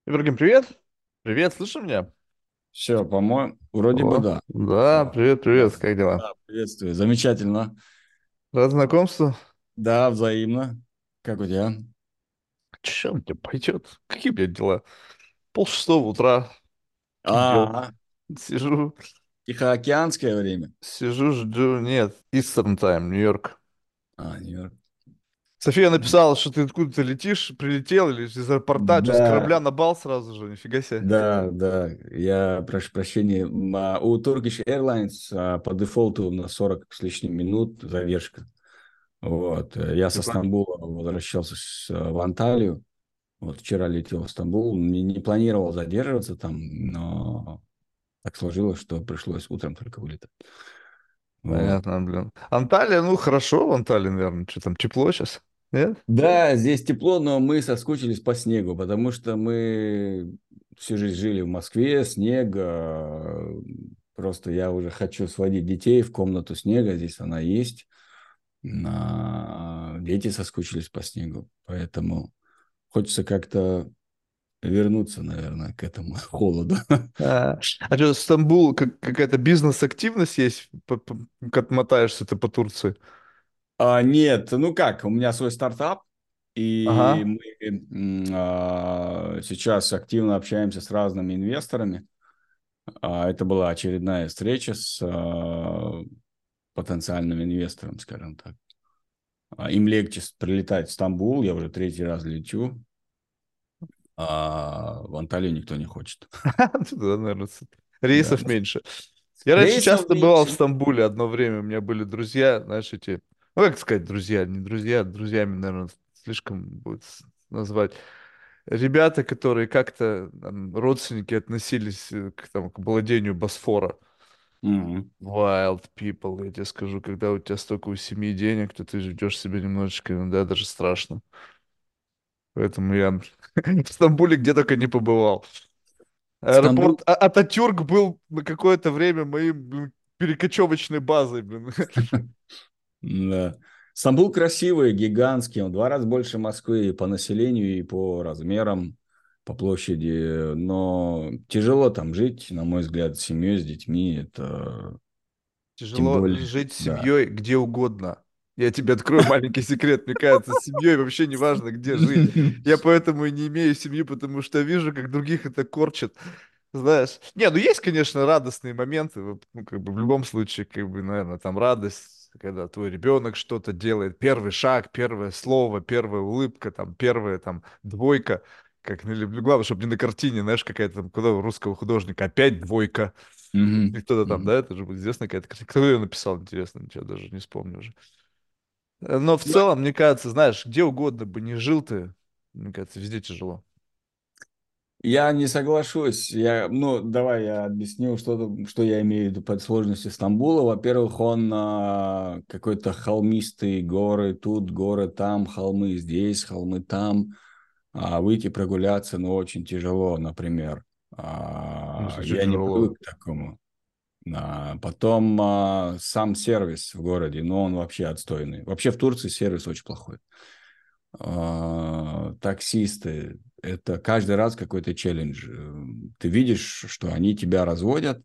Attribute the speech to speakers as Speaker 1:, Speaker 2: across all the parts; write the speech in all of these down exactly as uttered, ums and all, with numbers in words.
Speaker 1: Ибрагим, привет. Привет, слышишь меня?
Speaker 2: Все, по-моему, вроде бы
Speaker 1: О,
Speaker 2: да.
Speaker 1: да,
Speaker 2: Да,
Speaker 1: привет,
Speaker 2: да,
Speaker 1: привет, как дела?
Speaker 2: да, приветствую. Замечательно.
Speaker 1: Рад знакомству.
Speaker 2: Да, взаимно. Как у тебя?
Speaker 1: Че мне пойдет? Какие, блядь, дела? Пол шестого утра. Каких дел?
Speaker 2: А,
Speaker 1: Сижу,
Speaker 2: Тихоокеанское время.
Speaker 1: сижу, жду. Нет, Eastern Time, Нью-Йорк.
Speaker 2: А, Нью-Йорк.
Speaker 1: София написала, что ты откуда-то летишь, прилетел или из аэропорта, что с
Speaker 2: Да,
Speaker 1: корабля на бал сразу же, нифига себе.
Speaker 2: да, да. Я прошу прощения. М, а, У Turkish Airlines а, по дефолту на сорок с лишним минут задержка. Вот. э, Я со
Speaker 1: Прикольно.
Speaker 2: Стамбула возвращался с- в Анталию. Вот вчера летел в Стамбул. Не, не планировал задерживаться там, но так сложилось, что пришлось утром только вылетать. Вот.
Speaker 1: Понятно, блин. Анталия, ну хорошо в Анталии, наверное. Что там, тепло сейчас? Нет?
Speaker 2: Да, здесь тепло, но мы соскучились по снегу, потому что мы всю жизнь жили в Москве, снега. Просто я уже хочу сводить детей в комнату снега, здесь она есть. А дети соскучились по снегу, поэтому хочется как-то вернуться, наверное, к этому холоду.
Speaker 1: А, а что, Стамбул, как, какая-то бизнес-активность есть? По- по- Как мотаешься ты по Турции?
Speaker 2: А, нет, ну как, у меня свой стартап, и
Speaker 1: Ага.
Speaker 2: мы м, а, сейчас активно общаемся с разными инвесторами. А, это была очередная встреча с а, потенциальным инвестором, скажем так. А, им легче с- прилетать в Стамбул, я уже третий раз лечу, а в Анталию никто не хочет.
Speaker 1: Да, наверное, с-
Speaker 2: Да.
Speaker 1: рейсов меньше. Я раньше
Speaker 2: Рейсов
Speaker 1: часто бывал в
Speaker 2: меньше.
Speaker 1: Стамбуле одно время, у меня были друзья, знаешь, эти, ну, как сказать, друзья, не друзья, друзьями, наверное, слишком будет с- назвать. Ребята, которые как-то там, родственники относились э, к, там, к владению Босфора.
Speaker 2: Мгм.
Speaker 1: Wild people, я тебе скажу, когда у тебя столько у семьи денег, то ты ведешь себя немножечко, иногда даже страшно. Поэтому я в Стамбуле где только не побывал.
Speaker 2: Стамбул.
Speaker 1: Аэропорт А- Ататюрк был на какое-то время моим блин, перекочевочной базой, блин.
Speaker 2: Да. Стамбул красивый, гигантский, он в два раза больше Москвы и по населению, и по размерам, по площади, но тяжело там жить, на мой взгляд, с семьей, с детьми, это тем
Speaker 1: Тяжело
Speaker 2: более,
Speaker 1: жить с
Speaker 2: да.
Speaker 1: семьей где угодно. Я тебе открою маленький секрет. Мне кажется, с семьей вообще не важно, где жить. Я поэтому и не имею семьи, потому что вижу, как других это корчит. Знаешь. Не, ну есть, конечно, радостные моменты. Вот, ну, как бы в любом случае, как бы, наверное, там радость, когда твой ребенок что-то делает. Первый шаг, первое слово, первая улыбка, там, первая там двойка. Как не люблю. Главное, чтобы не на картине, знаешь, какая-то там, куда у русского художника опять двойка. Или
Speaker 2: Мгм.
Speaker 1: кто-то там,
Speaker 2: Мгм.
Speaker 1: да, это же будет известная какая-то картина. Кто ее написал, интересно, ничего даже не вспомню уже. Э, Но в
Speaker 2: Ну,
Speaker 1: целом, мне кажется, знаешь, где угодно бы не жил ты, мне кажется, везде тяжело.
Speaker 2: я не соглашусь. Я, ну, давай я объясню, что, что я имею в виду под сложностью Стамбула. Во-первых, он а, какой-то холмистый, горы тут, горы там, холмы здесь, холмы там. А выйти прогуляться, ну, очень тяжело, например.
Speaker 1: Ну,
Speaker 2: А,
Speaker 1: что
Speaker 2: я не
Speaker 1: тяжело.
Speaker 2: привык к такому. А, потом а, сам сервис в городе, ну, он вообще отстойный. Вообще в Турции сервис очень плохой. А, таксисты, это каждый раз какой-то челлендж. Э, Ты видишь, что они тебя разводят,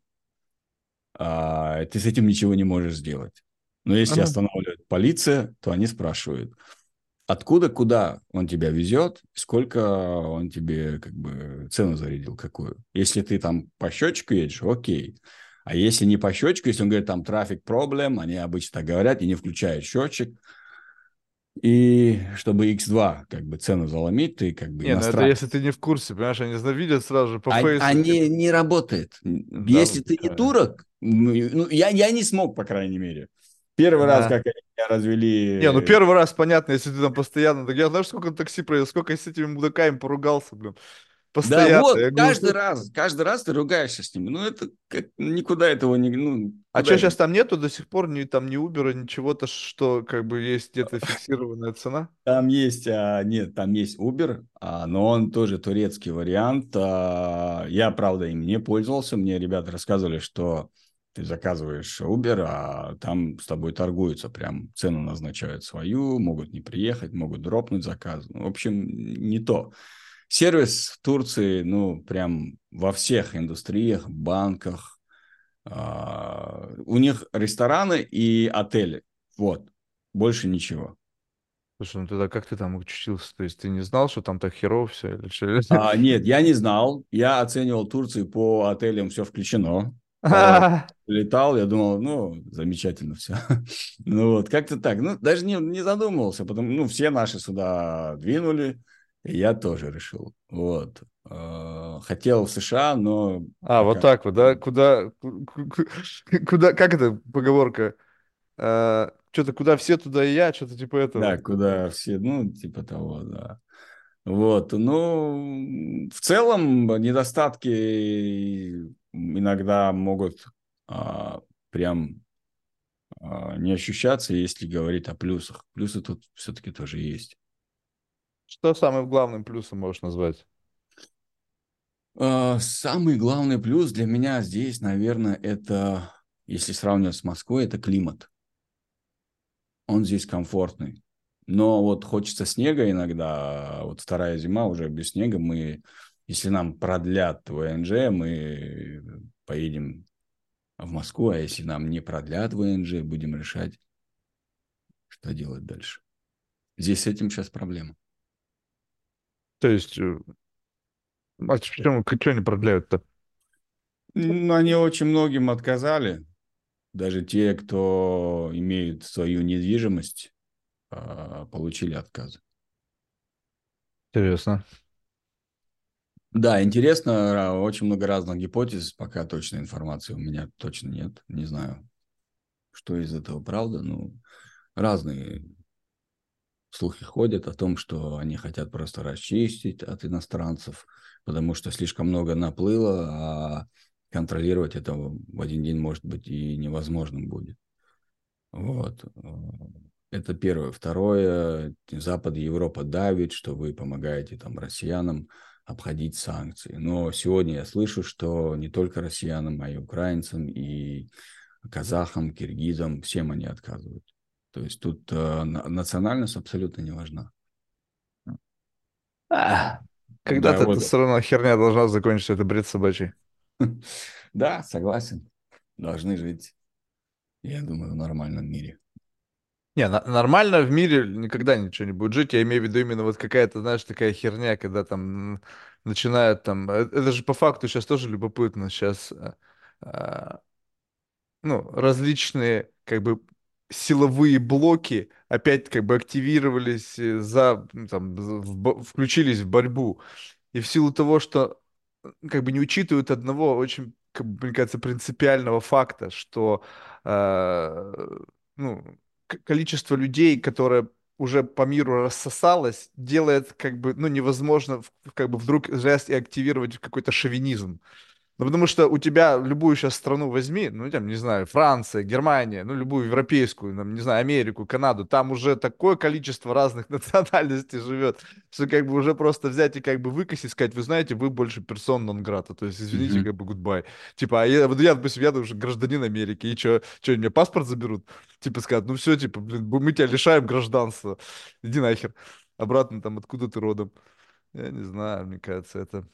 Speaker 2: а ты с этим ничего не можешь сделать. Но если
Speaker 1: Ага.
Speaker 2: останавливает полиция, то они спрашивают, откуда, куда он тебя везет, сколько он тебе как бы цену зарядил, какую. Если ты там по счетчику едешь, окей. А если не по счетчику, если он говорит, там трафик проблем, они обычно так говорят и не включают счетчик, и чтобы икс два как бы цену заломить, ты как бы
Speaker 1: Не, ну это
Speaker 2: иностранец.
Speaker 1: если ты не в курсе, понимаешь, они зна- видят сразу же по
Speaker 2: А,
Speaker 1: фейсу,
Speaker 2: они
Speaker 1: типа,
Speaker 2: не работает.
Speaker 1: да,
Speaker 2: Если ты не
Speaker 1: конечно.
Speaker 2: турок, ну, ну, я, я не смог, по крайней мере. Первый раз,
Speaker 1: Ага.
Speaker 2: как они меня
Speaker 1: Не, ну
Speaker 2: развели.
Speaker 1: первый раз понятно, если ты там постоянно, так я знаешь, сколько такси проехал, сколько я с этими мудаками поругался, блин,
Speaker 2: Да,
Speaker 1: постоянно.
Speaker 2: вот,
Speaker 1: Я говорю,
Speaker 2: каждый
Speaker 1: «Слушай,
Speaker 2: раз, каждый раз ты ругаешься с ними. Ну, это как, никуда этого не, ну,
Speaker 1: а
Speaker 2: куда
Speaker 1: что
Speaker 2: это?
Speaker 1: сейчас там нету до сих пор ни там ни Uber, ничего-то, что как бы есть где-то фиксированная цена?
Speaker 2: Там есть, а, нет, там есть Uber, а, но он тоже турецкий вариант. А, я, правда, им не пользовался. Мне ребята рассказывали, что ты заказываешь Uber, а там с тобой торгуются, прям цену назначают свою, могут не приехать, могут дропнуть заказ. Ну, в общем, не то. Сервис в Турции, ну, прям во всех индустриях, банках. а, У них рестораны и отели. Вот. Больше ничего.
Speaker 1: Слушай, ну тогда как ты там учился? То есть ты не знал, что там так херово все или что?
Speaker 2: А, нет, я не знал. Я оценивал Турцию по отелям, все включено. По
Speaker 1: А,
Speaker 2: летал, я думал, ну, замечательно все. Ну вот, как-то так. Ну, даже не, не задумывался, потому ну, все наши сюда двинули, и я тоже решил. Вот. Э, Хотел в США, но
Speaker 1: а, вот
Speaker 2: пока...
Speaker 1: так вот, да? Куда, ку- ку- ку- куда, как это поговорка? Что-то куда все, туда и я, что-то типа
Speaker 2: Да,
Speaker 1: этого.
Speaker 2: куда все, ну, типа того, да. Вот, ну, в целом недостатки иногда могут а, прям а, не ощущаться, если говорить о плюсах. Плюсы тут все-таки тоже есть.
Speaker 1: Что самым главным плюсом можешь назвать?
Speaker 2: А, самый главный плюс для меня здесь, наверное, это, если сравнивать с Москвой, это климат. Он здесь комфортный. Но вот хочется снега иногда. Вот вторая зима уже без снега. Мы, если нам продлят вэ эн жэ, мы поедем в Москву. А если нам не продлят вэ эн жэ, будем решать, что делать дальше. Здесь с этим сейчас проблема.
Speaker 1: То есть, э, а почему, что они продляют-то?
Speaker 2: Ну, они очень многим отказали. Даже те, кто имеют свою недвижимость, а, получили отказы.
Speaker 1: Интересно.
Speaker 2: Да, интересно, очень много разных гипотез, пока точной информации у меня точно нет, не знаю, что из этого правда, ну, разные слухи ходят о том, что они хотят просто расчистить от иностранцев, потому что слишком много наплыло, а контролировать это в один день, может быть, и невозможным будет. Вот. Это первое. Второе, Запад и Европа давит, что вы помогаете там россиянам обходить санкции. Но сегодня я слышу, что не только россиянам, а и украинцам, и казахам, киргизам, всем они отказывают. То есть тут э, национальность абсолютно не важна.
Speaker 1: А,
Speaker 2: Да,
Speaker 1: когда-то это
Speaker 2: вот.
Speaker 1: все равно херня должна закончиться, это бред собачий.
Speaker 2: Да, согласен. Должны жить, я думаю, в нормальном мире.
Speaker 1: Не, на- нормально в мире никогда ничего не будет жить. Я имею в виду именно вот какая-то, знаешь, такая херня, когда там м, начинают там... э, Это же по факту сейчас тоже любопытно. Сейчас ну, различные как бы силовые блоки опять как бы активировались э, за, м, там, за- в бо- включились в борьбу. И в силу того, что э, как бы не учитывают одного очень, как бы, мне кажется, принципиального факта, что э, ну, к- количество людей, которое уже по миру рассосалось, делает как бы, ну, невозможно в- как бы вдруг взять и активировать какой-то шовинизм. Ну, потому что у тебя любую сейчас страну возьми, ну, там, не знаю, Франция, Германия, ну, любую европейскую, там, не знаю, Америку, Канаду, там уже такое количество разных национальностей живет, что как бы уже просто взять и как бы выкосить, сказать, вы знаете, вы больше персон нон грата, то есть, извините,
Speaker 2: Мгм.
Speaker 1: как бы, goodbye. Типа, а я, вот я, допустим, я уже гражданин Америки, и что, что, мне паспорт заберут? Типа, скажут, ну, все, типа, блин, мы тебя лишаем гражданства, иди нахер, обратно там, откуда ты родом. Я не знаю, мне кажется, это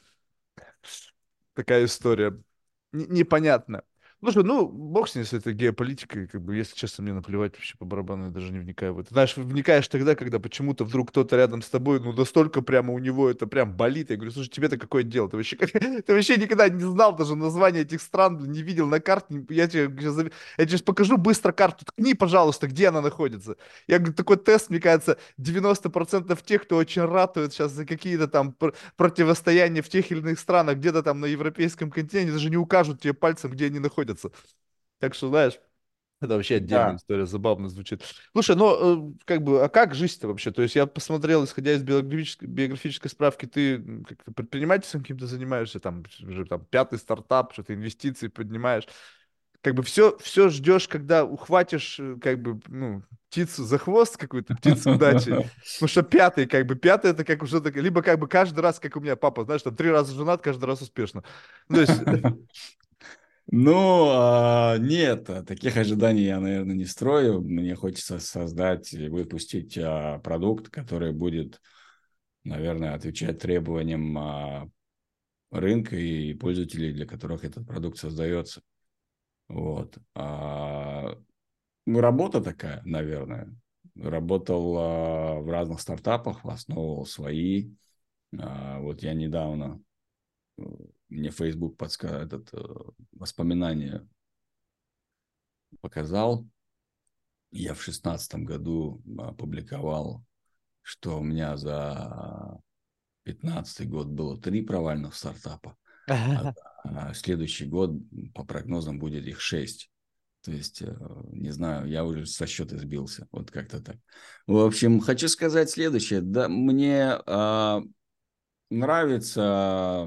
Speaker 1: такая история. Н- непонятно. Слушай, ну, бог с ней, с этой геополитикой, как бы, если честно, мне наплевать вообще по барабану, я даже не вникаю в это. Знаешь, вникаешь тогда, когда почему-то вдруг кто-то рядом с тобой, ну, настолько прямо у него это прям болит. Я говорю, слушай, тебе-то какое дело? Ты вообще, ты вообще никогда не знал даже название этих стран, не видел на карте. не- Я тебе сейчас, зав- я тебе щас покажу быстро карту. Ткни, пожалуйста, где она находится. Я говорю, такой тест, мне кажется, девяносто процентов тех, кто очень ратует сейчас за какие-то там пр- противостояния в тех или иных странах, где-то там на европейском континенте, даже не укажут тебе пальцем, где они находятся. Так что, знаешь, это вообще отдельная
Speaker 2: Да.
Speaker 1: история, забавно звучит. Слушай, ну, э, как бы, а как жизнь-то вообще? То есть я посмотрел, исходя из биографической, биографической справки, ты м, как-то предпринимательством каким-то занимаешься, там, уже там пятый стартап, что-то инвестиции поднимаешь. Как бы все, все ждешь, когда ухватишь, э, как бы, ну, птицу за хвост какую-то, птицу удачи. Потому что пятый, как бы, пятый это как уже, так, либо как бы каждый раз, как у меня папа, знаешь, там три раза женат, каждый раз успешно. Ну, то есть,
Speaker 2: Ну, а, нет, а, таких ожиданий я, наверное, не строю. Мне хочется создать и выпустить а, продукт, который будет наверное, отвечать требованиям а, рынка и пользователей, для которых этот продукт создается. Вот. А, ну, работа такая, наверное. Работал а, в разных стартапах, основывал свои. А, вот я недавно, э, мне Facebook подсказал, этот, э, воспоминание показал. Я в шестнадцатом году опубликовал, что у меня за пятнадцатый год было три провальных стартапа, а за следующий год, по прогнозам, будет их шесть. То есть, э, не знаю, я уже со счета сбился. Вот как-то так. В общем, хочу сказать следующее. Да, мне а, нравится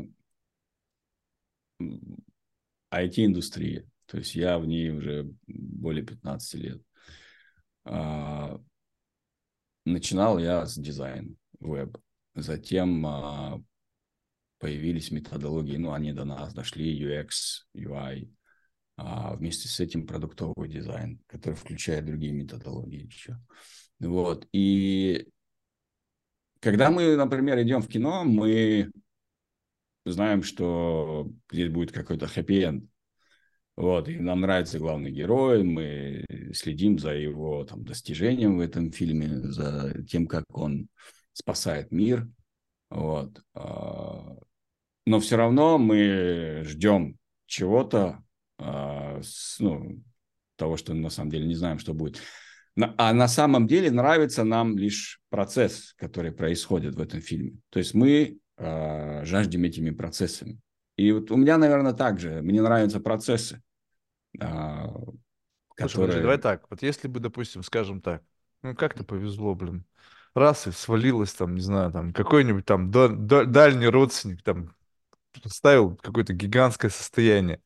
Speaker 2: ай ти-индустрия. То есть я в ней уже более пятнадцати лет. А, начинал я с дизайна веб. Затем а, появились методологии, ну, они до нас дошли, ю экс, ю ай, а вместе с этим продуктовый дизайн, который включает другие методологии еще. Вот. И когда мы, например, идем в кино, мы знаем, что здесь будет какой-то хэппи-энд. Вот, и нам нравится главный герой, мы следим за его там, достижением в этом фильме, за тем, как он спасает мир. Вот. Но все равно мы ждем чего-то, ну, того, что на самом деле не знаем, что будет. А на самом деле нравится нам лишь процесс, который происходит в этом фильме. То есть мы э, жаждем этими процессами. И вот у меня, наверное, так же. Мне нравятся процессы, э,
Speaker 1: Слушай, подожди, давай
Speaker 2: которые...
Speaker 1: так. Вот если бы, допустим, скажем так, ну как-то повезло, блин. Раз и свалилось там, не знаю, там какой-нибудь там да- да- дальний родственник там ставил какое-то гигантское состояние.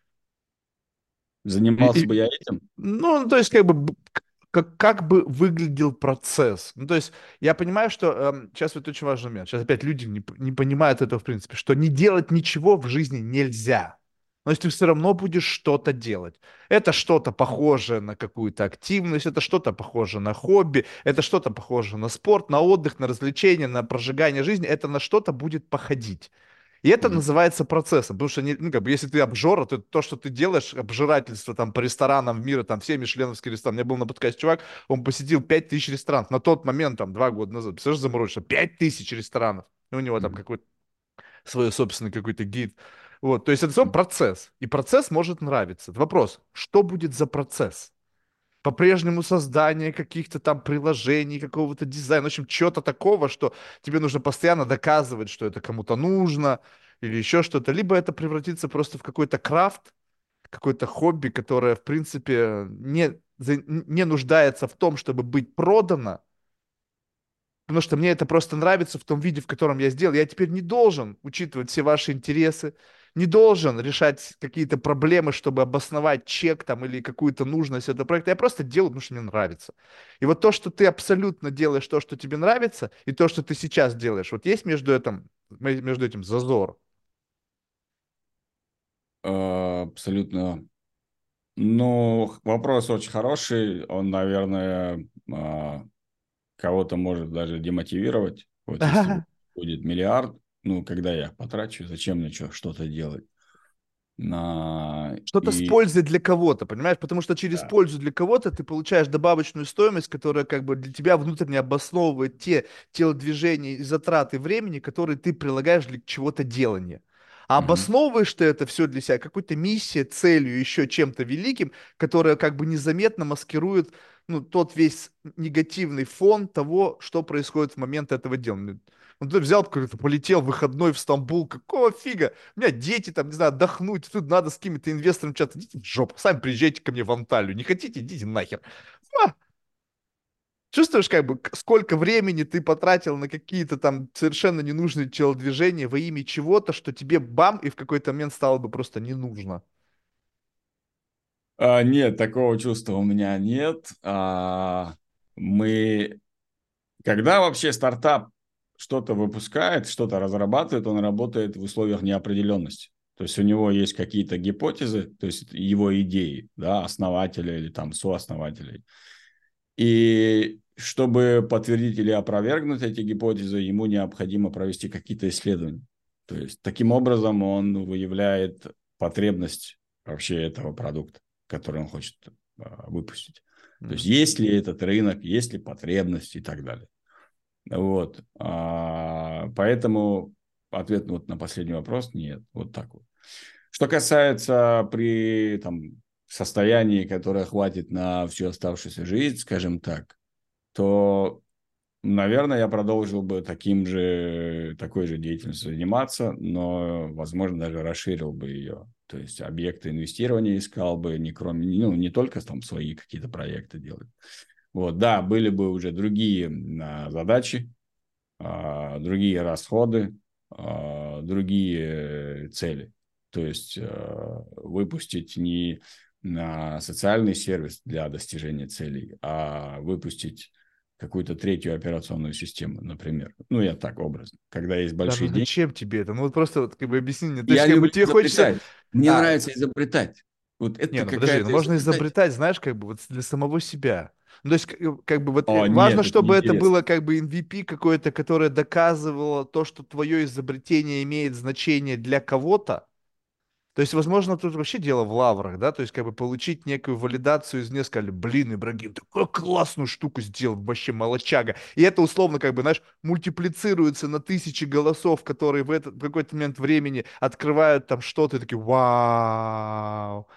Speaker 1: И,
Speaker 2: Занимался
Speaker 1: и-
Speaker 2: бы я этим?
Speaker 1: ну, ну, то есть, как бы, б- как, как бы выглядел процесс. Ну, то есть, я понимаю, что эм, сейчас вот очень важный момент. Сейчас опять люди не, п- не понимают этого, в принципе, что не делать ничего в жизни нельзя. Но если ты все равно будешь что-то делать. Это что-то похожее на какую-то активность, это что-то похожее на хобби, это что-то похожее на спорт, на отдых, на развлечение, на прожигание жизни. Это на что-то будет походить. И это
Speaker 2: Мгм.
Speaker 1: называется процессом, потому что, не, ну, как бы, если ты обжора, то то, что ты делаешь, обжирательство там по ресторанам мира, там все мишленовские рестораны. У меня был на подкасте чувак, он посетил пять тысяч ресторанов. На тот момент, там, два года назад, представляешь, заморочено, пять тысяч ресторанов. И у него там
Speaker 2: Мгм.
Speaker 1: какой-то свой собственный какой-то гид. Вот, то есть это все процесс. И процесс может нравиться. Вопрос, что будет за процесс? По-прежнему создание каких-то там приложений, какого-то дизайна, в общем, чего-то такого, что тебе нужно постоянно доказывать, что это кому-то нужно, или еще что-то. Либо это превратится просто в какой-то крафт, какое-то хобби, которое, в принципе, не, за- не нуждается в том, чтобы быть продано, потому что мне это просто нравится в том виде, в котором я сделал. Я теперь не должен учитывать все ваши интересы, не должен решать какие-то проблемы, чтобы обосновать чек там или какую-то нужность этого проекта. Я просто делаю, потому что мне нравится. И вот то, что ты абсолютно делаешь то, что тебе нравится, и то, что ты сейчас делаешь, вот есть между этим, между этим зазор.
Speaker 2: Э, Абсолютно. Ну, вопрос очень хороший. Он, наверное, а, кого-то может даже демотивировать. Вот если бы будет миллиард, ну, когда я их потрачу, зачем мне чё- что-то делать? На...
Speaker 1: Что-то с
Speaker 2: И
Speaker 1: пользой для кого-то, понимаешь? Потому что через
Speaker 2: да.
Speaker 1: пользу для кого-то ты получаешь добавочную стоимость, которая как бы для тебя внутренне обосновывает те телодвижения и затраты времени, которые ты прилагаешь для чего-то делания. А
Speaker 2: Мгм.
Speaker 1: обосновываешь ты это все для себя какой-то миссией, целью, еще чем-то великим, которая как бы незаметно маскирует, ну, тот весь негативный фон того, что происходит в момент этого дела. Ну, ты взял, какой-то полетел выходной в Стамбул, какого фига? У меня дети там, не знаю, отдохнуть, тут надо с какими-то инвесторами что-то. Идите в жопу, сами приезжайте ко мне в Анталию. Не хотите, идите нахер. А, чувствуешь, как бы, к- сколько времени ты потратил на какие-то там совершенно ненужные телодвижения во имя чего-то, что тебе бам, и в какой-то момент стало бы просто не нужно.
Speaker 2: А, нет, такого чувства у меня нет. А, мы, когда вообще стартап что-то выпускает, что-то разрабатывает, он работает в условиях неопределенности. То есть у него есть какие-то гипотезы, то есть его идеи, да, основателя или там сооснователей. И чтобы подтвердить или опровергнуть эти гипотезы, ему необходимо провести какие-то исследования. То есть таким образом он выявляет потребность вообще этого продукта, который он хочет а, выпустить. То есть
Speaker 1: Мгм.
Speaker 2: есть ли этот рынок, есть ли потребность и так далее. Вот. А, поэтому ответ вот на последний вопрос – нет. Вот так вот. Что касается при там, состоянии, которое хватит на всю оставшуюся жизнь, скажем так, то, наверное, я продолжил бы таким же, такой же деятельностью заниматься, но, возможно, даже расширил бы ее. То есть объекты инвестирования искал бы, не, кроме, ну, не только там свои какие-то проекты делать. Вот, да, были бы уже другие а, задачи, а, другие расходы, а, другие цели. То есть а, выпустить не на социальный сервис для достижения целей, а выпустить какую-то третью операционную систему, например. Ну, я так образно. Когда есть
Speaker 1: Да, ну
Speaker 2: большие деньги.
Speaker 1: зачем тебе это? Ну вот просто вот, как бы объясни мне. То есть
Speaker 2: Я
Speaker 1: как бы
Speaker 2: люблю
Speaker 1: тебе хочется...
Speaker 2: изобретать. Мне
Speaker 1: А,
Speaker 2: нравится изобретать. Вот
Speaker 1: не,
Speaker 2: это
Speaker 1: ну подожди, ну
Speaker 2: какая-то
Speaker 1: можно
Speaker 2: изобретать.
Speaker 1: изобретать, знаешь, как бы вот для самого себя. Ну, то есть, как, как бы вот э,
Speaker 2: О,
Speaker 1: важно,
Speaker 2: нет, это
Speaker 1: чтобы это
Speaker 2: неинтересно.
Speaker 1: было как бы эм ви пи какое-то, которое доказывало то, что твое изобретение имеет значение для кого-то. То есть, возможно, тут вообще дело в лаврах, да, то есть, как бы получить некую валидацию из нескольких, блин, Ибрагим, ты такую классную штуку сделал, вообще молодчага. И это условно, как бы, знаешь, мультиплицируется на тысячи голосов, которые в этот в какой-то момент времени открывают там что-то и такие, вау.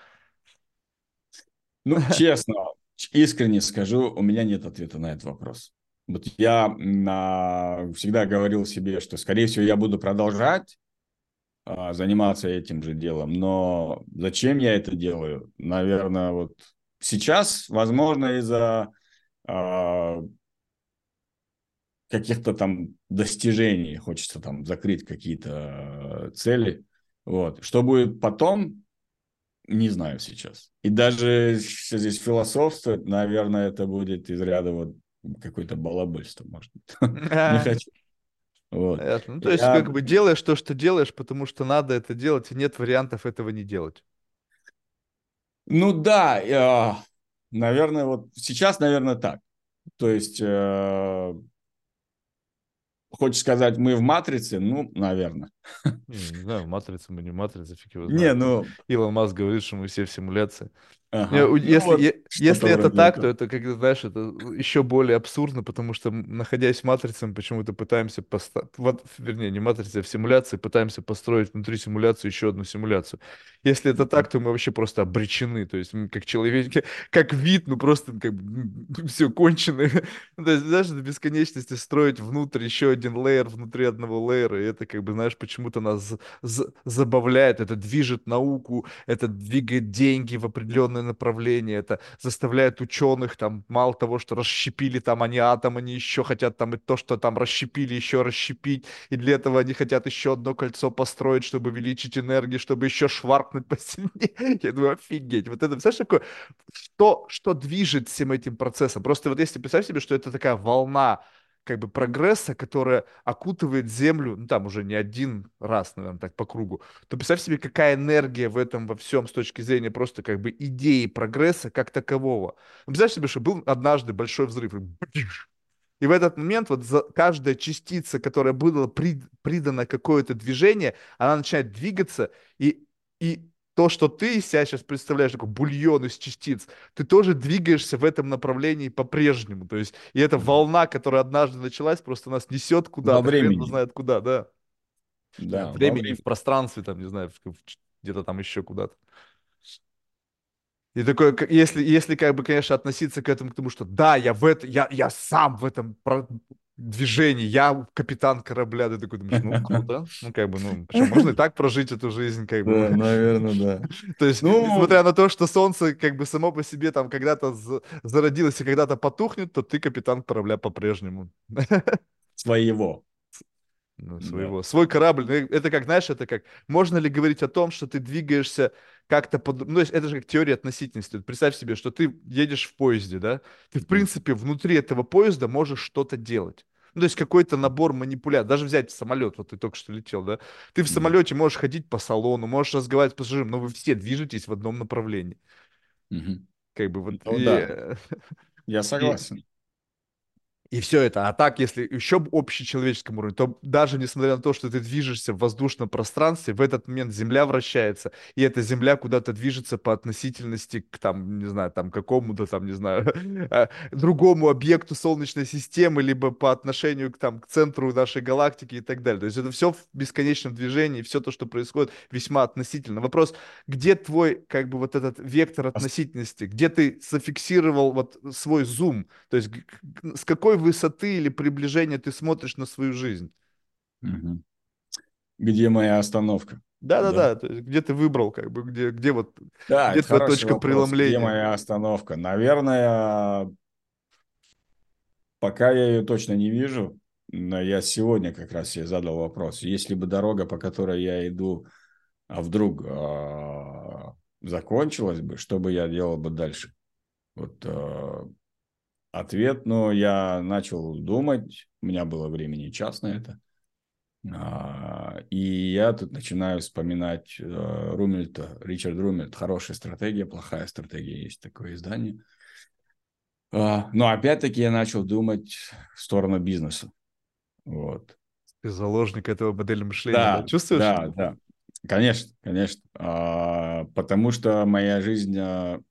Speaker 2: Ну, честно, искренне скажу, у меня нет ответа на этот вопрос. Вот я на, всегда говорил себе, что, скорее всего, я буду продолжать а, заниматься этим же делом, но зачем я это делаю? Наверное, вот сейчас, возможно, из-за а, каких-то там достижений хочется там закрыть какие-то э, цели. Вот. Что будет потом, не знаю сейчас. И даже если здесь философствовать, наверное, это будет из ряда вот какое-то балабольство, может быть. Не
Speaker 1: А,
Speaker 2: хочу. Вот.
Speaker 1: ясно. Ну, то есть,
Speaker 2: Я,
Speaker 1: как бы делаешь то, что делаешь, потому что надо это делать, и нет вариантов этого не делать.
Speaker 2: ну да, я, наверное, вот сейчас, наверное, так. То есть, э, хочешь сказать, мы в матрице? Ну, наверное.
Speaker 1: Не, не знаю, матрица мы не матрица, фиг его
Speaker 2: Не,
Speaker 1: знает.
Speaker 2: ну,
Speaker 1: Илон Маск говорит, что мы все в симуляции. Не,
Speaker 2: ага.
Speaker 1: у-
Speaker 2: Ну
Speaker 1: Если,
Speaker 2: вот,
Speaker 1: е-
Speaker 2: что-то
Speaker 1: если это
Speaker 2: вроде
Speaker 1: так, то
Speaker 2: этого.
Speaker 1: это, как ты знаешь, это еще более абсурдно, потому что, м, находясь в матрице, мы почему-то пытаемся, поста- вот, вернее, не матрице, а в симуляции, пытаемся построить внутри симуляции еще одну симуляцию. Если это так, то мы вообще просто обречены, то есть мы как человеки, как вид, ну просто как бы все кончены. Ну, то есть, знаешь, до бесконечности строить внутрь еще один лейер внутри одного лейера, и это как бы, знаешь, почему-то нас з- з- забавляет, это движет науку, это двигает деньги в определенное направление, это заставляет ученых там мало того, что расщепили там они атом, они еще хотят там и то, что там расщепили, еще расщепить, и для этого они хотят еще одно кольцо построить, чтобы увеличить энергию, чтобы еще шваркнуть посильнее. Я думаю, офигеть, вот это, представляешь, такое, что, что движет всем этим процессом? Просто вот если представь себе, что это такая волна как бы прогресса, которая окутывает Землю, ну там уже не один раз, наверное, так по кругу, то представь себе, какая энергия в этом во всем с точки зрения просто как бы идеи прогресса как такового. Ну, представь себе, что был однажды большой взрыв, и бдыщ. И в этот момент вот за каждая частица, которая была при- придана какое-то движение, она начинает двигаться, и, и то, что ты из себя сейчас представляешь, такой бульон из частиц, ты тоже двигаешься в этом направлении по-прежнему. То есть, и эта
Speaker 2: Мгм.
Speaker 1: волна, которая однажды началась, просто нас несет
Speaker 2: Во
Speaker 1: куда-то, хрен его
Speaker 2: времени.
Speaker 1: знает куда, да. Не, в
Speaker 2: Да, во
Speaker 1: времени, в
Speaker 2: времени.
Speaker 1: пространстве, там, не знаю, в- в- где-то там еще куда-то. И такое, к- если, если как бы, конечно, относиться к этому, к тому, что да, я в это, я, я сам в этом про- движении, я капитан корабля, ты такой думаешь, ну, круто, ну, как бы, ну, причем можно и так прожить эту жизнь, как бы.
Speaker 2: Да, наверное, да.
Speaker 1: То есть,
Speaker 2: Ну,
Speaker 1: несмотря на то, что солнце, как бы, само по себе там когда-то за- зародилось и когда-то потухнет, то ты капитан корабля по-прежнему.
Speaker 2: своего.
Speaker 1: Ну,
Speaker 2: Да.
Speaker 1: своего. Свой корабль. Ну, это как, знаешь, это как, можно ли говорить о том, что ты двигаешься как-то под... Ну, то есть это же как теория относительности. Вот представь себе, что ты едешь в поезде, да? Ты, в
Speaker 2: Мгм.
Speaker 1: принципе, внутри этого поезда можешь что-то делать. Ну, то есть какой-то набор манипуляций. Даже взять самолет, вот ты только что летел, да? Ты в
Speaker 2: Мгм.
Speaker 1: самолете можешь ходить по салону, можешь разговаривать с пассажиром, но вы все движетесь в одном направлении.
Speaker 2: Мгм.
Speaker 1: Как бы вот
Speaker 2: Ну
Speaker 1: и,
Speaker 2: да,
Speaker 1: э,
Speaker 2: я
Speaker 1: и,
Speaker 2: согласен.
Speaker 1: И все это. А так, если еще общечеловеческом уровне, то даже несмотря на то, что ты движешься в воздушном пространстве, в этот момент Земля вращается, и эта Земля куда-то движется по относительности к, там, не знаю, там, какому-то, там, не знаю, э, другому объекту Солнечной системы, либо по отношению к, там, к центру нашей галактики и так далее. То есть это все в бесконечном движении, все то, что происходит, весьма относительно. Вопрос, где твой, как бы, вот этот вектор
Speaker 2: Ос-
Speaker 1: относительности, где ты зафиксировал вот свой зум, то есть г- г- с какой высоты или приближения ты смотришь на свою жизнь.
Speaker 2: Мгм. Где моя остановка? Да.
Speaker 1: Да-да-да, то есть где ты выбрал, как бы, где, где вот,
Speaker 2: Да,
Speaker 1: где
Speaker 2: это
Speaker 1: твоя
Speaker 2: хороший
Speaker 1: точка
Speaker 2: вопрос. Где
Speaker 1: преломления.
Speaker 2: моя остановка? Наверное, пока я ее точно не вижу, но я сегодня как раз себе задал вопрос. Если бы дорога, по которой я иду, а вдруг а, закончилась бы, что бы я делал бы дальше? Вот а, ответ, ну, я начал думать, у меня было времени час на это. А, и я тут начинаю вспоминать а, Румельта, Ричард Румельт. Хорошая стратегия, плохая стратегия, есть такое издание. А, но опять-таки я начал думать в сторону бизнеса. Вот.
Speaker 1: Ты заложник этого модели мышления, да?
Speaker 2: Да,
Speaker 1: Чувствуешь?
Speaker 2: да, да. Конечно, конечно. А, потому что моя жизнь, а,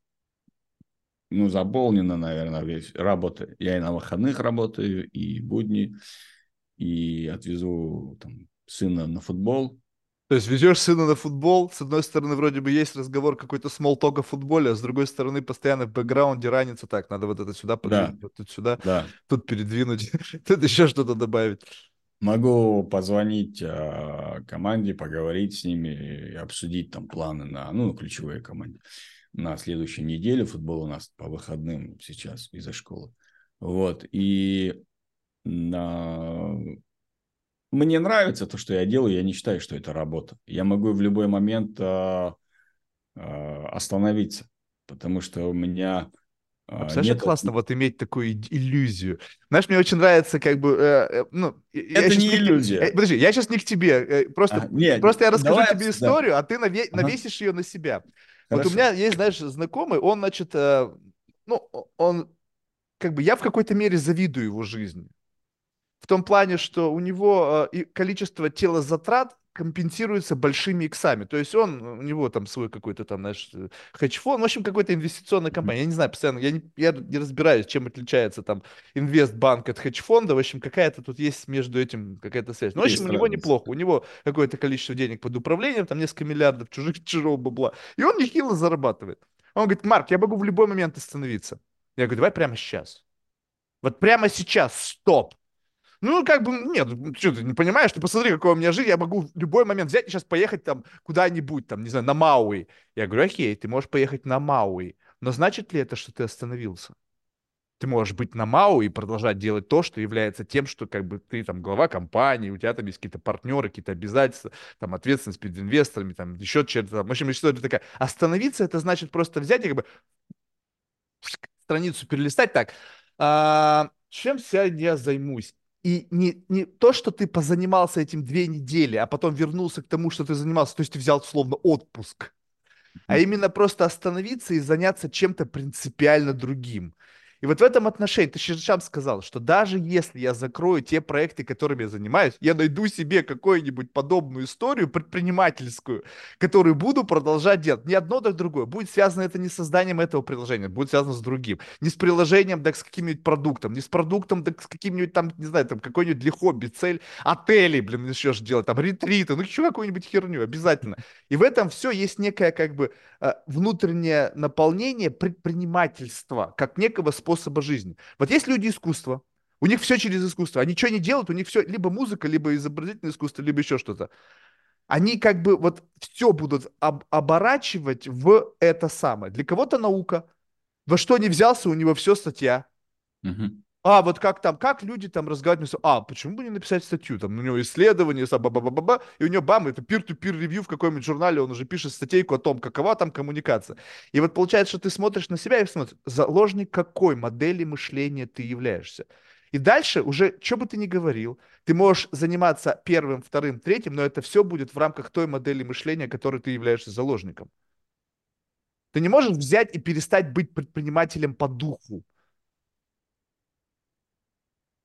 Speaker 2: ну, заполнена, наверное, весь работой. Я и на выходных работаю, и будни, и отвезу там, сына на футбол.
Speaker 1: То есть везешь сына на футбол, с одной стороны, вроде бы есть разговор какой-то small talk о футболе, а с другой стороны, постоянно в бэкграунде ранится, так, надо вот это сюда
Speaker 2: Да,
Speaker 1: подвинуть, вот тут сюда,
Speaker 2: да.
Speaker 1: тут передвинуть, тут еще что-то добавить.
Speaker 2: Могу позвонить а, команде, поговорить с ними и обсудить там планы на, ну, ключевые команды на следующую неделю. Футбол у нас по выходным сейчас из-за школы. Вот. И на... мне нравится то, что я делаю. Я не считаю, что это работа. Я могу в любой момент а, а, остановиться, потому что у меня
Speaker 1: А
Speaker 2: а,
Speaker 1: представляешь, как
Speaker 2: нет...
Speaker 1: классно вот иметь такую и- иллюзию. Знаешь, мне очень нравится, как бы, э, э, ну, я
Speaker 2: Это
Speaker 1: сейчас
Speaker 2: не
Speaker 1: не к те- э,
Speaker 2: иллюзия.
Speaker 1: подожди, я сейчас не к тебе, э, просто,
Speaker 2: А, нет,
Speaker 1: просто я расскажу
Speaker 2: давай...
Speaker 1: тебе
Speaker 2: обс- Да.
Speaker 1: историю, а ты наве-
Speaker 2: Ага.
Speaker 1: навесишь ее на себя. Вот у
Speaker 2: Хорошо.
Speaker 1: меня есть, знаешь, знакомый, он, значит, э, ну, он, как бы, я в какой-то мере завидую его жизни. В том плане, что у него э, и количество телозатрат компенсируется большими иксами. То есть он, у него там свой какой-то там, знаешь, э, хедж-фонд, в общем, какой-то инвестиционная
Speaker 2: Мгм.
Speaker 1: компания. Я не знаю, постоянно, я не, я не разбираюсь, чем отличается там инвестбанк от хедж-фонда. В общем, какая-то тут есть между этим какая-то связь. Ну, в общем,
Speaker 2: Есть
Speaker 1: у него
Speaker 2: разница.
Speaker 1: неплохо. У него какое-то количество денег под управлением, там несколько миллиардов чужих, чужого бабла. И он нехило зарабатывает. Он говорит: Марк, я могу в любой момент остановиться. Я говорю: давай прямо сейчас. Вот прямо сейчас, стоп. Ну, как бы, нет, ну, что ты не понимаешь, ты посмотри, какой у меня жизнь, я могу в любой момент взять и сейчас поехать там куда-нибудь, там, не знаю, на Мауи. Я говорю: окей, ты можешь поехать на Мауи, но значит ли это, что ты остановился? Ты можешь быть на Мауи и продолжать делать то, что является тем, что как бы ты там глава компании, у тебя там есть какие-то партнеры, какие-то обязательства, там ответственность перед инвесторами, там еще что-то, там, в общем, история такая. Остановиться — это значит просто взять и как бы страницу перелистать так. А, чем сегодня я займусь? И не, не то, что ты позанимался этим две недели, а потом вернулся к тому, что ты занимался, то есть ты взял словно отпуск, а
Speaker 2: Мгм.
Speaker 1: именно просто остановиться и заняться чем-то принципиально другим. И вот в этом отношении ты сейчас сам сказал, что даже если я закрою те проекты, которыми я занимаюсь, я найду себе какую-нибудь подобную историю предпринимательскую, которую буду продолжать делать. Ни одно, так другое. Будет связано это не с созданием этого приложения, будет связано с другим. Не с приложением, так с каким-нибудь продуктом, не с продуктом, так с каким-нибудь там, не знаю, там какой-нибудь для хобби, цель, отели, блин, еще же делать, там ретриты, ну еще какую-нибудь херню, обязательно. И в этом все есть некая как бы э, внутреннее наполнение предпринимательства как некого способа жизни. Вот есть люди искусства, у них все через искусство, они что не делают, у них все либо музыка, либо изобразительное искусство, либо еще что-то. Они как бы вот все будут об- оборачивать в это самое. Для кого-то наука. Во что не взялся, у него все статья.
Speaker 2: Мгм.
Speaker 1: А, вот как там, как люди там разговаривают между собой. А, почему бы не написать статью? Там у него исследование, са- ба-ба-ба-ба, и у него бам, это peer-to-peer ревью в каком-нибудь журнале, он уже пишет статейку о том, какова там коммуникация. И вот получается, что ты смотришь на себя и смотришь, заложник какой модели мышления ты являешься. И дальше уже, что бы ты ни говорил, ты можешь заниматься первым, вторым, третьим, но это все будет в рамках той модели мышления, которой ты являешься заложником. Ты не можешь взять и перестать быть предпринимателем по духу.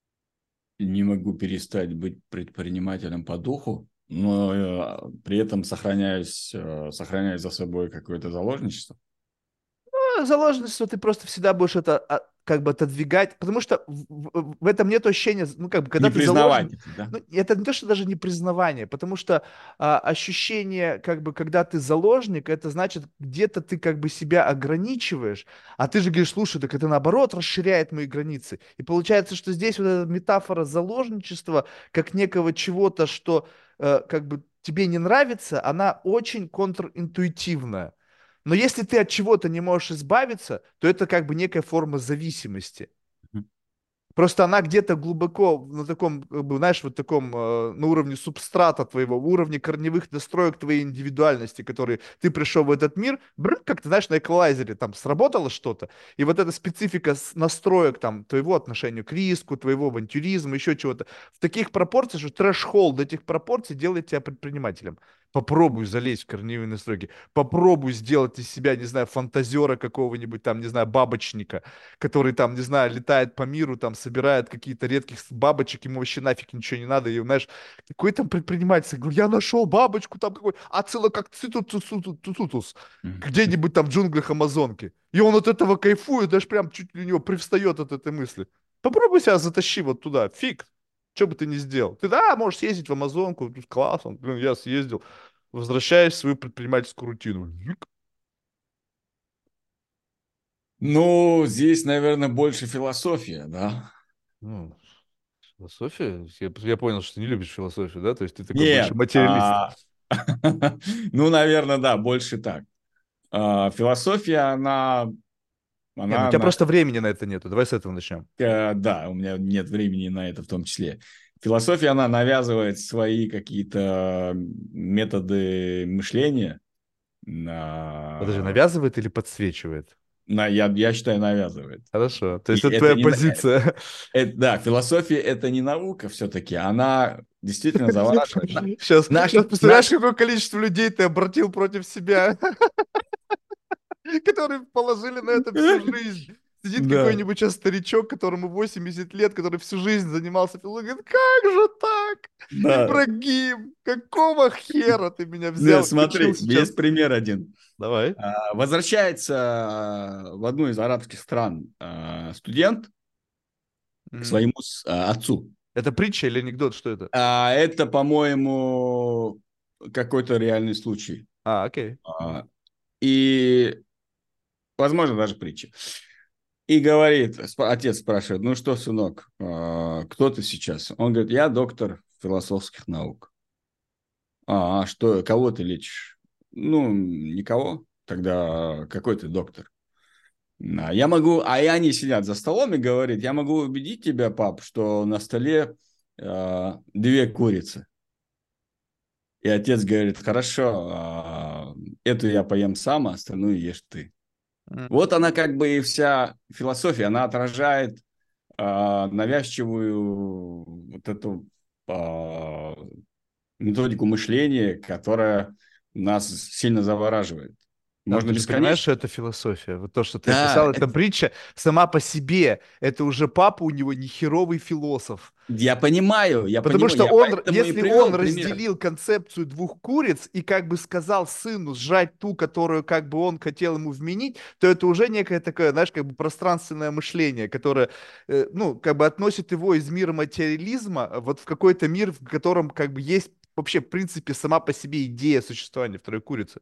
Speaker 2: Не могу перестать быть предпринимателем по духу, но э, при этом сохраняюсь, э, сохраняю за собой какое-то заложничество.
Speaker 1: Ну, заложенность, что ты просто всегда будешь это а, как бы отодвигать, потому что в, в- в этом нет ощущения, ну, как бы, когда
Speaker 2: Не
Speaker 1: ты заложник,
Speaker 2: признавать это, да?
Speaker 1: ну, это не то, что даже не признавание, потому что а, ощущение, как бы, когда ты заложник, это значит, где-то ты как бы себя ограничиваешь, а ты же говоришь, слушай, так это наоборот расширяет мои границы. И получается, что здесь вот эта метафора заложничества, как некого чего-то, что э, как бы тебе не нравится, она очень контринтуитивная. Но если ты от чего-то не можешь избавиться, то это как бы некая форма зависимости. Просто она где-то глубоко на таком, как бы, знаешь, вот таком, э, на уровне субстрата твоего, уровне корневых настроек твоей индивидуальности, который ты пришел в этот мир, бррр, как ты знаешь, на эквалайзере там сработало что-то, и вот эта специфика с- настроек там твоего отношения к риску, твоего авантюризма, еще чего-то, в таких пропорциях, что трэш-холл до этих пропорций делает тебя предпринимателем. Попробуй залезть в корневые настройки, попробуй сделать из себя, не знаю, фантазера какого-нибудь там, не знаю, бабочника, который там, не знаю, летает по миру, там, собирает какие-то редких бабочек, ему вообще нафиг ничего не надо, и, знаешь, какой там предприниматель, говорю, я нашел бабочку там какой, ацилококцитус, где-нибудь там в джунглях Амазонки. И он от этого кайфует, даже прям чуть ли у него привстает от этой мысли. Попробуй себя затащи вот туда, фиг, что бы ты ни сделал. Ты, да, можешь съездить в Амазонку, тут классно, блин, я съездил, возвращаюсь в свою предпринимательскую рутину.
Speaker 2: Ну, здесь, наверное, больше философия, да?
Speaker 1: Ну, философия? Я, я понял, что ты не любишь философию, да? То есть ты такой больше
Speaker 2: Нет.
Speaker 1: материалист.
Speaker 2: а, Ну, наверное, да, больше так. А, Философия, она,
Speaker 1: Не, ну у
Speaker 2: она,
Speaker 1: тебя
Speaker 2: на-
Speaker 1: просто времени на это нету. Давай с этого начнем.
Speaker 2: э, да, у меня нет времени на это в том числе. Философия, она навязывает свои какие-то методы мышления,
Speaker 1: Подожди,
Speaker 2: на,
Speaker 1: навязывает или подсвечивает?
Speaker 2: на- я, я считаю, навязывает.
Speaker 1: Хорошо. То
Speaker 2: И
Speaker 1: есть это
Speaker 2: это
Speaker 1: твоя
Speaker 2: не, на- э,
Speaker 1: позиция.
Speaker 2: это, да, философия это не наука все-таки, она действительно завораживает. На-
Speaker 1: Сейчас,
Speaker 2: Наш,
Speaker 1: сейчас представляешь,
Speaker 2: наш,
Speaker 1: какое количество людей ты обратил против себя, которые положили на это всю жизнь. Сидит
Speaker 2: да,
Speaker 1: какой-нибудь сейчас старичок, которому восемьдесят лет, который всю жизнь занимался филологией. Говорит, как же так?
Speaker 2: да.
Speaker 1: Ибрагим, какого хера ты меня
Speaker 2: Не,
Speaker 1: взял и учил
Speaker 2: смотри,
Speaker 1: сейчас?
Speaker 2: есть пример один.
Speaker 1: Давай.
Speaker 2: А, Возвращается а, в одну из арабских стран а, студент к
Speaker 1: Мгм.
Speaker 2: своему с- а, отцу.
Speaker 1: Это притча или анекдот? Что это?
Speaker 2: А это, по-моему, какой-то реальный случай.
Speaker 1: А, окей.
Speaker 2: А, И, возможно, даже притча. И говорит, сп- отец спрашивает, ну что, сынок, а, кто ты сейчас? Он говорит, я доктор философских наук. А, а что, кого ты лечишь? Ну, никого. Тогда какой ты доктор? А я могу, а и они сидят за столом и говорят, я могу убедить тебя, пап, что на столе э, две курицы. И отец говорит, хорошо, а, эту я поем сам, а остальную ешь ты.
Speaker 1: М.
Speaker 2: Вот она как бы и вся философия, она отражает а, навязчивую вот эту а, методику мышления, которая нас сильно завораживает.
Speaker 1: Да, но
Speaker 2: Можно
Speaker 1: ты же понимаешь,
Speaker 2: бесконечно.
Speaker 1: что это философия. Вот то, что ты
Speaker 2: Да,
Speaker 1: описал, это
Speaker 2: это-
Speaker 1: притча сама по себе. Это уже папа у него не херовый философ.
Speaker 2: я понимаю, я
Speaker 1: Потому
Speaker 2: понимаю,
Speaker 1: что
Speaker 2: я
Speaker 1: он,
Speaker 2: поэтому и
Speaker 1: если он
Speaker 2: привел пример.
Speaker 1: разделил концепцию двух куриц и как бы сказал сыну сжать ту, которую как бы он хотел ему вменить, то это уже некое такое, знаешь, как бы пространственное мышление, которое, э, ну, как бы относит его из мира материализма э, вот в какой-то мир, в котором как бы есть вообще, в принципе, сама по себе идея существования второй курицы.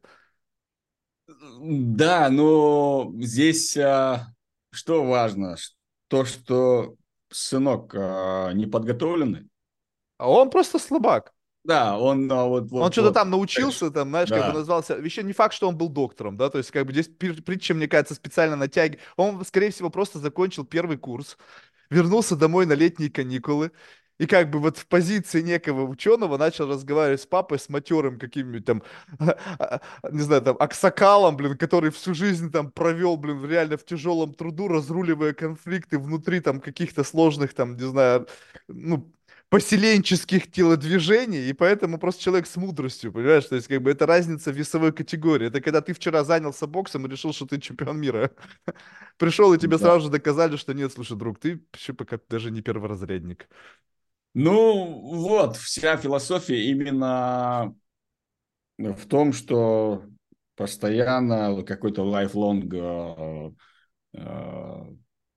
Speaker 2: Да, но здесь а, что важно? Ш- То, что сынок а, неподготовленный.
Speaker 1: А он просто слабак.
Speaker 2: Да, он а, вот,
Speaker 1: Он
Speaker 2: вот,
Speaker 1: что-то
Speaker 2: вот.
Speaker 1: там научился, там, знаешь, как бы
Speaker 2: Да,
Speaker 1: назвался. Еще не факт, что он был доктором, да, то есть, как бы здесь пир- притча, мне кажется, специально натягивает. Он, скорее всего, просто закончил первый курс, вернулся домой на летние каникулы, и как бы вот в позиции некого ученого начал разговаривать с папой, с матерым каким-нибудь там, не знаю, там, аксакалом, блин, который всю жизнь там провел, блин, реально в тяжелом труду, разруливая конфликты внутри там каких-то сложных там, не знаю, ну, поселенческих телодвижений, и поэтому просто человек с мудростью, понимаешь, то есть как бы это разница в весовой категории. Это когда ты вчера занялся боксом и решил, что ты чемпион мира. Пришел, и тебе
Speaker 2: да.
Speaker 1: сразу же доказали, что нет, слушай, друг, ты вообще пока даже не перворазрядник.
Speaker 2: Ну, вот, вся философия именно в том, что постоянно какой-то lifelong э, э,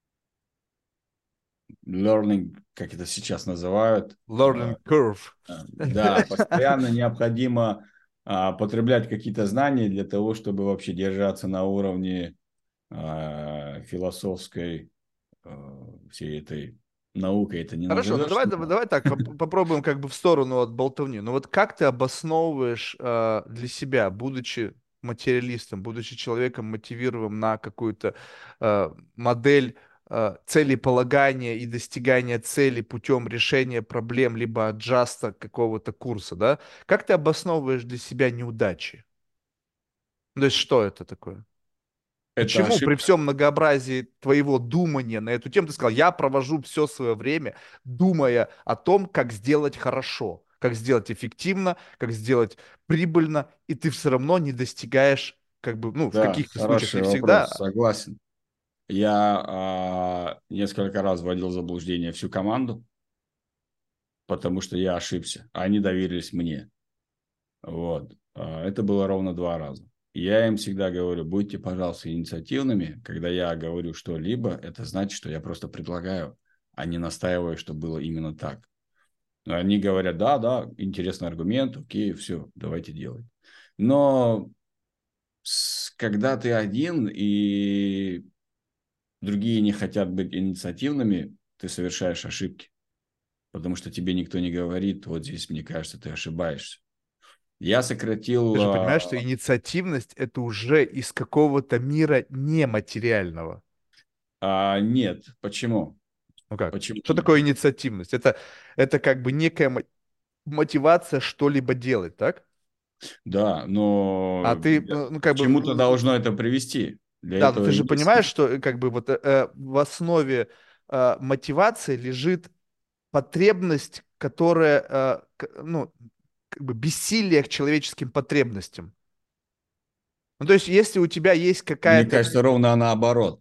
Speaker 2: learning, как это сейчас называют, э,
Speaker 1: Learning curve.
Speaker 2: да, постоянно необходимо а, потреблять какие-то знания для того, чтобы вообще держаться на уровне а, философской а, всей этой наукой. Это не
Speaker 1: Хорошо, ну
Speaker 2: назовешь.
Speaker 1: давай, давай,
Speaker 2: Но...
Speaker 1: давай так поп- попробуем как бы в сторону от болтовни. Ну вот как ты обосновываешь э, для себя, будучи материалистом, будучи человеком мотивированным на какую-то э, модель э, целеполагания и достигания цели путем решения проблем либо аджаста какого-то курса, да? Как ты обосновываешь для себя неудачи? Ну, то есть что это такое?
Speaker 2: Это
Speaker 1: Почему при
Speaker 2: ошибка.
Speaker 1: всем многообразии твоего думания на эту тему ты сказал, я провожу все свое время, думая о том, как сделать хорошо, как сделать эффективно, как сделать прибыльно, и ты все равно не достигаешь, как бы, ну, в
Speaker 2: Да,
Speaker 1: каких-то случаях
Speaker 2: хороший
Speaker 1: не
Speaker 2: вопрос,
Speaker 1: всегда.
Speaker 2: согласен. Я а, несколько раз вводил в заблуждение всю команду, потому что я ошибся, а они доверились мне. Вот. А, Это было ровно два раза. Я им всегда говорю, будьте, пожалуйста, инициативными. Когда я говорю что-либо, это значит, что я просто предлагаю, а не настаиваю, что было именно так. Но они говорят, да, да, интересный аргумент, окей, все, давайте делать. Но с- когда ты один и другие не хотят быть инициативными, ты совершаешь ошибки, потому что тебе никто не говорит, вот здесь, мне кажется, ты ошибаешься. Я
Speaker 1: Ты
Speaker 2: сократил
Speaker 1: же
Speaker 2: а,
Speaker 1: понимаешь, что инициативность — это уже из какого-то мира нематериального.
Speaker 2: А, нет, почему?
Speaker 1: Ну как?
Speaker 2: Почему
Speaker 1: Что
Speaker 2: нет?
Speaker 1: такое инициативность? Это, это как бы некая мо- мотивация что-либо делать, так?
Speaker 2: Да,
Speaker 1: А
Speaker 2: но
Speaker 1: ты, э, ну,
Speaker 2: к
Speaker 1: как
Speaker 2: чему-то
Speaker 1: бы,
Speaker 2: должно это привести. Для
Speaker 1: да, но
Speaker 2: этого
Speaker 1: ты
Speaker 2: и
Speaker 1: же
Speaker 2: есть.
Speaker 1: понимаешь, что э, как бы вот э, э, в основе э, мотивации лежит потребность, которая, э, к- ну, как бы бессилие к человеческим потребностям. Ну, то есть, если у тебя есть
Speaker 2: Мне
Speaker 1: какая-то...
Speaker 2: кажется, ровно наоборот.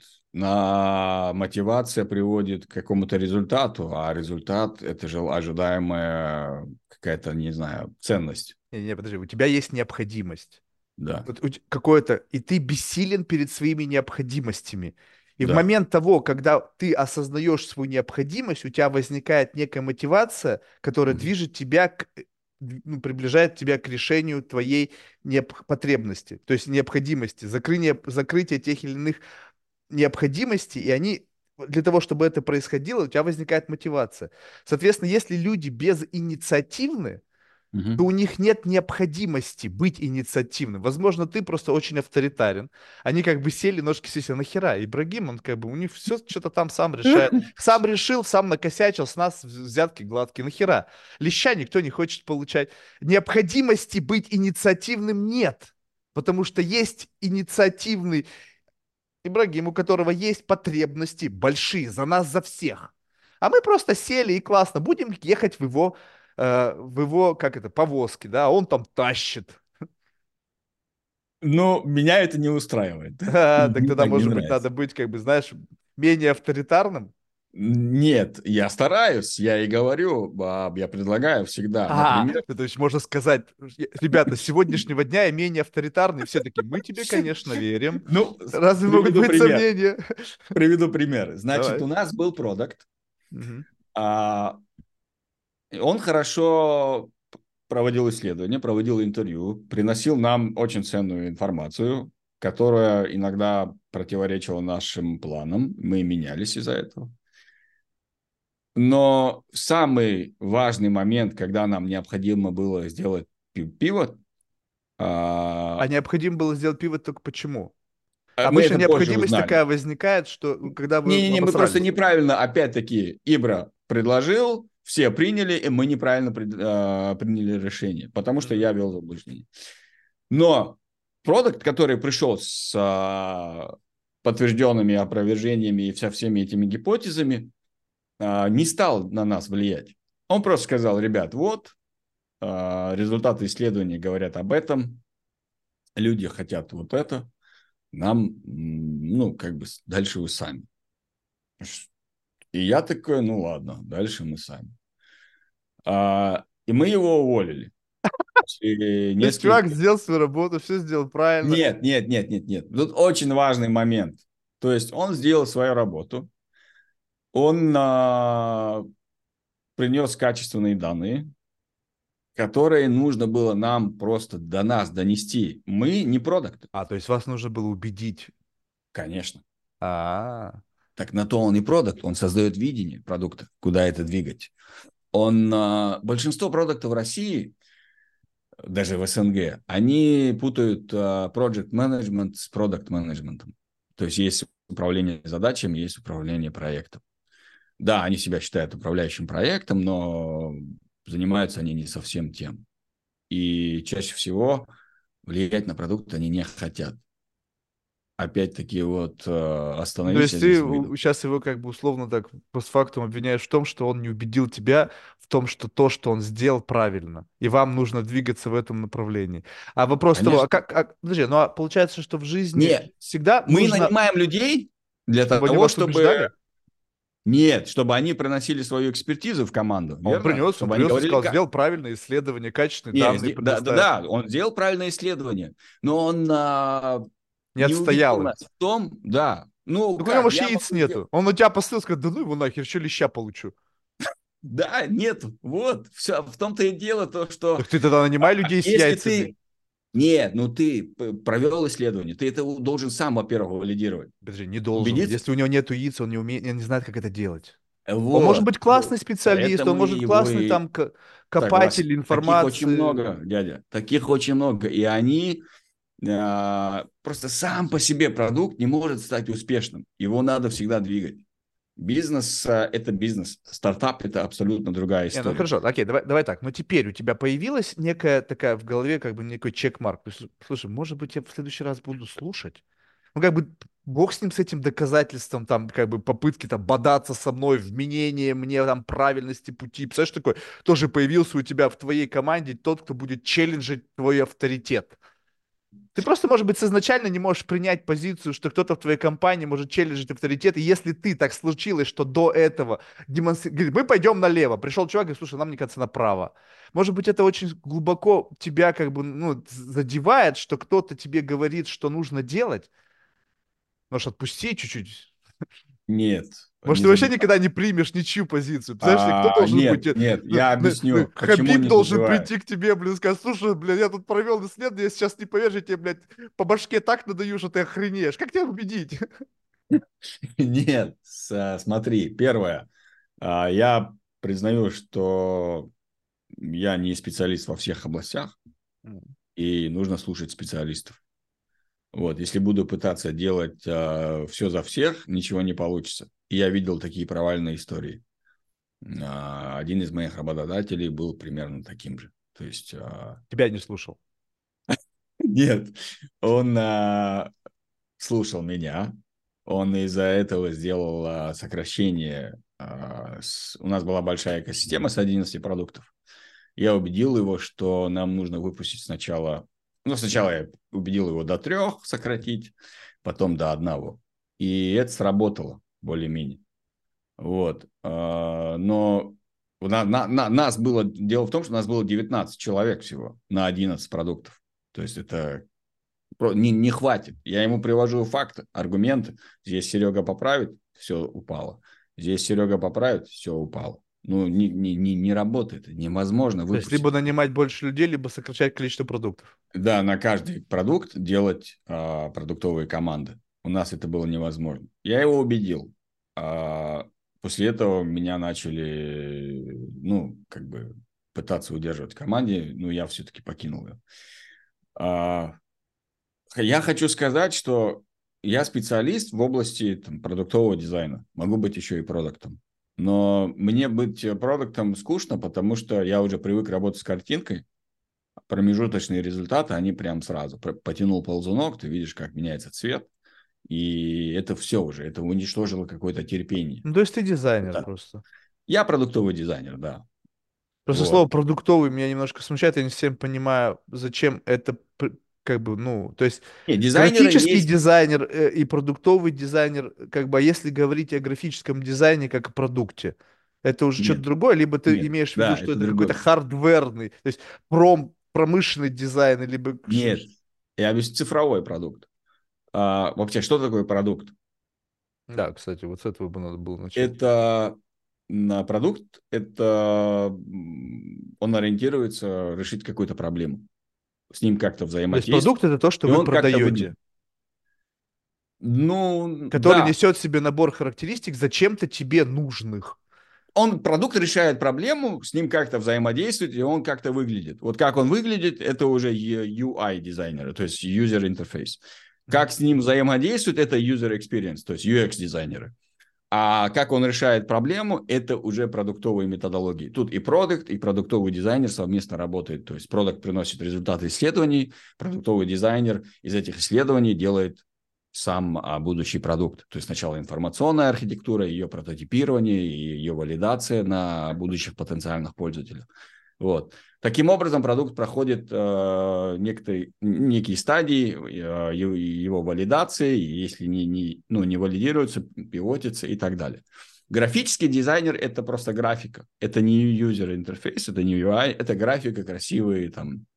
Speaker 2: На мотивация приводит к какому-то результату, а результат – это же ожидаемая какая-то, не знаю, ценность.
Speaker 1: Не, не, подожди, у тебя есть необходимость.
Speaker 2: Да,
Speaker 1: Вот у те- какое-то, и ты бессилен перед своими необходимостями. И в
Speaker 2: да.
Speaker 1: момент того, когда ты осознаешь свою необходимость, у тебя возникает некая мотивация, которая
Speaker 2: Мгм.
Speaker 1: движет тебя к, э, ну, приближает тебя к решению твоей необ- потребности, то есть необходимости, закрытие, закрытие тех или иных необходимостей, и они для того, чтобы это происходило, у тебя возникает мотивация. Соответственно, если люди безинициативны, то у
Speaker 2: Мгм.
Speaker 1: них нет необходимости быть инициативным. Возможно, ты просто очень авторитарен. Они как бы сели, ножки сесть, а нахера? Ибрагим, он как бы, у них все что-то там сам решает. Сам решил, сам накосячил, с нас взятки гладкие. Нахера? Леща никто не хочет получать. Необходимости быть инициативным нет. Потому что есть инициативный Ибрагим, у которого есть потребности большие, за нас, за всех. А мы просто сели и классно, будем ехать в его, э, в его, как это, повозке, да, а он там тащит.
Speaker 2: Но меня это не устраивает.
Speaker 1: А, так
Speaker 2: Мне
Speaker 1: тогда,
Speaker 2: так не
Speaker 1: может быть, надо
Speaker 2: нравится.
Speaker 1: быть, как бы, знаешь, менее авторитарным.
Speaker 2: Нет, я стараюсь, я и говорю, а, я предлагаю всегда.
Speaker 1: А,
Speaker 2: Например,
Speaker 1: ну, то есть можно сказать, ребята, с сегодняшнего дня я менее авторитарный. Все таки мы тебе, конечно, верим.
Speaker 2: ну,
Speaker 1: Разве могут
Speaker 2: приведу
Speaker 1: быть
Speaker 2: пример.
Speaker 1: сомнения?
Speaker 2: Приведу пример. Значит,
Speaker 1: Давай.
Speaker 2: у нас был продукт,
Speaker 1: Мгм.
Speaker 2: а он хорошо проводил исследования, проводил интервью, приносил нам очень ценную информацию, которая иногда противоречила нашим планам. Мы менялись из-за этого. Но самый важный момент, когда нам необходимо было сделать пиво,
Speaker 1: А
Speaker 2: а,
Speaker 1: необходимо было сделать пиво только почему?
Speaker 2: мы
Speaker 1: Обычно
Speaker 2: это позже
Speaker 1: необходимость
Speaker 2: узнали.
Speaker 1: такая возникает, что ну, когда вы
Speaker 2: Не-не-не, мы просто
Speaker 1: обосрались.
Speaker 2: неправильно, опять-таки, Ибра предложил, все приняли, и мы неправильно пред- а, приняли решение, потому что
Speaker 1: Мгм.
Speaker 2: я вел заблуждение. Но продукт, который пришел с а, подтвержденными опровержениями и со всеми этими гипотезами, а, не стал на нас влиять. Он просто сказал, ребят, вот, а, результаты исследований говорят об этом, люди хотят вот это, нам, м, ну, как бы дальше вы сами. И я такой, ну ладно, дальше мы сами. А, и мы его уволили. После
Speaker 1: То есть чувак
Speaker 2: нескольких...
Speaker 1: сделал свою работу, все сделал правильно.
Speaker 2: Нет, нет, нет, нет, нет. Тут очень важный момент. То есть он сделал свою работу, он а, принес качественные данные, которые нужно было нам просто до нас донести. Мы не продукт,
Speaker 1: А, то есть вас нужно было убедить.
Speaker 2: конечно.
Speaker 1: А,
Speaker 2: Так на то он и продукт, он создает видение продукта, куда это двигать. Он, а, большинство продуктов в России, даже в СНГ, они путают а, project management с product management. То есть есть управление задачами, есть управление проектом. Да, они себя считают управляющим проектом, но занимаются они не совсем тем. И чаще всего влиять на продукт они не хотят. Опять-таки, вот э,
Speaker 1: ну, то
Speaker 2: остановись,
Speaker 1: есть
Speaker 2: я
Speaker 1: ты
Speaker 2: здесь выйду.
Speaker 1: сейчас его как бы условно так постфактум обвиняешь в том, что он не убедил тебя в том, что то, что он сделал, правильно, и вам нужно двигаться в этом направлении. А вопрос того, а
Speaker 2: Конечно.
Speaker 1: как, а, подожди, ну а получается, что в жизни
Speaker 2: Нет,
Speaker 1: всегда
Speaker 2: мы
Speaker 1: нужно,
Speaker 2: нанимаем людей для
Speaker 1: чтобы они
Speaker 2: того,
Speaker 1: вас
Speaker 2: чтобы...
Speaker 1: убеждали?
Speaker 2: Нет, чтобы они приносили свою экспертизу в команду,
Speaker 1: А он
Speaker 2: верно?
Speaker 1: принес, он
Speaker 2: Чтобы они
Speaker 1: принес и
Speaker 2: говорили,
Speaker 1: сказал,
Speaker 2: как...
Speaker 1: сделал правильное исследование, качественные
Speaker 2: Не,
Speaker 1: данные
Speaker 2: сде- да, да,
Speaker 1: предоставил.
Speaker 2: да, он сделал правильное исследование, но он а,
Speaker 1: Не
Speaker 2: не
Speaker 1: отстоял
Speaker 2: убедил
Speaker 1: их.
Speaker 2: нас в том, да. Ну,
Speaker 1: Так у него
Speaker 2: как,
Speaker 1: вообще
Speaker 2: я
Speaker 1: яиц
Speaker 2: могу сделать...
Speaker 1: нету. Он на тебя посыл сказать, да ну его нахер, что леща получу.
Speaker 2: Да, нет, вот, все, в том-то и дело, то, что
Speaker 1: Так ты тогда
Speaker 2: а,
Speaker 1: нанимай людей с
Speaker 2: если
Speaker 1: яйцами.
Speaker 2: ты... Нет, ну ты п- провел исследование, ты это должен сам, во-первых, валидировать.
Speaker 1: Подожди, не должен.
Speaker 2: Убедиться?
Speaker 1: Если у него нету яиц, он не умеет, он не знает, как это делать. Он может
Speaker 2: Вот,
Speaker 1: быть
Speaker 2: вот.
Speaker 1: классный специалист, он
Speaker 2: Поэтому
Speaker 1: может
Speaker 2: его
Speaker 1: классный
Speaker 2: и
Speaker 1: там ко-
Speaker 2: согласен.
Speaker 1: копатель
Speaker 2: Таких очень
Speaker 1: информации.
Speaker 2: много, дядя. Таких очень много. И они а, просто сам по себе продукт не может стать успешным. Его надо всегда двигать. Бизнес а, – это бизнес. Стартап – это абсолютно другая
Speaker 1: Не, ну
Speaker 2: история.
Speaker 1: хорошо, окей, давай, давай так. Но теперь у тебя появилась некая такая в голове, как бы некий чекмарк. То есть, слушай, может быть, я в следующий раз буду слушать? Ну, как бы, бог с ним, с этим доказательством, там, как бы, попытки там бодаться со мной, вменение мне, там, правильности пути. Представляешь, такой, тоже появился у тебя в твоей команде тот, кто будет челленджить твой авторитет. Ты просто, может быть, изначально не можешь принять позицию, что кто-то в твоей компании может челленджить авторитет, и если ты так случилось, что до этого демонстрируешь, мы пойдем налево, пришел чувак и говорит, слушай, нам, мне кажется, направо. Может быть, это очень глубоко тебя как бы, ну, задевает, что кто-то тебе говорит, что нужно делать. Может, отпусти чуть-чуть.
Speaker 2: Нет,
Speaker 1: Может,
Speaker 2: не
Speaker 1: ты вообще
Speaker 2: задевай.
Speaker 1: никогда не примешь ничью позицию. Представляешь ли, кто
Speaker 2: А,
Speaker 1: должен
Speaker 2: нет,
Speaker 1: быть? э,
Speaker 2: нет,
Speaker 1: ну,
Speaker 2: я
Speaker 1: ну, ну,
Speaker 2: объясню, почему
Speaker 1: Хабиб
Speaker 2: не
Speaker 1: должен
Speaker 2: задеваю.
Speaker 1: прийти к тебе, блин, сказать, слушай, блин, я тут провел исследование, я сейчас не поверишь, я тебе, блядь, по башке так надаю, что ты охренеешь. Как тебя убедить?
Speaker 2: Нет, с- смотри, первое, а, я признаю, что я не специалист во всех областях,
Speaker 1: М.
Speaker 2: и нужно слушать специалистов. Вот, если буду пытаться делать э, все за всех, ничего не получится. И я видел такие провальные истории. А, один из моих работодателей был примерно таким же. То есть, а,
Speaker 1: Тебя не слушал.
Speaker 2: нет, он а, слушал меня, он из-за этого сделал а, сокращение. А, с- у нас была большая экосистема с одиннадцати продуктов. Я убедил его, что нам нужно выпустить сначала... Ну, сначала я убедил его до трех сократить, потом до одного. И это сработало более-менее. Вот. А, Но на, на- на- нас было... Дело в том, что у нас было девятнадцать человек всего на одиннадцать продуктов. То есть это про- не, не хватит. Я ему привожу факты, аргументы. Здесь Серега поправит, все упало. Здесь Серега поправит, все упало. Ну, не, не, не, не работает. Невозможно
Speaker 1: То есть либо
Speaker 2: выпустить.
Speaker 1: нанимать больше людей, либо сокращать количество продуктов.
Speaker 2: Да, на каждый продукт делать а, продуктовые команды. У нас это было невозможно. Я его убедил. А, после этого меня начали, ну, как бы пытаться удерживать в команде, но я все-таки покинул ее. А, я хочу сказать, что я специалист в области там, продуктового дизайна. Могу быть еще и продуктом. Но мне быть продуктом скучно, потому что я уже привык работать с картинкой. Промежуточные результаты, они прям сразу. Потянул ползунок, ты видишь, как меняется цвет. И это все уже. Это уничтожило какое-то терпение.
Speaker 1: Ну, то есть ты дизайнер
Speaker 2: Это...
Speaker 1: просто.
Speaker 2: Я продуктовый дизайнер, да.
Speaker 1: Просто слово
Speaker 2: Вот.
Speaker 1: продуктовый меня немножко смущает, я не совсем понимаю, зачем это, п- как бы, ну, то есть
Speaker 2: Нет, дизайнеры
Speaker 1: графический
Speaker 2: есть...
Speaker 1: дизайнер э, и продуктовый дизайнер, как бы, а если говорить о графическом дизайне как о продукте, Это уже что-то
Speaker 2: Нет,
Speaker 1: другое, либо ты
Speaker 2: нет,
Speaker 1: имеешь в виду,
Speaker 2: да,
Speaker 1: что
Speaker 2: это
Speaker 1: это какой-то
Speaker 2: другое.
Speaker 1: хардверный, то есть пром, промышленный дизайн, либо... ш-
Speaker 2: Нет,
Speaker 1: ш-
Speaker 2: я объясню, цифровой продукт. А, вообще, что такое продукт?
Speaker 1: Да, кстати, вот с этого бы надо было начать.
Speaker 2: Это на продукт, это м, он ориентируется решить какую-то проблему. С ним как-то
Speaker 1: То есть продукт —
Speaker 2: взаимодействовать,
Speaker 1: это то, что
Speaker 2: и
Speaker 1: вы
Speaker 2: он как-то
Speaker 1: продаете,
Speaker 2: выглядит. Ну,
Speaker 1: который
Speaker 2: да,
Speaker 1: несет в себе набор характеристик зачем-то тебе нужных.
Speaker 2: он, продукт решает проблему, с ним как-то взаимодействует, и он как-то выглядит. Вот как он выглядит, это уже ю ай-дизайнеры, то есть user interface.
Speaker 1: Мгм.
Speaker 2: Как с ним взаимодействует, это user experience, то есть ю экс-дизайнеры. А как он решает проблему, это уже продуктовые методологии. Тут и продукт, и продуктовый дизайнер совместно работают. То есть продукт приносит результаты исследований, продуктовый дизайнер из этих исследований делает сам а, будущий продукт. То есть сначала информационная архитектура, ее прототипирование и ее валидация на будущих потенциальных пользователях. Вот. Таким образом, продукт проходит э, некоторые, некие стадии э, его, его валидации, если не, не, ну, не валидируется, пивотится и так далее. Графический дизайнер – это просто графика. Это не user интерфейс, это не ю ай, это графика, красивые там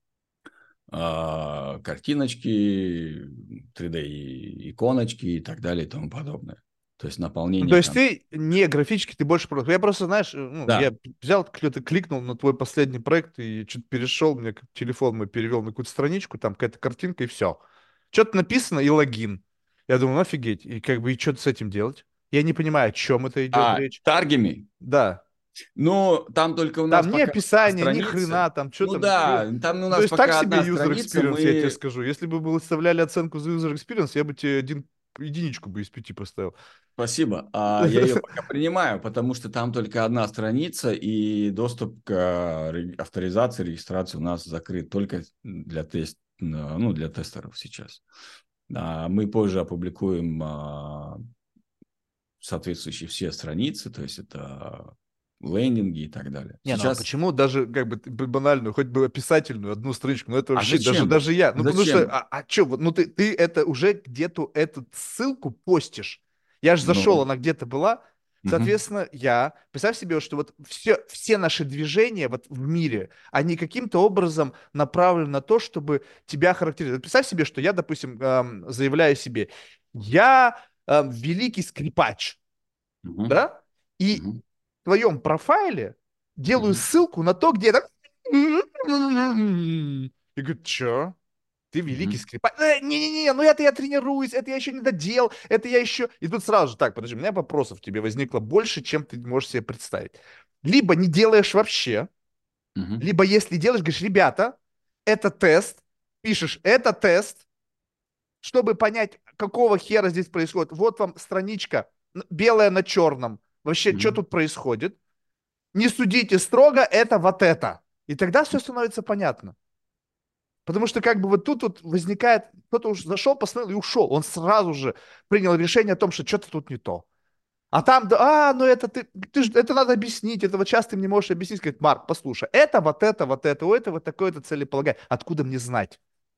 Speaker 2: э, картиночки, три дэ-иконочки и так далее и тому подобное. То есть
Speaker 1: Ну, то
Speaker 2: наполнение
Speaker 1: есть
Speaker 2: контента.
Speaker 1: ты не графически, ты больше продукт. Я просто, знаешь, э, ну,
Speaker 2: Да.
Speaker 1: я взял, кто-то кликнул на твой последний проект и что-то перешел, мне как телефон мой перевел на какую-то страничку, там какая-то картинка и все. Что-то написано и логин. Я думаю, ну офигеть, и как бы и что с этим делать? Я не понимаю, о чем это идет
Speaker 2: А
Speaker 1: речь.
Speaker 2: таргами.
Speaker 1: Да.
Speaker 2: Ну, там только у нас
Speaker 1: Там ни
Speaker 2: пока одна
Speaker 1: описания, ни
Speaker 2: страница.
Speaker 1: хрена, там что
Speaker 2: Ну
Speaker 1: там. э,
Speaker 2: да, там у
Speaker 1: То
Speaker 2: нас
Speaker 1: есть так
Speaker 2: пока
Speaker 1: себе
Speaker 2: одна
Speaker 1: user
Speaker 2: страница,
Speaker 1: experience, я тебе
Speaker 2: мы...
Speaker 1: скажу. Если бы вы выставляли оценку за user experience, я бы тебе один единичку бы из пяти поставил.
Speaker 2: Спасибо. А я ее пока принимаю, потому что там только одна страница, и доступ к э, ре- авторизации, регистрации у нас закрыт только для, тест... ну, для тестеров сейчас. А мы позже опубликуем а, соответствующие все страницы, то есть это лендинги и так далее.
Speaker 1: Не, ну а
Speaker 2: Сейчас...
Speaker 1: почему даже как бы ты бы банальную, хоть бы описательную одну страничку, ну это
Speaker 2: А
Speaker 1: вообще даже
Speaker 2: зачем?
Speaker 1: даже я,
Speaker 2: А
Speaker 1: ну потому что,
Speaker 2: зачем?
Speaker 1: а, а что, вот, ну ты ты это уже где-то эту ссылку постишь, я же зашел,
Speaker 2: Ну,
Speaker 1: она где-то была,
Speaker 2: мгм,
Speaker 1: соответственно, я представь себе, что вот все все наши движения вот в мире, они каким-то образом направлены на то, чтобы тебя характеризовать. Представь себе, что я, допустим, эм, заявляю себе, я эм, великий скрипач,
Speaker 2: мгм,
Speaker 1: да, и
Speaker 2: мгм,
Speaker 1: в твоем профайле делаю
Speaker 2: мгм,
Speaker 1: ссылку на то, где это... И говорю, чё? Ты великий
Speaker 2: мгм.
Speaker 1: скрипач. Э, Не-не-не, ну это я тренируюсь, это я еще не доделал, это я еще... И тут сразу же, так, подожди, у меня вопросов к тебе возникло больше, чем ты можешь себе представить. Либо не делаешь вообще,
Speaker 2: Мгм.
Speaker 1: либо если делаешь, говоришь, ребята, это тест, пишешь, это тест, чтобы понять, какого хера здесь происходит. Вот вам страничка н- белая на черном. Вообще, что
Speaker 2: Мгм.
Speaker 1: тут происходит? Не судите строго, это вот это. И тогда все становится понятно. Потому что как бы вот тут вот возникает, кто-то уже зашел, посмотрел и ушел. Он сразу же принял решение о том, что что-то тут не то. А там, да, а, ну это ты, ты ж- это надо объяснить, это вот сейчас ты мне можешь объяснить, сказать, Марк, послушай, это вот это, вот это, у этого такое-то целеполагание. Откуда мне знать?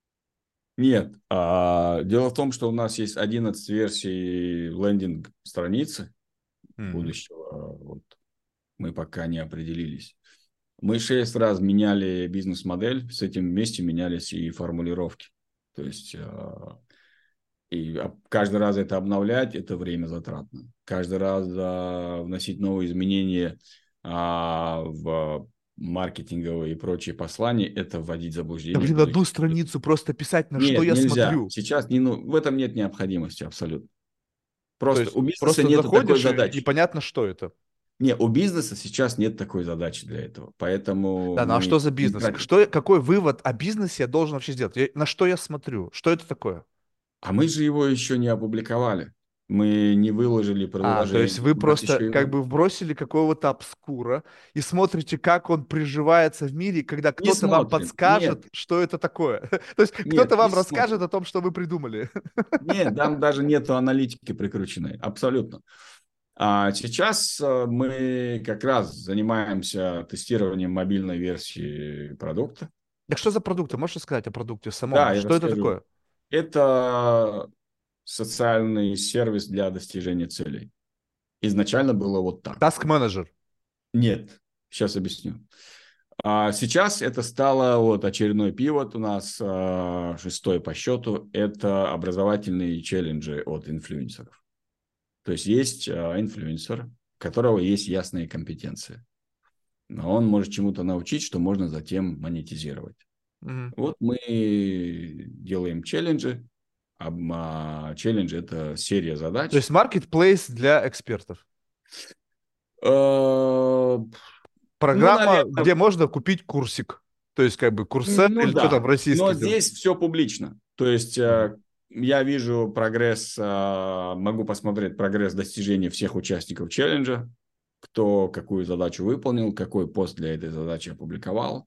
Speaker 2: Нет, а, дело в том, что у нас есть одиннадцать версий лендинг страницы
Speaker 1: Мгм.
Speaker 2: будущего. Вот мы пока не определились. Мы шесть раз меняли бизнес-модель, с этим вместе менялись и формулировки. То есть а, и а, каждый раз это обновлять, это время затратно. Каждый раз а, вносить новые изменения а, в маркетинговые и прочие послания, это вводить в
Speaker 1: Да
Speaker 2: заблуждение
Speaker 1: блин, одну
Speaker 2: будущих.
Speaker 1: страницу просто писать, на что
Speaker 2: Нет,
Speaker 1: я
Speaker 2: нельзя.
Speaker 1: смотрю.
Speaker 2: Сейчас не, ну, в этом нет необходимости абсолютно.
Speaker 1: То
Speaker 2: Просто
Speaker 1: есть
Speaker 2: у бизнеса
Speaker 1: просто
Speaker 2: нет такой
Speaker 1: заходишь и
Speaker 2: задачи.
Speaker 1: непонятно, что это.
Speaker 2: Не, у бизнеса сейчас нет такой задачи для этого. Поэтому
Speaker 1: Да, ну а
Speaker 2: мы
Speaker 1: что за
Speaker 2: не
Speaker 1: бизнес?
Speaker 2: тратим.
Speaker 1: Что, какой вывод о бизнесе я должен вообще сделать? Я- на что я смотрю? Что это такое?
Speaker 2: А мы же его еще не опубликовали. Мы не выложили
Speaker 1: А, то есть
Speaker 2: приложение.
Speaker 1: вы
Speaker 2: У нас
Speaker 1: просто
Speaker 2: еще
Speaker 1: как
Speaker 2: его
Speaker 1: бы вбросили какого-то обскура и смотрите, как он приживается в мире, когда
Speaker 2: не
Speaker 1: кто-то вам
Speaker 2: смотрим. Нет,
Speaker 1: подскажет, что это такое. То есть кто-то
Speaker 2: нет, не
Speaker 1: вам расскажет
Speaker 2: смотрим.
Speaker 1: о том, что вы придумали.
Speaker 2: Нет, там даже нету аналитики прикрученной. Абсолютно. А сейчас э, мы как раз занимаемся тестированием мобильной версии продукта.
Speaker 1: Так что за продукты? Можешь сказать о продукте самом?
Speaker 2: Да, я
Speaker 1: Что это
Speaker 2: расскажу.
Speaker 1: такое?
Speaker 2: Это социальный сервис для достижения целей. Изначально было вот так.
Speaker 1: Task менеджер.
Speaker 2: Нет, сейчас объясню. А сейчас это стало вот очередной пивот у нас, а, шестой по счету. Это образовательные челленджи от инфлюенсеров. То есть есть а, инфлюенсер, у которого есть ясные компетенции. Но он может чему-то научить, что можно затем монетизировать.
Speaker 1: Мгм.
Speaker 2: Вот мы делаем челленджи. А, а, челлендж – это серия
Speaker 1: То
Speaker 2: задач.
Speaker 1: есть marketplace для экспертов.
Speaker 2: Э, Ну,
Speaker 1: Программа,
Speaker 2: наверное,
Speaker 1: где можно купить курсик. То есть как бы Курсера
Speaker 2: ну
Speaker 1: или что там
Speaker 2: да. Но
Speaker 1: российский.
Speaker 2: здесь все публично. То есть
Speaker 1: Мгм.
Speaker 2: э, я вижу прогресс, э, могу посмотреть прогресс достижений всех участников челленджа, кто какую задачу выполнил, какой пост для этой задачи опубликовал,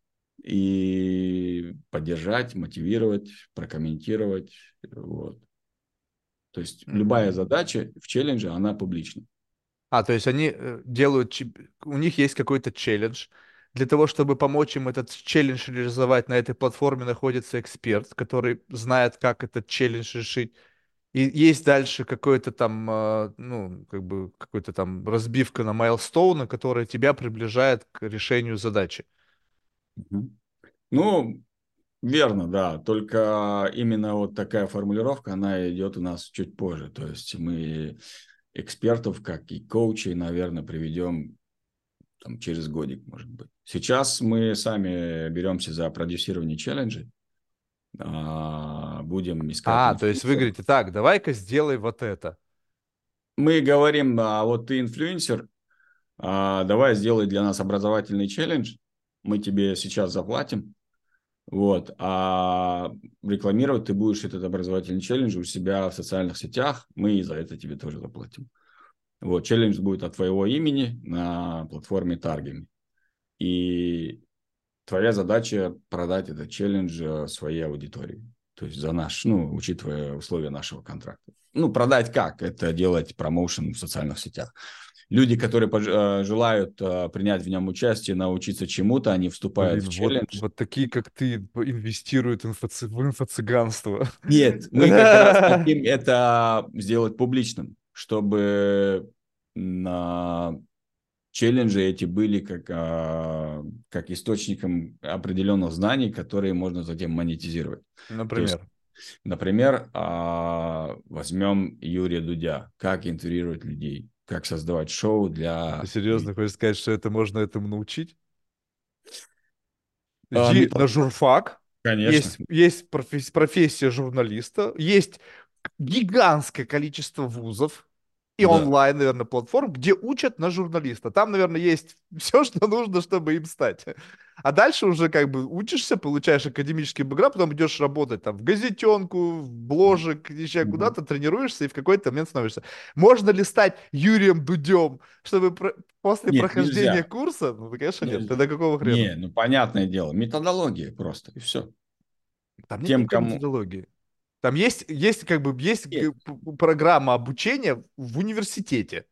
Speaker 2: и поддержать, мотивировать, прокомментировать. Вот. То есть любая
Speaker 1: Мгм.
Speaker 2: задача в челлендже, она публична.
Speaker 1: А, то есть они э, делают, чип- у них есть какой-то челлендж. Для того, чтобы помочь им этот челлендж реализовать, на этой платформе находится эксперт, который знает, как этот челлендж решить. И есть дальше какой-то там, э, ну, как бы, какой-то там разбивка на майлстоуны, которая тебя приближает к решению задачи.
Speaker 2: Мгм. Ну, верно, да. Только именно вот такая формулировка, она идет у нас чуть позже. То есть мы экспертов, как и коучей, наверное, приведем там, через годик, может быть. Сейчас мы сами беремся за продюсирование челленджей. а, Будем искать
Speaker 1: А, то есть вы
Speaker 2: инфлюенсеров.
Speaker 1: говорите, так, давай-ка сделай вот это.
Speaker 2: Мы говорим, а вот ты инфлюенсер, а, давай сделай для нас образовательный челлендж. Мы тебе сейчас заплатим. Вот. А рекламировать ты будешь этот образовательный челлендж у себя в социальных сетях. Мы и за это тебе тоже заплатим. Вот. Челлендж будет от твоего имени на платформе Targem. И твоя задача продать этот челлендж э, своей аудитории. То есть за наш, ну, учитывая условия нашего контракта. Ну, продать как? Это делать промоушен в социальных сетях. Люди, которые пож- э, желают э, принять в нем участие, научиться чему-то, они вступают в
Speaker 1: Блин, вот,
Speaker 2: челлендж.
Speaker 1: вот такие, как ты, инвестируют инфо- в инфо-цыганство.
Speaker 2: Нет, мы как раз хотим это сделать публичным, чтобы на челленджи эти были как, а, как источником определенных знаний, которые можно затем монетизировать. То есть,
Speaker 1: Например.
Speaker 2: например, а, возьмем Юрия Дудя, как интегрировать людей, как создавать шоу
Speaker 1: Ты
Speaker 2: для
Speaker 1: серьезно
Speaker 2: людей.
Speaker 1: хочешь сказать, что это можно этому научить?
Speaker 2: А,
Speaker 1: Иди на
Speaker 2: метод-
Speaker 1: журфак,
Speaker 2: Конечно.
Speaker 1: есть, есть профессия, профессия журналиста, есть гигантское количество вузов и
Speaker 2: Да.
Speaker 1: онлайн, наверное, платформ, где учат на журналиста. Там, наверное, есть все, что нужно, чтобы им стать. А дальше уже как бы учишься, получаешь академический бэкграунд, потом идешь работать там в газетенку, в бложек, еще
Speaker 2: Мгм.
Speaker 1: куда-то, тренируешься и в какой-то момент становишься. Можно ли стать Юрием Дудем, чтобы про- после
Speaker 2: Нет,
Speaker 1: прохождения
Speaker 2: нельзя.
Speaker 1: курса? Ну, конечно, нет.
Speaker 2: Нельзя.
Speaker 1: Тогда какого хрена?
Speaker 2: Не, ну понятное дело, методология просто, и все.
Speaker 1: Там нет
Speaker 2: Тем,
Speaker 1: никакой
Speaker 2: кому...
Speaker 1: методологии. Там есть, есть как бы есть
Speaker 2: Нет.
Speaker 1: г- п- программа обучения в университете.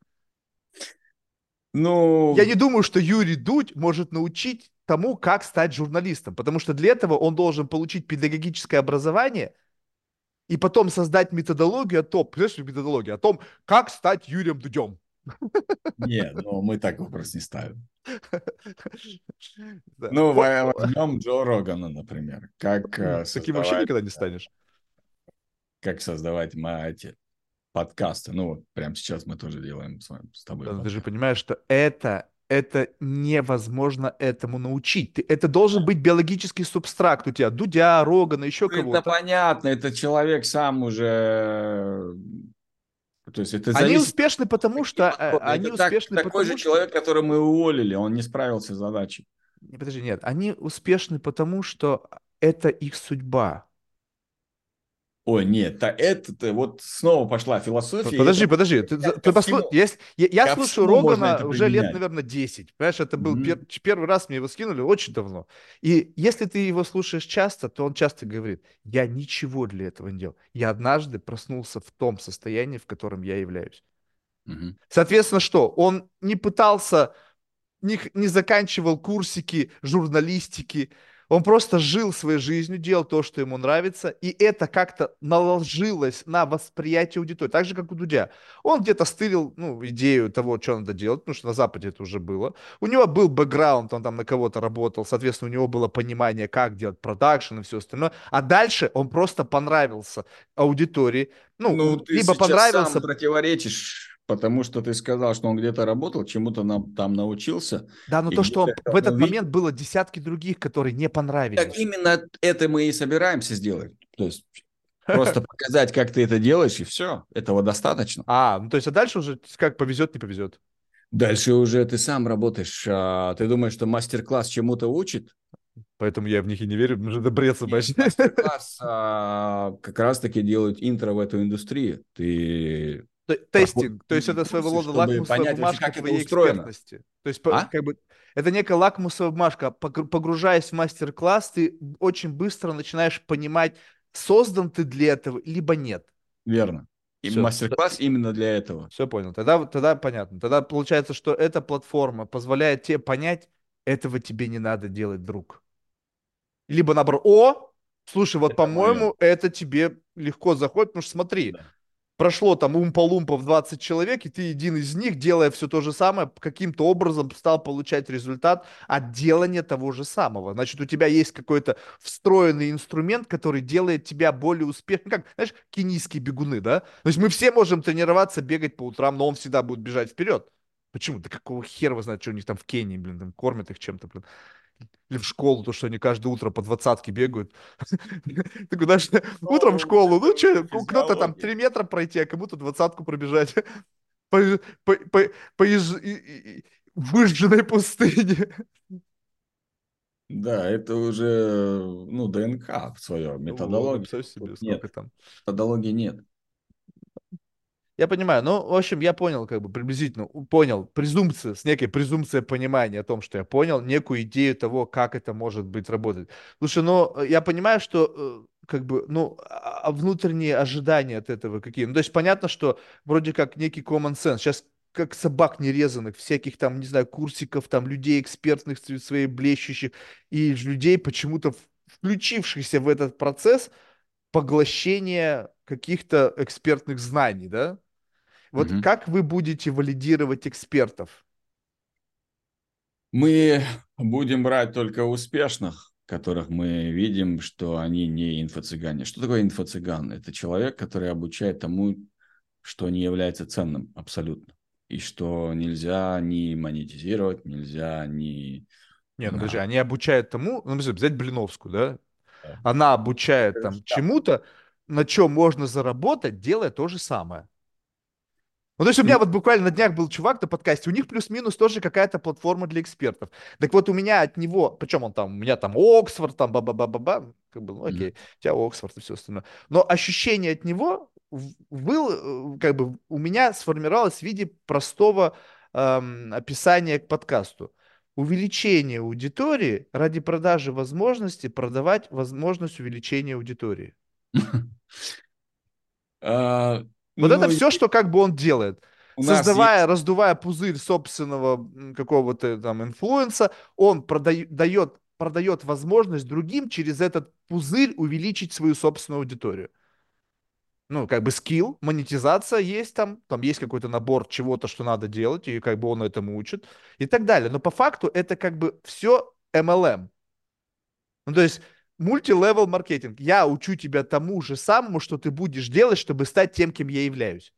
Speaker 1: Я
Speaker 2: Ну,
Speaker 1: не думаю, что Юрий Дудь может научить тому, как стать журналистом, потому что для этого он должен получить педагогическое образование и потом создать методологию о том, понимаешь, методологию о том, как стать Юрием Дудем.
Speaker 2: не, ну мы так вопрос не ставим.
Speaker 1: Да.
Speaker 2: Ну,
Speaker 1: О,
Speaker 2: во-
Speaker 1: о,
Speaker 2: возьмем Джо Рогана, например. Как
Speaker 1: м,
Speaker 2: э,
Speaker 1: таким вообще
Speaker 2: создавать,
Speaker 1: никогда не станешь.
Speaker 2: как создавать ма- эти подкасты. Ну, вот прямо сейчас мы тоже делаем с вами, с тобой
Speaker 1: Да, но ты же
Speaker 2: подкаст.
Speaker 1: понимаешь, что это, это невозможно этому научить. Ты, это должен быть биологический субстракт у тебя, Дудя, Рогана, еще
Speaker 2: Ну, это
Speaker 1: кого-то.
Speaker 2: понятно, это человек сам уже... То есть это
Speaker 1: Они
Speaker 2: зависит от
Speaker 1: успешны потому,
Speaker 2: какие
Speaker 1: что э,
Speaker 2: подходы.
Speaker 1: они
Speaker 2: Это так,
Speaker 1: успешны
Speaker 2: такой же
Speaker 1: потому, что
Speaker 2: человек, который мы уволили, он не справился с задачей.
Speaker 1: не, подожди, нет, они успешны потому, что это их судьба.
Speaker 2: Ой, нет, та- это вот снова пошла
Speaker 1: П-
Speaker 2: философия, и это
Speaker 1: Подожди,
Speaker 2: можно
Speaker 1: подожди, ты, за-
Speaker 2: применять ко
Speaker 1: ты послу-
Speaker 2: всему.
Speaker 1: есть, я, я
Speaker 2: Ко
Speaker 1: слушаю
Speaker 2: всему можно это
Speaker 1: Рогана уже лет,
Speaker 2: применять.
Speaker 1: наверное, десять. Понимаешь, это был пер-
Speaker 2: Мгм.
Speaker 1: первый раз мне его скинули очень давно. И если ты его слушаешь часто, то он часто говорит, я ничего для этого не делал. Я однажды проснулся в том состоянии, в котором я являюсь.
Speaker 2: Мгм.
Speaker 1: Соответственно, что? Он не пытался, не, х- не заканчивал курсики журналистики, Он просто жил своей жизнью, делал то, что ему нравится, и это как-то наложилось на восприятие аудитории, так же, как у Дудя. Он где-то стырил, ну, идею того, что надо делать, потому что на Западе это уже было. У него был бэкграунд, он там на кого-то работал, соответственно, у него было понимание, как делать продакшн и все остальное. А дальше он просто понравился аудитории.
Speaker 2: Ну,
Speaker 1: Ну,
Speaker 2: ты
Speaker 1: либо
Speaker 2: сейчас сам
Speaker 1: понравился,
Speaker 2: противоречишь, потому что ты сказал, что он где-то работал, чему-то нам, там научился,
Speaker 1: да, но
Speaker 2: и
Speaker 1: то, что
Speaker 2: где-то
Speaker 1: он
Speaker 2: это
Speaker 1: в
Speaker 2: он
Speaker 1: этот
Speaker 2: увидел.
Speaker 1: момент было десятки других, которые не
Speaker 2: Так
Speaker 1: понравились.
Speaker 2: именно это мы и собираемся сделать. То есть просто показать, как ты это делаешь, и все. Этого достаточно.
Speaker 1: А, ну то есть, а дальше уже как повезет, не повезет.
Speaker 2: Дальше уже ты сам работаешь. А, ты думаешь, что мастер-класс чему-то учит?
Speaker 1: Поэтому я в них и не верю, потому что это бред
Speaker 2: Нет,
Speaker 1: собачий.
Speaker 2: мастер-класс а, как раз-таки делают интро в эту индустрию. Ты
Speaker 1: То-
Speaker 2: проходишь
Speaker 1: Тестинг, то есть это своего
Speaker 2: курсы,
Speaker 1: рода
Speaker 2: чтобы
Speaker 1: лакмусовая
Speaker 2: понять вообще,
Speaker 1: бумажка
Speaker 2: как это
Speaker 1: твоей
Speaker 2: устроено.
Speaker 1: экспертности. То есть по-
Speaker 2: А?
Speaker 1: как бы это некая лакмусовая бумажка. Погру- Погружаясь в мастер-класс, ты очень быстро начинаешь понимать, создан ты для этого, либо нет.
Speaker 2: Верно. И
Speaker 1: Все,
Speaker 2: мастер-класс именно для этого.
Speaker 1: все понял. Тогда, вот- тогда понятно. Тогда получается, что эта платформа позволяет тебе понять, этого тебе не надо делать, друг. Либо наоборот, о, слушай, вот
Speaker 2: Это мое.
Speaker 1: по-моему, это тебе легко заходит, потому что смотри,
Speaker 2: Да.
Speaker 1: прошло там умпа-лумпов двадцать человек, и ты один из них, делая все то же самое, каким-то образом стал получать результат от делания того же самого. Значит, у тебя есть какой-то встроенный инструмент, который делает тебя более успешным. Как, знаешь, кенийские бегуны, да? То есть мы все можем тренироваться, бегать по утрам, но он всегда будет бежать вперед. Почему? Да какого хера вы знаете, что у них там в Кении, блин, там кормят их чем-то, блин. Или в школу, то, что они каждое утро по двадцатке бегают. Ты куда же утром в
Speaker 2: Ну,
Speaker 1: школу,
Speaker 2: это
Speaker 1: ну
Speaker 2: уже
Speaker 1: что, кто-то там
Speaker 2: физиология.
Speaker 1: три метра пройти, а кому-то двадцатку пробежать по, по, по, по еж- и- и- и- выжженной пустыне.
Speaker 2: Да, это уже, ну, ДНК свое,
Speaker 1: Вот, да
Speaker 2: методология.
Speaker 1: представь
Speaker 2: Тут
Speaker 1: себе, сколько
Speaker 2: нет,
Speaker 1: там.
Speaker 2: методологии нет.
Speaker 1: Я понимаю, ну, в общем, я понял, как бы приблизительно, у- понял, презумпция, с некой презумпцией понимания о том, что я понял, некую идею того, как это может быть работать. Слушай, ну, э, я понимаю, что, э, как бы, ну, а а внутренние ожидания от этого какие? Ну, то есть понятно, что вроде как некий common sense. Сейчас как собак нерезанных, всяких там, не знаю, курсиков, там, людей экспертных, св- своей блещущих, и ж людей почему-то в- включившихся в этот процесс поглощения каких-то экспертных знаний, да? Вот
Speaker 2: Мгм.
Speaker 1: как вы будете валидировать экспертов?
Speaker 2: Мы будем брать только успешных, которых мы видим, что они не инфо-цыгане. Что такое инфо-цыган? Это человек, который обучает тому, что не является ценным абсолютно. И что нельзя ни монетизировать, нельзя ни...
Speaker 1: Не, ну подожди,
Speaker 2: а,
Speaker 1: они обучают тому, ну, например, взять Блиновскую, да? Она обучает
Speaker 2: это
Speaker 1: там
Speaker 2: шляпа.
Speaker 1: чему-то, на чем можно заработать, делая то же самое. Ну, то есть у
Speaker 2: Ну,
Speaker 1: меня вот буквально на днях был чувак на подкасте, у них плюс-минус тоже какая-то платформа для экспертов. Так вот у меня от него, причем он там, у меня там Оксфорд, там ба-ба-ба-ба-ба, как бы, ну окей,
Speaker 2: мгм.
Speaker 1: у тебя Оксфорд и все остальное. Но ощущение от него в- был, э, как бы у меня сформировалось в виде простого эм, описания к подкасту. Увеличение аудитории ради продажи возможности продавать возможность увеличения аудитории.
Speaker 2: А,
Speaker 1: Вот это
Speaker 2: ну,
Speaker 1: все, что как бы он делает.
Speaker 2: у нас
Speaker 1: Создавая,
Speaker 2: есть...
Speaker 1: раздувая пузырь собственного м, какого-то там инфлюенса, он продает, дает, продает возможность другим через этот пузырь увеличить свою собственную аудиторию. Ну, как бы скилл, монетизация есть там, там есть какой-то набор чего-то, что надо делать, и как бы он этому учит, и так далее. Но по факту это как бы все эм эл эм. Ну, то есть мультилевел маркетинг. Я учу тебя тому же самому, что ты будешь делать, чтобы стать тем, кем я являюсь.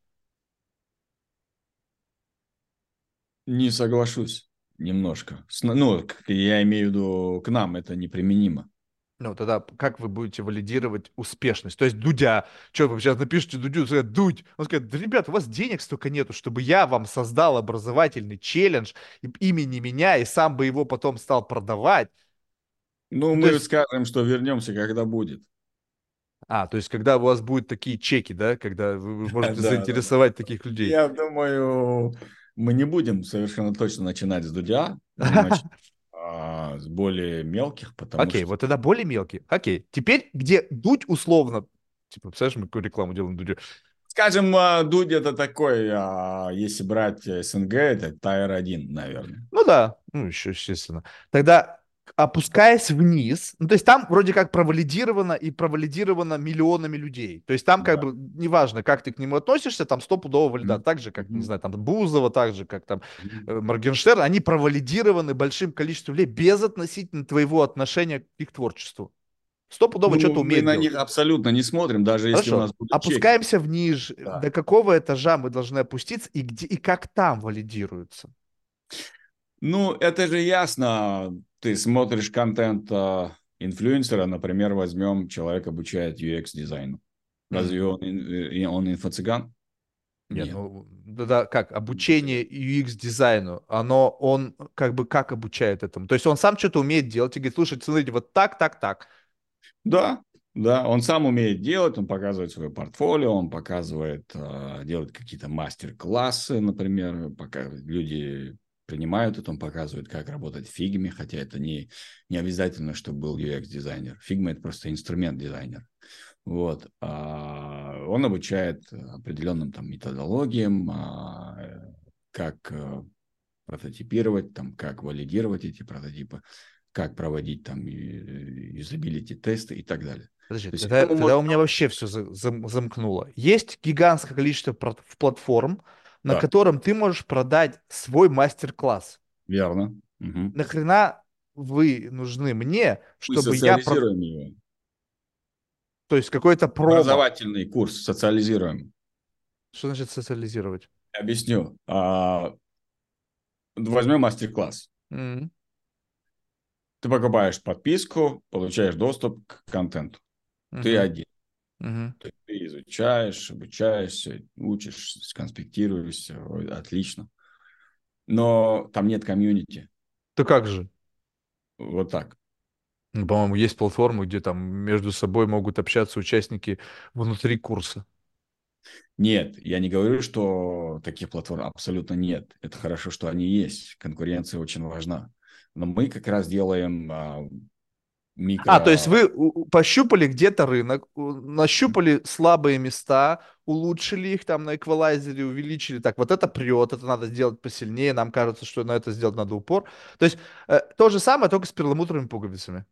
Speaker 2: Не соглашусь немножко. С- Ну, к- я имею в виду, к нам это неприменимо.
Speaker 1: Ну, тогда как вы будете валидировать успешность? То есть Дудя, что вы сейчас напишите Дудю, скажет, Дудь, он скажет, да, ребят, у вас денег столько нету, чтобы я вам создал образовательный челлендж и- имени меня, и сам бы его потом стал продавать.
Speaker 2: Ну,
Speaker 1: Ну, то
Speaker 2: мы
Speaker 1: есть,
Speaker 2: скажем, что вернемся, когда будет.
Speaker 1: а, то есть, когда у вас будут такие чеки, да, когда вы, вы можете
Speaker 2: Да, да, да.
Speaker 1: заинтересовать таких людей.
Speaker 2: Я думаю, мы не будем совершенно точно начинать с Дудя. Мы начнем а, с более мелких, потому
Speaker 1: Окей,
Speaker 2: что,
Speaker 1: вот тогда более мелкие. Окей, теперь, где Дудь условно, типа, представляешь, мы какую рекламу делаем Дудю?
Speaker 2: скажем, а, Дудь это такой, а, если брать СНГ, это тайр один, наверное.
Speaker 1: Ну да, ну еще, естественно. Тогда опускаясь вниз, ну, то есть там вроде как провалидировано и провалидировано миллионами людей. То есть там как
Speaker 2: Да.
Speaker 1: бы неважно, как ты к нему относишься, там стопудово валидат.
Speaker 2: Мгм.
Speaker 1: Так же, как, не
Speaker 2: Мгм.
Speaker 1: знаю, там Бузова, так же, как там
Speaker 2: Мгм.
Speaker 1: э, Моргенштерн, они провалидированы большим количеством людей без относительно твоего отношения к их творчеству. Стопудово
Speaker 2: Ну,
Speaker 1: что-то
Speaker 2: мы
Speaker 1: умеет
Speaker 2: на
Speaker 1: делать.
Speaker 2: них абсолютно не смотрим, даже если у
Speaker 1: Хорошо.
Speaker 2: нас будут чеки.
Speaker 1: Опускаемся вниз.
Speaker 2: Да.
Speaker 1: До какого этажа мы должны опуститься и где и как там валидируется?
Speaker 2: Ну, это же ясно. Ты смотришь контент а, инфлюенсера, например, возьмем, человек обучает ю экс-дизайну.
Speaker 1: М.
Speaker 2: Разве он, ин- э, он инфо-цыган?
Speaker 1: Нет,
Speaker 2: Нет.
Speaker 1: ну да, да, как обучение
Speaker 2: Инфо-цыган.
Speaker 1: ю экс дизайну, оно он как бы как обучает этому? То есть он сам что-то умеет делать и говорит, слушайте, смотрите, вот так, так, так.
Speaker 2: Да, да, он сам умеет делать, он показывает свое портфолио, он показывает, а, делает какие-то мастер-классы, например, пока люди принимают это, он показывает, как работать в фигме, хотя это не, не обязательно, чтобы был ю экс-дизайнер. Фигма – это просто инструмент дизайнера. Вот. А он обучает определенным там методологиям, а, э, как э, прототипировать, там, как валидировать эти прототипы, как проводить там ю- юзабилити тесты и так далее.
Speaker 1: Подожди,
Speaker 2: То есть
Speaker 1: тогда,
Speaker 2: этому
Speaker 1: тогда
Speaker 2: можно
Speaker 1: у меня вообще все замкнуло. Есть гигантское количество прот- платформ, на
Speaker 2: да,
Speaker 1: котором ты можешь продать свой мастер-класс.
Speaker 2: верно. Мгм.
Speaker 1: Нахрена вы нужны мне,
Speaker 2: Мы
Speaker 1: чтобы я, про-
Speaker 2: социализируем его.
Speaker 1: то есть какой-то промо.
Speaker 2: Образовательный курс социализируем.
Speaker 1: Что значит социализировать?
Speaker 2: Объясню. А, возьмем мастер-класс.
Speaker 1: М,
Speaker 2: Ты покупаешь подписку, получаешь доступ к контенту. Ты
Speaker 1: мгм,
Speaker 2: один.
Speaker 1: мгм.
Speaker 2: Ты ты изучаешь, обучаешься, учишь, конспектируешься. Ой, отлично. Но там нет комьюнити.
Speaker 1: То как же?
Speaker 2: Вот так.
Speaker 1: Ну, по-моему, есть платформы, где там между собой могут общаться участники внутри курса.
Speaker 2: Нет, я не говорю, что таких платформ абсолютно нет. Это хорошо, что они есть. Конкуренция очень важна. Но мы как раз делаем а,
Speaker 1: А, то есть
Speaker 2: микро...
Speaker 1: вы у- у- пощупали где-то рынок, у- нащупали слабые места, улучшили их там на эквалайзере, увеличили. Так, вот это прет, это надо сделать посильнее. Нам кажется, что на это сделать надо упор. То есть э, то же самое, только с перламутровыми пуговицами.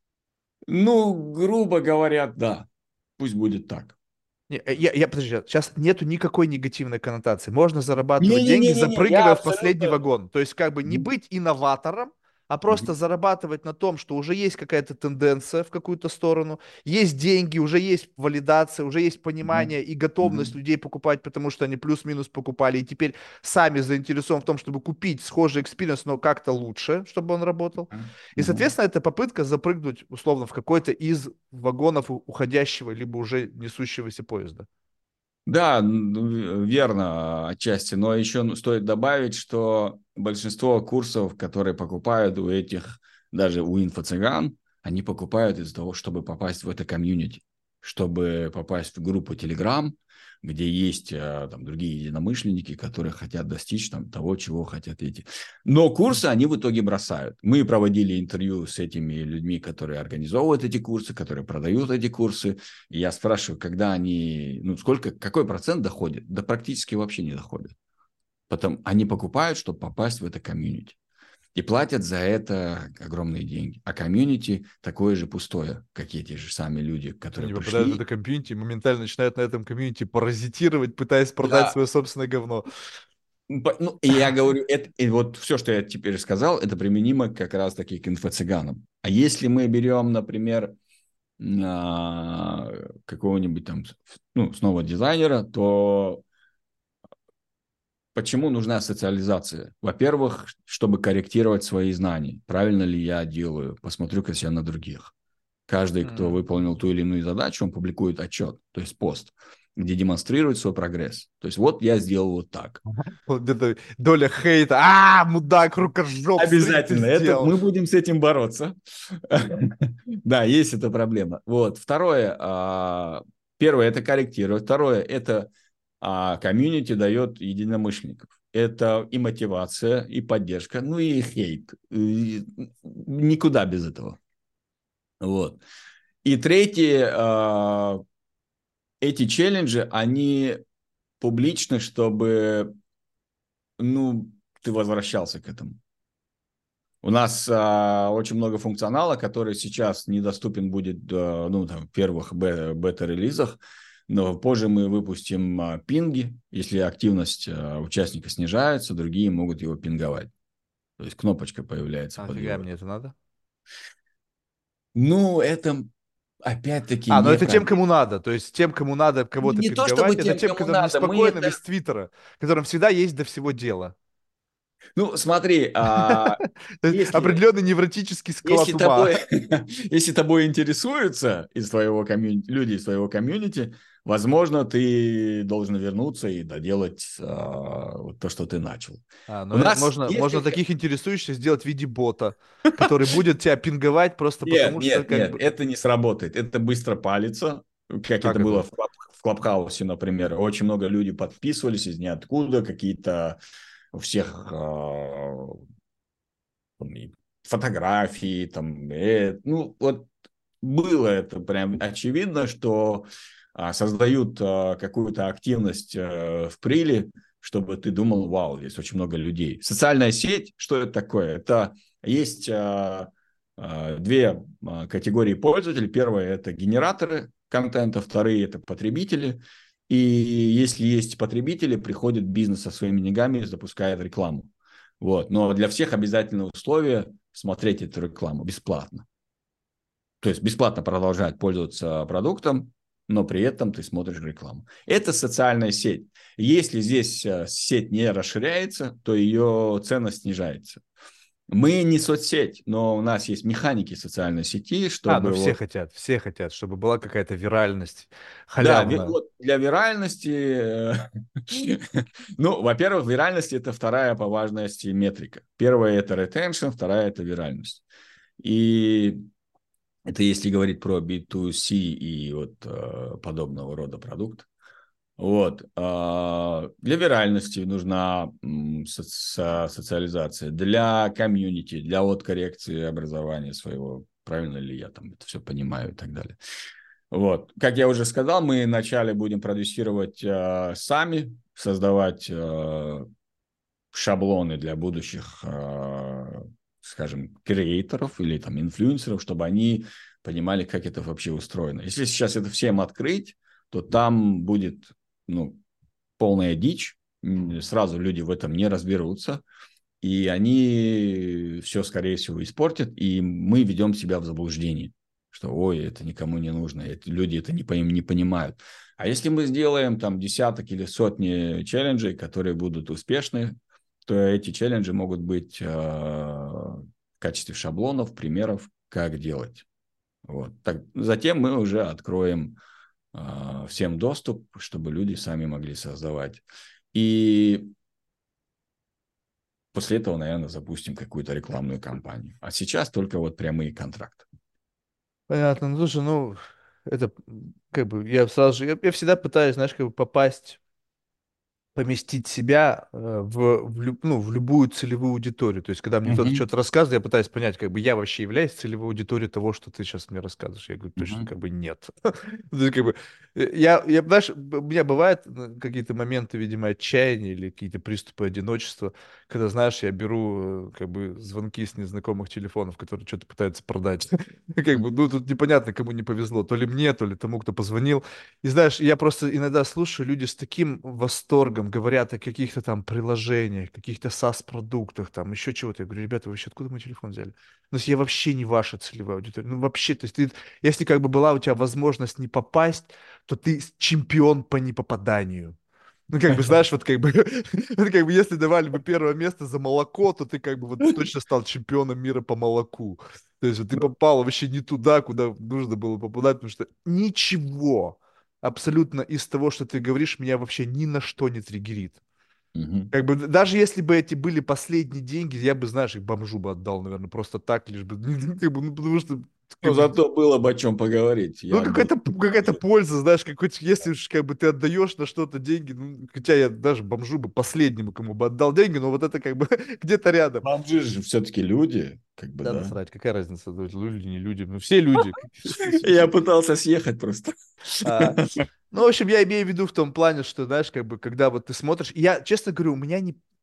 Speaker 2: Ну, грубо говоря, да. Пусть будет так.
Speaker 1: Не, э, я, я, подожди, сейчас нету никакой негативной коннотации. Можно зарабатывать деньги,
Speaker 2: Не-не-не-не, я
Speaker 1: запрыгивая в последний
Speaker 2: абсолютно...
Speaker 1: вагон. То есть как бы не
Speaker 2: Мгм.
Speaker 1: быть инноватором, а просто
Speaker 2: Мгм.
Speaker 1: зарабатывать на том, что уже есть какая-то тенденция в какую-то сторону, есть деньги, уже есть валидация, уже есть
Speaker 2: Мгм.
Speaker 1: понимание и готовность
Speaker 2: Мгм.
Speaker 1: людей покупать, потому что они плюс-минус покупали, и теперь сами заинтересованы в том, чтобы купить схожий экспириенс, но как-то лучше, чтобы он работал.
Speaker 2: Мгм.
Speaker 1: И,
Speaker 2: Мгм.
Speaker 1: соответственно, это попытка запрыгнуть условно в какой-то из вагонов у- уходящего либо уже несущегося поезда.
Speaker 2: Да, ну, верно, отчасти. Но еще ну, стоит добавить, что большинство курсов, которые покупают у этих, даже у инфо-цыган, они покупают из-за того, чтобы попасть в это комьюнити, чтобы попасть в группу Telegram, где есть э, там, другие единомышленники, которые хотят достичь там, того, чего хотят эти. Но курсы они в итоге бросают. Мы проводили интервью с этими людьми, которые организовывают эти курсы, которые продают эти курсы. И я спрашиваю, когда они, ну, сколько, какой процент доходит? Да практически вообще не доходит. Потом они покупают, чтобы попасть в это комьюнити. И платят за это огромные деньги. А комьюнити такое же пустое, как эти же сами люди, которые
Speaker 1: Они попадают в
Speaker 2: пришли.
Speaker 1: это комьюнити и моментально начинают на этом комьюнити паразитировать, пытаясь продать
Speaker 2: Да.
Speaker 1: свое собственное говно.
Speaker 2: Ну, и я говорю, это, и вот все, что я теперь сказал, это применимо как раз-таки к инфо-цыганам. А если мы берем, например, а, какого-нибудь там, ну, снова дизайнера, то почему нужна социализация? Во-первых, чтобы корректировать свои знания. Правильно ли я делаю? Посмотрю-ка я на других. Каждый, кто
Speaker 1: М.
Speaker 2: выполнил ту или иную задачу, он публикует отчет, то есть пост, где демонстрирует свой прогресс. То есть вот я сделал вот так.
Speaker 1: Вот где-то доля хейта. А, мудак, рукожоп, смотри, как ты
Speaker 2: Обязательно. Это
Speaker 1: сделал.
Speaker 2: мы будем с этим бороться. Да, есть эта проблема. Вот. Второе. а, Первое – это корректировать. Второе – это а, комьюнити дает единомышленников. Это и мотивация, и поддержка, ну и хейт. И никуда без этого. Вот. И третье, а, эти челленджи, они публичны, чтобы, ну, ты возвращался к этому. У нас а, очень много функционала, который сейчас недоступен будет а, ну, там, в первых бе- бета-релизах, но позже мы выпустим а, пинги. Если активность а, участника снижается, другие могут его пинговать. То есть кнопочка появляется
Speaker 1: А
Speaker 2: под
Speaker 1: нафига
Speaker 2: его.
Speaker 1: мне это надо?
Speaker 2: Ну, это опять-таки
Speaker 1: А, ну
Speaker 2: не
Speaker 1: это
Speaker 2: про...
Speaker 1: тем, кому надо. То есть тем, кому надо
Speaker 2: Ну,
Speaker 1: кого-то
Speaker 2: не то чтобы
Speaker 1: пинговать, это
Speaker 2: тем,
Speaker 1: тем,
Speaker 2: кому
Speaker 1: которым
Speaker 2: надо, мы
Speaker 1: неспокойно
Speaker 2: это...
Speaker 1: без Твиттера, которым всегда есть до всего дела.
Speaker 2: Ну, смотри, а,
Speaker 1: То есть
Speaker 2: если
Speaker 1: определенный невротический
Speaker 2: Если
Speaker 1: склад ума.
Speaker 2: тобой, если тобой интересуются из твоего комьюнити, люди из твоего комьюнити, возможно, ты должен вернуться и доделать а, вот то, что ты начал.
Speaker 1: А,
Speaker 2: У
Speaker 1: ну э,
Speaker 2: нас
Speaker 1: можно, можно
Speaker 2: несколько...
Speaker 1: таких интересующихся сделать в виде бота, который будет тебя пинговать просто
Speaker 2: Нет,
Speaker 1: потому, что
Speaker 2: нет,
Speaker 1: как
Speaker 2: нет,
Speaker 1: бы...
Speaker 2: это не сработает. Это быстро палится, как
Speaker 1: Как
Speaker 2: это было
Speaker 1: это?
Speaker 2: в, Клаб- в Клабхаусе, например. Очень много людей подписывались из ниоткуда, какие-то у всех а, там, и фотографии, там, э, ну, вот было это прям очевидно, что а, создают а, какую-то активность а, в приле, чтобы ты думал, вау, здесь очень много людей. Социальная сеть, что это такое? Это есть а, а, две а, категории пользователей. Первое – это генераторы контента, вторые – это потребители. И если есть потребители, приходит бизнес со своими деньгами и запускает рекламу. Вот. Но для всех обязательное условие смотреть эту рекламу бесплатно. То есть бесплатно продолжать пользоваться продуктом, но при этом ты смотришь рекламу. Это социальная сеть. Если здесь э, сеть не расширяется, то ее ценность снижается. Мы не соцсеть, но у нас есть механики социальной сети,
Speaker 1: А, ну
Speaker 2: чтобы
Speaker 1: все
Speaker 2: вот
Speaker 1: хотят, все хотят, чтобы была какая-то виральность
Speaker 2: да, ви-
Speaker 1: халявная.
Speaker 2: вот для виральности, э, ну, во-первых, виральность это вторая по важности метрика. Первая это retention, вторая это виральность. И это если говорить про би ту си и вот э, подобного рода продукт. Вот. А, для виральности нужна м, соци- социализация, для комьюнити, для вот коррекции образования своего. Правильно ли я там это все понимаю и так далее. Вот. Как я уже сказал, мы вначале будем продюсировать э, сами, создавать э, шаблоны для будущих, э, скажем, креаторов или там инфлюенсеров, чтобы они понимали, как это вообще устроено. Если сейчас это всем открыть, то там будет ну, полная дичь, сразу люди в этом не разберутся, и они все, скорее всего, испортят, и мы ведем себя в заблуждение, что, ой, это никому не нужно, это, люди это не, пойм, не понимают. А если мы сделаем там десяток или сотни челленджей, которые будут успешны, то эти челленджи могут быть э, в качестве шаблонов, примеров, как делать. Вот. Так, затем мы уже откроем э, всем доступ, чтобы люди сами могли создавать. И после этого, наверное, запустим какую-то рекламную кампанию. А сейчас только вот прямые контракты.
Speaker 1: Понятно. Ну, слушай, ну, это м, как бы я сразу же, я, я всегда пытаюсь, знаешь, как бы попасть поместить себя э, в, в, лю- ну, в любую целевую аудиторию. То есть, когда мне кто-то
Speaker 2: Мгм.
Speaker 1: что-то рассказывает, я пытаюсь понять, как бы я вообще являюсь целевой аудиторией того, что ты сейчас мне рассказываешь. Я говорю, точно,
Speaker 2: Мгм.
Speaker 1: как бы нет. То есть, как бы, э, я, я, знаешь, б- у меня бывают э, какие-то моменты, видимо, отчаяния или какие-то приступы одиночества, когда, знаешь, я беру э, как бы звонки с незнакомых телефонов, которые что-то пытаются продать. Как бы, ну, тут непонятно, кому не повезло, то ли мне, то ли тому, кто позвонил. И знаешь, я просто иногда слушаю, люди с таким восторгом говорят о каких-то там приложениях, каких-то SaaS-продуктах, там еще чего-то. Я говорю, ребята, вы вообще откуда мой телефон взяли? Ну, если я вообще не ваша целевая аудитория. Ну, вообще, то есть ты, если как бы была у тебя возможность не попасть, то ты чемпион по непопаданию. Ну, как бы, знаешь, вот как бы, это как бы, если давали бы первое место за молоко, то ты как бы вот точно стал чемпионом мира по молоку. То есть вот ты попал вообще не туда, куда нужно было попадать, потому что ничего абсолютно из того, что ты говоришь, меня вообще ни на что не триггерит.
Speaker 2: Мгм.
Speaker 1: Как бы даже если бы эти были последние деньги, я бы, знаешь, их бомжу бы отдал, наверное, просто так, лишь бы, как бы, ну, потому что
Speaker 2: Но
Speaker 1: как бы,
Speaker 2: зато было бы о чем поговорить.
Speaker 1: ну,
Speaker 2: Я бы...
Speaker 1: какая-то какая-то польза, знаешь, какой если уж как бы ты отдаешь на что-то деньги, ну, хотя я даже бомжу бы последнему, кому бы отдал деньги, но вот это как бы где-то рядом.
Speaker 2: Бомжи же все-таки люди, как бы,
Speaker 1: Да,
Speaker 2: да.
Speaker 1: насрать, какая разница, ну, люди, не люди, ну, все люди.
Speaker 2: Я пытался съехать просто.
Speaker 1: А, ну, в общем, я имею в виду в том плане, что, знаешь, как бы, когда вот ты смотришь, я, честно говорю, у меня не,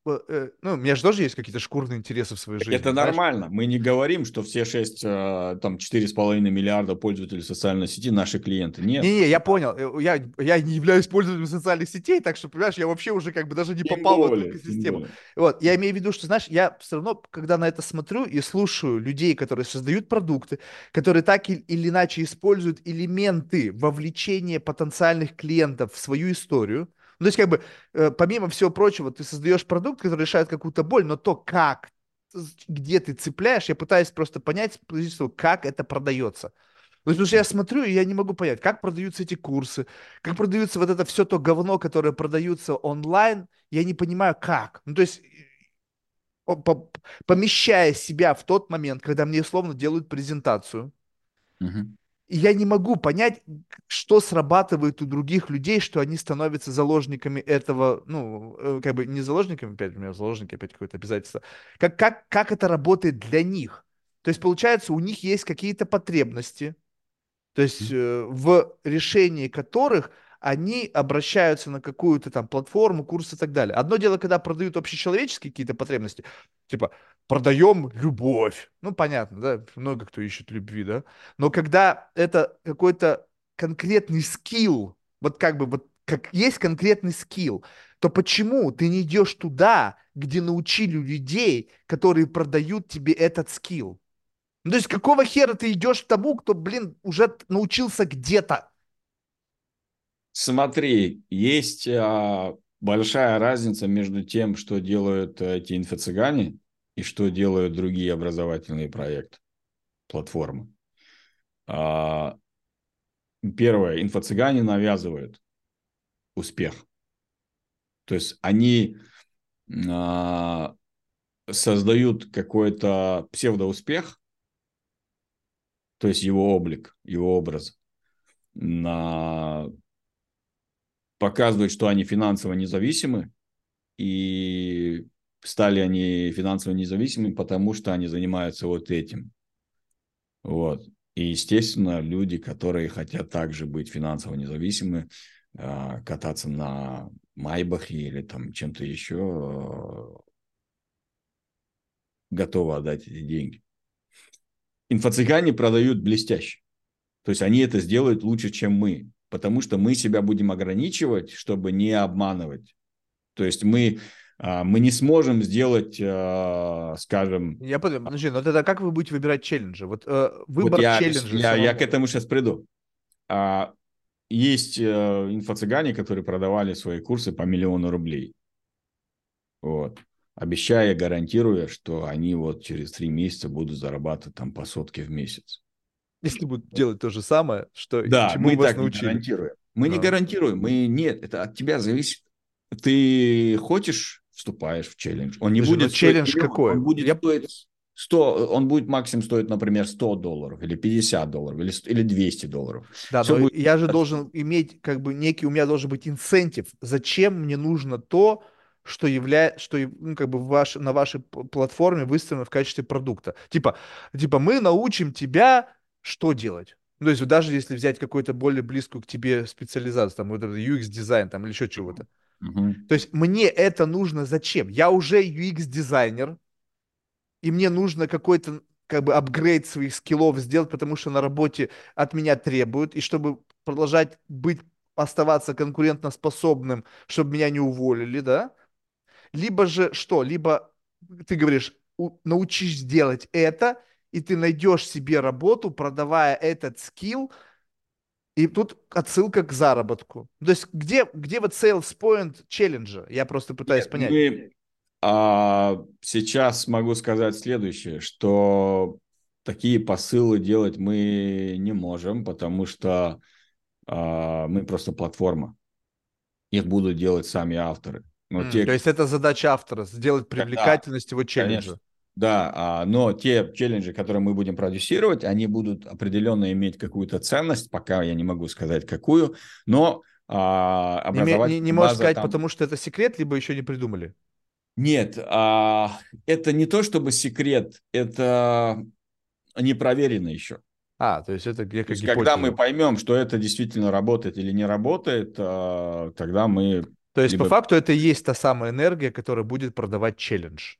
Speaker 1: э, э, ну, у меня же тоже есть какие-то шкурные интересы в своей жизни,
Speaker 2: Это
Speaker 1: знаешь?
Speaker 2: нормально. Мы не говорим, что все шесть, э, там, четыре с половиной миллиарда пользователей социальной сети наши клиенты. Нет.
Speaker 1: Не-не, я понял. Э, Я, я не являюсь пользователем социальных сетей, так что, понимаешь, я вообще уже как бы даже не
Speaker 2: Тем
Speaker 1: попал в эту
Speaker 2: более, тем
Speaker 1: экосистему.
Speaker 2: более.
Speaker 1: Вот, я имею в виду, что, знаешь, я все равно, когда на это смотрю и слушаю людей, которые создают продукты, которые так и- или иначе используют элементы вовлечения потенциальных клиентов в свою историю, ну, то есть, как бы, э, помимо всего прочего, ты создаешь продукт, который решает какую-то боль, но то, как, с- где ты цепляешь, я пытаюсь просто понять с позицию, как это продается. Ну, потому что я смотрю, и я не могу понять, как продаются эти курсы, как продаются вот это все то говно, которое продается онлайн, я не понимаю, как. Ну, то есть, о- по- помещая себя в тот момент, когда мне словно делают презентацию,
Speaker 2: Мгм.
Speaker 1: и я не могу понять, что срабатывает у других людей, что они становятся заложниками этого, ну, э, как бы не заложниками, опять у меня заложники, опять какое-то обязательство. Как, как, как это работает для них? То есть, получается, у них есть какие-то потребности, то есть э, в решении которых они обращаются на какую-то там платформу, курс и так далее. Одно дело, когда продают общечеловеческие какие-то потребности, типа продаем любовь. Ну, понятно, да, много кто ищет любви, да. Но когда это какой-то конкретный скилл, вот как бы вот как есть конкретный скилл, то почему ты не идешь туда, где научили людей, которые продают тебе этот скилл? Ну, то есть какого хера ты идешь к тому, кто, блин, уже научился где-то?
Speaker 2: Смотри, есть а, большая разница между тем, что делают э, эти инфо-цыгане и что делают другие образовательные проекты, платформы. А, Первое, инфо-цыгане навязывают успех. То есть они а, создают какой-то псевдоуспех, то есть его облик, его образ, на... показывают, что они финансово независимы, и стали они финансово независимыми, потому что они занимаются вот этим. Вот. И, естественно, люди, которые хотят также быть финансово независимы, а, кататься на Майбахе или там чем-то еще, готовы отдать эти деньги. Инфо-цыгане продают блестяще. То есть они это сделают лучше, чем мы. Потому что мы себя будем ограничивать, чтобы не обманывать. То есть мы, а, мы не сможем сделать, а, скажем,
Speaker 1: Я подумал, подожди, но тогда как вы будете выбирать челленджи? Вот э,
Speaker 2: вот
Speaker 1: выбор
Speaker 2: я,
Speaker 1: челленджа
Speaker 2: я, я к
Speaker 1: самому.
Speaker 2: этому сейчас приду. А, Есть э, инфо-цыгане, которые продавали свои курсы по миллиону рублей. Вот. Обещая, гарантируя, что они вот через три месяца будут зарабатывать там по сотке в месяц.
Speaker 1: Если будут делать то же самое, что
Speaker 2: Да,
Speaker 1: чему
Speaker 2: мы
Speaker 1: вас
Speaker 2: так не
Speaker 1: научили.
Speaker 2: гарантируем. Мы не
Speaker 1: Ну.
Speaker 2: гарантируем. Мы нет, это от тебя зависит. Ты хочешь, вступаешь в челлендж. Он не
Speaker 1: Подожди, но
Speaker 2: будет стоить
Speaker 1: челлендж
Speaker 2: миллион,
Speaker 1: какой?
Speaker 2: он будет
Speaker 1: Я,
Speaker 2: стоить сто, он будет максимум стоить, например, сто долларов или пятьдесят долларов или, сто или двести долларов.
Speaker 1: да,
Speaker 2: Все
Speaker 1: но
Speaker 2: будет
Speaker 1: я же
Speaker 2: от суммы.
Speaker 1: должен иметь, как бы, некий, у меня должен быть инцентив. Зачем мне нужно то, что является, что, ну, как бы, ваш, на вашей п- платформе выставлено в качестве продукта? Типа, типа, мы научим тебя, что делать. Ну, то есть, вот даже если взять какую-то более близкую к тебе специализацию, там, вот это ю экс-дизайн, там, или еще чего-то.
Speaker 2: Мгм.
Speaker 1: То есть, мне это нужно зачем? Я уже ю экс-дизайнер, и мне нужно какой-то как бы апгрейд своих скиллов сделать, потому что на работе от меня требуют, и чтобы продолжать быть, оставаться конкурентоспособным, чтобы меня не уволили, да? Либо же что? Либо ты говоришь, у- научись делать это, и ты найдешь себе работу, продавая этот скилл, и тут отсылка к заработку. То есть где, где вот sales point челленджа? Я просто пытаюсь
Speaker 2: Нет,
Speaker 1: понять.
Speaker 2: мы а, сейчас могу сказать следующее, что такие посылы делать мы не можем, потому что а, мы просто платформа. Их будут делать сами авторы. Но
Speaker 1: М, то
Speaker 2: те,
Speaker 1: есть это задача автора, сделать
Speaker 2: когда,
Speaker 1: привлекательность его
Speaker 2: конечно,
Speaker 1: челленджа.
Speaker 2: да, а, но те челленджи, которые мы будем продюсировать, они будут определенно иметь какую-то ценность, пока я не могу сказать какую, но а,
Speaker 1: Не, ме- не, не
Speaker 2: образовательная
Speaker 1: можешь
Speaker 2: база
Speaker 1: сказать,
Speaker 2: там...
Speaker 1: потому что это секрет, либо еще не придумали.
Speaker 2: Нет, а, это не то чтобы секрет, это не проверено еще.
Speaker 1: А, то есть это
Speaker 2: То
Speaker 1: как
Speaker 2: есть, когда мы
Speaker 1: гипотеза.
Speaker 2: поймем, что это действительно работает или не работает, а, тогда мы
Speaker 1: То есть, по
Speaker 2: Либо,
Speaker 1: факту, это и есть та самая энергия, которая будет продавать челлендж.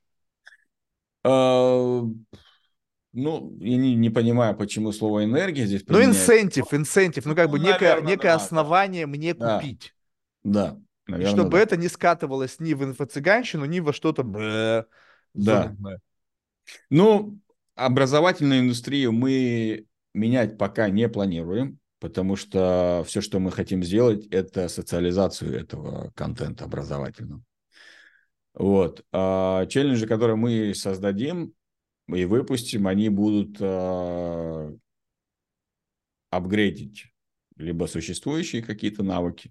Speaker 2: э, ну, я не, не понимаю, почему слово энергия здесь
Speaker 1: Ну,
Speaker 2: применяется.
Speaker 1: инсентив, инсентив, ну, как
Speaker 2: Ну,
Speaker 1: бы некое,
Speaker 2: наверное,
Speaker 1: некое
Speaker 2: да, да.
Speaker 1: основание мне
Speaker 2: Да,
Speaker 1: купить.
Speaker 2: да,
Speaker 1: И
Speaker 2: наверное,
Speaker 1: чтобы
Speaker 2: да.
Speaker 1: это не скатывалось ни в инфо-цыганщину, ни во что-то бэ,
Speaker 2: Да.
Speaker 1: занудное.
Speaker 2: Ну, образовательную индустрию мы менять пока не планируем, потому что все, что мы хотим сделать, это социализацию этого контента образовательного. Вот. А челленджи, которые мы создадим и выпустим, они будут а, апгрейдить либо существующие какие-то навыки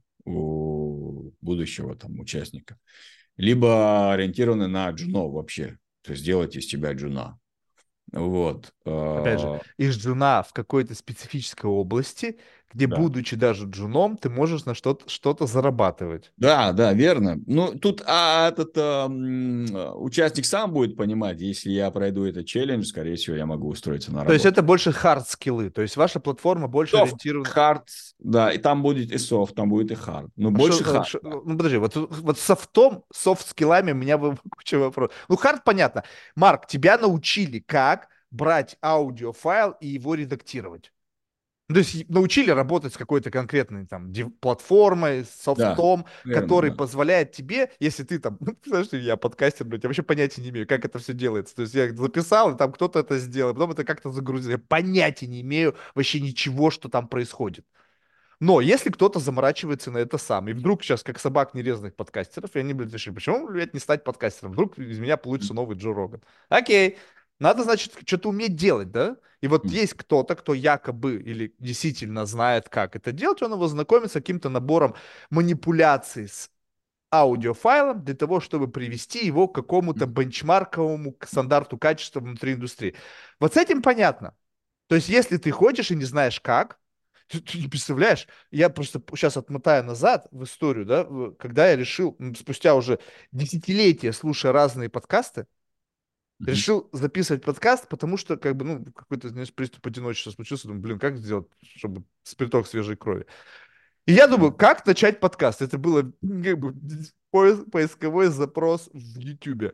Speaker 2: у будущего там участника, либо ориентированы на джунов вообще, то есть сделать из тебя джуна. Вот.
Speaker 1: Опять же,
Speaker 2: А,
Speaker 1: из джуна в какой-то специфической области, где,
Speaker 2: да.
Speaker 1: будучи даже джуном, ты можешь на что-то что-то зарабатывать.
Speaker 2: Да, да, верно. Ну, тут а, этот а, м, участник сам будет понимать, если я пройду этот челлендж, скорее всего, я могу устроиться на
Speaker 1: То есть это
Speaker 2: работу.
Speaker 1: больше хард-скиллы, то есть ваша платформа больше
Speaker 2: Soft,
Speaker 1: ориентирована.
Speaker 2: hard, да, и там будет и soft, там будет и hard. Но
Speaker 1: А
Speaker 2: больше
Speaker 1: шо- э,
Speaker 2: hard.
Speaker 1: шо- ну, подожди, вот, вот с софтом, софт-скиллами у меня бы куча вопросов. Ну, хард понятно. Марк, тебя научили, как брать аудиофайл и его редактировать. Ну, то есть научили работать с какой-то конкретной там дев- платформой, с
Speaker 2: Да,
Speaker 1: софтом,
Speaker 2: верно,
Speaker 1: который
Speaker 2: да.
Speaker 1: позволяет тебе, если ты там, ну, знаешь, я подкастер, блядь, я вообще понятия не имею, как это все делается. То есть я записал, и там кто-то это сделал, потом это как-то загрузил. Я понятия не имею вообще ничего, что там происходит. Но если кто-то заморачивается на это сам, и вдруг сейчас, как собак нерезанных подкастеров, и они, блядь, решили, почему, блядь, не стать подкастером? Вдруг из меня получится новый Джо Роган. Окей, надо, значит, что-то уметь делать, да? И вот есть кто-то, кто якобы или действительно знает, как это делать, он его знакомит с каким-то набором манипуляций с аудиофайлом для того, чтобы привести его к какому-то бенчмарковому к стандарту качества внутри индустрии. Вот с этим понятно. То есть, если ты хочешь и не знаешь как, ты, ты не представляешь, я просто сейчас отмотаю назад в историю, да, в- когда я решил, м, спустя уже десятилетия, слушая разные подкасты,
Speaker 2: Мгм.
Speaker 1: решил записывать подкаст, потому что, как бы, ну, какой-то, знаешь, приступ одиночества случился, думаю, блин, как сделать, чтобы с приток свежей крови. И я думаю, как начать подкаст? Это было, как бы, поис- поисковой запрос в Ютубе.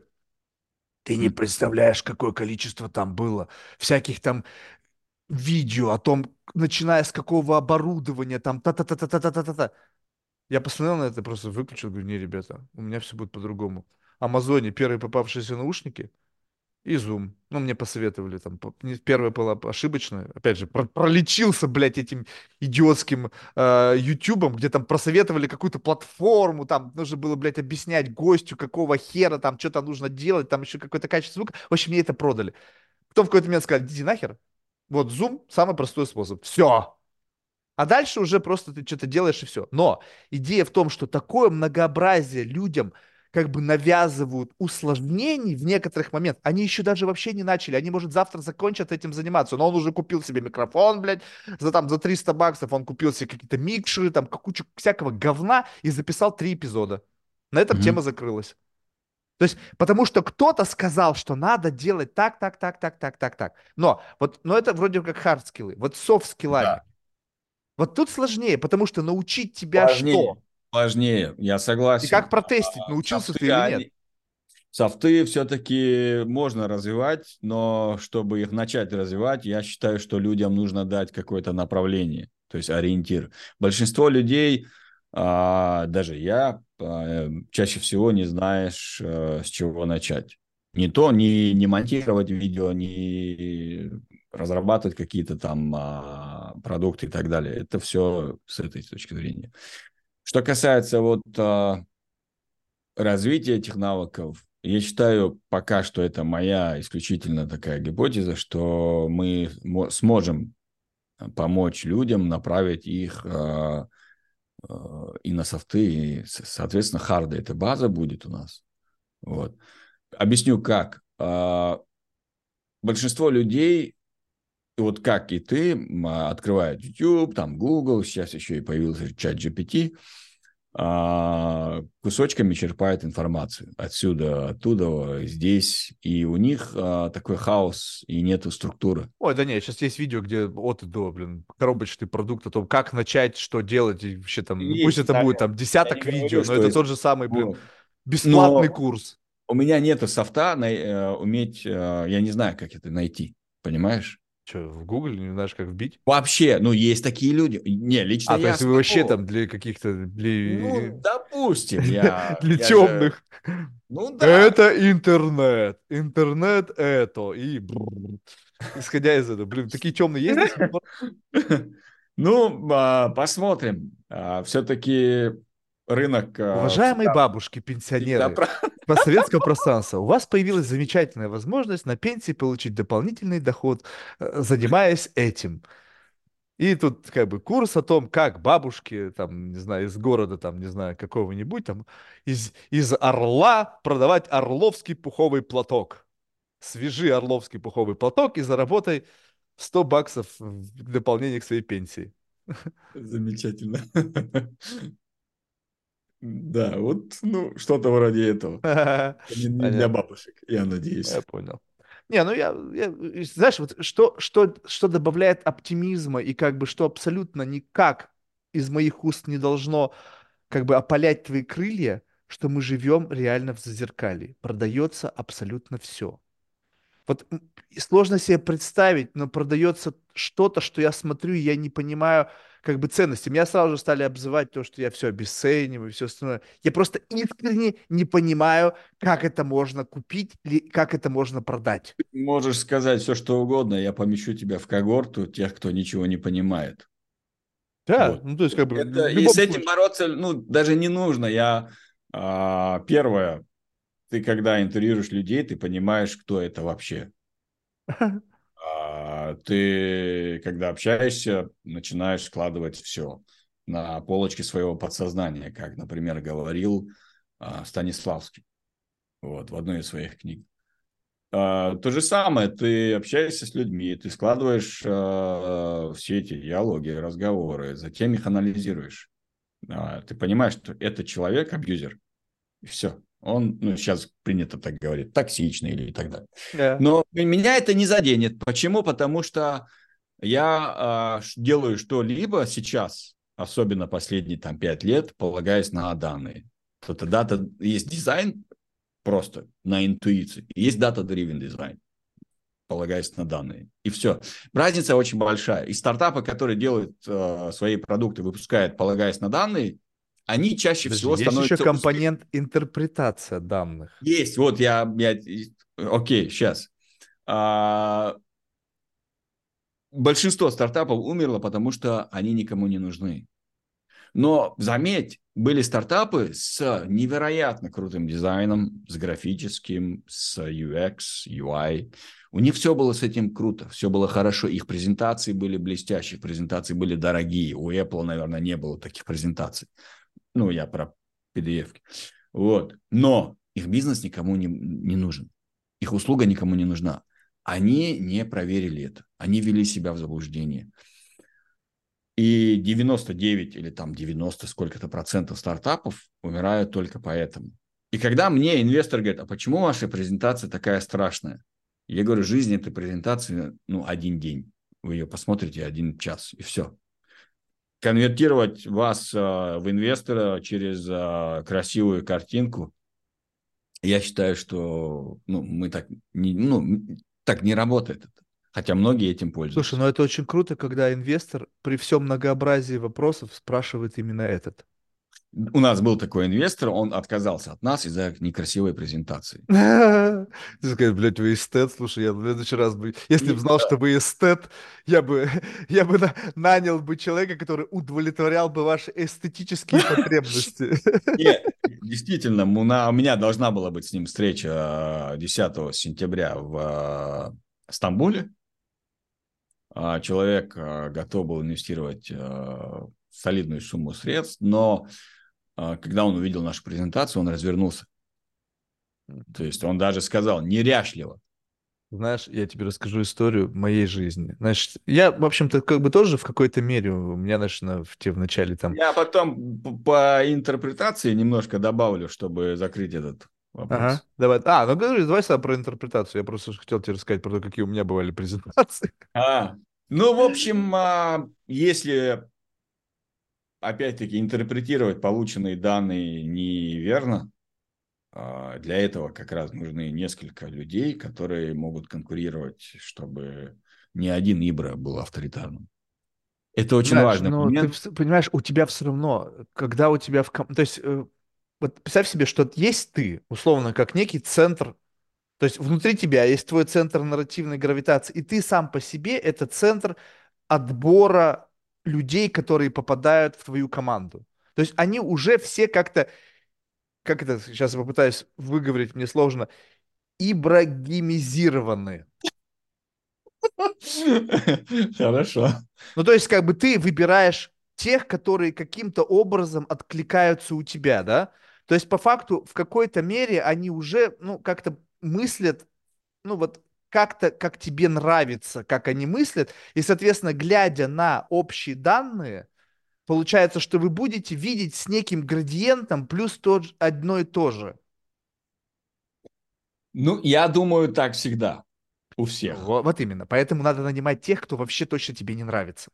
Speaker 1: Ты не представляешь, какое количество там было всяких там видео о том, начиная с какого оборудования, там, та-та-та-та-та-та-та-та. Я посмотрел на это, просто выключил, говорю, не, ребята, у меня все будет по-другому. Амазоне первые попавшиеся наушники и Zoom. Ну, мне посоветовали там. по- не- Первая была ошибочная. Опять же, про- пролечился, блядь, этим идиотским э, Ютубом, где там просоветовали какую-то платформу, там нужно было, блядь, объяснять гостю, какого хера там что-то нужно делать, там еще какое-то качество звука. В общем, мне это продали. Потом в какой-то момент сказали, иди нахер. Вот Zoom самый простой способ. Все. А дальше уже просто ты что-то делаешь и все. Но идея в том, что такое многообразие людям как бы навязывают усложнений в некоторых моментах. Они еще даже вообще не начали. Они, может, завтра закончат этим заниматься. Но он уже купил себе микрофон, блядь, за там за триста баксов. Он купил себе какие-то микшеры, там кучу всякого говна и записал три эпизода. На этом тема
Speaker 2: Мгм.
Speaker 1: закрылась. То есть, потому что кто-то сказал, что надо делать так, так, так, так, так, так, так. Но вот, но это вроде как хард-скиллы. Вот софт-скиллами.
Speaker 2: Да,
Speaker 1: Вот тут сложнее, потому что научить тебя что?
Speaker 2: сложнее, сложнее, я
Speaker 1: И как
Speaker 2: согласен.
Speaker 1: протестить,
Speaker 2: А,
Speaker 1: научился ты
Speaker 2: Софты,
Speaker 1: или нет?
Speaker 2: они, софты все-таки можно развивать, но чтобы их начать развивать, я считаю, что людям нужно дать какое-то направление, то есть ориентир. Большинство людей, а, даже я, а, чаще всего не знаешь, а, с чего начать. Не то, не, не монтировать видео, не разрабатывать какие-то там а, продукты и так далее. Это все с этой точки зрения. Что касается вот а, развитие этих навыков, я считаю, пока что это моя исключительно такая гипотеза, что мы мо- сможем помочь людям направить их э, э, и на софты, и, с- соответственно, харды. Это база будет у нас. Вот. Объясню как. А, большинство людей, вот как и ты, м, открывают YouTube, там Google, сейчас еще и появился чат G P T, а, кусочками черпает информацию отсюда, оттуда, здесь, и у них а, такой хаос и нету структуры.
Speaker 1: Ой, да нет, сейчас есть видео, где от и до, блин, коробочный продукт о том, как начать, что делать, и вообще там, ну пусть
Speaker 2: Есть,
Speaker 1: это будет
Speaker 2: Саня,
Speaker 1: там
Speaker 2: я не
Speaker 1: десяток видео,
Speaker 2: говорю,
Speaker 1: но
Speaker 2: что
Speaker 1: это
Speaker 2: это...
Speaker 1: тот же самый, блин,
Speaker 2: Вот.
Speaker 1: бесплатный
Speaker 2: Но
Speaker 1: курс.
Speaker 2: у меня нету софта на, э, уметь, э, я не знаю, как это найти, понимаешь?
Speaker 1: Че, в Google не знаешь, как вбить?
Speaker 2: Вообще, ну, есть такие люди. Не, лично
Speaker 1: А, то
Speaker 2: я
Speaker 1: есть вы вообще
Speaker 2: смогу.
Speaker 1: там для каких-то, для,
Speaker 2: Ну, допустим, я,
Speaker 1: для
Speaker 2: я же,
Speaker 1: темных.
Speaker 2: ну да.
Speaker 1: Это интернет. Интернет это. И бррр. Исходя из этого, блин, такие темные есть до сих пор?
Speaker 2: Ну, а, посмотрим. Все-таки рынок а,
Speaker 1: Уважаемые
Speaker 2: всегда,
Speaker 1: бабушки,
Speaker 2: всегда
Speaker 1: пенсионеры,
Speaker 2: прав.
Speaker 1: постсоветского пространства, у вас появилась замечательная возможность на пенсии получить дополнительный доход, э, занимаясь этим. И тут как бы курс о том, как бабушки, там, не знаю, из города, там, не знаю, какого-нибудь, там, из, из Орла продавать орловский пуховый платок. Свяжи орловский пуховый платок и заработай сто баксов в дополнение к своей пенсии.
Speaker 2: Замечательно. Да, вот, ну, что-то вроде этого. Не, не для
Speaker 1: Понятно.
Speaker 2: бабушек, я
Speaker 1: Я
Speaker 2: надеюсь.
Speaker 1: понял. Не, ну я, я- и знаешь, вот что, что, что добавляет оптимизма и как бы что абсолютно никак из моих уст не должно как бы опалять твои крылья, что мы живем реально в зазеркалье. Продается абсолютно все. Вот м, и сложно себе представить, но продается что-то, что я смотрю, и я не понимаю как бы ценности. Меня сразу же стали обзывать то, что я все обесцениваю и все остальное. Я просто искренне не понимаю, как это можно купить или как это можно продать.
Speaker 2: Можешь сказать все, что угодно, я помещу тебя в когорту тех, кто ничего не понимает.
Speaker 1: Да,
Speaker 2: Вот.
Speaker 1: ну то есть как бы
Speaker 2: Это,
Speaker 1: в
Speaker 2: и
Speaker 1: любом
Speaker 2: с этим
Speaker 1: случае.
Speaker 2: бороться, ну, даже не нужно. Я, а, первое, ты когда интервьюируешь людей, ты понимаешь, кто это вообще. А, ты, когда общаешься, начинаешь складывать все на полочке своего подсознания, как, например, говорил а, Станиславский вот, в одной из своих книг. А, то же самое, ты общаешься с людьми, ты складываешь а, все эти диалоги, разговоры, затем их анализируешь. А, ты понимаешь, что это человек, абьюзер, и все. Он, ну, сейчас принято так говорить, токсичный или и так далее.
Speaker 1: Да.
Speaker 2: Но меня это не заденет. Почему? Потому что я э, делаю что-либо сейчас, особенно последние там пять лет, полагаясь на данные. Кто-то дата, есть дизайн просто на интуиции, есть data-driven дизайн, полагаясь на данные. И все. Разница очень большая. И стартапы, которые делают э, свои продукты, выпускают, полагаясь на данные, они чаще
Speaker 1: Подожди,
Speaker 2: всего
Speaker 1: есть еще
Speaker 2: становятся успешными.
Speaker 1: компонент интерпретация данных.
Speaker 2: Есть, вот я, я окей, сейчас. А, большинство стартапов умерло, потому что они никому не нужны. Но, заметь, были стартапы с невероятно крутым дизайном, с графическим, с ю экс, ю ай. У них все было с этим круто, все было хорошо. Их презентации были блестящие, презентации были дорогие. У Apple, наверное, не было таких презентаций. Ну, я про пи ди эф. Вот. Но их бизнес никому не, не нужен. Их услуга никому не нужна. Они не проверили это. Они ввели себя в заблуждение. И девяносто девять или там девяносто сколько-то процентов стартапов умирают только поэтому. И когда мне инвестор говорит, а почему ваша презентация такая страшная? Я говорю, жизнь этой презентации, ну, один день. Вы ее посмотрите один час, и все. Конвертировать вас э, в инвестора через э, красивую картинку, я считаю, что ну, мы так не, ну, так не работает это. Хотя многие этим
Speaker 1: Слушай,
Speaker 2: пользуются.
Speaker 1: ну это очень круто, когда инвестор при всем многообразии вопросов спрашивает именно этот.
Speaker 2: У нас был такой инвестор, он отказался от нас из-за некрасивой презентации.
Speaker 1: Ты сказать, блядь, вы эстет, слушай, я в следующий раз бы, если бы
Speaker 2: И,
Speaker 1: знал, что вы эстет, я бы, я бы на- нанял бы человека, который удовлетворял бы ваши эстетические потребности.
Speaker 2: нет, действительно, у на- у меня должна была быть с ним встреча э, десятого сентября в э, Стамбуле. А человек э, готов был инвестировать э, солидную сумму средств, но э, когда он увидел нашу презентацию, он развернулся. То есть он даже сказал неряшливо.
Speaker 1: Знаешь, я тебе расскажу историю моей жизни. Значит, я, в общем-то, как бы тоже в какой-то мере, у меня, значит, на- в те в начале там.
Speaker 2: Я потом п- по интерпретации немножко добавлю, чтобы закрыть этот
Speaker 1: Ага,
Speaker 2: вопрос.
Speaker 1: давай. А, ну говори, давай сюда про интерпретацию. Я просто хотел тебе рассказать про то, какие у меня бывали презентации.
Speaker 2: А, ну, в общем, а, если опять-таки интерпретировать полученные данные неверно, а, для этого как раз нужны несколько людей, которые могут конкурировать, чтобы ни один Ибра был авторитарным. Это очень
Speaker 1: Понимаешь,
Speaker 2: важный
Speaker 1: ну ты
Speaker 2: момент.
Speaker 1: вс- понимаешь, у тебя все равно, когда у тебя в... ком- То есть, э, вот представь себе, что есть ты, условно, как некий центр. То есть внутри тебя есть твой центр нарративной гравитации, и ты сам по себе это центр отбора людей, которые попадают в твою команду. То есть они уже все как-то, как это сейчас я попытаюсь выговорить, мне сложно, ибрагимизированы.
Speaker 2: Хорошо.
Speaker 1: Ну, то есть как бы ты выбираешь тех, которые каким-то образом откликаются у тебя, да? То есть по факту в какой-то мере они уже, ну, как-то мыслят, ну вот как-то, как тебе нравится, как они мыслят, и, соответственно, глядя на общие данные, получается, что вы будете видеть с неким градиентом плюс тот, ж- одно и то же.
Speaker 2: Ну, я думаю, так всегда у всех.
Speaker 1: Во- Вот именно. Поэтому надо нанимать тех, кто вообще точно тебе не нравится.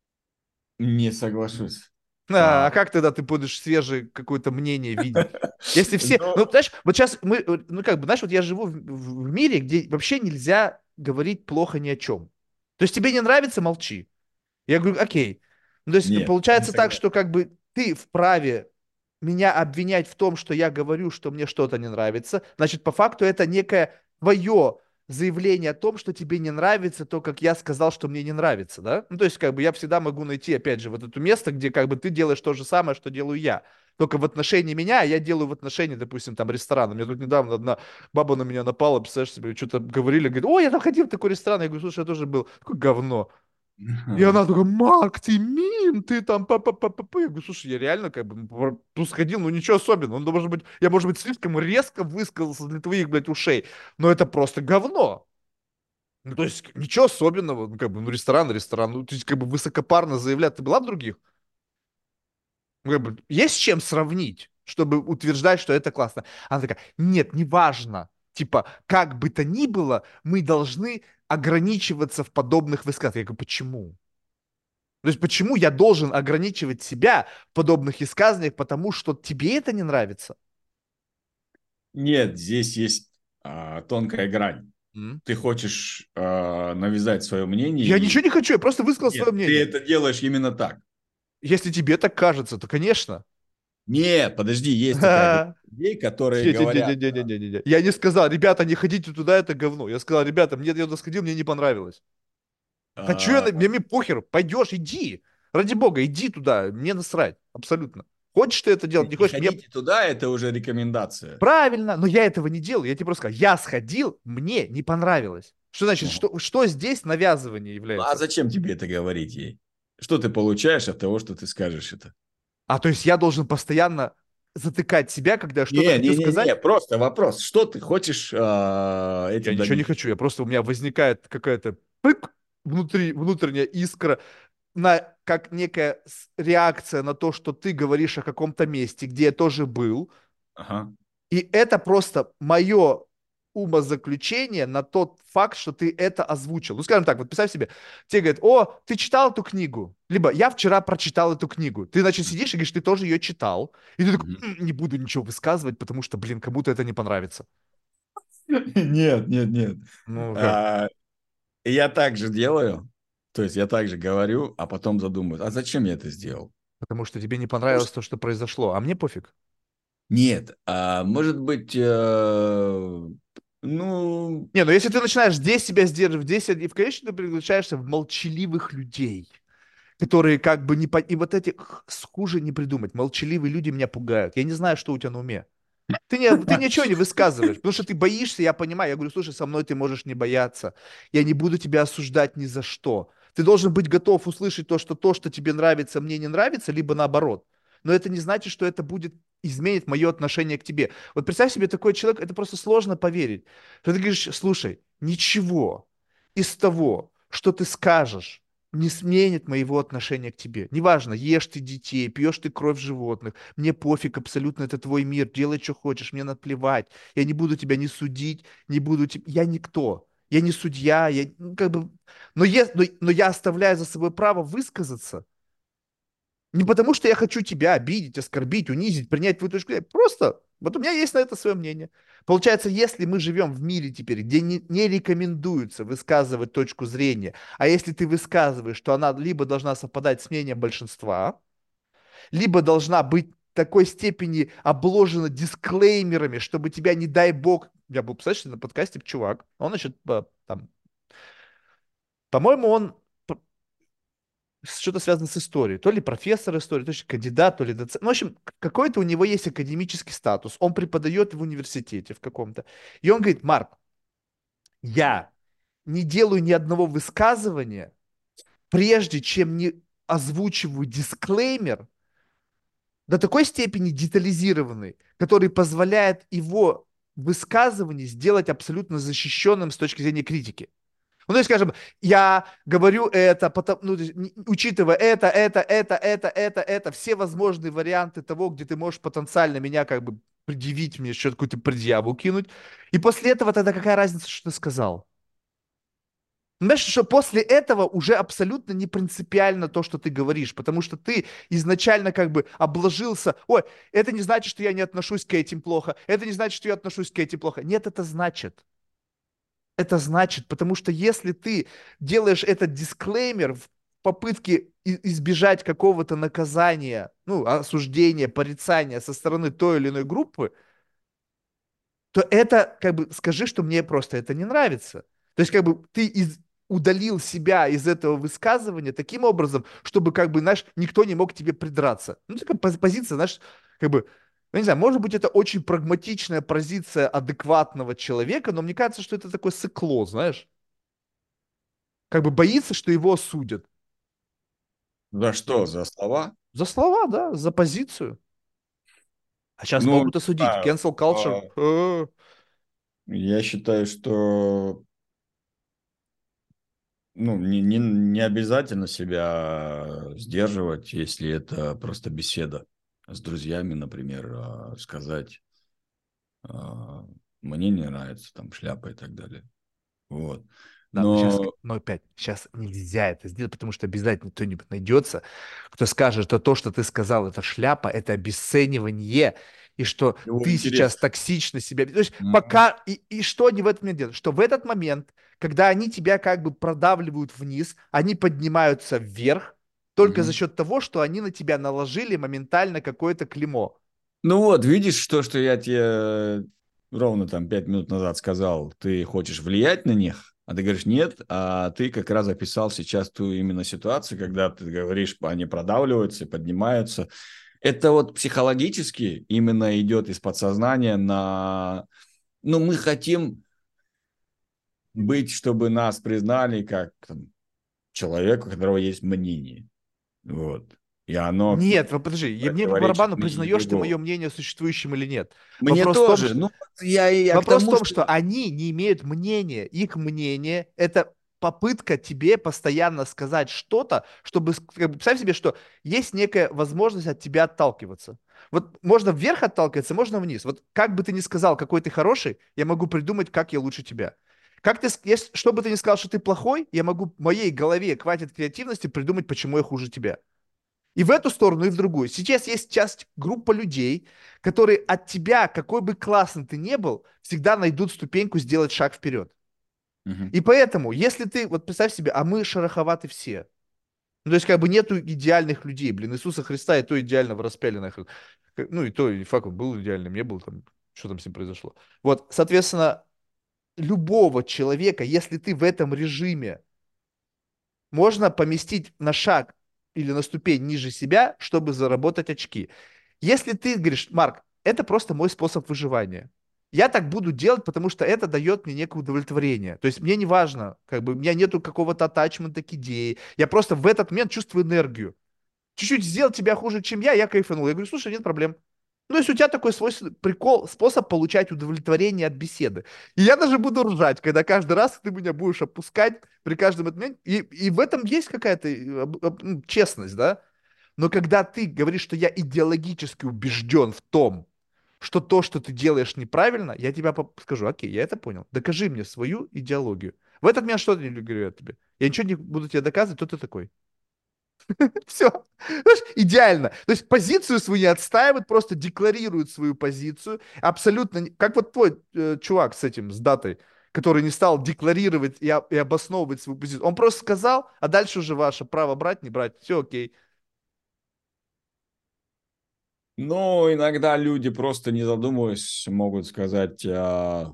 Speaker 2: Не соглашусь.
Speaker 1: А,
Speaker 2: А,
Speaker 1: а как тогда ты будешь свежее какое-то мнение видеть? Если все,
Speaker 2: ну,
Speaker 1: ну, знаешь, вот сейчас мы, э, ну, как бы, знаешь, вот я живу в, в- в мире, где вообще нельзя говорить плохо ни о чем. То есть тебе не нравится, молчи. Я говорю, окей. Ну, то есть
Speaker 2: нет, не
Speaker 1: получается так,
Speaker 2: согласен.
Speaker 1: что как бы ты вправе меня обвинять в том, что я говорю, что мне что-то не нравится. Значит, по факту это некое твое заявление о том, что тебе не нравится то, как я сказал, что мне не нравится, да? Ну, то есть, как бы я всегда могу найти, опять же, вот это место, где как бы ты делаешь то же самое, что делаю я. Только в отношении меня, а я делаю в отношении, допустим, там ресторана. Мне тут недавно одна баба на меня напала, представляешь себе, что-то говорили, говорит, о, я там ходил в такой ресторан. Я говорю, слушай, я тоже был. Такое говно. И она такая, Мак, ты мим, ты там па па па па па Я говорю, слушай, я реально как бы ну, тут сходил, ну ничего особенного. Ну, может быть, я, может быть, слишком резко высказался для твоих, блядь, ушей, но это просто говно. Ну, то есть, ничего особенного, ну, как бы, ну, ресторан, ресторан, ну, то есть, как бы, высокопарно заявлять. Ты была в других? Ну, как бы, есть с чем сравнить, чтобы утверждать, что это классно? Она такая, нет, неважно. Типа, как бы то ни было, мы должны ограничиваться в подобных высказываниях. Я говорю, почему? То есть почему я должен ограничивать себя в подобных высказываниях, потому что тебе это не нравится?
Speaker 2: Нет, здесь есть а, тонкая грань.
Speaker 1: М.
Speaker 2: Ты хочешь а, навязать свое мнение
Speaker 1: Я ничего
Speaker 2: и...
Speaker 1: не хочу, я просто высказал свое
Speaker 2: Нет, ты
Speaker 1: мнение.
Speaker 2: это делаешь именно так.
Speaker 1: Если тебе так кажется, то, конечно.
Speaker 2: Нет, подожди, есть такая группа людей, которые говорят,
Speaker 1: Не-не-не-не-не-не-не. Я не сказал, ребята, не ходите туда, это говно. Я сказал, ребята, мне я туда сходил, мне не понравилось. Хочу я,
Speaker 2: а,
Speaker 1: на- мне, мне похер, пойдешь, иди. Ради бога, иди туда, мне насрать, абсолютно. Хочешь ты это делать, не
Speaker 2: не
Speaker 1: хочешь, мне
Speaker 2: ходите туда, это уже рекомендация.
Speaker 1: правильно, но я этого не делал. Я тебе просто сказал, я сходил, мне не понравилось. Что значит,
Speaker 2: Ну,
Speaker 1: что, что здесь навязывание
Speaker 2: ну, а
Speaker 1: является?
Speaker 2: зачем тебе это говорить ей? Что ты получаешь от того, что ты скажешь это?
Speaker 1: А то есть я должен постоянно затыкать себя, когда я что-то
Speaker 2: Не,
Speaker 1: хочу
Speaker 2: не, не,
Speaker 1: сказать?
Speaker 2: не, просто вопрос. Что ты хочешь а,
Speaker 1: Я
Speaker 2: этим
Speaker 1: ничего не
Speaker 2: добиться?
Speaker 1: хочу, я просто, у меня возникает какая-то пык, внутри, внутренняя искра, на, как некая с- реакция на то, что ты говоришь о каком-то месте, где я тоже был,
Speaker 2: Ага.
Speaker 1: и это просто мое умозаключение на тот факт, что ты это озвучил. Ну, скажем так, вот представь себе, тебе говорят, о, ты читал эту книгу? Либо я вчера прочитал эту книгу. Ты, значит, сидишь и говоришь, ты тоже ее читал. И ты такой,
Speaker 2: Мгм.
Speaker 1: «М, не буду ничего высказывать, потому что, блин, кому-то это не понравится.
Speaker 2: Нет, нет, нет.
Speaker 1: Ну, как?
Speaker 2: А, я также делаю, то есть я также говорю, а потом задумываюсь, а зачем я это сделал?
Speaker 1: Потому что тебе не
Speaker 2: Потому
Speaker 1: понравилось
Speaker 2: что-
Speaker 1: то, что произошло, а мне пофиг.
Speaker 2: Нет, а, может быть, э, ну,
Speaker 1: Не, ну если ты начинаешь здесь себя сдерживать, здесь, и в конечном ты превращаешься в молчаливых людей, которые как бы не... по- И вот эти х- хуже не придумать. Молчаливые люди меня пугают. Я не знаю, что у тебя на уме. Ты, не, ты ничего не высказываешь, потому что ты боишься, я понимаю. Я говорю, слушай, со мной ты можешь не бояться. Я не буду тебя осуждать ни за что. Ты должен быть готов услышать то, что то, что тебе нравится, мне не нравится, либо наоборот. Но это не значит, что это будет изменить мое отношение к тебе. Вот представь себе такой человек, это просто сложно поверить. Что ты говоришь, слушай, ничего из того, что ты скажешь, не сменит моего отношения к тебе. Неважно, ешь ты детей, пьешь ты кровь животных, мне пофиг абсолютно, это твой мир, делай, что хочешь, мне наплевать. Я не буду тебя не судить, не буду тебя... Я никто, я не судья, я ну, как бы... Но, е... но, но я оставляю за собой право высказаться. Не потому, что я хочу тебя обидеть, оскорбить, унизить, принять твою точку зрения. Просто вот у меня есть на это свое мнение. Получается, если мы живем в мире теперь, где не, не рекомендуется высказывать точку зрения, а если ты высказываешь, то она либо должна совпадать с мнением большинства, либо должна быть в такой степени обложена дисклеймерами, чтобы тебя, не дай бог, я был, представляешь, на подкасте чувак, он, значит, по- там, по-моему, он что-то связано с историей. То ли профессор истории, то ли кандидат, то ли доцент. Ну, в общем, какой-то у него есть академический статус. Он преподает в университете в каком-то. И он говорит, Марк, я не делаю ни одного высказывания, прежде чем не озвучиваю дисклеймер до такой степени детализированный, который позволяет его высказывание сделать абсолютно защищенным с точки зрения критики. Ну, то есть, скажем, я говорю это, потом, ну, то есть, не- учитывая это, это, это, это, это, это, все возможные варианты того, где ты можешь потенциально меня как бы предъявить, мне еще какую-то предъяву кинуть. И после этого тогда какая разница, что ты сказал? Знаешь, что после этого уже абсолютно не принципиально то, что ты говоришь, потому что ты изначально как бы обложился, ой, это не значит, что я не отношусь к этим плохо, это не значит, что я отношусь к этим плохо. Нет, это значит. Это значит, потому что если ты делаешь этот дисклеймер в попытке и- избежать какого-то наказания, ну, осуждения, порицания со стороны той или иной группы, то это как бы скажи, что мне просто это не нравится. То есть как бы ты из, удалил себя из этого высказывания таким образом, чтобы как бы, знаешь, никто не мог к тебе придраться. Ну, такая пози- позиция, знаешь, как бы, ну, не знаю, может быть, это очень прагматичная позиция адекватного человека, но мне кажется, что это такое сыкло, знаешь. Как бы боится, что его осудят.
Speaker 2: За что? За слова?
Speaker 1: За слова, да, за позицию. А сейчас
Speaker 2: Ну, не
Speaker 1: могут осудить.
Speaker 2: знаю.
Speaker 1: Cancel culture.
Speaker 2: а, Я считаю, что ну, не, не, не обязательно себя сдерживать, если это просто беседа с друзьями, например, а, сказать, а, мне не нравится там шляпа и так далее. Вот.
Speaker 1: Да, но сейчас,
Speaker 2: Но
Speaker 1: но опять, сейчас нельзя это сделать, потому что обязательно кто-нибудь найдется, кто скажет, что то, что ты сказал, это шляпа, это обесценивание, и что
Speaker 2: его
Speaker 1: ты сейчас
Speaker 2: интерес.
Speaker 1: токсично себя... То есть
Speaker 2: Мгм.
Speaker 1: пока... И, и что они в этот момент делают? Что в этот момент, когда они тебя как бы продавливают вниз, они поднимаются вверх только за
Speaker 2: Мгм.
Speaker 1: счет того, что они на тебя наложили моментально какое-то клеймо.
Speaker 2: Ну вот, видишь, то, что я тебе ровно там пять минут назад сказал, ты хочешь влиять на них, а ты говоришь нет, а ты как раз описал сейчас ту именно ситуацию, когда ты говоришь, они продавливаются, поднимаются. Это вот психологически именно идет из подсознания на... Ну, мы хотим быть, чтобы нас признали как там, человека, у которого есть мнение. Вот. И оно
Speaker 1: Нет, вы подожди, я- мне по
Speaker 2: противоречит
Speaker 1: барабану,
Speaker 2: мнению
Speaker 1: признаешь ты
Speaker 2: другого.
Speaker 1: мое мнение существующим или нет.
Speaker 2: Мне
Speaker 1: Вопрос в том,
Speaker 2: тоже.
Speaker 1: что
Speaker 2: Ну, я, я к
Speaker 1: Вопрос в
Speaker 2: тому,
Speaker 1: том,
Speaker 2: что...
Speaker 1: что они не имеют мнения. Их мнение — это попытка тебе постоянно сказать что-то, чтобы, с- как бы, представь себе, что есть некая возможность от тебя отталкиваться. Вот можно вверх отталкиваться, можно вниз. Вот как бы ты ни сказал, какой ты хороший, я могу придумать, как я лучше тебя. Как ты, с- если, что бы ты ни сказал, что ты плохой, я могу в моей голове хватит креативности придумать, почему я хуже тебя. И в эту сторону, и в другую. Сейчас есть часть, группа людей, которые от тебя, какой бы классный ты ни был, всегда найдут ступеньку сделать шаг вперед.
Speaker 2: Мгм.
Speaker 1: И поэтому, если ты, вот представь себе, а мы шероховаты все. Ну, то есть, как бы нету идеальных людей. Блин, Иисуса Христа и то идеального распяли нахрен. Как- Ну, и то, и факт, он был идеальным, не был там, что там с ним произошло. Вот, соответственно, любого человека, если ты в этом режиме можно поместить на шаг или на ступень ниже себя, чтобы заработать очки. Если ты говоришь, Марк, это просто мой способ выживания. Я так буду делать, потому что это дает мне некое удовлетворение. То есть мне не важно, как бы у меня нету какого-то атачмента к идее. Я просто в этот момент чувствую энергию. Чуть-чуть сделал тебя хуже, чем я, я кайфанул. Я говорю, слушай, нет проблем. Ну, если у тебя такой свой с- прикол, способ получать удовлетворение от беседы. И я даже буду ржать, когда каждый раз ты меня будешь опускать при каждом этом моменте. И, и в этом есть какая-то э, об- об- ну, честность, да? Но когда ты говоришь, что я идеологически убежден в том, что то, что ты делаешь неправильно, я тебя поп- скажу, окей, я это понял. Докажи мне свою идеологию. В этот момент что я не говорю я тебе? Я ничего не буду тебе доказывать, кто ты такой. Все. Знаешь, идеально. То есть позицию свою не отстаивают, просто декларируют свою позицию. Абсолютно, не- как вот твой э, чувак с этим, с датой, который не стал декларировать и, о- и обосновывать свою позицию. Он просто сказал, а дальше уже ваше право брать, не брать. Все окей.
Speaker 2: Но иногда люди просто не задумываясь могут сказать а,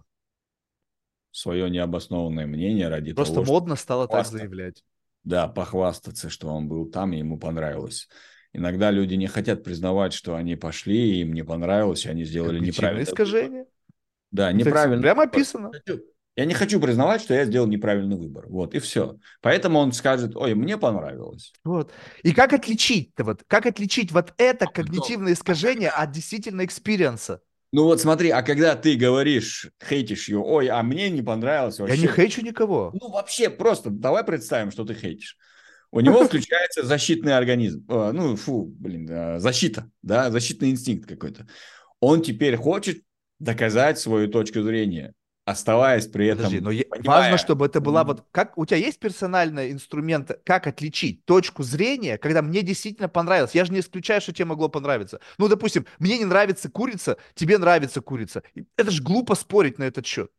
Speaker 2: свое необоснованное мнение ради
Speaker 1: Просто
Speaker 2: того, чтобы
Speaker 1: модно стало так
Speaker 2: похвастаться.
Speaker 1: заявлять.
Speaker 2: Да, похвастаться, что он был там, и ему понравилось. Иногда люди не хотят признавать, что они пошли, и им не понравилось, и они сделали
Speaker 1: Когнитивное
Speaker 2: неправильный выбор.
Speaker 1: искажение.
Speaker 2: Да,
Speaker 1: Ну, так с-
Speaker 2: неправильный
Speaker 1: прямо
Speaker 2: выбор.
Speaker 1: описано.
Speaker 2: Хочу- Я не хочу признавать, что я сделал неправильный выбор. Вот, и все. Поэтому он скажет, ой, мне понравилось.
Speaker 1: Вот. И как отличить-то вот, как отличить вот это
Speaker 2: А потом,
Speaker 1: когнитивное
Speaker 2: а
Speaker 1: искажение
Speaker 2: когда
Speaker 1: от действительно экспириенса?
Speaker 2: Ну вот смотри, а когда ты говоришь, хейтишь ее, ой, а мне не понравилось
Speaker 1: Я не
Speaker 2: вообще,
Speaker 1: хейчу никого.
Speaker 2: ну вообще просто давай представим, что ты хейтишь. У него включается защитный организм, э, ну фу, блин, э, защита, да, защитный инстинкт какой-то. Он теперь хочет доказать свою точку зрения, оставаясь при
Speaker 1: Подожди,
Speaker 2: этом,
Speaker 1: но е- важно,
Speaker 2: понимая,
Speaker 1: чтобы это была
Speaker 2: м,
Speaker 1: вот как у тебя есть персональный инструмент, как отличить точку зрения, когда мне действительно понравилось. Я же не исключаю, что тебе могло понравиться. Ну, допустим, мне не нравится курица, тебе нравится курица. И это же глупо спорить на этот счет.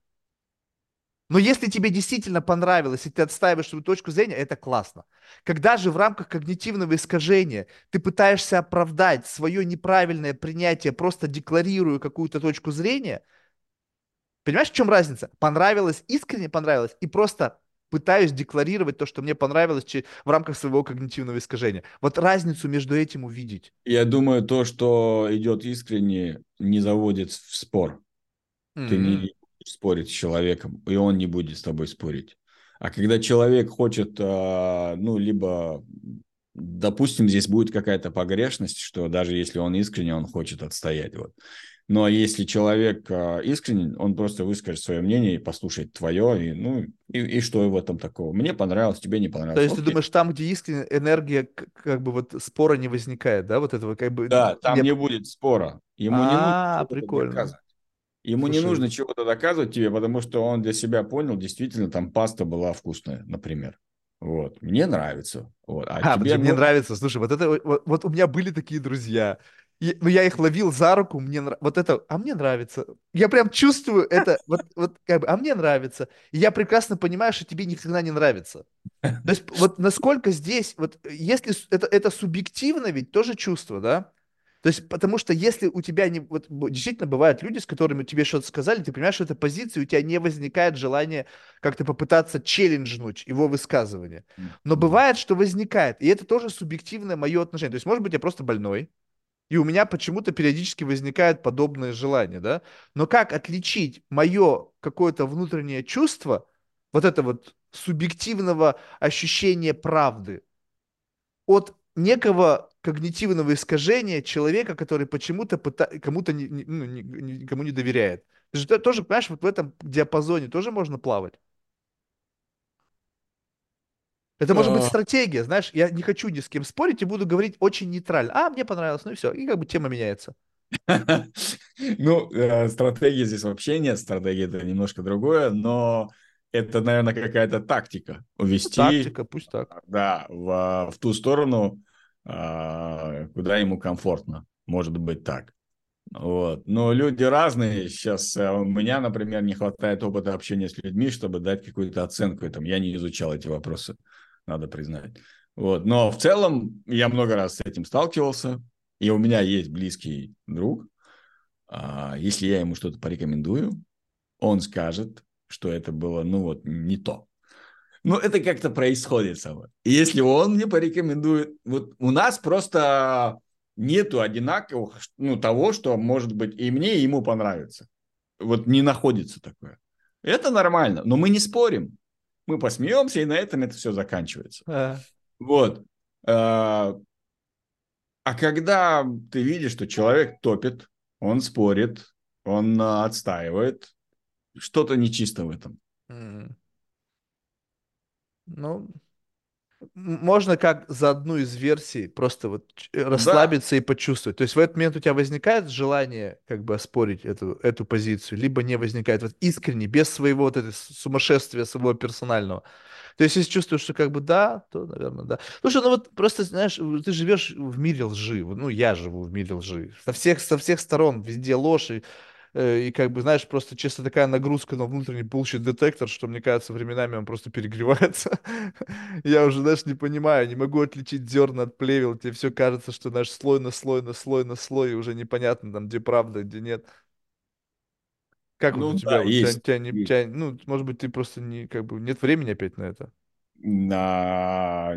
Speaker 1: Но если тебе действительно понравилось, и ты отстаиваешь свою точку зрения, это классно. Когда же в рамках когнитивного искажения ты пытаешься оправдать свое неправильное принятие, просто декларируя какую-то точку зрения, понимаешь, в чем разница? Понравилось, искренне понравилось, и просто пытаюсь декларировать то, что мне понравилось че- в рамках своего когнитивного искажения. Вот разницу между этим увидеть.
Speaker 2: я думаю, то, что идет искренне, не заводит в спор. Ты не
Speaker 1: М.
Speaker 2: будешь спорить с человеком, и он не будет с тобой спорить. А когда человек хочет, а, ну, либо, допустим, здесь будет какая-то погрешность, что даже если он искренне, он хочет отстоять. Вот. Но если человек а, искренен, он просто выскажет свое мнение и послушает твое, и, ну, и, и что в этом такого? Мне понравилось, тебе не
Speaker 1: То
Speaker 2: понравилось.
Speaker 1: есть ты
Speaker 2: Окей.
Speaker 1: думаешь, там, где искренняя энергия, к- как бы вот спора не возникает, да, вот этого как бы
Speaker 2: Да, там
Speaker 1: не...
Speaker 2: не будет спора. Ему не нужно
Speaker 1: А,
Speaker 2: чего-то
Speaker 1: прикольно.
Speaker 2: доказывать. Ему не
Speaker 1: Слушай,
Speaker 2: нужно чего-то доказывать тебе, потому что он для себя понял, действительно, там паста была вкусная, например. Вот. Мне нравится. Вот. А
Speaker 1: а,
Speaker 2: тебе,
Speaker 1: подожди, мне
Speaker 2: ну,
Speaker 1: нравится. Слушай, вот это вот, вот у меня были такие друзья. И, ну, я их ловил за руку, мне нра- вот это, а мне нравится. Я прям чувствую это, вот, вот как бы, а мне нравится. И я прекрасно понимаю, что тебе ни хрена не нравится. То есть вот насколько здесь, вот если с- это, это субъективно ведь тоже чувство, да? То есть потому что если у тебя не, вот б- действительно бывают люди, с которыми тебе что-то сказали, ты понимаешь, что это позиция, у тебя не возникает желания как-то попытаться челленджнуть его высказывание. Но бывает, что возникает, и это тоже субъективное мое отношение. То есть может быть я просто больной, и у меня почему-то периодически возникают подобные желания, да? Но как отличить мое какое-то внутреннее чувство, вот это вот субъективного ощущения правды, от некого когнитивного искажения человека, который почему-то пыта- кому-то не- не- ну, не- не- никому не доверяет. Ты же то- тоже, понимаешь, вот в этом диапазоне тоже можно плавать. Это может быть
Speaker 2: а,
Speaker 1: стратегия, знаешь, я не хочу ни с кем спорить и буду говорить очень нейтрально. А, мне понравилось, ну и все, и как бы тема меняется.
Speaker 2: ну, э, стратегии здесь вообще нет, стратегия это немножко другое, но это, наверное, какая-то тактика
Speaker 1: Ну,
Speaker 2: увести,
Speaker 1: тактика, пусть так.
Speaker 2: да, в, в ту сторону, а, куда ему комфортно. Может быть так. Вот. Но люди разные. Сейчас э, у меня, например, не хватает опыта общения с людьми, чтобы дать какую-то оценку этому. Я не изучал эти вопросы, надо признать. Вот. Но в целом я много раз с этим сталкивался, и у меня есть близкий друг. А, Если я ему что-то порекомендую, он скажет, что это было, ну вот, не то. Ну, это как-то происходит само. И если он мне порекомендует, вот у нас просто нету одинаковых, ну, того, что может быть и мне, и ему понравится. Вот не находится такое. Это нормально, но мы не спорим. Мы посмеемся, и на этом это все заканчивается.
Speaker 1: А,
Speaker 2: Вот. А а когда ты видишь, что человек топит, он спорит, он а, отстаивает. Что-то нечисто в этом.
Speaker 1: М. Ну, м- можно как за одну из версий просто вот ч- э,
Speaker 2: Да,
Speaker 1: расслабиться и почувствовать. То есть в этот момент у тебя возникает желание как бы оспорить эту, эту позицию, либо не возникает вот искренне, без своего вот этого сумасшествия своего персонального. То есть, если чувствуешь, что как бы да, то, наверное, да. Слушай, ну вот просто, знаешь, в- ты живешь в мире лжи. Вот, ну, я живу в мире лжи. Со всех, со всех сторон, везде ложь. И, э, и как бы, знаешь, просто чисто такая нагрузка на внутренний bullshit-детектор, что, мне кажется, временами он просто перегревается. Я уже, знаешь, не понимаю, не могу отличить зерна от плевел. Тебе все кажется, что, знаешь, слой на слой на слой на слой, и уже непонятно, там, где правда, где нет. Как вот у
Speaker 2: ну
Speaker 1: тебя,
Speaker 2: да,
Speaker 1: вот, тебя,
Speaker 2: есть.
Speaker 1: тебя, не,
Speaker 2: Есть.
Speaker 1: тебя, ну, может быть, ты просто не, как бы, нет времени опять на это?
Speaker 2: На...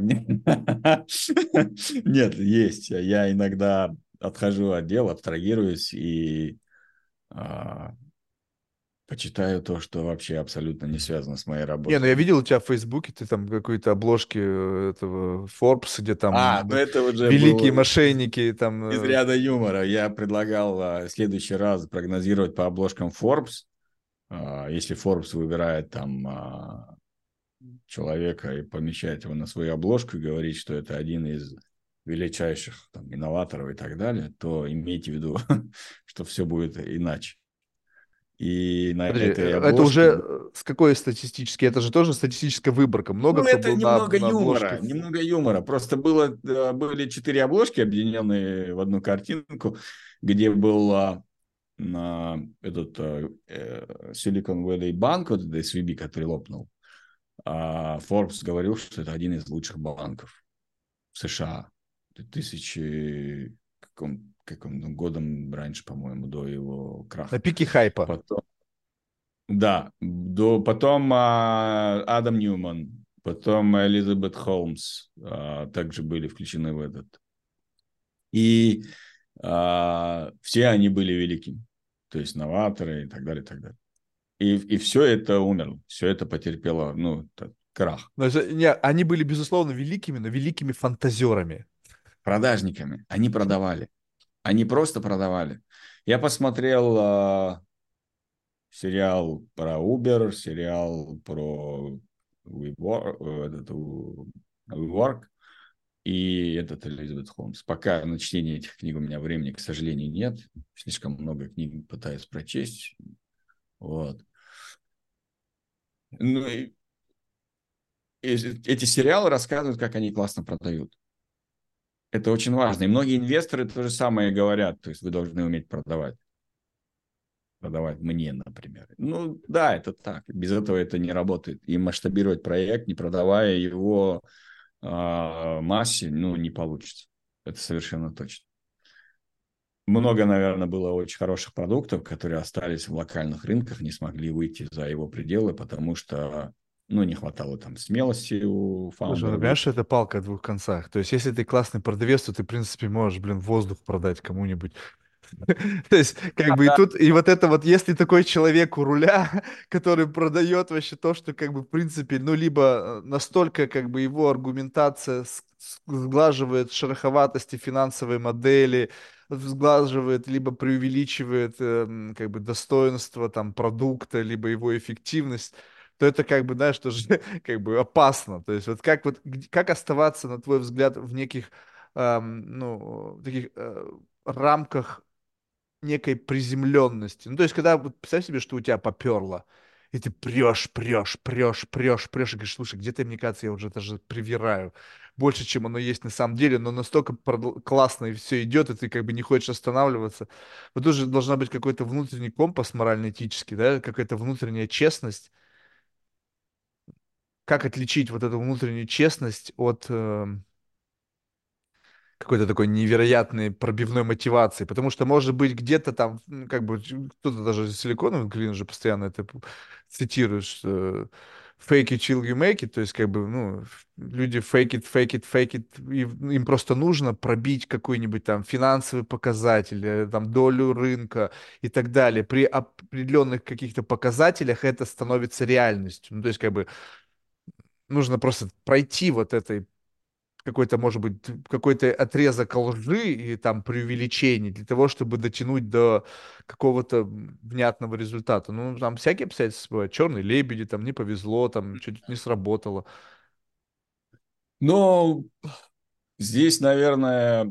Speaker 2: Нет, есть. Я иногда отхожу от дел, абстрагируюсь и а, почитаю то, что вообще абсолютно не связано с моей
Speaker 1: Не, ну я
Speaker 2: работой.
Speaker 1: видел у тебя в Фейсбуке, ты там какой-то обложки э, этого Forbes, где там
Speaker 2: А, ну это уже
Speaker 1: великие
Speaker 2: было
Speaker 1: мошенники, там...
Speaker 2: из
Speaker 1: э,
Speaker 2: ряда юмора. Я предлагал а, в следующий раз прогнозировать по обложкам Forbes. А, если Forbes выбирает там а, человека и помещает его на свою обложку и говорит, что это один из величайших там, инноваторов и так далее, то имейте в виду, что все будет иначе. И на
Speaker 1: Подожди,
Speaker 2: этой
Speaker 1: э, это уже
Speaker 2: обложке...
Speaker 1: э, с какой статистически? Это же тоже статистическая выборка. Много
Speaker 2: Ну,
Speaker 1: кто
Speaker 2: это
Speaker 1: был на,
Speaker 2: немного
Speaker 1: на обложке.
Speaker 2: юмора, немного юмора. Просто было, э, были четыре обложки, объединенные в одну картинку, где был а, на этот э, э, Silicon Valley Bank, вот этот эс ви би, который лопнул. А Forbes говорил, что это один из лучших банков в США. Тысячи каком, каком ну, годом раньше, по-моему, до его
Speaker 1: На
Speaker 2: краха.
Speaker 1: пике хайпа.
Speaker 2: Потом, да, до, потом а, Адам Ньюман, потом Элизабет Холмс а, также были включены в этот. И а, все они были великими. То есть новаторы и так далее, и так далее. И, и все это умерло, все это потерпело, ну, так, крах.
Speaker 1: Но это- не, они были, безусловно, великими, но великими фантазерами.
Speaker 2: Продажниками. Они продавали. Они просто продавали. Я посмотрел а, сериал про Uber, сериал про WeWork, э, этот, у- WeWork и этот Элизабет Холмс. Пока на чтение этих книг у меня времени, к сожалению, нет. Слишком много книг пытаюсь прочесть. Вот. Ну, и, и эти сериалы рассказывают, как они классно продают. Это очень важно. И многие инвесторы то же самое говорят. То есть вы должны уметь продавать. Продавать мне, например. Ну, да, это так. Без этого это не работает. И масштабировать проект, не продавая его э, массе, ну, не получится. Это совершенно точно. Много, наверное, было очень хороших продуктов, которые остались в локальных рынках, не смогли выйти за его пределы, потому что, ну, не хватало там смелости у
Speaker 1: Слушай, ну,
Speaker 2: фаундера
Speaker 1: понимаешь, что
Speaker 2: выйти.
Speaker 1: это палка о двух концах. То есть, если ты классный продавец, то ты, в принципе, можешь, блин, воздух продать кому-нибудь. То есть, как бы и тут, и вот это вот, если такой человек у руля, который продает вообще то, что, как бы, в принципе, ну, либо э, настолько, как бы, его аргументация с- с- сглаживает шероховатости финансовой модели, сглаживает, либо преувеличивает, эм, как бы, достоинство, там, продукта, либо его эффективность, то это, как бы, знаешь, тоже, как бы, опасно. То есть, вот как вот, г- как оставаться, на твой взгляд, в неких, эм, ну, таких э, рамках некой приземленности. Ну, то есть, когда, вот представь себе, что у тебя поперло, и ты прешь, прешь, прешь, прешь, прешь, и говоришь, слушай, где-то, мне кажется, я уже даже привираю больше, чем оно есть на самом деле, но настолько продл- классно и все идет, и ты как бы не хочешь останавливаться. Вот тоже должна быть какой-то внутренний компас морально-этический, да, какая-то внутренняя честность. Как отличить вот эту внутреннюю честность от, эм, какой-то такой невероятной пробивной мотивации, потому что, может быть, где-то там, ну, как бы, ч- кто-то даже Силиконовый Клин же постоянно это п- цитирует, что fake it till you make it, то есть, как бы, ну, ф- люди fake it, fake it, fake it, и в- им просто нужно пробить какой-нибудь там финансовый показатель, э, там, долю рынка и так далее. При определенных каких-то показателях это становится реальностью. Ну, то есть, как бы, нужно просто пройти вот этой какой-то, может быть, какой-то отрезок лжи и там преувеличений для того, чтобы дотянуть до какого-то внятного результата. Ну, там всякие обстоятельства бывают. Черные лебеди, там не повезло, там что-то не сработало.
Speaker 2: Но здесь, наверное,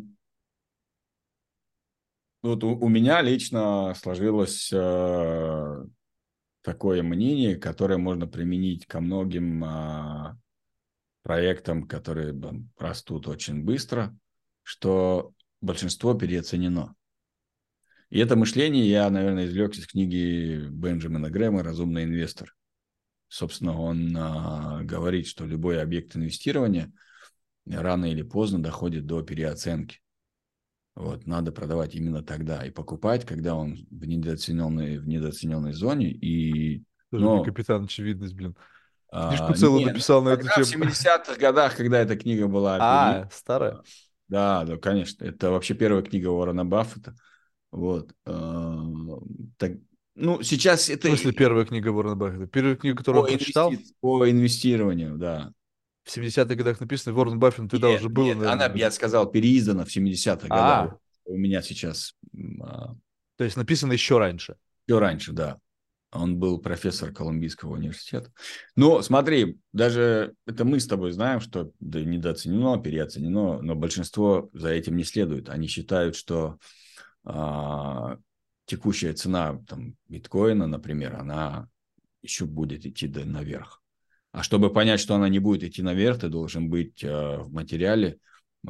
Speaker 2: вот у, у меня лично сложилось э, такое мнение, которое можно применить ко многим э, проектам, которые б, растут очень быстро, что большинство переоценено. И это мышление я, наверное, извлек из книги Бенджамина Грэма «Разумный инвестор». Собственно, он а, говорит, что любой объект инвестирования рано или поздно доходит до переоценки. Вот, надо продавать именно тогда и покупать, когда он в недооцененной, в недооцененной зоне. И,
Speaker 1: Тоже мне
Speaker 2: но,
Speaker 1: капитан очевидность, блин. Книжку
Speaker 2: а,
Speaker 1: целую
Speaker 2: не, ну,
Speaker 1: написал на эту
Speaker 2: тогда в
Speaker 1: тему.
Speaker 2: семидесятых годах, когда эта книга была пере...
Speaker 1: А, старая.
Speaker 2: Да, да, конечно. Это вообще первая книга Уоррена Баффета. Вот. а, Так, ну, сейчас
Speaker 1: В
Speaker 2: это
Speaker 1: смысле первая книга Уоррена Баффета? Первая книга, которую он
Speaker 2: по,
Speaker 1: прочитал,
Speaker 2: инвести... по инвестированию, да.
Speaker 1: в семидесятых годах написано, Уоррен Баффет тогда уже
Speaker 2: Нет,
Speaker 1: было,
Speaker 2: нет, она,
Speaker 1: наверное.
Speaker 2: я сказал, переиздана в семидесятых годах. Вот
Speaker 1: А,
Speaker 2: у меня сейчас а,
Speaker 1: то есть написано еще раньше.
Speaker 2: все раньше, да. Он был профессор Колумбийского университета. Но смотри, даже это мы с тобой знаем, что да, недооценено, переоценено, но большинство за этим не следует. Они считают, что а, текущая цена там, биткоина, например, она еще будет идти до, наверх. А чтобы понять, что она не будет идти наверх, ты должен быть э, в материале, э,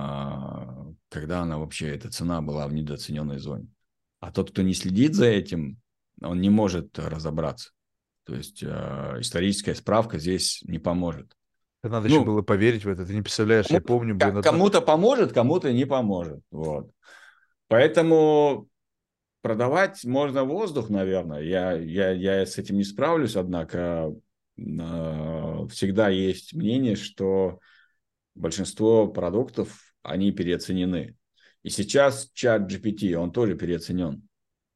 Speaker 2: когда она вообще, эта цена была в недооцененной зоне. А тот, кто не следит за этим, он не может разобраться. То есть э, историческая справка здесь не поможет.
Speaker 1: Надо еще
Speaker 2: Ну,
Speaker 1: было поверить в это. Ты не представляешь, я
Speaker 2: кому-то,
Speaker 1: помню, блин, одна...
Speaker 2: кому-то поможет, кому-то не поможет. Вот. Поэтому продавать можно воздух, наверное. Я, я, я с этим не справлюсь, однако э, всегда есть мнение, что большинство продуктов, они переоценены. И сейчас чат джи пи ти, он тоже переоценен.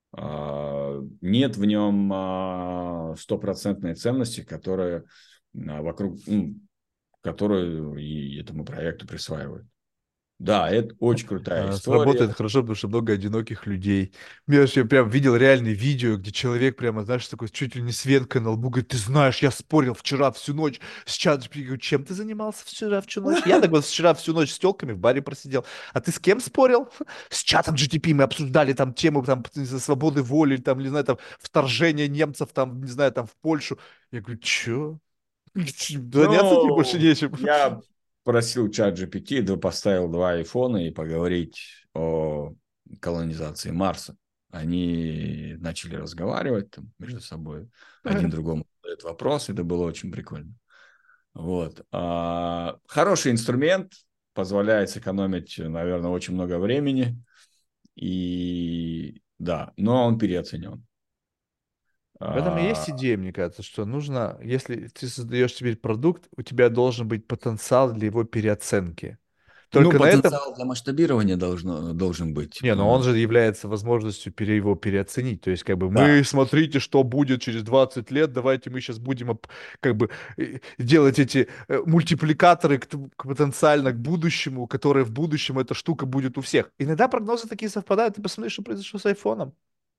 Speaker 2: А, нет в нем а, стопроцентной ценности, которая а, вокруг, ну, которую и этому проекту присваивают. Да, это очень крутая
Speaker 1: А,
Speaker 2: история.
Speaker 1: сработает хорошо, потому что много одиноких людей. Я вообще прям видел реальные видео, где человек прямо, знаешь, такой чуть ли не с венкой на лбу говорит, ты знаешь, я спорил вчера всю ночь с чат джи пи ти. Говорю, чем ты занимался вчера всю ночь? Я так вот вчера всю ночь с телками в баре просидел. А ты с кем спорил? С чатом джи ти пи мы обсуждали там тему там за свободы воли, там, не знаю, там вторжение немцев там, не знаю, там в Польшу. Я говорю, чё? Заняться тебе больше
Speaker 2: Ну,
Speaker 1: нечем.
Speaker 2: я просил чат джи пи ти, да, поставил два айфона и поговорить о колонизации Марса. Они начали разговаривать там между собой, один другому задает вопрос, это было очень прикольно. Вот. А, хороший инструмент, позволяет сэкономить, наверное, очень много времени, и да, но он переоценен.
Speaker 1: В этом и
Speaker 2: А,
Speaker 1: есть идея, мне кажется, что нужно, если ты создаешь теперь продукт, у тебя должен быть потенциал для его переоценки.
Speaker 2: ну,
Speaker 1: Только на этом,
Speaker 2: потенциал для масштабирования должно, должен быть.
Speaker 1: не, но
Speaker 2: А,
Speaker 1: он же является возможностью пере, его переоценить. То есть, как бы,
Speaker 2: да.
Speaker 1: мы, смотрите, что будет через двадцать лет, давайте мы сейчас будем, оп- как бы, э, делать эти э, мультипликаторы к, т- к потенциально к будущему, которые в будущем эта штука будет у всех. Иногда прогнозы такие совпадают. Ты посмотри, что произошло с айфоном.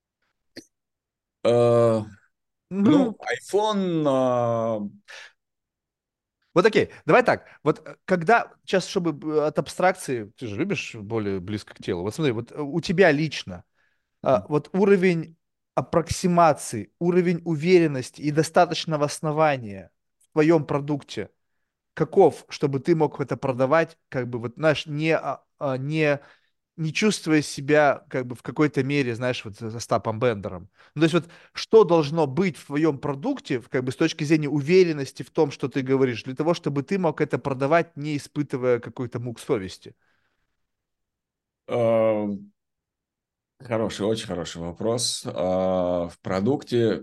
Speaker 2: Э, Ну, iPhone, а,
Speaker 1: Вот окей, давай так. Вот э, когда, сейчас, чтобы э, от абстракции, ты же любишь более близко к телу. Вот смотри, вот э, у тебя лично а, вот уровень аппроксимации, уровень уверенности и достаточного основания в твоем продукте каков, чтобы ты мог это продавать, как бы, вот, знаешь, не, а, а, не не чувствуя себя как бы в какой-то мере, знаешь, вот за Стапом Бендером. Ну, то есть вот что должно быть в твоем продукте, как бы с точки зрения уверенности в том, что ты говоришь, для того, чтобы ты мог это продавать, не испытывая какой-то мук совести?
Speaker 2: а, хороший, очень хороший вопрос. А, В продукте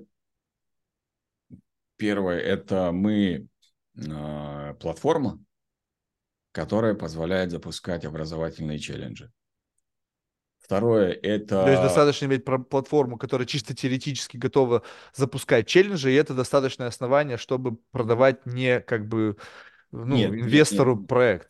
Speaker 2: первое, это мы а, платформа, которая позволяет запускать образовательные челленджи. Второе,
Speaker 1: То есть
Speaker 2: это
Speaker 1: достаточно иметь про- платформу, которая чисто теоретически готова запускать челленджи, и это достаточное основание, чтобы продавать не как бы, ну,
Speaker 2: нет, нет, нет,
Speaker 1: инвестору проект.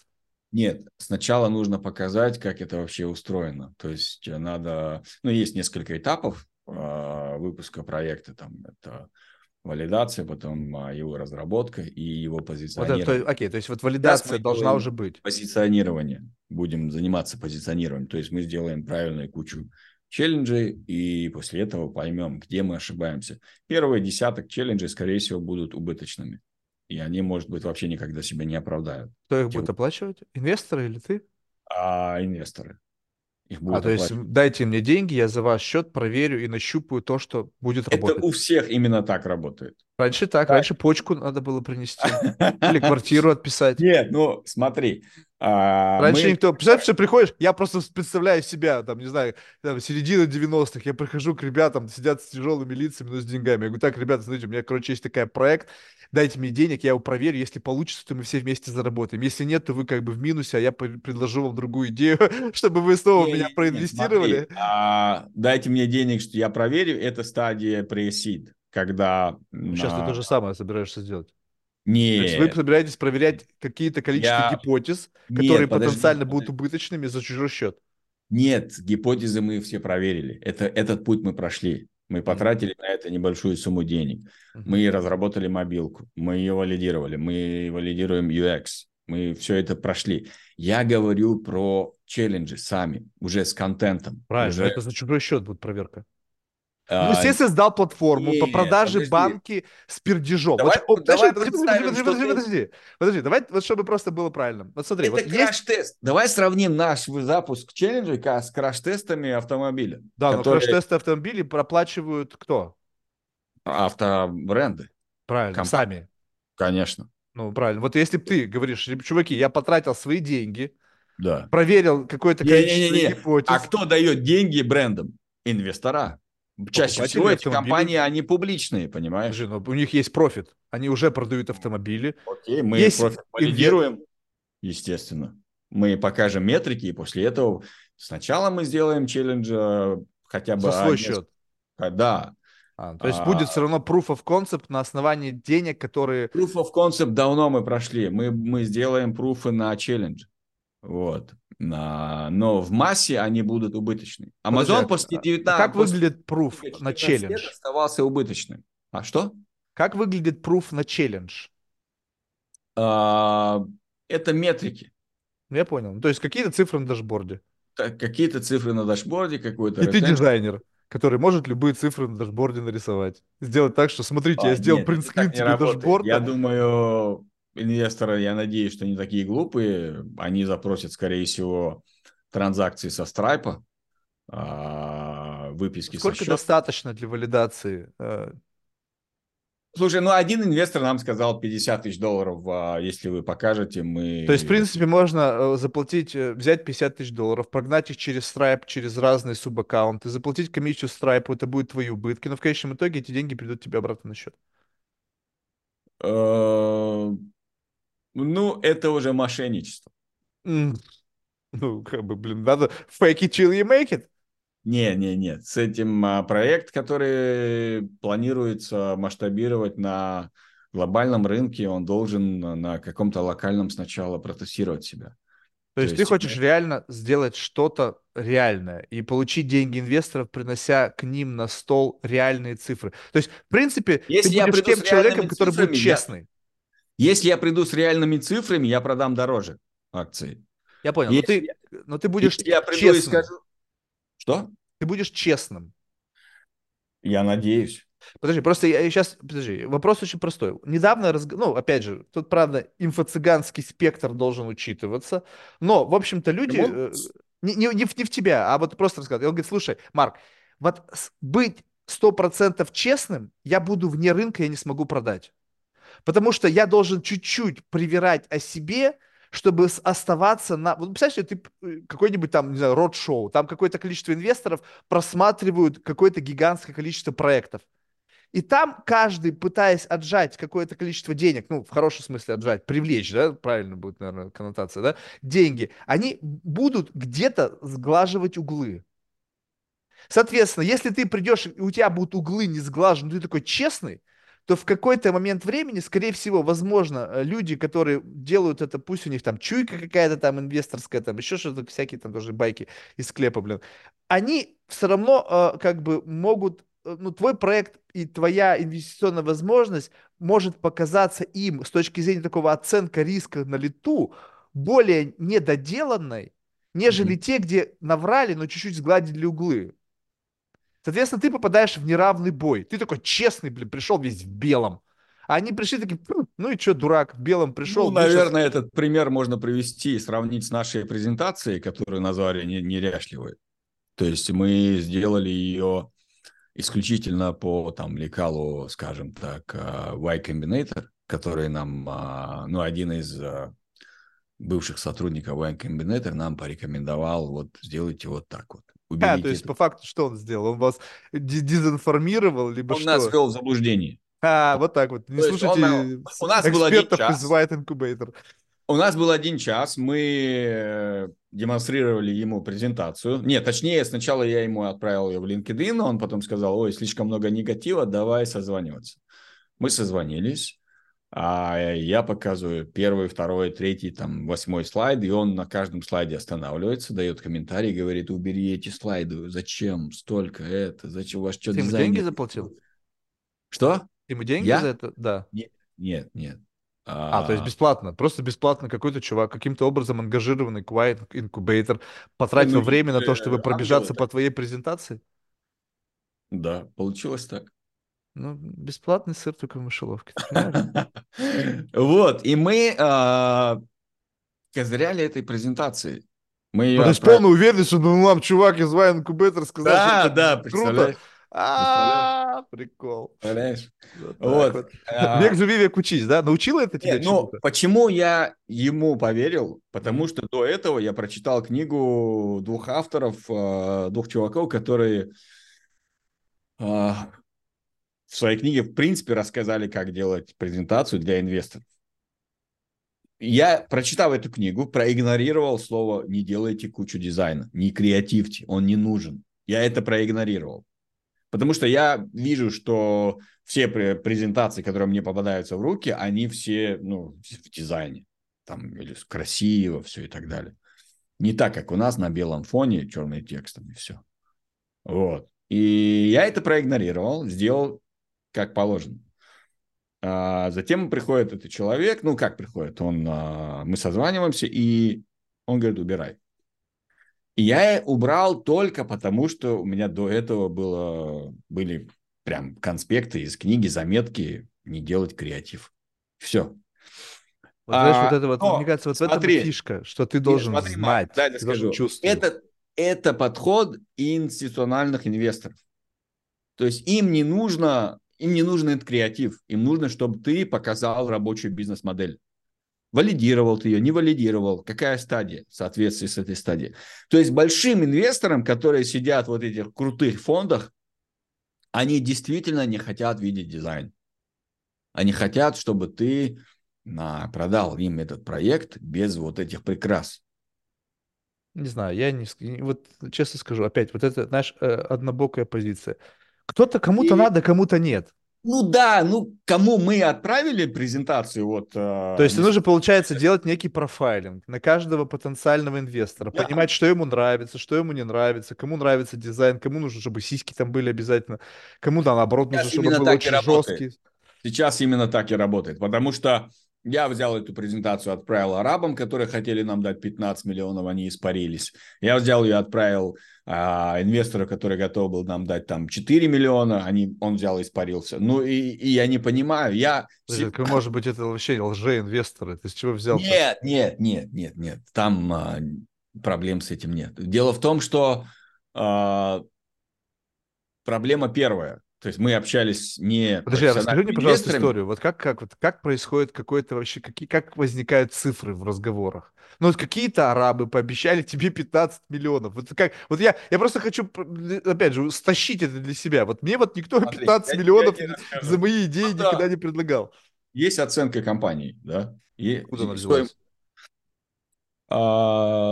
Speaker 2: Нет, сначала нужно показать, как это вообще устроено. То есть э, надо, ну, есть несколько этапов э, выпуска проекта. Там это валидация, потом а, его разработка и его
Speaker 1: Вот это, то есть,
Speaker 2: позиционирование.
Speaker 1: окей, то есть вот
Speaker 2: Сейчас
Speaker 1: валидация
Speaker 2: мы
Speaker 1: должна уже
Speaker 2: делаем
Speaker 1: быть.
Speaker 2: позиционирование, будем заниматься позиционированием. То есть мы сделаем правильную кучу челленджей, и после этого поймем, где мы ошибаемся. Первые десяток челленджей, скорее всего, будут убыточными. И они, может быть, вообще никогда себя не оправдают.
Speaker 1: Кто их
Speaker 2: Те,
Speaker 1: будет оплачивать? Инвесторы или ты?
Speaker 2: а инвесторы их
Speaker 1: А,
Speaker 2: будут
Speaker 1: то есть
Speaker 2: оплачивать.
Speaker 1: дайте мне деньги, я за ваш счет проверю и нащупаю то, что будет
Speaker 2: Это
Speaker 1: работать.
Speaker 2: у всех именно так работает.
Speaker 1: Раньше так,
Speaker 2: Так.
Speaker 1: раньше почку надо было принести. Или квартиру отписать.
Speaker 2: Нет, ну смотри, а,
Speaker 1: Раньше
Speaker 2: мы
Speaker 1: никто... Представляешь, что приходишь, я просто представляю себя, там, не знаю, там, середина девяностых, я прихожу к ребятам, сидят с тяжелыми лицами, но с деньгами. Я говорю, так, ребята, смотрите, у меня, короче, есть такой проект, дайте мне денег, я его проверю, если получится, то мы все вместе заработаем. Если нет, то вы как бы в минусе, а я пр- предложу вам другую идею, чтобы вы снова в меня
Speaker 2: Не-не-не,
Speaker 1: проинвестировали.
Speaker 2: смотри, а, дайте мне денег, что я проверю, это стадия пресид, когда
Speaker 1: Ну, сейчас ты то
Speaker 2: на...
Speaker 1: же самое собираешься сделать. То есть вы
Speaker 2: Нет,
Speaker 1: собираетесь проверять какие-то количество
Speaker 2: я...
Speaker 1: гипотез, которые
Speaker 2: Нет, подожди,
Speaker 1: потенциально будут
Speaker 2: подожди.
Speaker 1: убыточными за чужой счет.
Speaker 2: Нет, гипотезы мы все проверили. Это, этот путь мы прошли. Мы
Speaker 1: Мгм.
Speaker 2: потратили на это небольшую сумму денег.
Speaker 1: Мгм.
Speaker 2: Мы разработали мобилку, мы ее валидировали, мы валидируем ю экс, мы все это прошли. Я говорю про челленджи сами, уже с контентом,
Speaker 1: Правильно, но
Speaker 2: уже...
Speaker 1: это за чужой счет будет проверка. Ну,
Speaker 2: а,
Speaker 1: естественно, создал платформу по
Speaker 2: нет,
Speaker 1: продаже
Speaker 2: подожди.
Speaker 1: банки с пердежом. Вот,
Speaker 2: Давай,
Speaker 1: ща- о, подожди,
Speaker 2: давай
Speaker 1: подожди, подожди,
Speaker 2: представим,
Speaker 1: подожди,
Speaker 2: что
Speaker 1: подожди,
Speaker 2: ты...
Speaker 1: подожди, подожди, давай, вот чтобы просто было правильно. Вот смотри,
Speaker 2: Это
Speaker 1: вот есть,
Speaker 2: краш-тест. Давай сравним наш запуск челленджа ка- с краш-тестами автомобиля,
Speaker 1: да, но
Speaker 2: которые
Speaker 1: краш-тесты автомобилей проплачивают кто?
Speaker 2: автобренды,
Speaker 1: Правильно,
Speaker 2: компании,
Speaker 1: сами.
Speaker 2: конечно.
Speaker 1: Ну, правильно. Вот если бы ты говоришь, чуваки, я потратил свои деньги,
Speaker 2: Да.
Speaker 1: проверил какое-то количество
Speaker 2: Не-не-не-не. А
Speaker 1: гипотез,
Speaker 2: кто дает деньги брендам? Инвестора. Чаще всего
Speaker 1: покупатели
Speaker 2: эти
Speaker 1: автомобилей.
Speaker 2: компании, они публичные,
Speaker 1: Подожди,
Speaker 2: понимаешь?
Speaker 1: но у них есть профит. Они уже продают автомобили.
Speaker 2: Окей, мы
Speaker 1: Есть
Speaker 2: профит
Speaker 1: инве...
Speaker 2: валидируем, естественно. Мы покажем метрики, и после этого сначала мы сделаем челлендж э, хотя
Speaker 1: за
Speaker 2: бы
Speaker 1: свой
Speaker 2: один.
Speaker 1: счет.
Speaker 2: Да.
Speaker 1: А, то есть
Speaker 2: А,
Speaker 1: будет все равно proof of concept на основании денег, которые...
Speaker 2: Proof of concept давно мы прошли. Мы, мы сделаем пруфы на челлендж. Вот. На... Но в массе они будут убыточны.
Speaker 1: Подожди,
Speaker 2: Amazon
Speaker 1: а,
Speaker 2: после
Speaker 1: а а
Speaker 2: девятнадцати,
Speaker 1: как
Speaker 2: после
Speaker 1: выглядит proof на
Speaker 2: четырнадцати лет
Speaker 1: челлендж?
Speaker 2: оставался убыточным. А что?
Speaker 1: Как выглядит proof на челлендж?
Speaker 2: А, это метрики.
Speaker 1: Ну, я понял. Ну, то есть какие-то цифры на дашборде.
Speaker 2: Так, какие-то цифры на дашборде, какой-то
Speaker 1: И ты
Speaker 2: ретеншн.
Speaker 1: дизайнер, который может любые цифры на дашборде нарисовать. Сделать так, что, смотрите, я
Speaker 2: А,
Speaker 1: сделал
Speaker 2: нет, это
Speaker 1: принтскрин
Speaker 2: так не
Speaker 1: тебе
Speaker 2: работает. Я
Speaker 1: дашборда.
Speaker 2: думаю, инвесторы, я надеюсь, что не такие глупые. Они запросят, скорее всего, транзакции со Stripe, а, выписки со
Speaker 1: Сколько
Speaker 2: счета.
Speaker 1: достаточно для валидации? э,
Speaker 2: Слушай, ну один инвестор нам сказал пятьдесят тысяч долларов, а если вы покажете,
Speaker 1: То есть, в
Speaker 2: мы...
Speaker 1: принципе, можно э, заплатить, э, взять пятьдесят тысяч долларов, прогнать их через Stripe, через разные субаккаунты, заплатить комиссию Stripe, это будут твои убытки, но в конечном итоге эти деньги придут тебе обратно на счет.
Speaker 2: э, Ну, это уже мошенничество.
Speaker 1: М, Ну, как бы, блин, надо fake it till you make it.
Speaker 2: Не, не, нет. С этим а, проект, который планируется масштабировать на глобальном рынке, он должен на на каком-то локальном сначала протестировать себя.
Speaker 1: То
Speaker 2: То
Speaker 1: есть ты
Speaker 2: есть,
Speaker 1: хочешь реально сделать что-то реальное и получить деньги инвесторов, принося к ним на стол реальные цифры. То есть, в принципе, ты
Speaker 2: если я
Speaker 1: будешь
Speaker 2: приду
Speaker 1: тем
Speaker 2: с реальными
Speaker 1: человеком, который будет
Speaker 2: цифрами, я,
Speaker 1: честный.
Speaker 2: если я приду с реальными цифрами, я продам дороже акции.
Speaker 1: Я понял, но
Speaker 2: Если,
Speaker 1: ты, но ты будешь
Speaker 2: если я приду и
Speaker 1: честным.
Speaker 2: скажу, что?
Speaker 1: Ты будешь честным.
Speaker 2: Я надеюсь.
Speaker 1: Подожди, просто я сейчас, подожди, вопрос очень простой. Недавно, разг... ну, опять же, тут, правда, инфо-цыганский спектр должен учитываться, но, в общем-то, люди,
Speaker 2: Почему?
Speaker 1: э, не, не, не в, не в тебя, а вот просто рассказывают. И он говорит, слушай, Марк, вот с- быть сто процентов честным, я буду вне рынка, я не смогу продать. Потому что я должен чуть-чуть привирать о себе, чтобы с- оставаться на... Вот представляешь, ты э, какой-нибудь там, не знаю, род-шоу, там какое-то количество инвесторов просматривают какое-то гигантское количество проектов. И там каждый, пытаясь отжать какое-то количество денег, ну, в хорошем смысле отжать, привлечь, да, правильно будет, наверное, коннотация, да, деньги, они будут где-то сглаживать углы. Соответственно, если ты придешь, и у тебя будут углы не сглажены, ты такой честный, то в какой-то момент времени, скорее всего, возможно, э, люди, которые делают это, пусть у них там чуйка какая-то там инвесторская, там еще что-то, всякие там тоже байки из склепа, блин, они все равно э, как бы могут, э, ну, твой проект и твоя инвестиционная возможность может показаться им с точки зрения такого оценка риска на лету более недоделанной, нежели
Speaker 2: Мгм.
Speaker 1: те, где наврали, но чуть-чуть сгладили углы. Соответственно, ты попадаешь в неравный бой. Ты такой честный, блин, пришел весь в белом. А они пришли такие, «Фу, ну и что, дурак, в белом
Speaker 2: Ну,
Speaker 1: пришел, вышел.
Speaker 2: наверное, этот пример можно привести и сравнить с нашей презентацией, которую назвали не- неряшливой. То есть мы сделали ее исключительно по там лекалу, скажем так, а, Y Combinator, который нам, а, ну, один из а, бывших сотрудников Y Combinator нам порекомендовал, вот сделайте вот так вот.
Speaker 1: А, то
Speaker 2: Уберите
Speaker 1: есть
Speaker 2: это.
Speaker 1: по факту что он сделал? Он вас ди- дезинформировал, либо
Speaker 2: Он нас
Speaker 1: что?
Speaker 2: ввел в заблуждение.
Speaker 1: А, вот так вот. Не
Speaker 2: То есть он, нам-
Speaker 1: слушайте с-
Speaker 2: у нас был один
Speaker 1: экспертов из
Speaker 2: час,
Speaker 1: White Incubator.
Speaker 2: У нас был один час, мы э, демонстрировали ему презентацию. Нет, точнее, сначала я ему отправил ее в LinkedIn, он потом сказал, ой, слишком много негатива, давай созваниваться. Мы созвонились, а я показываю первый, второй, третий, там, восьмой слайд, и он на каждом слайде останавливается, дает комментарий, говорит, убери эти слайды, зачем столько это, зачем, у вас что,
Speaker 1: Ты ему деньги
Speaker 2: дизайнер?
Speaker 1: заплатил?
Speaker 2: Что?
Speaker 1: Ты ему деньги за
Speaker 2: Я?
Speaker 1: это? Да.
Speaker 2: Нет, нет, нет.
Speaker 1: А, то есть
Speaker 2: А,
Speaker 1: бесплатно. Просто бесплатно какой-то чувак, каким-то образом ангажированный Quiet Incubator,
Speaker 2: не, ну,
Speaker 1: потратил время
Speaker 2: есть
Speaker 1: на то,
Speaker 2: же
Speaker 1: чтобы
Speaker 2: ангелы.
Speaker 1: пробежаться по твоей презентации?
Speaker 2: Да, получилось так.
Speaker 1: Ну, бесплатный сыр только в мышеловке, ты понимаешь?
Speaker 2: Вот, и мы а, козыряли этой презентацией. Мы
Speaker 1: Ну,
Speaker 2: ее
Speaker 1: то есть
Speaker 2: отправили.
Speaker 1: полная уверенность, что ну, нам чувак из Wine Incubator сказал, что
Speaker 2: Да,
Speaker 1: это
Speaker 2: да,
Speaker 1: круто.
Speaker 2: представляешь? Представляешь?
Speaker 1: А, прикол.
Speaker 2: Представляешь?
Speaker 1: Вот так
Speaker 2: Вот.
Speaker 1: вот. Век
Speaker 2: а,
Speaker 1: живи, век учись, да? Научила это тебя
Speaker 2: Нет, ну,
Speaker 1: чему-то?
Speaker 2: почему я ему поверил? Потому
Speaker 1: Мгм.
Speaker 2: что до этого я прочитал книгу двух авторов, а, двух чуваков, которые а, в своей книге, в принципе, рассказали, как делать презентацию для инвесторов. Я, прочитав эту книгу, проигнорировал слово «не делайте кучу дизайна», «не креативьте», он не нужен. Я это проигнорировал. Потому что я вижу, что все презентации, которые мне попадаются в руки, они все ну, в дизайне. Там, или красиво все и так далее. Не так, как у нас на белом фоне, черный текстом и все. Вот. И я это проигнорировал, сделал как положено. А затем приходит этот человек, ну как приходит, он, а, мы созваниваемся, и он говорит, убирай. И я убрал только потому, что у меня до этого было, были прям конспекты из книги, заметки, не делать креатив. Все.
Speaker 1: Вот знаешь, вот
Speaker 2: А,
Speaker 1: это вот, вот, мне
Speaker 2: но
Speaker 1: кажется, вот в этом и
Speaker 2: смотри,
Speaker 1: фишка, что ты
Speaker 2: не,
Speaker 1: должен
Speaker 2: смотри, Марк,
Speaker 1: знать,
Speaker 2: дай я
Speaker 1: ты должен
Speaker 2: скажу.
Speaker 1: чувствовать.
Speaker 2: Это, это подход институциональных инвесторов. То есть им не нужно, им не нужен этот креатив, им нужно, чтобы ты показал рабочую бизнес-модель. Валидировал ты ее, не валидировал, какая стадия в соответствии с этой стадией. То есть большим инвесторам, которые сидят в вот этих крутых фондах, они действительно не хотят видеть дизайн. Они хотят, чтобы ты а, продал им этот проект без вот этих прикрас.
Speaker 1: Не знаю, я не... ск- не- Вот честно скажу, опять, вот это, знаешь, э, однобокая позиция. Кто-то, кому-то
Speaker 2: И,
Speaker 1: надо, кому-то нет.
Speaker 2: ну да, ну кому мы отправили презентацию, вот
Speaker 1: То
Speaker 2: э,
Speaker 1: есть
Speaker 2: не
Speaker 1: нужно,
Speaker 2: скажу,
Speaker 1: получается, делать некий профайлинг на каждого потенциального инвестора,
Speaker 2: да,
Speaker 1: понимать, что ему нравится, что ему не нравится, кому нравится дизайн, кому нужно, чтобы сиськи там были обязательно, кому, да, наоборот, нужно,
Speaker 2: сейчас
Speaker 1: чтобы
Speaker 2: именно
Speaker 1: был
Speaker 2: так и
Speaker 1: очень
Speaker 2: работает.
Speaker 1: жесткий.
Speaker 2: Сейчас именно так и работает, потому что я взял эту презентацию, отправил арабам, которые хотели нам дать пятнадцать миллионов, они испарились. Я взял ее, отправил а, инвестору, который готов был нам дать там четыре миллиона, они, он взял и испарился. Ну и, и я не понимаю, я...
Speaker 1: Подожди, как может быть это вообще лжеинвесторы? Ты с чего взял-то?
Speaker 2: Нет, нет, нет, нет, нет, там а, проблем с этим нет. Дело в том, что а, проблема первая. То есть мы общались с
Speaker 1: Подожди, а расскажи
Speaker 2: непрофессиональными
Speaker 1: мне, пожалуйста,
Speaker 2: инвесторами.
Speaker 1: историю. Вот как, как, вот как происходит какое-то вообще, какие, как возникают цифры в разговорах? Ну, вот какие-то арабы пообещали тебе пятнадцать миллионов. Вот как, вот я, я просто хочу, п- опять же, стащить это для себя. Вот мне вот никто
Speaker 2: Смотри,
Speaker 1: пятнадцать
Speaker 2: я, я
Speaker 1: миллионов
Speaker 2: тебе
Speaker 1: ни- за
Speaker 2: расскажу.
Speaker 1: мои идеи никогда
Speaker 2: Просто
Speaker 1: не предлагал.
Speaker 2: есть оценка компании, да, и
Speaker 1: Откуда она
Speaker 2: стоимость.
Speaker 1: взялась?
Speaker 2: А,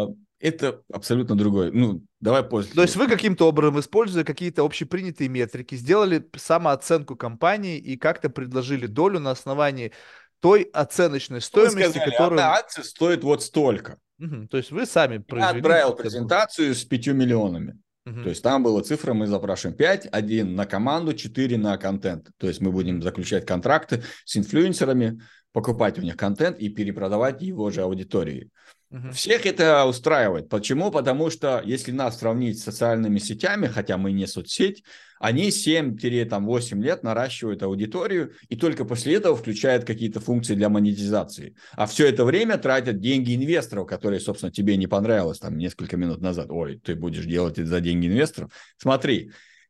Speaker 2: Это абсолютно другой. Ну, давай
Speaker 1: То есть
Speaker 2: после.
Speaker 1: вы каким-то образом, используя какие-то общепринятые метрики, сделали самооценку компании и как-то предложили долю на основании той оценочной
Speaker 2: Вы
Speaker 1: стоимости,
Speaker 2: сказали, одна
Speaker 1: которую...
Speaker 2: акция стоит вот столько.
Speaker 1: Мгм. То есть вы сами
Speaker 2: Я
Speaker 1: произвели
Speaker 2: отправил
Speaker 1: оценку.
Speaker 2: презентацию с пятью миллионами. То
Speaker 1: Мгм.
Speaker 2: есть там была цифра, мы запрашиваем пять, один на команду, четыре на контент. То есть мы будем
Speaker 1: Мгм.
Speaker 2: заключать контракты с инфлюенсерами, покупать у них контент и перепродавать его же аудитории.
Speaker 1: Мгм.
Speaker 2: Всех это устраивает. Почему? Потому что если нас сравнить с социальными сетями, хотя мы не соцсеть, они семь-восемь лет наращивают аудиторию и только после этого включают какие-то функции для монетизации. А все это время тратят деньги инвесторов, которые, собственно, тебе не понравилось там несколько минут назад. Ой, ты будешь делать это за деньги инвесторов. Смотри,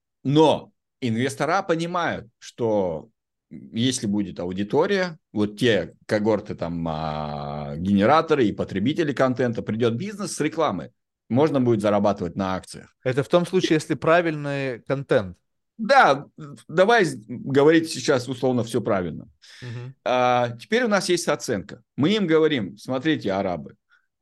Speaker 2: но инвестора понимают, что если будет аудитория, вот те когорты там а, генераторы и потребители контента, придет бизнес с рекламы, можно будет зарабатывать на акциях.
Speaker 1: Это в том случае, если правильный контент.
Speaker 2: Да, давай говорить сейчас условно все правильно.
Speaker 1: Мгм.
Speaker 2: А, теперь у нас есть оценка. Мы им говорим, смотрите, арабы,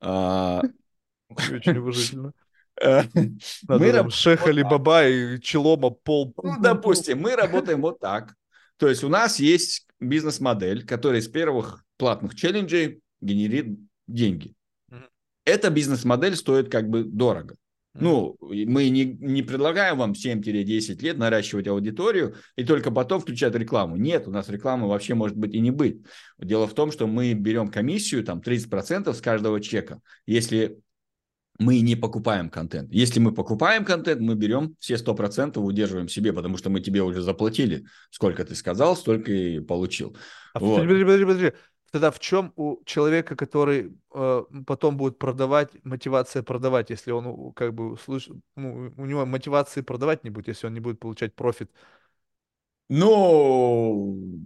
Speaker 2: а,
Speaker 1: Не очень уважительно.
Speaker 2: э, мы
Speaker 1: Надо там
Speaker 2: работаем
Speaker 1: Шех
Speaker 2: вот так.
Speaker 1: Али-Баба и Челома пол.
Speaker 2: Ну, допустим, мы работаем вот так. То есть у нас есть бизнес-модель, которая из первых платных челленджей генерит деньги.
Speaker 1: Мгм.
Speaker 2: Эта бизнес-модель стоит как бы дорого.
Speaker 1: Мгм.
Speaker 2: Ну, мы не, не предлагаем вам семь-десять лет наращивать аудиторию и только потом включать рекламу. Нет, у нас рекламы вообще может быть и не быть. Дело в том, что мы берем комиссию, там тридцать процентов с каждого чека. Если мы не покупаем контент. Если мы покупаем контент, мы берем все сто процентов, удерживаем себе, потому что мы тебе уже заплатили. Сколько ты сказал, столько и получил.
Speaker 1: А в- подожди,
Speaker 2: Вот.
Speaker 1: подожди, подожди, подожди. Тогда в чем у человека, который э, потом будет продавать, мотивация продавать, если он у- как бы слыш- ну, у него мотивации продавать не будет, если он не будет получать профит?
Speaker 2: Ну,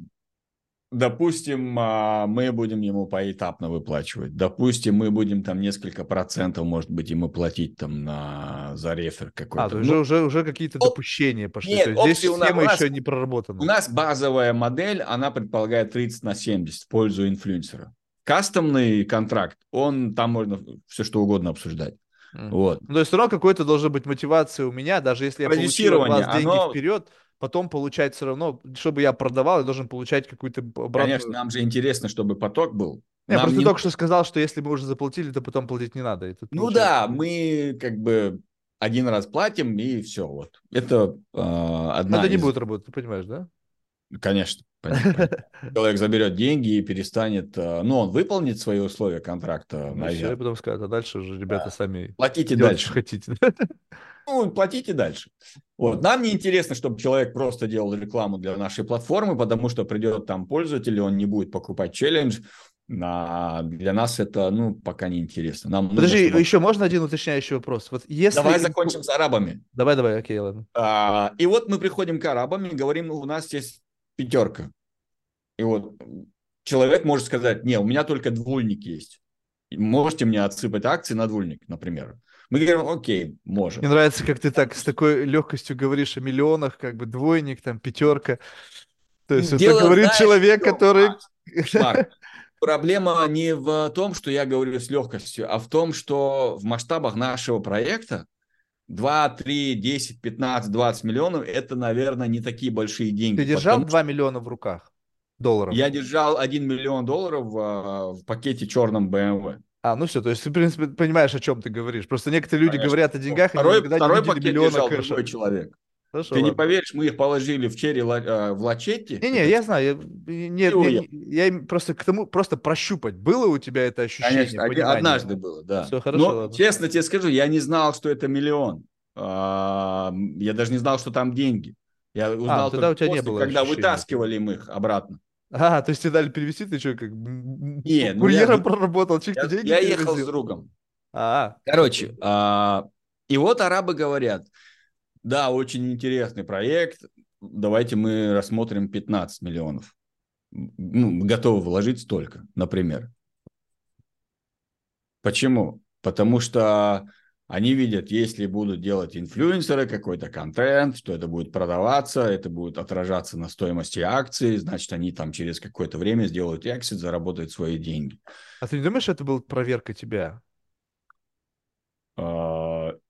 Speaker 2: допустим, а, мы будем ему поэтапно выплачивать. Допустим, мы будем там несколько процентов, может быть, ему платить там на, за рефер
Speaker 1: А,
Speaker 2: какой-то.
Speaker 1: то есть
Speaker 2: Ну,
Speaker 1: уже, уже, уже какие-то
Speaker 2: оп-
Speaker 1: допущения пошли. То
Speaker 2: нет,
Speaker 1: есть здесь
Speaker 2: опции у нас, у
Speaker 1: схема
Speaker 2: нас,
Speaker 1: еще не
Speaker 2: у
Speaker 1: проработана.
Speaker 2: нас базовая модель, она предполагает тридцать на семьдесят в пользу инфлюенсера. Кастомный контракт, он там можно все что угодно обсуждать.
Speaker 1: М.
Speaker 2: Вот.
Speaker 1: Ну, то есть все равно какой-то должен быть мотивация у меня, даже если я получил от
Speaker 2: Продюсирование,
Speaker 1: вас деньги
Speaker 2: оно,
Speaker 1: вперед, потом получать все равно, чтобы я продавал, я должен получать какую-то б-
Speaker 2: конечно,
Speaker 1: обратную.
Speaker 2: нам же интересно, чтобы поток был.
Speaker 1: Я
Speaker 2: Нам
Speaker 1: просто
Speaker 2: не...
Speaker 1: только что сказал, что если мы уже заплатили, то потом платить не надо. И тут
Speaker 2: Ну
Speaker 1: получается.
Speaker 2: да, мы как бы один раз платим и все. Вот. Это э,
Speaker 1: Но
Speaker 2: одна
Speaker 1: это не
Speaker 2: из...
Speaker 1: будет работать, ты понимаешь, да?
Speaker 2: Конечно, понятно, понятно. Человек заберет деньги и перестанет... э, ну, он выполнит свои условия контракта,
Speaker 1: Ну и все, и
Speaker 2: наверное.
Speaker 1: потом скажут, а дальше уже ребята сами
Speaker 2: Платите
Speaker 1: делайте, что
Speaker 2: дальше.
Speaker 1: хотите.
Speaker 2: Ну, платите дальше. Вот. Нам не интересно, чтобы человек просто делал рекламу для нашей платформы, потому что придет там пользователь, и он не будет покупать челлендж. А для нас это, ну, пока не интересно. Нам нужно,
Speaker 1: Подожди,
Speaker 2: чтобы...
Speaker 1: еще можно один уточняющий вопрос? Вот
Speaker 2: Давай
Speaker 1: если... инфлу-
Speaker 2: закончим с арабами.
Speaker 1: Давай, давай, окей, ладно.
Speaker 2: А, и вот мы приходим к арабам и говорим, у нас есть пятерка. И вот человек может сказать, не, у меня только двульник есть. Можете мне отсыпать акции на двульник, например. Мы говорим, окей,
Speaker 1: Мне
Speaker 2: можем.
Speaker 1: нравится, как ты так с такой легкостью говоришь о миллионах, как бы двойник, там, пятерка. То есть это
Speaker 2: Дело,
Speaker 1: говорит
Speaker 2: знаешь, в
Speaker 1: человек,
Speaker 2: чем,
Speaker 1: который...
Speaker 2: Макс? Марк, проблема не в том, что я говорю с легкостью, а в том, что в масштабах нашего проекта два, три, десять, пятнадцать, двадцать миллионов – это, наверное, не такие большие
Speaker 1: Ты
Speaker 2: деньги,
Speaker 1: держал
Speaker 2: потому
Speaker 1: два
Speaker 2: что
Speaker 1: миллиона в руках долларов?
Speaker 2: я держал один миллион долларов в, в пакете черном бэ эм вэ.
Speaker 1: А, ну все, то есть ты, в принципе, понимаешь, о чем ты говоришь. Просто некоторые люди
Speaker 2: Конечно.
Speaker 1: говорят о деньгах, они
Speaker 2: Второй,
Speaker 1: никогда не
Speaker 2: второй
Speaker 1: видели
Speaker 2: пакет
Speaker 1: миллиона
Speaker 2: держал
Speaker 1: кэша.
Speaker 2: другой человек.
Speaker 1: Хорошо,
Speaker 2: Ты не
Speaker 1: ладно.
Speaker 2: поверишь, мы их положили в черри ла- э, в лачетти,
Speaker 1: Не-не,
Speaker 2: этот,
Speaker 1: я знаю, я,
Speaker 2: и
Speaker 1: нет, не-
Speaker 2: уехал.
Speaker 1: не- я им просто к тому, просто прощупать. Было у тебя это ощущение,
Speaker 2: Конечно, оди-
Speaker 1: понимание?
Speaker 2: однажды было, да.
Speaker 1: Все хорошо,
Speaker 2: Но,
Speaker 1: ладно.
Speaker 2: честно тебе скажу, я не знал, что это миллион. А, Я даже не знал, что там деньги. Я
Speaker 1: А, ну
Speaker 2: узнал
Speaker 1: тогда
Speaker 2: только
Speaker 1: у тебя не
Speaker 2: после,
Speaker 1: было
Speaker 2: когда
Speaker 1: ощущения.
Speaker 2: вытаскивали мы их обратно.
Speaker 1: А, то есть тебе дали перевести, ты что, как м, м,
Speaker 2: Не, ну я,
Speaker 1: курьером
Speaker 2: с-
Speaker 1: проработал, чьих-то
Speaker 2: я,
Speaker 1: деньги
Speaker 2: я ехал с
Speaker 1: перевозил?
Speaker 2: другом.
Speaker 1: А,
Speaker 2: Короче, а, и вот арабы говорят, да, очень интересный проект, давайте мы рассмотрим пятнадцать миллионов. Ну, готовы вложить столько, например. Почему? Потому что они видят, если будут делать инфлюенсеры какой-то контент, что это будет продаваться, это будет отражаться на стоимости акций, значит, они там через какое-то время сделают эксит, заработают свои деньги.
Speaker 1: а ты не думаешь, это была проверка тебя?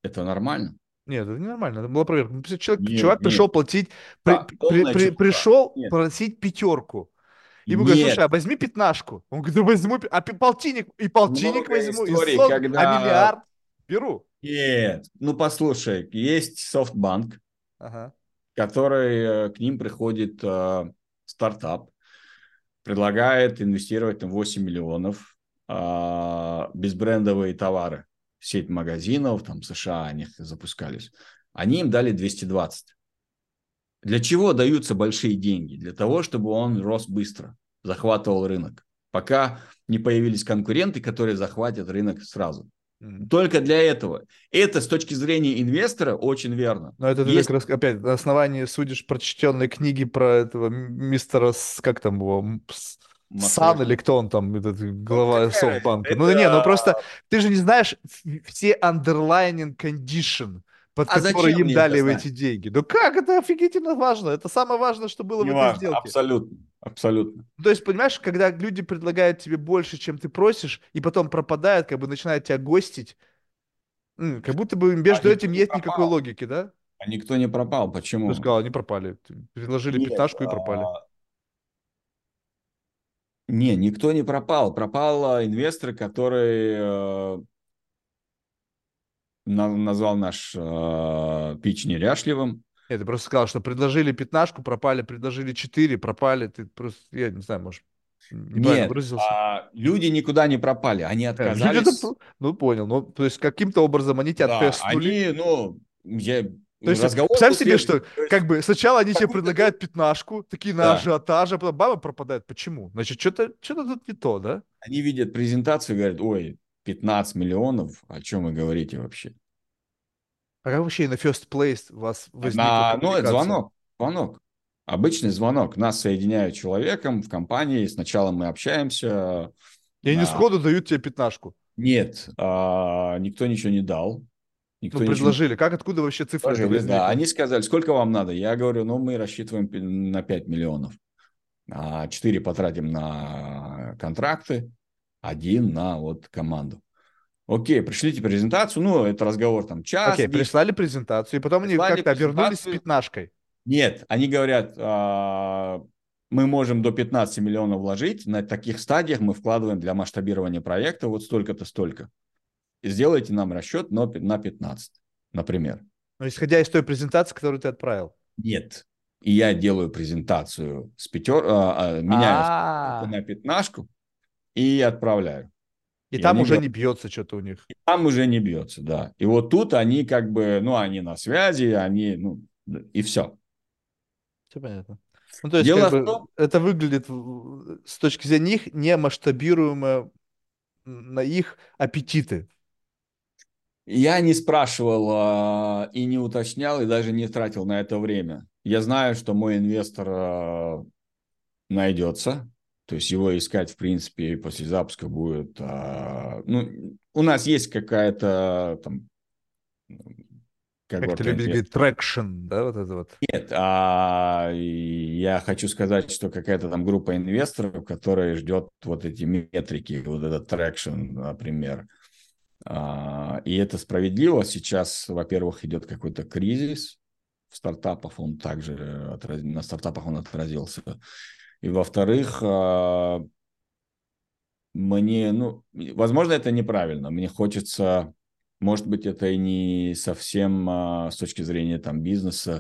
Speaker 2: Это нормально?
Speaker 1: Нет, это ненормально, это была проверка. Ну, Человек,
Speaker 2: Нет,
Speaker 1: чувак
Speaker 2: нет.
Speaker 1: пришел платить, при-
Speaker 2: Да,
Speaker 1: при-
Speaker 2: полная
Speaker 1: при-
Speaker 2: чепуха.
Speaker 1: пришел
Speaker 2: Нет.
Speaker 1: просить пятерку. Ему говорят, слушай,
Speaker 2: Нет.
Speaker 1: а возьми пятнашку. Он говорит, да возьму, пи- а пи- полтинник, и полтинник
Speaker 2: Много
Speaker 1: возьму, и
Speaker 2: историй,
Speaker 1: сотку, а
Speaker 2: когда...
Speaker 1: миллиард беру.
Speaker 2: Нет. Ну, послушай, есть софтбанк,
Speaker 1: Ага.
Speaker 2: который э, к ним приходит э, стартап, предлагает инвестировать там восемь миллионов а, безбрендовые товары. Сеть магазинов, там США, они их запускались. Они им дали двести двадцать. Для чего даются большие деньги? Для того, чтобы он рос быстро, захватывал рынок. Пока не появились конкуренты, которые захватят рынок сразу.
Speaker 1: Мгм.
Speaker 2: Только для этого. Это с точки зрения инвестора очень верно.
Speaker 1: Но это ты так
Speaker 2: Есть
Speaker 1: раз, опять на основании судишь прочтенной книги про этого м- мистера, С- как там его, м, С- Сан или
Speaker 2: Массакр.
Speaker 1: кто он там, этот
Speaker 2: Ну,
Speaker 1: глава
Speaker 2: какая разница?
Speaker 1: Софтбанка. Ну да не, ну
Speaker 2: Это...
Speaker 1: просто ты же не знаешь в- все underlying condition, под
Speaker 2: А
Speaker 1: которые
Speaker 2: зачем
Speaker 1: им
Speaker 2: мне это
Speaker 1: дали
Speaker 2: знать?
Speaker 1: эти деньги. Ну как, это офигительно важно. Это самое важное, что было в этой
Speaker 2: Неважно,
Speaker 1: сделке.
Speaker 2: абсолютно, абсолютно.
Speaker 1: Ну, то есть, понимаешь, когда люди предлагают тебе больше, чем ты просишь, и потом пропадают, как бы начинают тебя гостить, м, как будто бы
Speaker 2: А
Speaker 1: между
Speaker 2: никто
Speaker 1: этим
Speaker 2: не
Speaker 1: нет никакой
Speaker 2: пропал.
Speaker 1: логики, да?
Speaker 2: А никто не пропал.
Speaker 1: Ты
Speaker 2: Почему?
Speaker 1: сказал, они пропали. Предложили
Speaker 2: Нет,
Speaker 1: пятнашку и пропали.
Speaker 2: а, не, никто не пропал. Пропал а, инвестор, который э, на- назвал наш э, пич неряшливым.
Speaker 1: Нет, ты просто сказал, что предложили пятнашку, пропали, предложили четыре, пропали. Ты просто, я не знаю, может, неправильно
Speaker 2: Нет,
Speaker 1: выразился.
Speaker 2: а, люди никуда не пропали. Они
Speaker 1: Э, Люди-то,
Speaker 2: отказались.
Speaker 1: п- ну, понял. Ну, то есть, каким-то образом они тебя
Speaker 2: Да,
Speaker 1: тестнули.
Speaker 2: они, ну, я,
Speaker 1: То есть,
Speaker 2: разговор
Speaker 1: представь
Speaker 2: был
Speaker 1: себе,
Speaker 2: следующий.
Speaker 1: что
Speaker 2: То есть,
Speaker 1: как бы сначала они
Speaker 2: как
Speaker 1: тебе
Speaker 2: будто ты...
Speaker 1: предлагают пятнашку, такие на
Speaker 2: Да,
Speaker 1: ажиотаже, а потом баба пропадает. Почему? Значит, что-то что-то тут не то, да?
Speaker 2: они видят презентацию и говорят, ой, пятнадцать миллионов, о чем вы говорите вообще?
Speaker 1: А как вообще на first place у вас возникла
Speaker 2: На, ну, это
Speaker 1: коммуникация?
Speaker 2: звонок, звонок. Обычный звонок. Нас соединяют с человеком в компании. Сначала мы общаемся.
Speaker 1: И они
Speaker 2: А,
Speaker 1: сходу дают тебе пятнашку.
Speaker 2: нет, а, никто ничего не дал.
Speaker 1: Ну,
Speaker 2: Никто ничего не
Speaker 1: предложили. Как, откуда вообще цифра эта
Speaker 2: предложили. Да,
Speaker 1: возникла?
Speaker 2: они сказали, сколько вам надо? Я говорю, ну, мы рассчитываем пи- на пять миллионов. А четыре потратим на контракты, один на вот команду. Окей, пришлите презентацию. Ну, это разговор там час,
Speaker 1: Окей,
Speaker 2: десять.
Speaker 1: прислали презентацию, и потом они
Speaker 2: Прислали
Speaker 1: как-то вернулись с
Speaker 2: презентацию.
Speaker 1: пятнашкой.
Speaker 2: Нет, они говорят, а, мы можем до пятнадцати миллионов вложить, на таких стадиях мы вкладываем для масштабирования проекта вот столько-то, столько. И сделайте нам расчет на на пятнадцать, например.
Speaker 1: Но исходя из той презентации, которую ты отправил.
Speaker 2: Нет. И я делаю презентацию с пятер, а, а, меняю с пятерки
Speaker 1: А,
Speaker 2: на пятнашку и отправляю.
Speaker 1: и
Speaker 2: И
Speaker 1: там
Speaker 2: они
Speaker 1: уже
Speaker 2: говорят,
Speaker 1: не бьется что-то у них.
Speaker 2: там уже не бьется, да. И вот тут они как бы, ну, они на связи, они, ну, и все.
Speaker 1: Все понятно. Ну, то есть, как
Speaker 2: Дело в
Speaker 1: бы,
Speaker 2: том,
Speaker 1: это выглядит в- с точки зрения них не масштабируемо на их аппетиты.
Speaker 2: я не спрашивал а, и не уточнял, и даже не тратил на это время. Я знаю, что мой инвестор а, найдется, то есть его искать, в принципе, после запуска будет... а, ну, у нас есть какая-то там
Speaker 1: Как ты
Speaker 2: когорта
Speaker 1: любишь
Speaker 2: инвесторов.
Speaker 1: говорить, трекшн, да, вот это вот.
Speaker 2: Нет, а я хочу сказать, что какая-то там группа инвесторов, которая ждет вот эти метрики, вот этот трекшн, например. А, И это справедливо. Сейчас, во-первых, идет какой-то кризис в стартапах, он также отраз- на стартапах он отразился. И во-вторых, а, мне, ну, возможно, это неправильно. Мне хочется, может быть, это и не совсем а, с точки зрения там бизнеса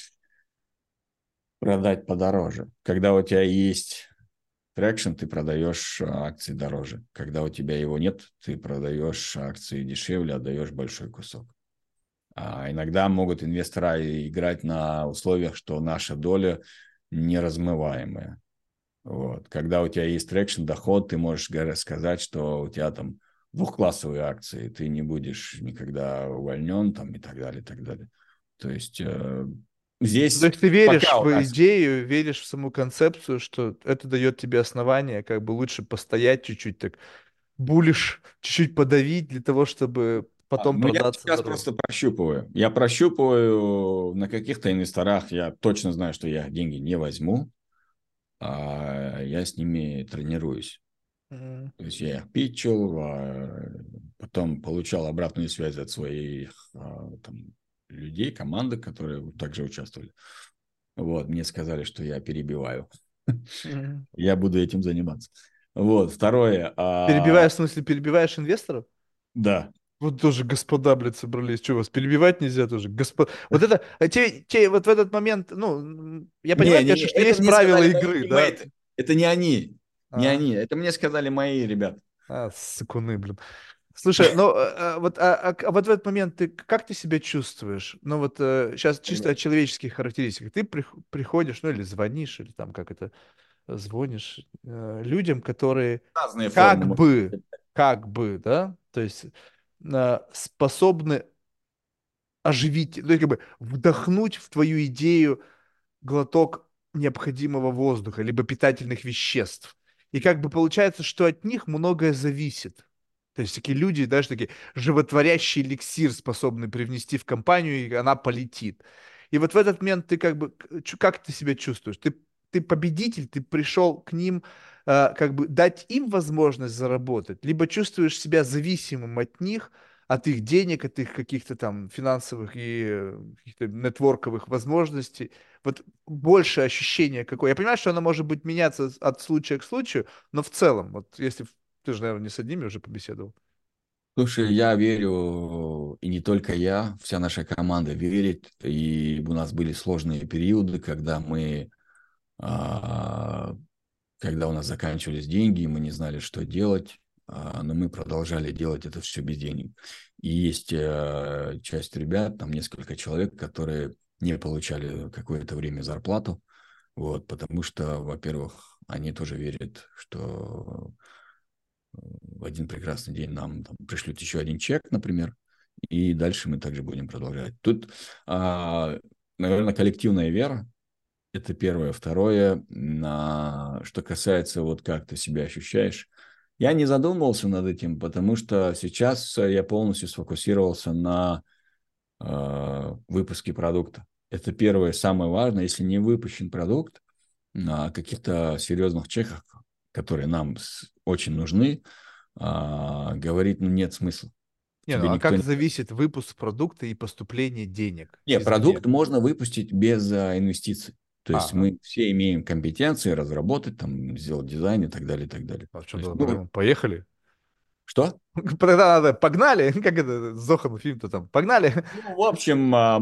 Speaker 2: продать подороже. Когда у тебя есть трекшн, ты продаешь а, акции дороже. Когда у тебя его нет, ты продаешь акции дешевле, отдаешь большой кусок. А иногда могут инвестора играть на условиях, что наша доля неразмываемая. Вот. Когда у тебя есть трекшн, доход, ты можешь сказать, что у тебя там двухклассовые акции, ты не будешь никогда увольнен там, и так далее, и так далее. То есть э,
Speaker 1: Ну, то
Speaker 2: здесь
Speaker 1: есть ты веришь
Speaker 2: пока у
Speaker 1: в
Speaker 2: нас...
Speaker 1: идею, веришь в саму концепцию, что это дает тебе основание, как бы лучше постоять чуть-чуть, так булишь, чуть-чуть подавить для того, чтобы
Speaker 2: А,
Speaker 1: потом
Speaker 2: Ну, я
Speaker 1: продаться
Speaker 2: сейчас
Speaker 1: дороже.
Speaker 2: просто прощупываю. Я прощупываю на каких-то инвесторах, я точно знаю, что я деньги не возьму, а я с ними тренируюсь.
Speaker 1: М,
Speaker 2: То есть я их питчил, а, потом получал обратную связь от своих а, там, людей, команды, которые также участвовали. Вот, мне сказали, что я перебиваю.
Speaker 1: м.
Speaker 2: Я буду этим заниматься. Вот, второе. А,
Speaker 1: Перебиваешь, в смысле, перебиваешь инвесторов?
Speaker 2: да.
Speaker 1: Вот тоже господа, блядь, собрались. Что, вас перебивать нельзя тоже? Госпо... Вот это, а те, те, вот в этот момент, ну, м, я понимаю,
Speaker 2: Не, не,
Speaker 1: конечно,
Speaker 2: не,
Speaker 1: что
Speaker 2: это
Speaker 1: есть
Speaker 2: мне
Speaker 1: правила
Speaker 2: сказали мои
Speaker 1: игры, да?
Speaker 2: тиммейты. Это не они. Не
Speaker 1: А,
Speaker 2: они. Это мне сказали мои ребята.
Speaker 1: а, сыкуны, блин. Слушай, ну, а, а, вот, а, а к- а вот в этот момент ты, как ты себя чувствуешь? Ну, вот сейчас чисто о человеческих характеристиках. Ты прих- приходишь, ну, или звонишь, или там, как это, звонишь э, людям, которые
Speaker 2: Разные формы.
Speaker 1: как
Speaker 2: можно
Speaker 1: бы,
Speaker 2: сказать.
Speaker 1: как бы, да, то есть э, способны оживить, ну, как бы вдохнуть в твою идею глоток необходимого воздуха, либо питательных веществ. И как бы получается, что от них многое зависит. То есть такие люди, даже такие животворящий эликсир способны привнести в компанию, и она полетит. И вот в этот момент ты как бы, к- чу- как ты себя чувствуешь? Ты, ты победитель, ты пришел к ним, э, как бы дать им возможность заработать, либо чувствуешь себя зависимым от них, от их денег, от их каких-то там финансовых и э, каких-то нетворковых возможностей. Вот больше ощущение какое. Я понимаю, что оно может быть меняться с- от случая к случаю, но в целом, вот если в- ты же, наверное, не с одними уже побеседовал.
Speaker 2: Слушай, я верю, и не только я, вся наша команда верит. И у нас были сложные периоды, когда мы, а, когда у нас заканчивались деньги, и мы не знали, что делать, а, но мы продолжали делать это все без денег. И есть э, часть ребят, там несколько человек, которые не получали какое-то время зарплату, вот, потому что, во-первых, они тоже верят, что в один прекрасный день нам там, пришлют еще один чек, например, и дальше мы также будем продолжать. Тут, а, наверное, коллективная вера – это первое. Второе, на, что касается вот как ты себя ощущаешь, я не задумывался над этим, потому что сейчас я полностью сфокусировался на э, выпуске продукта. Это первое, самое важное. Если не выпущен продукт на каких-то серьезных чеках, которые нам с- очень нужны, а, говорить, ну, нет смысла.
Speaker 1: Не, ну
Speaker 2: Тебе
Speaker 1: а
Speaker 2: никто
Speaker 1: как
Speaker 2: не...
Speaker 1: зависит выпуск продукта и поступление денег
Speaker 2: Не,
Speaker 1: извне?
Speaker 2: продукт можно выпустить без а, инвестиций. То есть
Speaker 1: Ага.
Speaker 2: мы все имеем компетенции разработать, там, сделать дизайн и так далее, и так далее.
Speaker 1: А в
Speaker 2: То
Speaker 1: чем
Speaker 2: есть,
Speaker 1: была
Speaker 2: ну,
Speaker 1: проблема? Поехали.
Speaker 2: что?
Speaker 1: Тогда надо, погнали. Как это, Зохан фильм-то там, погнали.
Speaker 2: Ну, в общем, а,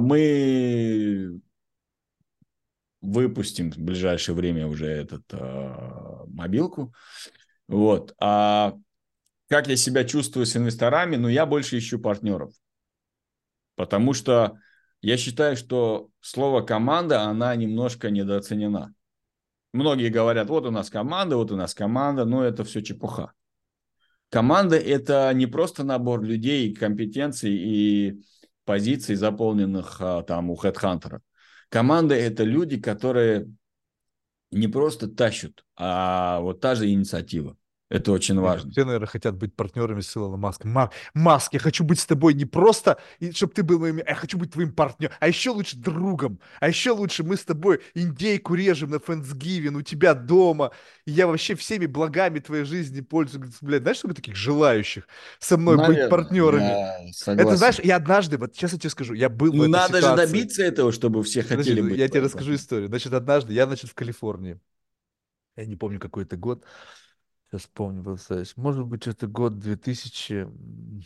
Speaker 2: мы выпустим в ближайшее время уже этот а, мобилку. Вот. А как я себя чувствую с инвесторами? Ну, я больше ищу партнеров. Потому что я считаю, что слово команда, она немножко недооценена. Многие говорят, вот у нас команда, вот у нас команда, но это все чепуха. Команда – это не просто набор людей, компетенций и позиций, заполненных а, там у HeadHunter. Команда – это люди, которые не просто тащат, а вот та же инициатива. Это очень
Speaker 1: Не, ну,
Speaker 2: важно.
Speaker 1: все, наверное, хотят быть партнерами с Илоном Маском. Мар- Маск, я хочу быть с тобой не просто, чтобы ты был моим, а я хочу быть твоим партнером, а еще лучше другом, а еще лучше мы с тобой индейку режем на Фэнксгивен у тебя дома, и я вообще всеми благами твоей жизни пользуюсь. Блядь, знаешь, сколько таких желающих со мной быть
Speaker 2: Наверное,
Speaker 1: партнерами?
Speaker 2: я
Speaker 1: Это, знаешь,
Speaker 2: согласен.
Speaker 1: я однажды, вот сейчас я тебе скажу, я был в
Speaker 2: Ну,
Speaker 1: этой
Speaker 2: надо же
Speaker 1: ситуации.
Speaker 2: добиться этого, чтобы все
Speaker 1: Значит,
Speaker 2: хотели быть
Speaker 1: я тебе
Speaker 2: твоим
Speaker 1: расскажу
Speaker 2: партнером.
Speaker 1: историю. Значит, однажды я, значит, в Калифорнии. Я не помню, какой это год. Сейчас помню, был, Саш. Может быть, это год две тысячи, м,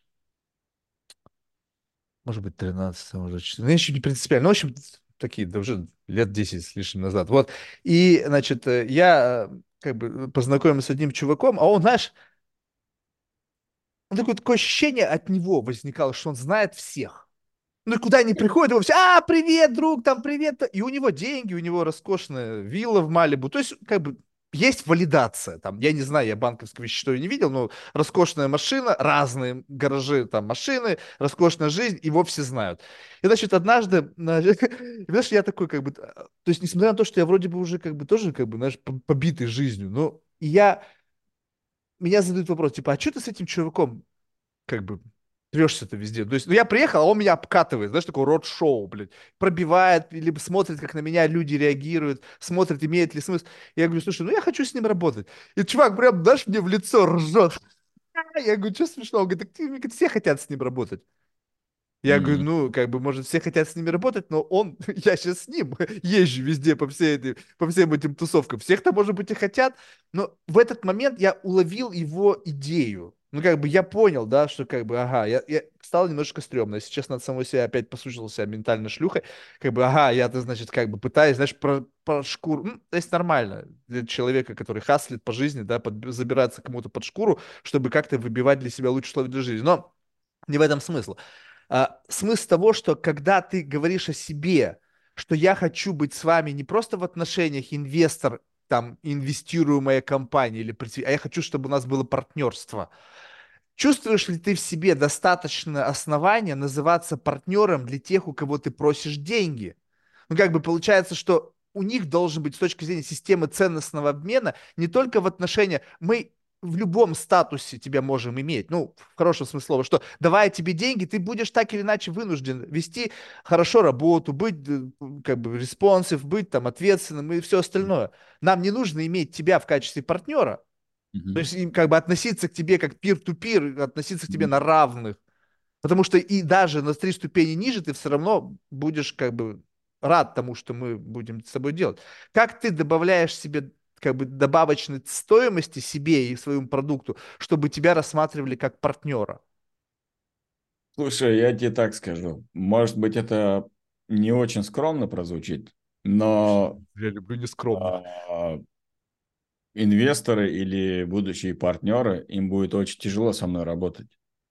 Speaker 1: может быть, тринадцатый, может, четырнадцатый. Ну, еще не принципиально. Ну, в общем, такие, да уже лет десять с лишним назад. Вот. И, значит, э, я э, как бы познакомился с одним чуваком, а он, знаешь, он такое, такое ощущение от него возникало, что он знает всех. Ну и куда они приходят, его все, а, привет, друг, там, привет. И у него деньги, у него роскошная вилла в Малибу. То есть, как бы, есть валидация. Там, я не знаю, я банковского счета не видел, но роскошная машина, разные гаражи, там, машины, роскошная жизнь, его все знают. И, значит, однажды, значит, и, знаешь, я такой, как бы, то есть, несмотря на то, что я вроде бы уже, как бы, тоже, как бы, знаешь, по- побитый жизнью, но я, меня задают вопрос, типа, а что ты с этим чуваком, как бы, Трешься-то везде. То есть, ну, я приехал, а он меня обкатывает, знаешь, такое род-шоу, блядь. Пробивает, либо смотрит, как на меня люди реагируют, смотрит, имеет ли смысл. Я говорю, слушай, ну я хочу с ним работать. И чувак прям, знаешь, мне в лицо ржет. Я говорю, что смешно? Он говорит, так ты- говорит, все хотят с ним работать. Я говорю,
Speaker 2: Мгм.
Speaker 1: ну, как бы, может, все хотят с ними работать, но он, я сейчас с ним езжу везде по всей этой, по всем этим тусовкам. Всех-то, может быть, и хотят, но в этот момент я уловил его идею. Ну, как бы, я понял, да, что, как бы, ага, я, я стало немножко стрёмно. Если честно, от самого себя опять послушал себя ментально шлюхой. Как бы, ага, я-то, значит, как бы пытаюсь, знаешь, про, про шкуру. Ну, то есть нормально для человека, который хаслит по жизни, да, под- забираться кому-то под шкуру, чтобы как-то выбивать для себя лучшие условия для жизни. Но не в этом смысл. А, смысл того, что когда ты говоришь о себе, что я хочу быть с вами не просто в отношениях инвестор, там, инвестируемая компания, или, предпри- а я хочу, чтобы у нас было партнерство. Чувствуешь ли ты в себе достаточно основания называться партнером для тех, у кого ты просишь деньги? Ну, как бы получается, что у них должен быть с точки зрения системы ценностного обмена не только в отношениях, мы в любом статусе тебя можем иметь, ну, в хорошем смысле слова, что давая тебе деньги, ты будешь так или иначе вынужден вести хорошо работу, быть э, как бы респонсив, быть там ответственным и все остальное. Нам не нужно иметь тебя в качестве партнера, то
Speaker 2: Мгм.
Speaker 1: есть им как бы относиться к тебе как пир-ту-пир, относиться к тебе
Speaker 2: Мгм.
Speaker 1: на равных. Потому что и даже на три ступени ниже ты все равно будешь как бы рад тому, что мы будем с тобой делать. Как ты добавляешь себе как бы добавочной стоимости себе и своему продукту, чтобы тебя рассматривали как партнера?
Speaker 2: Слушай, я тебе так скажу. Может быть, это не очень скромно прозвучит, но
Speaker 1: Я люблю нескромных.
Speaker 2: а, инвесторы или будущие партнеры, им будет очень тяжело со мной работать.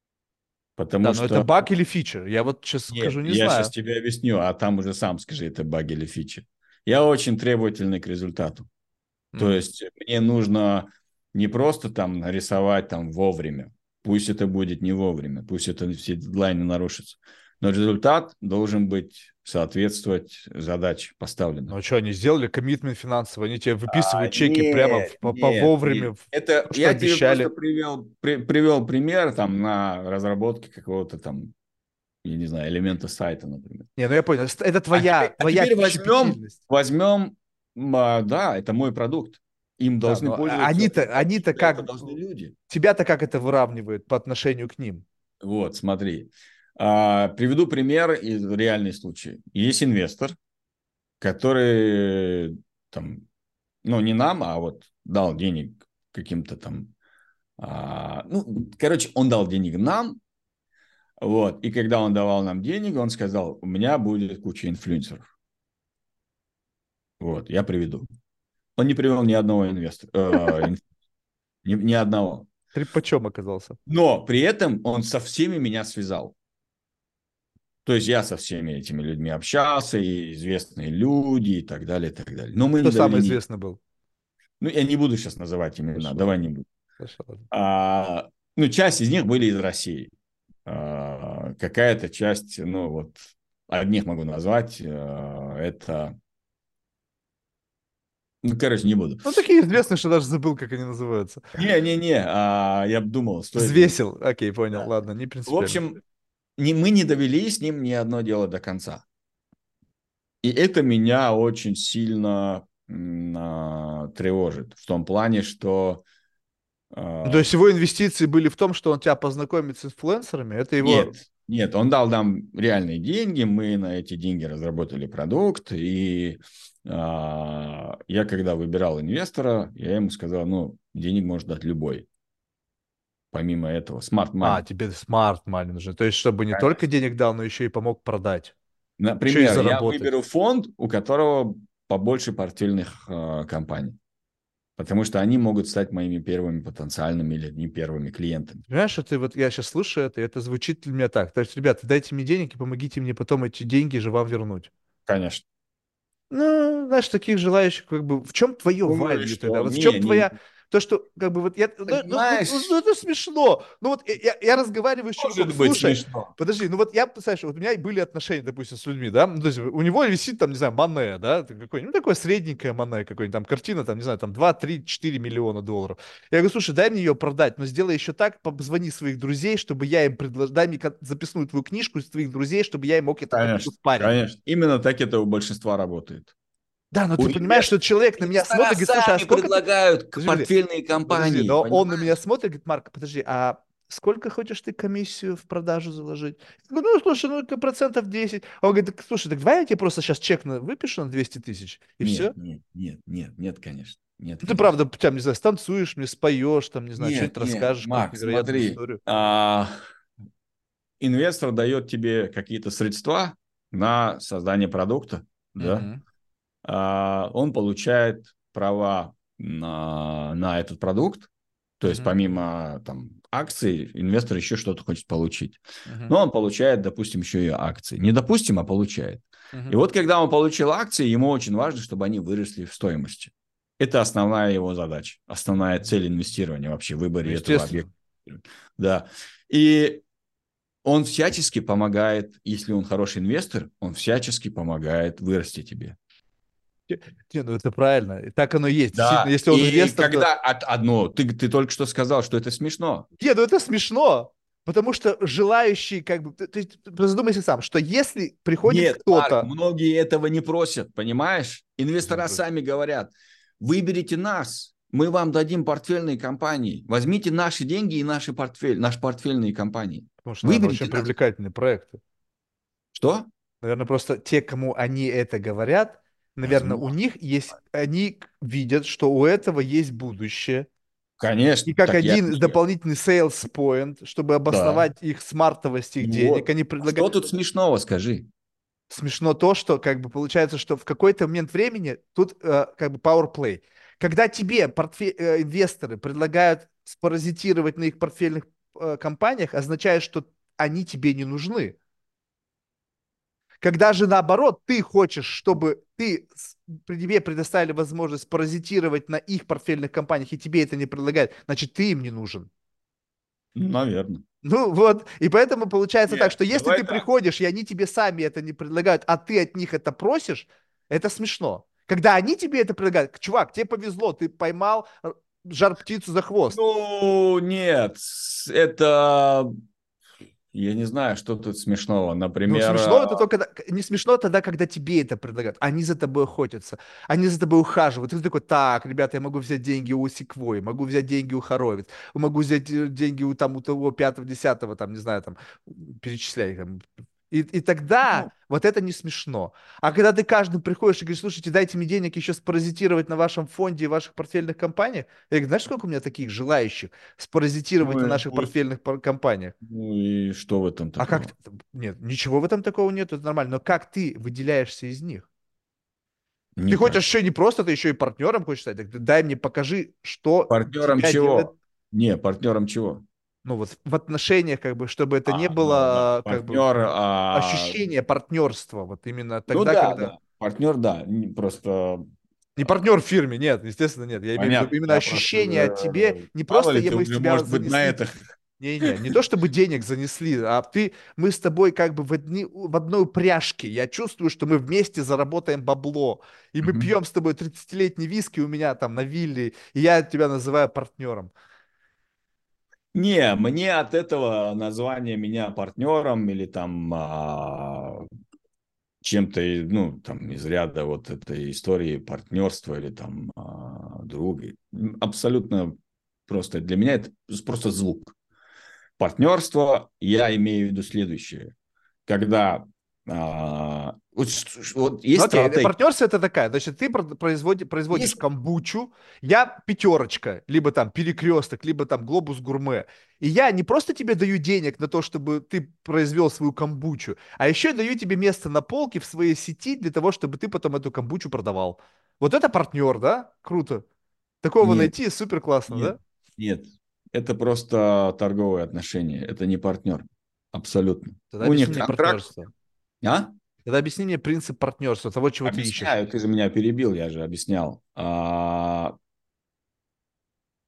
Speaker 1: Да,
Speaker 2: Потому
Speaker 1: но это
Speaker 2: что...
Speaker 1: баг или фича? Я вот сейчас
Speaker 2: Нет,
Speaker 1: скажу, не
Speaker 2: я сейчас
Speaker 1: знаю.
Speaker 2: тебе объясню, а там уже сам скажи, это баг или фича. Я очень требовательный к результату. То
Speaker 1: Мгм.
Speaker 2: есть мне нужно не просто там нарисовать там вовремя, пусть это будет не вовремя, пусть это все дедлайны нарушатся, но результат должен быть соответствовать задаче
Speaker 1: Ну
Speaker 2: поставленной.
Speaker 1: а что, они сделали коммитмент финансовый, они тебе
Speaker 2: А,
Speaker 1: выписывают чеки прямо
Speaker 2: нет,
Speaker 1: в- по, по
Speaker 2: нет,
Speaker 1: вовремя,
Speaker 2: нет.
Speaker 1: в
Speaker 2: Это
Speaker 1: то, что
Speaker 2: я тебе просто
Speaker 1: обещали.
Speaker 2: привел, при- привел пример там на разработке какого-то там, я не знаю, элемента сайта, например.
Speaker 1: Не, ну я понял, это
Speaker 2: А
Speaker 1: твоя,
Speaker 2: теперь, а
Speaker 1: твоя
Speaker 2: теперь возьмем,
Speaker 1: щепетильность.
Speaker 2: возьмем, м, а, да, это мой продукт. Им
Speaker 1: Да,
Speaker 2: должны
Speaker 1: но
Speaker 2: пользоваться,
Speaker 1: они-то,
Speaker 2: потому
Speaker 1: они-то
Speaker 2: что это
Speaker 1: как,
Speaker 2: должны люди.
Speaker 1: тебя-то как это выравнивает по отношению к ним?
Speaker 2: Вот, смотри. А, приведу пример из реальный случай. Есть инвестор, который там, ну, не нам, а вот дал денег каким-то там, а, ну, короче, он дал денег нам, вот, и когда он давал нам денег, он сказал, у меня будет куча инфлюенсеров. Вот, я приведу. Он не привел ни одного инвестора, э, инф- ни, ни одного.
Speaker 1: Трепачом оказался.
Speaker 2: Но при этом он со всеми меня связал. То есть я со всеми этими людьми общался, и известные люди, и так далее, и так далее. Но мы
Speaker 1: Кто
Speaker 2: не довели
Speaker 1: самый
Speaker 2: ни...
Speaker 1: известный был?
Speaker 2: Ну, я не буду сейчас называть имена,
Speaker 1: Хорошо,
Speaker 2: давай не
Speaker 1: ладно.
Speaker 2: буду.
Speaker 1: Хорошо, ладно.
Speaker 2: А, ну, часть из них были из России. А, какая-то часть, ну, вот, одних могу назвать, а, это... Ну, короче, не буду.
Speaker 1: Ну, такие известные, что даже забыл, как они называются.
Speaker 2: Не-не-не, а, я бы думал, стоит ли...
Speaker 1: Взвесил. Окей, понял.
Speaker 2: Да.
Speaker 1: Ладно, не
Speaker 2: В
Speaker 1: принципиально.
Speaker 2: общем, не, мы не довели с ним ни одно дело до конца. И это меня очень сильно м, а, тревожит в том плане, что
Speaker 1: Ну, то
Speaker 2: а,
Speaker 1: есть его инвестиции были в том, что он тебя познакомит с инфлюенсерами? Это его...
Speaker 2: нет, нет, он дал нам реальные деньги, мы на эти деньги разработали продукт, и а, я когда выбирал инвестора, я ему сказал, ну, денег может дать любой, помимо этого, smart
Speaker 1: А,
Speaker 2: money.
Speaker 1: тебе смарт money нужен. То есть, чтобы не только
Speaker 2: Конечно.
Speaker 1: денег дал, но еще и помог продать. Еще и
Speaker 2: Например, я
Speaker 1: заработать.
Speaker 2: выберу фонд, у которого побольше портфельных а, компаний. Потому что они могут стать моими первыми потенциальными или не первыми клиентами.
Speaker 1: Понимаешь, что ты вот, я сейчас слушаю это, и это звучит для меня так. То есть, ребята, дайте мне денег и помогите мне потом эти деньги же вам вернуть.
Speaker 2: Конечно.
Speaker 1: Ну, знаешь, таких желающих, как бы, в чем твое
Speaker 2: Ну и
Speaker 1: value тогда?
Speaker 2: что?
Speaker 1: Вот в чем
Speaker 2: Не, не,
Speaker 1: твоя... То, что, как бы, вот я, ну, ну, ну, ну,
Speaker 2: Понимаешь,
Speaker 1: ну, это смешно. Ну, вот я, я разговариваю с чуваком,
Speaker 2: может быть
Speaker 1: слушай,
Speaker 2: смешно.
Speaker 1: подожди, ну вот я, представляешь, вот у меня были отношения, допустим, с людьми, да, ну, то есть у него висит там, не знаю, Мане, да, какой, ну, такое средненькое Мане, какой-нибудь там картина, там, не знаю, там два, три, четыре миллиона долларов. Я говорю, слушай, дай мне ее продать, но сделай еще так, позвони своих друзей, чтобы я им предложил, дай мне ка- записную твою книжку из твоих друзей, чтобы я им мог это купить
Speaker 2: Конечно,
Speaker 1: в спарринг.
Speaker 2: конечно. Именно так это у большинства работает.
Speaker 1: Да, но
Speaker 2: У
Speaker 1: ты понимаешь,
Speaker 2: инвесторов,
Speaker 1: что человек на меня смотрит
Speaker 2: инвестора
Speaker 1: и говорит, слушай, а
Speaker 2: сами
Speaker 1: сколько ты...
Speaker 2: предлагают к-
Speaker 1: Подожди, подожди,
Speaker 2: портфельные
Speaker 1: подожди,
Speaker 2: компании,
Speaker 1: но он на меня
Speaker 2: понимаешь?
Speaker 1: смотрит и говорит, Марк, подожди, а сколько хочешь ты комиссию в продажу заложить? Я говорю, ну, слушай, ну, процентов десять. А он говорит, так, слушай, так давай я тебе просто сейчас чек на, выпишу на двести тысяч, и
Speaker 2: Нет,
Speaker 1: все.
Speaker 2: нет, нет, нет, нет, конечно. Нет,
Speaker 1: Ну, ты
Speaker 2: конечно.
Speaker 1: правда, там, не знаю, станцуешь мне, споешь, там, не знаю, что-нибудь
Speaker 2: Нет, нет,
Speaker 1: расскажешь, какую-нибудь
Speaker 2: Марк,
Speaker 1: невероятную
Speaker 2: смотри,
Speaker 1: историю.
Speaker 2: а, инвестор дает тебе какие-то средства на создание продукта, да,
Speaker 1: Мгм.
Speaker 2: а, он получает права на, на этот продукт, то есть
Speaker 1: Мгм.
Speaker 2: помимо там, акций, инвестор еще что-то хочет получить.
Speaker 1: Мгм.
Speaker 2: Но он получает, допустим, еще и акции. Не допустим, а получает. И
Speaker 1: Мгм.
Speaker 2: вот когда он получил акции, ему очень важно, чтобы они выросли в стоимости. Это основная его задача, основная
Speaker 1: Мгм.
Speaker 2: цель инвестирования вообще в
Speaker 1: Ну,
Speaker 2: выборе этого
Speaker 1: естественно.
Speaker 2: объекта. Да. И он всячески помогает, если он хороший инвестор, он всячески помогает вырасти тебе.
Speaker 1: Не, не, ну это правильно. И так оно и есть. Действительно,
Speaker 2: Да,
Speaker 1: если он
Speaker 2: и
Speaker 1: инвестор, то...
Speaker 2: когда от одно, ты, ты только что сказал, что это смешно.
Speaker 1: Не, ну это смешно. Потому что желающие, как бы, ты, ты- ты задумайся сам, что если приходит
Speaker 2: Нет, Марк,
Speaker 1: кто-то,
Speaker 2: многие этого не просят, понимаешь?
Speaker 1: если не
Speaker 2: Инвестора
Speaker 1: против,
Speaker 2: сами говорят, выберите нас, мы вам дадим портфельные компании, возьмите наши деньги и наши портфель, наши портфельные компании.
Speaker 1: потому что, наверное, очень
Speaker 2: Выберите нас.
Speaker 1: привлекательные проекты.
Speaker 2: Что?
Speaker 1: Наверное, просто те, кому они это говорят, наверное, у
Speaker 2: Возможно.
Speaker 1: них есть, они видят, что у этого есть будущее. И
Speaker 2: Конечно,
Speaker 1: как
Speaker 2: так я
Speaker 1: один дополнительный sales point, чтобы
Speaker 2: да.
Speaker 1: обосновать их смартовость их
Speaker 2: Ну
Speaker 1: денег,
Speaker 2: вот.
Speaker 1: они
Speaker 2: А что
Speaker 1: предлагают...
Speaker 2: тут смешного, скажи?
Speaker 1: Смешно то, что как бы получается, что в какой-то момент времени тут э, как бы power play. Когда тебе портфе- э, инвесторы предлагают спаразитировать на их портфельных э, компаниях, означает, что они тебе не нужны. Когда же наоборот, ты хочешь, чтобы ты, с- при тебе предоставили возможность паразитировать на их портфельных компаниях, и тебе это не предлагают, значит, ты им не нужен.
Speaker 2: Наверное.
Speaker 1: Ну вот, и поэтому получается так,
Speaker 2: Нет,
Speaker 1: что если
Speaker 2: давай
Speaker 1: ты
Speaker 2: так.
Speaker 1: приходишь, и они тебе сами это не предлагают, а ты от них это просишь, это смешно. Когда они тебе это предлагают, чувак, тебе повезло, ты поймал э, жар-птицу за хвост.
Speaker 2: Ну, нет, это... Я не знаю, что тут смешного.
Speaker 1: Ну,
Speaker 2: Например,
Speaker 1: смешно это
Speaker 2: а,
Speaker 1: только, когда- не смешно тогда, когда тебе это предлагают. Они за тобой охотятся, они за тобой ухаживают. И ты такой, так, ребята, я могу взять деньги у Секвой, могу взять деньги у Хоровиц, могу взять э, деньги у, там, у того пятого, десятого, там, не знаю, там, перечисляй. Там. И, и тогда
Speaker 2: ну,
Speaker 1: вот это не смешно. А когда ты каждому приходишь и говоришь, слушайте, дайте мне денег еще спаразитировать на вашем фонде и ваших портфельных компаниях, я говорю, знаешь, сколько у меня таких желающих
Speaker 2: ну,
Speaker 1: спаразитировать на
Speaker 2: и
Speaker 1: наших
Speaker 2: пусть.
Speaker 1: портфельных пор- компаниях?
Speaker 2: Ну и что в этом
Speaker 1: А как...
Speaker 2: такого?
Speaker 1: ты- Нет, ничего в этом такого нет, это нормально. Но как ты выделяешься из них? Ты хочешь
Speaker 2: Никак.
Speaker 1: еще не просто, ты еще и партнером хочешь стать? Так ты дай мне, покажи, что
Speaker 2: Партнером
Speaker 1: тебя делает,
Speaker 2: чего? Не, партнером чего?
Speaker 1: ну вот в отношениях, как бы, чтобы это не
Speaker 2: А, ну да,
Speaker 1: было, как бы,
Speaker 2: партнер, а,
Speaker 1: ощущение партнерства. Вот именно
Speaker 2: ну
Speaker 1: тогда,
Speaker 2: да,
Speaker 1: когда...
Speaker 2: да, партнер, да, не- просто
Speaker 1: Не партнер в фирме, нет, естественно, нет. Я имею в виду
Speaker 2: понятно,
Speaker 1: именно
Speaker 2: я просто
Speaker 1: ощущение от тебе,
Speaker 2: уже,
Speaker 1: не
Speaker 2: мало
Speaker 1: просто
Speaker 2: ли
Speaker 1: я,
Speaker 2: ты
Speaker 1: мы с
Speaker 2: уже,
Speaker 1: тебя
Speaker 2: может быть, на
Speaker 1: занесли.
Speaker 2: это.
Speaker 1: Не-не, не то чтобы денег занесли, а ты, мы с тобой как бы в, одни, в одной упряжке. Я чувствую, что мы вместе заработаем бабло. И мы
Speaker 2: Мгм.
Speaker 1: пьем с тобой тридцатилетний виски у меня там на вилле, и я тебя называю партнером.
Speaker 2: Не, мне от этого названия меня партнером или там а, чем-то, и, ну, там, из ряда вот этой истории партнерства или там а, друга. Абсолютно просто для меня это просто звук. Партнерство, я имею в виду следующее. Когда а, вот, вот
Speaker 1: Ну
Speaker 2: есть
Speaker 1: окей,
Speaker 2: стратегия,
Speaker 1: партнерство это такая, значит, ты про- производи- производишь
Speaker 2: есть,
Speaker 1: камбучу, я пятерочка, либо там перекресток, либо там глобус гурме. И я не просто тебе даю денег на то, чтобы ты произвел свою камбучу, а еще я даю тебе место на полке в своей сети для того, чтобы ты потом эту камбучу продавал. Вот это партнер, да? Круто. Такого
Speaker 2: нет,
Speaker 1: найти супер классно,
Speaker 2: нет,
Speaker 1: да?
Speaker 2: нет, это просто торговые отношения, это не партнер, абсолютно.
Speaker 1: Тогда
Speaker 2: У
Speaker 1: объясни
Speaker 2: них
Speaker 1: мне
Speaker 2: контракт,
Speaker 1: партнерство.
Speaker 2: а?
Speaker 1: Тогда объясни мне принцип партнерства, того, чего ты ищешь.
Speaker 2: Объясняю, ты же меня перебил, я же объяснял. А,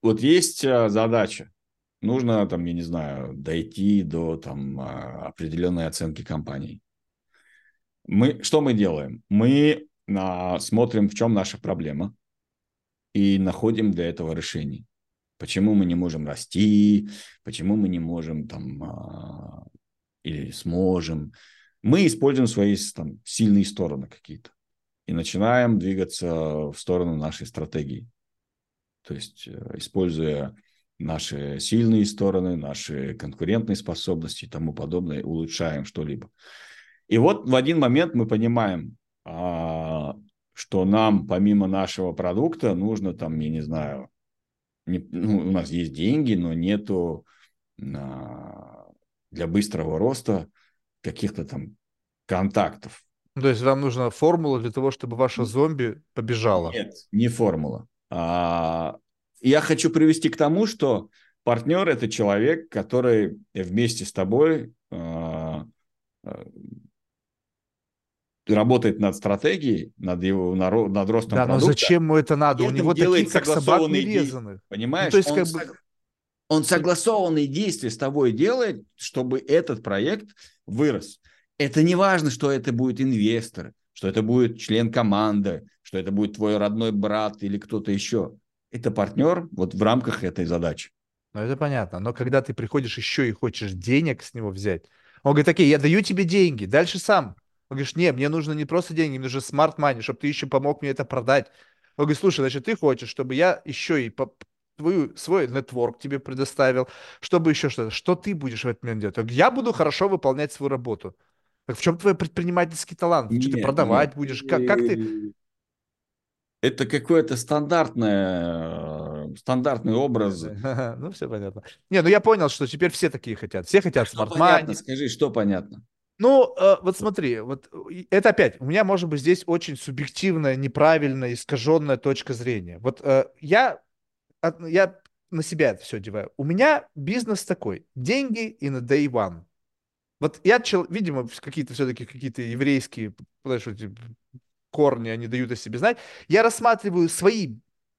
Speaker 2: вот есть а, задача. Нужно, там, я не знаю, дойти до там, а, определенной оценки компании. Мы, что мы делаем? Мы а, смотрим, в чем наша проблема, и находим для этого решение. Почему мы не можем расти, почему мы не можем там, а, или сможем. Мы используем свои там, сильные стороны какие-то и начинаем двигаться в сторону нашей стратегии. То есть, э, используя наши сильные стороны, наши конкурентные способности и тому подобное, улучшаем что-либо. И вот в один момент мы понимаем, а, что нам помимо нашего продукта нужно там, я не знаю, не, ну, у нас есть деньги, но нету а, для быстрого роста каких-то там контактов.
Speaker 1: Ну, то есть вам нужна формула для того, чтобы ваша зомби побежала.
Speaker 2: Нет, не формула. А, я хочу привести к тому, что партнер – это человек, который вместе с тобой а, а, работает над стратегией, над, его, над ростом
Speaker 1: Да, но
Speaker 2: продукта,
Speaker 1: зачем ему это надо?
Speaker 2: при
Speaker 1: У
Speaker 2: этом
Speaker 1: него таких,
Speaker 2: делает
Speaker 1: как собак
Speaker 2: согласованные действия.
Speaker 1: нерезанных. Ну, то
Speaker 2: Понимаешь?
Speaker 1: есть,
Speaker 2: Он,
Speaker 1: как бы...
Speaker 2: он согласованные действия с тобой делает, чтобы этот проект вырос. Это не важно, что это будет инвестор, что это будет член команды, что это будет твой родной брат или кто-то еще. Это партнер вот в рамках этой задачи.
Speaker 1: Ну, это понятно. Но когда ты приходишь еще и хочешь денег с него взять, он говорит, окей, я даю тебе деньги, дальше сам. Он говорит, не, мне нужно не просто деньги, мне нужно smart money, чтобы ты еще помог мне это продать. Он говорит, слушай, значит, ты хочешь, чтобы я еще и по- твою, свой нетворк тебе предоставил, чтобы еще что-то. Что ты будешь в этот момент делать? Он говорит, я буду хорошо выполнять свою работу. Так в чем твой предпринимательский талант? Что ты
Speaker 2: Нет,
Speaker 1: продавать
Speaker 2: нет.
Speaker 1: будешь? Как, как ты...
Speaker 2: Это какой-то стандартный, стандартный образ.
Speaker 1: Ну, все понятно. Не, ну я понял, что теперь все такие хотят. Все
Speaker 2: А
Speaker 1: хотят
Speaker 2: что
Speaker 1: smart
Speaker 2: понятно?
Speaker 1: money.
Speaker 2: Скажи, что понятно?
Speaker 1: Ну, э, вот смотри, вот и- это опять, у меня может быть здесь очень субъективная, неправильная, искаженная точка зрения. Вот э, я, от- я на себя это все одеваю. У меня бизнес такой, деньги и на day one. Вот я, чел- видимо, какие-то все-таки какие-то еврейские, знаешь, вот эти корни, они дают о себе знать. Я рассматриваю свои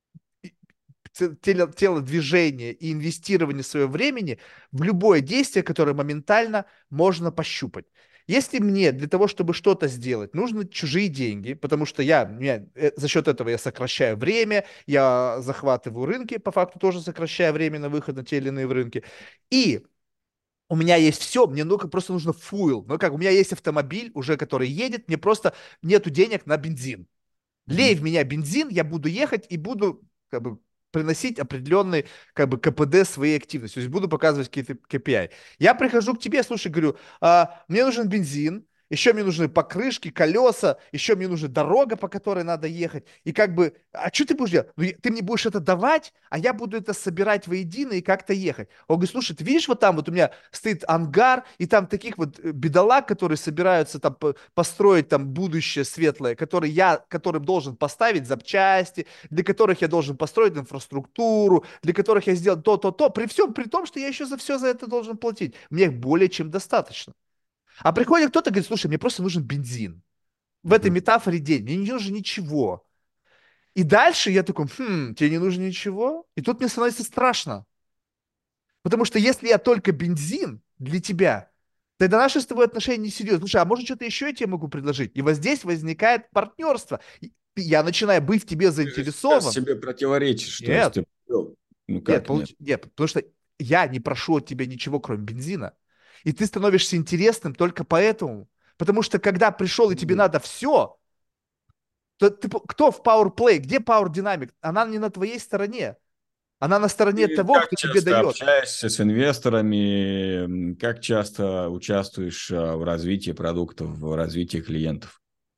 Speaker 1: те- тело, телодвижение и инвестирование своего времени в любое действие, которое моментально можно пощупать. Если мне для того, чтобы что-то сделать, нужны чужие деньги, потому что я, меня, э, за счет этого я сокращаю время, я захватываю рынки, по факту тоже сокращая время на выход на те или иные рынки, и у меня есть все, мне ну, просто нужно фуил. Ну как, у меня есть автомобиль уже, который едет, мне просто нету денег на бензин. Лей
Speaker 2: Мгм.
Speaker 1: в меня бензин, я буду ехать и буду как бы приносить определенный как бы КПД своей активности, то есть буду показывать какие-то К Пи Ай. Я прихожу к тебе, слушай, говорю, а, мне нужен бензин, еще мне нужны покрышки, колеса, еще мне нужна дорога, по которой надо ехать. И как бы, а что ты будешь делать? Ну, я- ты мне будешь это давать, а я буду это собирать воедино и как-то ехать. Он говорит, слушай, ты видишь, вот там вот у меня стоит ангар, и там таких вот э, бедолаг, которые собираются там по- построить там будущее светлое, которые я, которым должен поставить запчасти, для которых я должен построить инфраструктуру, для которых я сделал то-то-то, при всем при том, что я еще за все за это должен платить. Мне их более чем достаточно. А приходит кто-то и говорит, слушай, мне просто нужен бензин. В этой
Speaker 2: Мгм.
Speaker 1: метафоре день, мне не нужно ничего. И дальше я такой, хм, тебе не нужно ничего? И тут мне становится страшно. Потому что если я только бензин для тебя, тогда наши с тобой отношения не серьезны. Слушай, а может что-то еще я тебе могу предложить? И вот здесь возникает партнерство. И я начинаю быть в тебе
Speaker 2: Ты же сейчас
Speaker 1: заинтересован.
Speaker 2: себе противоречишь, то есть
Speaker 1: Нет,
Speaker 2: ты... Ну
Speaker 1: нет,
Speaker 2: как нет?
Speaker 1: получ- нет, потому что я не прошу от тебя ничего, кроме бензина. И ты становишься интересным только поэтому. Потому что когда пришел и тебе
Speaker 2: Ну,
Speaker 1: надо все, то ты, по- кто в Power Play, где Power Dynamic? Она не на твоей стороне. Она на стороне
Speaker 2: ты
Speaker 1: того,
Speaker 2: как
Speaker 1: кто тебе
Speaker 2: часто
Speaker 1: дает.
Speaker 2: общаешься с инвесторами, м, как часто участвуешь а, в развитии продуктов, в развитии клиентов?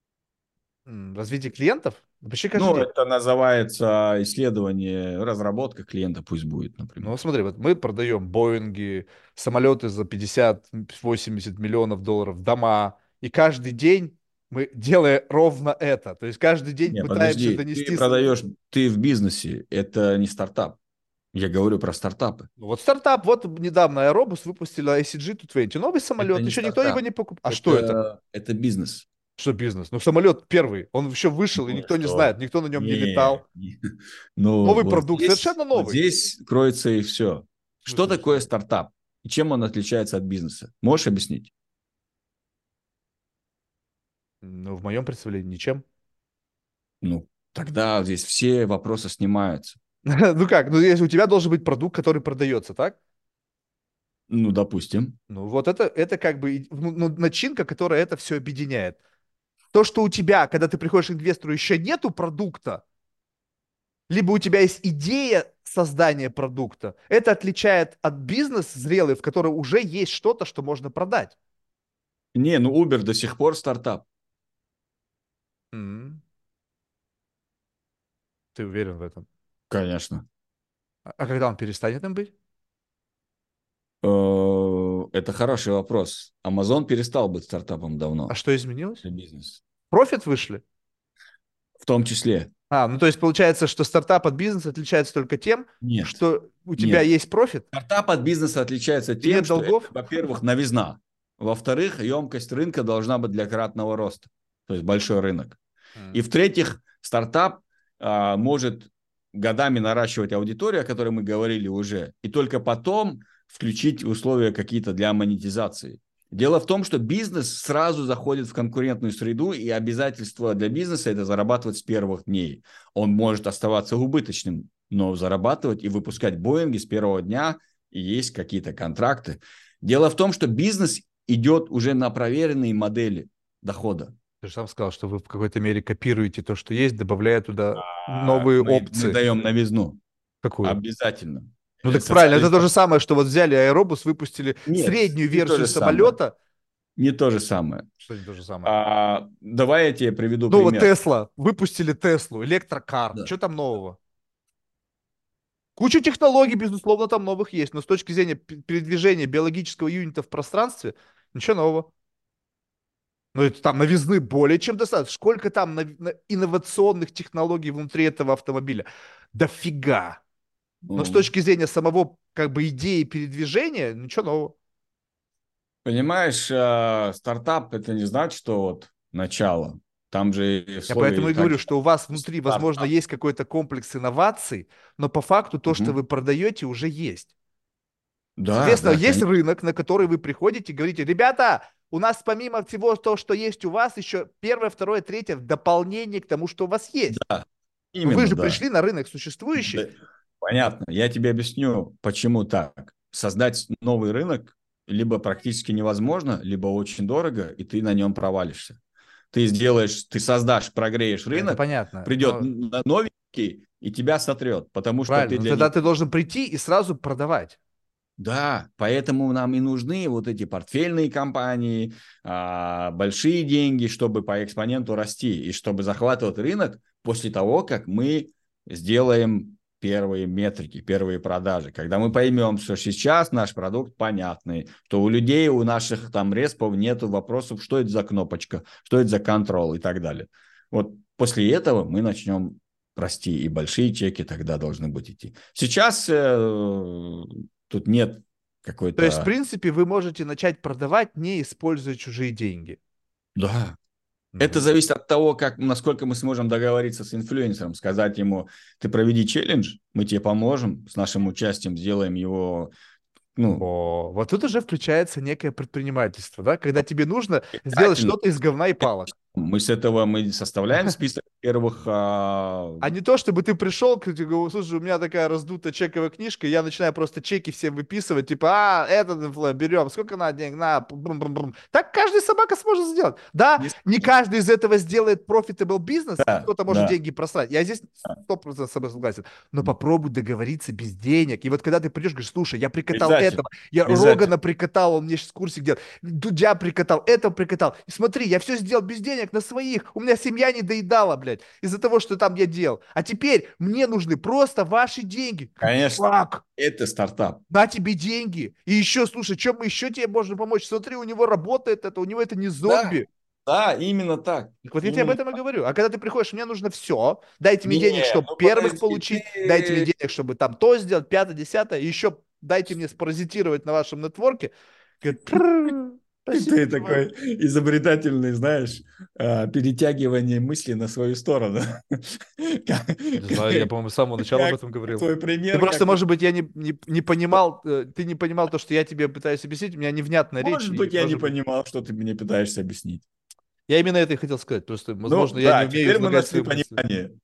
Speaker 1: М, Развитие клиентов? Ну, почти каждый
Speaker 2: Ну,
Speaker 1: день.
Speaker 2: это называется исследование, разработка клиента пусть будет, например.
Speaker 1: Ну, смотри, вот мы продаем Боинги, самолеты за пятьдесят восемьдесят миллионов долларов, дома. И каждый день мы делаем ровно это. То есть каждый день
Speaker 2: Не,
Speaker 1: пытаемся
Speaker 2: подожди, ты
Speaker 1: донести... с-
Speaker 2: продаешь, ты в бизнесе, это не стартап. Я говорю про стартапы.
Speaker 1: Ну, вот стартап, вот недавно Аэробус выпустили ай си джи сто двадцать, новый
Speaker 2: Это
Speaker 1: самолет,
Speaker 2: не
Speaker 1: еще никто его
Speaker 2: стартап,
Speaker 1: не покупал. А что это?
Speaker 2: это, это бизнес.
Speaker 1: Что бизнес? Ну, самолет первый, он еще вышел, и
Speaker 2: Ну
Speaker 1: никто не
Speaker 2: что?
Speaker 1: знает, никто на нем не
Speaker 2: Не,
Speaker 1: летал.
Speaker 2: не. Ну,
Speaker 1: Новый
Speaker 2: вот
Speaker 1: продукт,
Speaker 2: здесь,
Speaker 1: совершенно
Speaker 2: вот
Speaker 1: новый.
Speaker 2: здесь кроется и все.
Speaker 1: В
Speaker 2: Что
Speaker 1: смысле
Speaker 2: такое
Speaker 1: все?
Speaker 2: стартап? И чем он отличается от бизнеса? Можешь объяснить?
Speaker 1: Ну, в моем представлении ничем.
Speaker 2: Ну, тогда здесь все вопросы снимаются.
Speaker 1: Ну как, ну если у тебя должен быть продукт, который продается, так?
Speaker 2: Ну, допустим.
Speaker 1: Ну вот это, это как бы и- ну, ну, начинка, которая это все объединяет. То, что у тебя, когда ты приходишь к инвестору, еще нету продукта, либо у тебя есть идея создания продукта, это отличает от бизнеса зрелый, в котором уже есть что-то, что можно продать.
Speaker 2: Не, ну Uber до сих пор стартап.
Speaker 1: М, Ты уверен в этом?
Speaker 2: Конечно.
Speaker 1: А а когда он перестанет им быть?
Speaker 2: Э, Это хороший вопрос. Amazon перестал быть стартапом
Speaker 1: А
Speaker 2: давно
Speaker 1: что изменилось?
Speaker 2: для бизнеса.
Speaker 1: Профит вышли?
Speaker 2: В том числе.
Speaker 1: А, ну то есть получается, что стартап от бизнеса отличается только тем,
Speaker 2: Нет,
Speaker 1: что у тебя
Speaker 2: нет.
Speaker 1: есть профит
Speaker 2: Стартап от бизнеса отличается
Speaker 1: и
Speaker 2: тем,
Speaker 1: нет
Speaker 2: что это,
Speaker 1: долгов?
Speaker 2: во-первых, новизна. Во-вторых, емкость рынка должна быть для кратного роста. То есть большой рынок. И
Speaker 1: М.
Speaker 2: в-третьих, стартап а, может годами наращивать аудиторию, о которой мы говорили уже, и только потом включить условия какие-то для монетизации. Дело в том, что бизнес сразу заходит в конкурентную среду, и обязательство для бизнеса – это зарабатывать с первых дней. Он может оставаться убыточным, но зарабатывать и выпускать Боинги с первого дня, и есть какие-то контракты. Дело в том, что бизнес идет уже на проверенные модели дохода.
Speaker 1: Ты же сам сказал, что вы в какой-то мере копируете то, что есть, добавляя туда
Speaker 2: А,
Speaker 1: новые
Speaker 2: мы, мы
Speaker 1: опции.
Speaker 2: даем новизну.
Speaker 1: Какую?
Speaker 2: Обязательно.
Speaker 1: Ну
Speaker 2: Э,
Speaker 1: так правильно, это то же
Speaker 2: Социализация.
Speaker 1: самое, что вот взяли Аэробус, выпустили
Speaker 2: Нет,
Speaker 1: среднюю
Speaker 2: не то
Speaker 1: версию
Speaker 2: же самое.
Speaker 1: самолета.
Speaker 2: Не то же самое.
Speaker 1: Что не то же самое?
Speaker 2: А, давай я тебе приведу
Speaker 1: Ну вот
Speaker 2: пример.
Speaker 1: Тесла, выпустили Теслу, электрокар.
Speaker 2: Да.
Speaker 1: Что там нового? Куча технологий, безусловно, там новых есть, но с точки зрения п- передвижения биологического юнита в пространстве, ничего нового. Ну, это там новизны более чем достаточно. Сколько там нов- на- инновационных технологий внутри этого автомобиля? Дофига. Но с
Speaker 2: Ну,
Speaker 1: точки зрения самого как бы идеи передвижения, ничего нового.
Speaker 2: понимаешь, а, стартап это не значит, что вот начало. Там же и в
Speaker 1: Я поэтому
Speaker 2: слове
Speaker 1: и говорю,
Speaker 2: также
Speaker 1: что у вас внутри, возможно,
Speaker 2: стартап.
Speaker 1: есть какой-то комплекс инноваций, но по факту то, что
Speaker 2: Мгм.
Speaker 1: вы продаете, уже есть.
Speaker 2: Да,
Speaker 1: Соответственно,
Speaker 2: да,
Speaker 1: есть
Speaker 2: конечно.
Speaker 1: рынок, на который вы приходите и говорите, ребята, у нас помимо всего того, что есть у вас, еще первое, второе, третье в дополнение к тому, что у вас есть.
Speaker 2: Да,
Speaker 1: Но вы
Speaker 2: именно,
Speaker 1: же
Speaker 2: да.
Speaker 1: пришли на рынок существующий.
Speaker 2: Да, понятно. Я тебе объясню, почему так. Создать новый рынок либо практически невозможно, либо очень дорого, и ты на нем провалишься. Ты сделаешь, ты создашь, прогреешь
Speaker 1: Это
Speaker 2: рынок,
Speaker 1: понятно.
Speaker 2: придет
Speaker 1: Но
Speaker 2: н- новенький и тебя сотрет, потому что ты
Speaker 1: правильно. Но
Speaker 2: для
Speaker 1: тогда
Speaker 2: него...
Speaker 1: ты должен прийти и сразу продавать.
Speaker 2: Да, поэтому нам и нужны вот эти портфельные компании, а, большие деньги, чтобы по экспоненту расти и чтобы захватывать рынок после того, как мы сделаем первые метрики, первые продажи. Когда мы поймем, что сейчас наш продукт понятный, что у людей, у наших там респов нет вопросов, что это за кнопочка, что это за контрол и так далее. Вот после этого мы начнем расти, и большие чеки тогда должны быть идти. Сейчас э, тут нет
Speaker 1: То есть, в
Speaker 2: какой-то...
Speaker 1: принципе, вы можете начать продавать, не используя чужие деньги.
Speaker 2: Да, это
Speaker 1: Ну,
Speaker 2: зависит от того, как, насколько мы сможем договориться с инфлюенсером, сказать ему, ты проведи челлендж, мы тебе поможем, с нашим участием сделаем его, ну,
Speaker 1: о, вот тут уже включается некое предпринимательство, да, когда тебе нужно сделать
Speaker 2: обязательно.
Speaker 1: что-то из говна и палок.
Speaker 2: Мы с этого мы составляем список первых... а,
Speaker 1: А не то, чтобы ты пришел, к- ты говоришь, слушай, у меня такая раздутая чековая книжка, я начинаю просто чеки все выписывать, типа, а, этот инфлюенсер, берем, сколько надо денег, на, брум-брум-брум. Так каждая собака сможет сделать. Да,
Speaker 2: не
Speaker 1: не
Speaker 2: сможет.
Speaker 1: каждый из этого сделает profitable бизнес,
Speaker 2: Да,
Speaker 1: кто-то может
Speaker 2: да,
Speaker 1: деньги просрать. Я здесь сто процентов с собой согласен. Но попробуй договориться без денег. И вот когда ты придешь, говоришь, слушай, я прикатал
Speaker 2: обязательно,
Speaker 1: этого, я
Speaker 2: обязательно.
Speaker 1: Рогана прикатал, он мне сейчас курсик делает, Дудя прикатал, этого прикатал. И смотри, я все сделал без денег на своих, у меня семья не доедала, блядь, из-за того, что там я делал. А теперь мне нужны просто ваши деньги.
Speaker 2: Конечно,
Speaker 1: Чувак,
Speaker 2: это стартап.
Speaker 1: на тебе деньги. И еще, слушай, чем мы еще тебе можем помочь? Смотри, у него работает это, у него это не
Speaker 2: Да,
Speaker 1: зомби.
Speaker 2: да, именно так.
Speaker 1: Так вот я тебе об
Speaker 2: Именно
Speaker 1: этом и
Speaker 2: так.
Speaker 1: говорю. А когда ты приходишь, мне нужно все. Дайте мне денег,
Speaker 2: Не,
Speaker 1: чтобы
Speaker 2: ну
Speaker 1: первых
Speaker 2: подожди,
Speaker 1: получить. Дайте мне
Speaker 2: ты...
Speaker 1: денег, чтобы там то сделать, пятое, десятое. И еще дайте мне спаразитировать на вашем нетворке. Говорит, «Прррр». Спасибо,
Speaker 2: Ты
Speaker 1: чувак.
Speaker 2: такой изобретательный, знаешь, а, перетягивание мысли на свою сторону. Как,
Speaker 1: Не знаю, я, по-моему, с самого начала об
Speaker 2: как
Speaker 1: этом говорил.
Speaker 2: твой
Speaker 1: Ты
Speaker 2: пример,
Speaker 1: просто,
Speaker 2: как ты...
Speaker 1: может быть, я не, не, не понимал, э, ты не понимал то, что я тебе пытаюсь объяснить, у меня невнятная речь,
Speaker 2: Может
Speaker 1: и,
Speaker 2: быть, я не
Speaker 1: может быть,
Speaker 2: понимал, что ты мне пытаешься объяснить.
Speaker 1: я именно это и хотел сказать, просто,
Speaker 2: Ну,
Speaker 1: возможно, я не
Speaker 2: да,
Speaker 1: умею
Speaker 2: теперь мы
Speaker 1: излагать
Speaker 2: нашли
Speaker 1: свои мысли.
Speaker 2: понимание.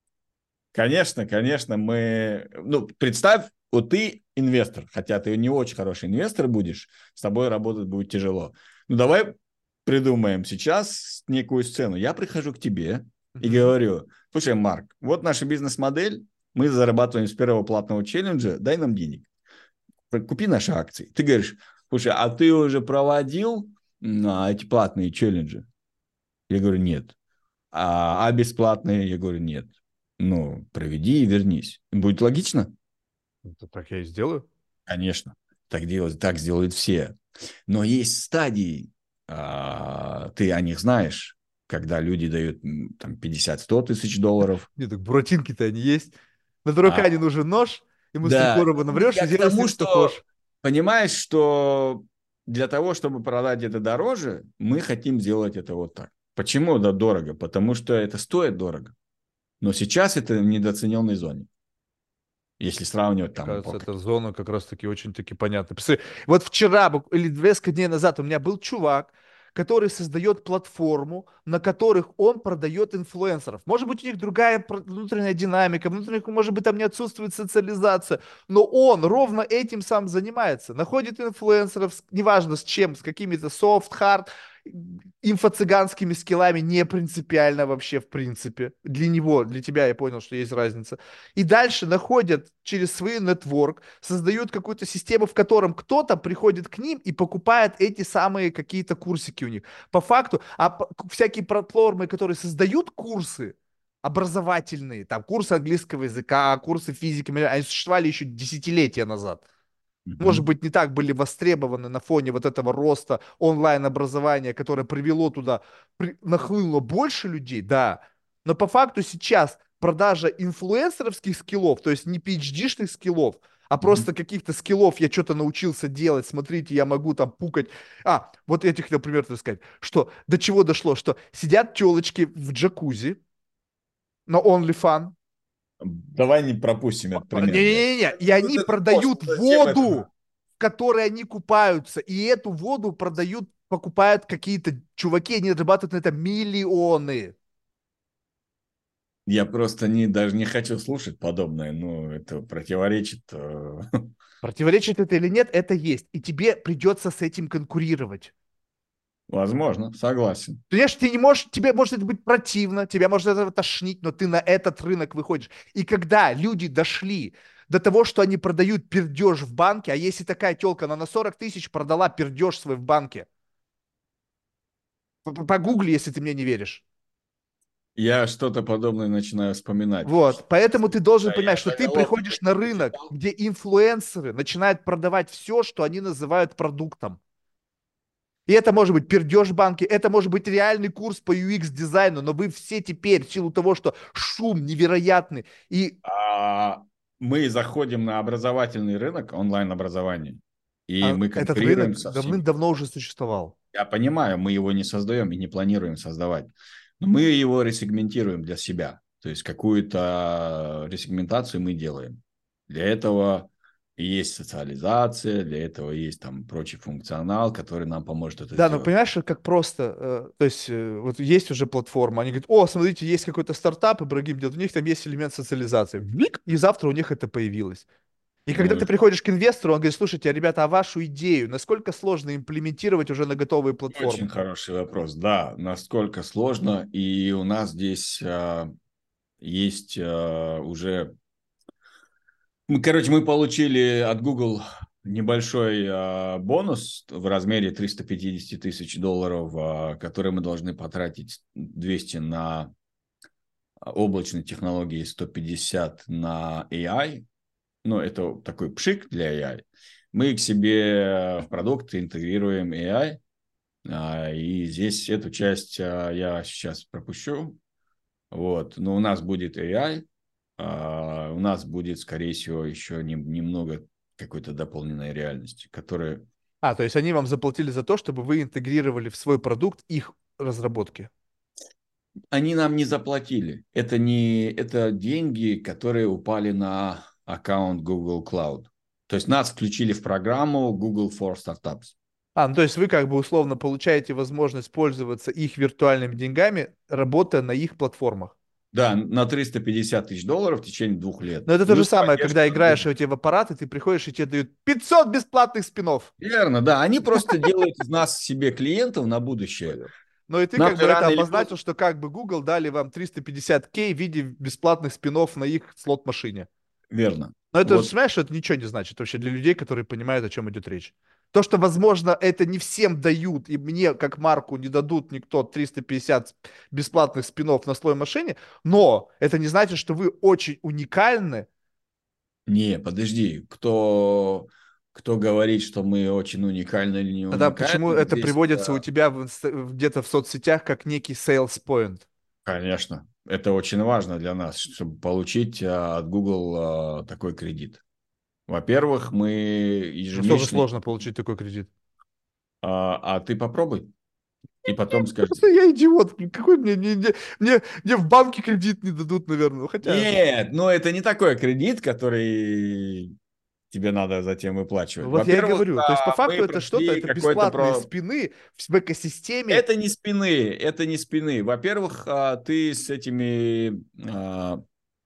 Speaker 2: Конечно, конечно, мы... Ну, представь, вот ты инвестор, хотя ты не очень хороший инвестор будешь, с тобой работать будет тяжело. Ну, давай придумаем сейчас некую сцену. Я прихожу к тебе и
Speaker 1: Мгм.
Speaker 2: говорю, слушай, Марк, вот наша бизнес-модель, мы зарабатываем с первого платного челленджа, дай нам денег, купи наши акции. Ты говоришь, слушай, а ты уже проводил м, а, эти платные челленджи? Я говорю, нет. А, а бесплатные? Я говорю, нет. Ну, проведи и вернись. Будет логично?
Speaker 1: Это так я и сделаю.
Speaker 2: Конечно. Так делать, так сделают все. Но есть стадии, а, ты о них знаешь, когда люди дают м, там пятьдесят-сто тысяч долларов.
Speaker 1: Нет, так буратинки-то они есть. На дурака
Speaker 2: А,
Speaker 1: не нужен нож, ему с три
Speaker 2: да,
Speaker 1: короба
Speaker 2: ну,
Speaker 1: наврешь и
Speaker 2: я к
Speaker 1: делай с
Speaker 2: тому,
Speaker 1: ним, что
Speaker 2: что
Speaker 1: хочешь.
Speaker 2: понимаешь, что для того, чтобы продать это дороже, мы хотим сделать это вот так. Почему это дорого? Потому что это стоит дорого. Но сейчас это в недооцененной зоне. Если сравнивать
Speaker 1: Мне
Speaker 2: там по
Speaker 1: кажется, эта
Speaker 2: каким-то...
Speaker 1: зона как раз-таки очень-таки понятна. Посмотри, вот вчера бу- или несколько дней назад у меня был чувак, который создает платформу, на которых он продает инфлюенсеров. Может быть, у них другая про- внутренняя динамика, внутренняя, может быть, там не отсутствует социализация, но он ровно этим сам занимается. Находит инфлюенсеров, с- неважно с чем, с какими-то soft, hard, инфо-цыганскими скиллами, не принципиально вообще в принципе. Для него, для тебя я понял, что есть разница. И дальше находят через свой нетворк, создают какую-то систему, в котором кто-то приходит к ним и покупает эти самые какие-то курсики у них. По факту, а п- всякие платформы, которые создают курсы образовательные, там курсы английского языка, курсы физики, они существовали еще десятилетия назад. Может
Speaker 2: Мгм.
Speaker 1: быть, не так были востребованы на фоне вот этого роста онлайн-образования, которое привело туда, при- нахлынуло больше людей, да. Но по факту сейчас продажа инфлюенсеровских скиллов, то есть не пи эйч ди-шных скиллов, а
Speaker 2: Мгм.
Speaker 1: просто каких-то скиллов я что-то научился делать, смотрите, я могу там пукать. А, вот я тебе хотел пример так сказать, что до чего дошло, что сидят телочки в джакузи на OnlyFans,
Speaker 2: Давай не пропустим этот пример, блядь.
Speaker 1: не-не-не, и
Speaker 2: Вот
Speaker 1: они
Speaker 2: это пост,
Speaker 1: продают
Speaker 2: зачем это
Speaker 1: воду,
Speaker 2: надо?
Speaker 1: в которой они купаются, и эту воду продают, покупают какие-то чуваки, они зарабатывают на это миллионы.
Speaker 2: Я просто не, даже не хочу слушать подобное, ну, это противоречит. э,
Speaker 1: Противоречит это или нет, это есть, и тебе придется с этим конкурировать.
Speaker 2: Возможно, согласен.
Speaker 1: Понимаешь, ты не можешь, тебе может это быть противно, тебя может это тошнить, но ты на этот рынок выходишь. И когда люди дошли до того, что они продают пердеж в банке, а если такая телка, она на сорок тысяч продала пердеж свой в банке. П- Погугли, если ты мне не веришь.
Speaker 2: Я что-то подобное начинаю вспоминать.
Speaker 1: Вот, поэтому ты должен
Speaker 2: Да,
Speaker 1: понимать,
Speaker 2: я
Speaker 1: что ты
Speaker 2: заголовки
Speaker 1: приходишь на
Speaker 2: какие-то
Speaker 1: рынок,
Speaker 2: читал.
Speaker 1: где инфлюенсеры начинают продавать все, что они называют продуктом. И это может быть пердеж банки, это может быть реальный курс по ю экс дизайну, но вы все теперь, в силу того, что шум невероятный, и
Speaker 2: А, мы заходим на образовательный рынок онлайн-образования, и
Speaker 1: а,
Speaker 2: мы
Speaker 1: этот
Speaker 2: конкурируем
Speaker 1: рынок
Speaker 2: со всеми.
Speaker 1: давным-давно уже существовал.
Speaker 2: Я понимаю, мы его не создаем и не планируем создавать, но мы его ресегментируем для себя. То есть какую-то ресегментацию мы делаем. Для этого есть социализация, для этого есть там прочий функционал, который нам поможет это
Speaker 1: Да, но
Speaker 2: сделать.
Speaker 1: понимаешь, как просто, э, то есть э, вот есть уже платформа, они говорят, о, смотрите, есть какой-то стартап, Ибрагим делает, у них там есть элемент социализации. Вик, и завтра у них это появилось. И когда
Speaker 2: Ну,
Speaker 1: ты приходишь к инвестору, он говорит, слушайте, ребята, а вашу идею, насколько сложно имплементировать уже на готовые
Speaker 2: очень
Speaker 1: платформы?
Speaker 2: хороший вопрос. Да, насколько сложно. И у нас здесь а, есть а, уже... Мы, короче, мы получили от Google небольшой а, бонус в размере триста пятьдесят тысяч долларов, а, который мы должны потратить двести на облачные технологии, сто пятьдесят на эй ай. Ну, это такой пшик для эй ай. Мы к себе в продукт интегрируем эй ай, а, и здесь эту часть а, я сейчас пропущу. Вот. Но у нас будет эй ай, а, у нас будет, скорее всего, еще не- немного какой-то дополненной реальности, которая...
Speaker 1: А, то есть они вам заплатили за то, чтобы вы интегрировали в свой продукт их разработки.
Speaker 2: Они нам не заплатили. Это не это деньги, которые упали на аккаунт Google Cloud. То есть нас включили в программу Google for Startups.
Speaker 1: А, ну то есть вы как бы условно получаете возможность пользоваться их виртуальными деньгами, работая на их платформах.
Speaker 2: Да, на триста пятьдесят тысяч долларов в течение двух лет.
Speaker 1: Но это то же
Speaker 2: Плюс
Speaker 1: самое, когда
Speaker 2: поддержка.
Speaker 1: играешь в эти в аппараты, ты приходишь и тебе дают пятьсот бесплатных спинов.
Speaker 2: Верно, да. Они просто делают из нас себе клиентов на будущее.
Speaker 1: Понял. Ну и ты
Speaker 2: Нам
Speaker 1: как
Speaker 2: же
Speaker 1: бы это
Speaker 2: рано или
Speaker 1: обозначил,
Speaker 2: поздно...
Speaker 1: что как бы Google дали вам триста пятьдесят кей в виде бесплатных спинов на их слот-машине.
Speaker 2: Верно.
Speaker 1: Но это же,
Speaker 2: Вот
Speaker 1: понимаешь, что это ничего не значит вообще для людей, которые понимают, о чем идет речь. То, что, возможно, это не всем дают, и мне, как Марку, не дадут никто триста пятьдесят бесплатных спинов на слой машине, но это не значит, что вы очень уникальны.
Speaker 2: не, подожди, кто, кто говорит, что мы очень уникальны или не
Speaker 1: Тогда почему
Speaker 2: уникальны,
Speaker 1: это
Speaker 2: здесь,
Speaker 1: приводится у
Speaker 2: э,
Speaker 1: тебя в инста- где-то в соцсетях как некий sales point?
Speaker 2: конечно, это очень важно для нас, чтобы получить э, от Google э, такой кредит. Во-первых, мы
Speaker 1: Насколько
Speaker 2: ежемесячно...
Speaker 1: сложно получить такой кредит?
Speaker 2: А, а ты попробуй, и потом скажи.
Speaker 1: Просто я идиот. Какой мне, мне, мне, мне, мне в банке кредит не дадут, наверное. Ну, хотя,
Speaker 2: Нет, но это не такой кредит, который тебе надо затем
Speaker 1: ну
Speaker 2: выплачивать.
Speaker 1: вот я и
Speaker 2: Во-первых,
Speaker 1: говорю. То есть, по
Speaker 2: а,
Speaker 1: факту
Speaker 2: мы
Speaker 1: это что-то,
Speaker 2: прошли
Speaker 1: это
Speaker 2: какой-то
Speaker 1: бесплатные
Speaker 2: про...
Speaker 1: спины в экосистеме.
Speaker 2: Это не спины, это не спины. Во-первых, а, ты с этими, а,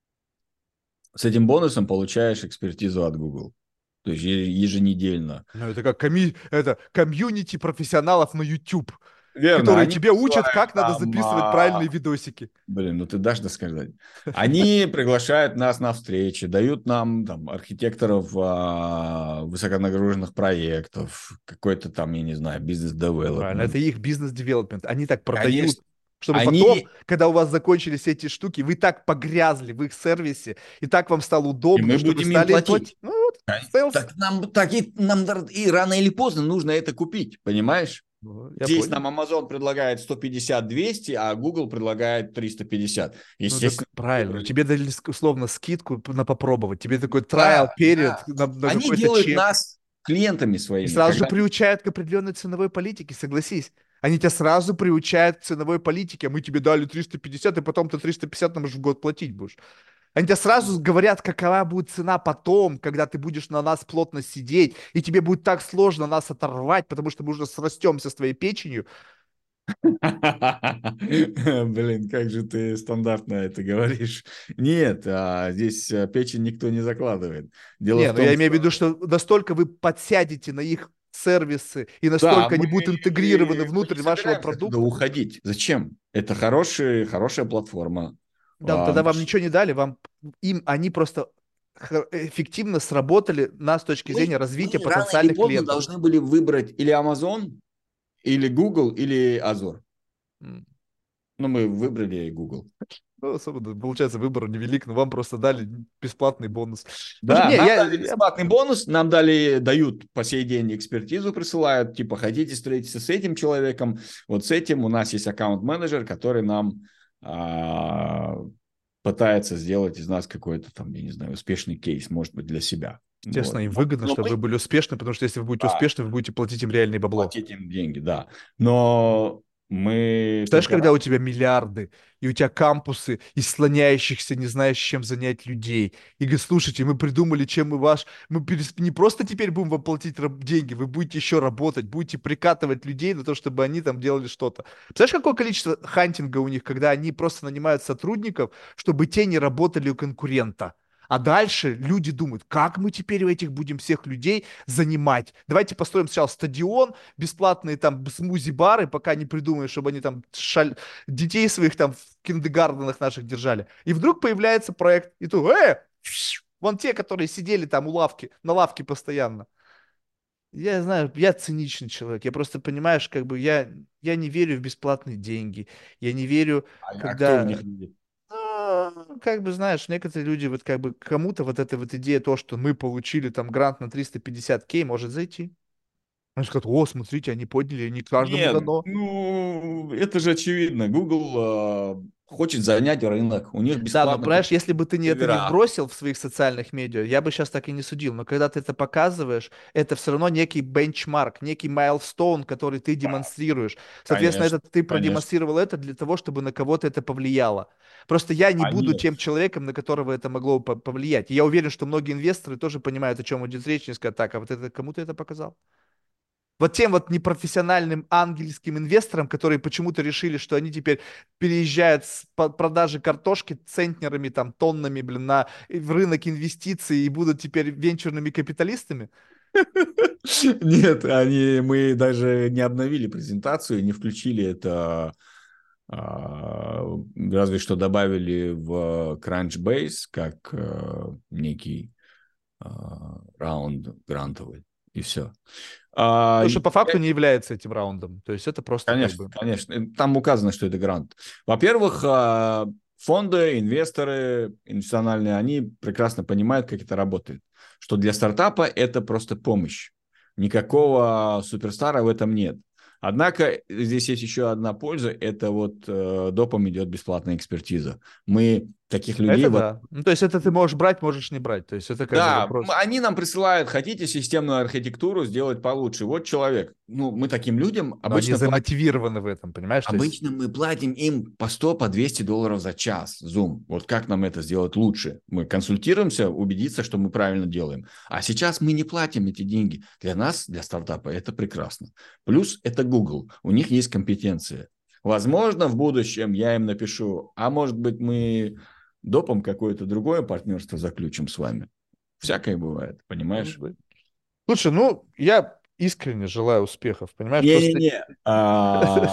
Speaker 2: с этим бонусом получаешь экспертизу от Google. То есть е- еженедельно.
Speaker 1: Ну, это как коми... это комьюнити профессионалов на YouTube,
Speaker 2: Верно,
Speaker 1: которые
Speaker 2: они
Speaker 1: тебя учат,
Speaker 2: присылают
Speaker 1: как надо
Speaker 2: нам...
Speaker 1: записывать правильные
Speaker 2: а,
Speaker 1: видосики.
Speaker 2: Блин, ну ты дашь досказать. Они приглашают нас на встречи, дают нам там архитекторов а, высоконагруженных проектов, какой-то там, я не знаю,
Speaker 1: Правильно,
Speaker 2: бизнес-девелопмент.
Speaker 1: это их бизнес-девелопмент. Они так продают,
Speaker 2: Конечно,
Speaker 1: чтобы потом,
Speaker 2: они...
Speaker 1: когда у вас закончились эти штуки, вы так погрязли в их сервисе, и так вам стало
Speaker 2: И
Speaker 1: удобно,
Speaker 2: мы
Speaker 1: что вы
Speaker 2: будем им
Speaker 1: стали им платить.
Speaker 2: платить.
Speaker 1: Ну вот, sales.
Speaker 2: Так нам, так и, нам и рано или поздно нужно это купить, понимаешь?
Speaker 1: Ну, я
Speaker 2: Здесь
Speaker 1: понял.
Speaker 2: нам Amazon предлагает сто пятьдесят двести, а Google предлагает триста пятьдесят.
Speaker 1: Ну так
Speaker 2: Естественно,
Speaker 1: правильно. Ну,
Speaker 2: выбрали.
Speaker 1: тебе дали ск- условно скидку на попробовать. Тебе такой trial
Speaker 2: Да,
Speaker 1: период
Speaker 2: да.
Speaker 1: на, на
Speaker 2: Они
Speaker 1: какой-то
Speaker 2: делают
Speaker 1: чек.
Speaker 2: нас клиентами
Speaker 1: И
Speaker 2: своими.
Speaker 1: сразу же
Speaker 2: Когда
Speaker 1: приучают к определенной ценовой политике, согласись. Они тебя сразу приучают к ценовой политике. А мы тебе дали триста пятьдесят, и потом ты триста пятьдесят нам же в год платить будешь. Они тебе сразу говорят, какова будет цена потом, когда ты будешь на нас плотно сидеть, и тебе будет так сложно нас оторвать, потому что мы уже срастемся с твоей печенью.
Speaker 2: Блин, как же ты стандартно это говоришь. Нет, а здесь а, печень никто не закладывает. Дело
Speaker 1: Не,
Speaker 2: в
Speaker 1: ну я
Speaker 2: том,
Speaker 1: имею в
Speaker 2: что
Speaker 1: виду, что настолько вы подсядете на их сервисы, и
Speaker 2: да,
Speaker 1: настолько они
Speaker 2: мы,
Speaker 1: будут интегрированы
Speaker 2: мы не
Speaker 1: внутрь вашего
Speaker 2: собираемся туда
Speaker 1: продукта.
Speaker 2: уходить. Зачем? Это хороший, хорошая платформа.
Speaker 1: Да, но
Speaker 2: А,
Speaker 1: тогда вам
Speaker 2: наш-
Speaker 1: ничего не дали, вам им они просто х- эффективно сработали на с точки
Speaker 2: мы,
Speaker 1: зрения развития
Speaker 2: мы рано или
Speaker 1: потенциальных
Speaker 2: поздно
Speaker 1: клиентов.
Speaker 2: должны были выбрать или Amazon, или Google, или Azure.
Speaker 1: М.
Speaker 2: Но мы выбрали Google.
Speaker 1: Ну, особо, да, получается, выбор невелик, но вам просто дали бесплатный бонус. Слушай,
Speaker 2: Да,
Speaker 1: не,
Speaker 2: нам
Speaker 1: я,
Speaker 2: дали
Speaker 1: я-
Speaker 2: бесплатный бонус, нам дали, дают по сей день экспертизу, присылают, типа, хотите встретиться с этим человеком, вот с этим у нас есть аккаунт-менеджер, который нам а, пытается сделать из нас какой-то там, я не знаю, успешный кейс, может быть, для себя.
Speaker 1: естественно,
Speaker 2: Вот.
Speaker 1: им
Speaker 2: Но,
Speaker 1: выгодно,
Speaker 2: но
Speaker 1: чтобы
Speaker 2: мы,
Speaker 1: вы были успешны, потому что если вы будете
Speaker 2: да,
Speaker 1: успешны, вы будете платить им реальное бабло.
Speaker 2: платить им деньги, да. Но мы
Speaker 1: Представляешь,
Speaker 2: только
Speaker 1: когда
Speaker 2: рано.
Speaker 1: у тебя миллиарды, и у тебя кампусы из слоняющихся, не знаешь, чем занять людей. И говорит, слушайте, мы придумали, чем мы ваш... Мы перес- не просто теперь будем вам платить раб- деньги, вы будете еще работать, будете прикатывать людей на то, чтобы они там делали что-то. Представляешь, какое количество хантинга у них, когда они просто нанимают сотрудников, чтобы те не работали у конкурента. А дальше люди думают, как мы теперь у этих будем всех людей занимать? Давайте построим сначала стадион, бесплатные там смузи-бары, пока не придумаем, чтобы они там шаль... детей своих там в киндергарденах наших держали. И вдруг появляется проект, и тут, э, вон те, которые сидели там у лавки, на лавке постоянно. Я знаю, я циничный человек. Я просто, понимаешь, как бы я, я не верю в бесплатные деньги. Я не верю,
Speaker 2: А, а кто в них
Speaker 1: когда
Speaker 2: видит?
Speaker 1: ну, как бы, знаешь, некоторые люди, вот как бы кому-то вот эта вот идея, то, что мы получили там грант на триста пятьдесят кей, может зайти. Они скажут, о, смотрите, они подняли, не каждому
Speaker 2: Нет,
Speaker 1: дано.
Speaker 2: ну, это же очевидно. Google хочет занять рынок, у них
Speaker 1: Да, но,
Speaker 2: бесплатно
Speaker 1: понимаешь, если бы ты не это не
Speaker 2: сервера.
Speaker 1: вбросил в своих социальных медиа, я бы сейчас так и не судил. Но когда ты это показываешь, это все равно некий бенчмарк, некий майлстоун, который ты демонстрируешь. Соответственно,
Speaker 2: Конечно,
Speaker 1: это ты
Speaker 2: конечно.
Speaker 1: продемонстрировал это для того, чтобы на кого-то это повлияло. Просто я не
Speaker 2: А
Speaker 1: буду
Speaker 2: нет.
Speaker 1: тем человеком, на которого это могло по- повлиять. И я уверен, что многие инвесторы тоже понимают, о чем идет речь, и скажут, так, а вот это кому ты это показал? Вот тем вот непрофессиональным ангельским инвесторам, которые почему-то решили, что они теперь переезжают с по- продажи картошки центнерами, там, тоннами, блин, на, в рынок инвестиций и будут теперь венчурными капиталистами.
Speaker 2: Нет, они, мы даже не обновили презентацию, не включили это, а, разве что добавили в Crunchbase как а, некий а, раунд грантовый, и все. А,
Speaker 1: Потому что по
Speaker 2: я-
Speaker 1: факту не является этим раундом. То есть это просто как
Speaker 2: конечно,
Speaker 1: бы...
Speaker 2: конечно, там указано, что это грант. Во-первых, а, фонды, инвесторы инвестициональные, они прекрасно понимают, как это работает, что для стартапа это просто помощь. Никакого суперстара в этом нет. Однако здесь есть еще одна польза, это вот э, допом идет бесплатная экспертиза. Мы таких людей
Speaker 1: Это
Speaker 2: вот.
Speaker 1: да. Ну, то есть это ты можешь брать, можешь не брать. То есть это как бы
Speaker 2: Да, м,
Speaker 1: вопрос.
Speaker 2: они нам присылают, хотите системную архитектуру сделать получше. Вот человек. Ну, мы таким людям
Speaker 1: Но они
Speaker 2: обычно платим.
Speaker 1: замотивированы в этом, понимаешь? То есть
Speaker 2: Обычно мы платим им по сто, по двести долларов за час Zoom. Вот как нам это сделать лучше? Мы консультируемся, убедиться, что мы правильно делаем. А сейчас мы не платим эти деньги. Для нас, для стартапа, это прекрасно. Плюс это Google. У них есть компетенция. Возможно, в будущем я им напишу, а может быть, мы допом какое-то другое партнерство заключим с вами. Всякое бывает,
Speaker 1: может
Speaker 2: понимаешь?
Speaker 1: быть. Слушай, ну, я искренне желаю успехов, понимаешь? Просто
Speaker 2: Не-не-не. А,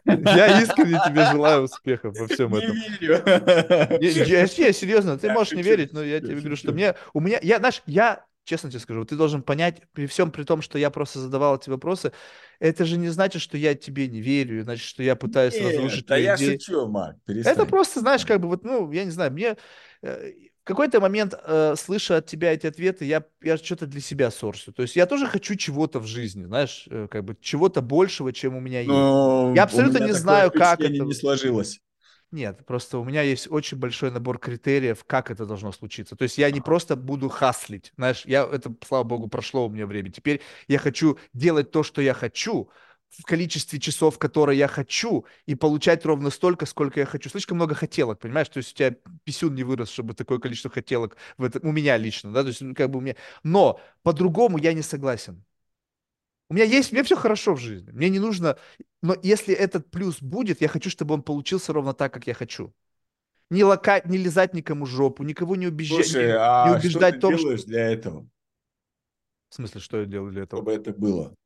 Speaker 1: я искренне тебе желаю успехов во всем
Speaker 2: Не
Speaker 1: этом.
Speaker 2: верю.
Speaker 1: Не, Я, я серьезно, ты
Speaker 2: Я
Speaker 1: можешь не
Speaker 2: шучу,
Speaker 1: верить, но я
Speaker 2: я
Speaker 1: тебе говорю, что
Speaker 2: шучу.
Speaker 1: мне, у меня, я, знаешь, я, честно тебе скажу, ты должен понять, при всем при том, что я просто задавал эти вопросы, это же не значит, что я тебе не верю, значит, что я пытаюсь
Speaker 2: Нет,
Speaker 1: разрушить
Speaker 2: да
Speaker 1: твои
Speaker 2: я
Speaker 1: идеи.
Speaker 2: шучу, Мак,
Speaker 1: Это
Speaker 2: перестань.
Speaker 1: просто, знаешь, как бы вот, ну, я не знаю, мне э, в какой-то момент, э, слыша от тебя эти ответы, я, я что-то для себя сорсю. То есть я тоже хочу чего-то в жизни, знаешь, э, как бы чего-то большего, чем у меня есть. Я
Speaker 2: Ну, у
Speaker 1: абсолютно
Speaker 2: меня
Speaker 1: не
Speaker 2: такое
Speaker 1: знаю, как
Speaker 2: впечатление
Speaker 1: это.
Speaker 2: не сложилось.
Speaker 1: Нет, просто у меня есть очень большой набор критериев, как это должно случиться. То есть я не
Speaker 2: Ага.
Speaker 1: просто буду хаслить, знаешь, я, это, слава богу, прошло у меня время. Теперь я хочу делать то, что я хочу, в количестве часов, которые я хочу, и получать ровно столько, сколько я хочу. Слишком много хотелок, понимаешь? То есть у тебя писюн не вырос, чтобы такое количество хотелок в это, у меня лично, да, то есть ну, как бы у меня... Но по-другому я не согласен. У меня есть, у меня все хорошо в жизни. Мне не нужно... Но если этот плюс будет, я хочу, чтобы он получился ровно так, как я хочу. Не лакать, не лизать никому жопу, никого не убеждать,
Speaker 2: Слушай,
Speaker 1: не, не
Speaker 2: а что
Speaker 1: убеждать
Speaker 2: ты
Speaker 1: в том, что...
Speaker 2: делаешь для этого,
Speaker 1: В смысле, что я делаю для этого?
Speaker 2: чтобы это было?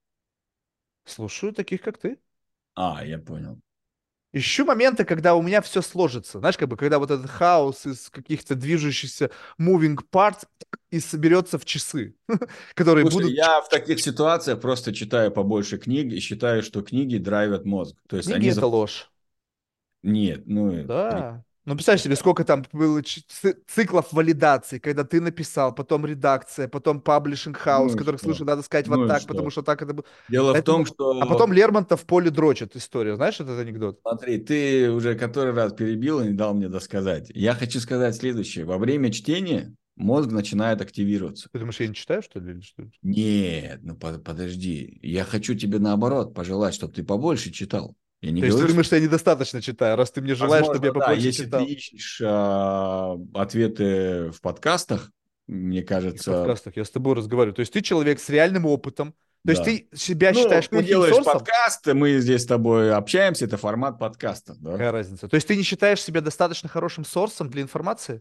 Speaker 1: Слушаю таких, как ты.
Speaker 2: А, я понял.
Speaker 1: Ищу моменты, когда у меня все сложится. Знаешь, как бы, когда вот этот хаос из каких-то движущихся moving parts и соберется в часы, которые
Speaker 2: Слушай,
Speaker 1: будут...
Speaker 2: я в таких ситуациях просто читаю побольше книг и считаю, что книги драйвят мозг. То есть
Speaker 1: Книги —
Speaker 2: они...
Speaker 1: это
Speaker 2: за-
Speaker 1: ложь.
Speaker 2: Нет, ну, при-
Speaker 1: Да. Ну, представь себе, сколько там было ч- ци- циклов валидации, когда ты написал, потом редакция, потом паблишинг хаус,
Speaker 2: ну и
Speaker 1: который,
Speaker 2: что?
Speaker 1: слушай, надо сказать вот
Speaker 2: Ну и
Speaker 1: так, потому
Speaker 2: что?
Speaker 1: что так это было.
Speaker 2: Дело в том,
Speaker 1: Поэтому... А потом
Speaker 2: что
Speaker 1: Лермонтов в поле дрочит история. Знаешь этот анекдот?
Speaker 2: смотри, ты уже который раз перебил и не дал мне досказать. Я хочу сказать следующее. Во время чтения мозг начинает активироваться.
Speaker 1: Ты думаешь, я не читаю, что ли? Или что?
Speaker 2: Нет, ну по- подожди. Я хочу тебе наоборот пожелать, чтобы ты побольше читал. Я не
Speaker 1: То есть ты
Speaker 2: говорю, что...
Speaker 1: думаешь, что я недостаточно читаю, раз ты мне желаешь, чтобы я
Speaker 2: Возможно, да,
Speaker 1: побольше
Speaker 2: если ты
Speaker 1: читал?
Speaker 2: ищешь а, ответы в подкастах, мне
Speaker 1: В
Speaker 2: кажется,
Speaker 1: подкастах я с тобой разговариваю. То есть ты человек с реальным опытом. То есть
Speaker 2: да.
Speaker 1: ты себя
Speaker 2: Ну,
Speaker 1: считаешь
Speaker 2: ты
Speaker 1: плохим
Speaker 2: делаешь
Speaker 1: сорсом?
Speaker 2: подкаст, мы здесь с тобой общаемся, это формат подкаста, да?
Speaker 1: Какая разница? То есть ты не считаешь себя достаточно хорошим сорсом для информации?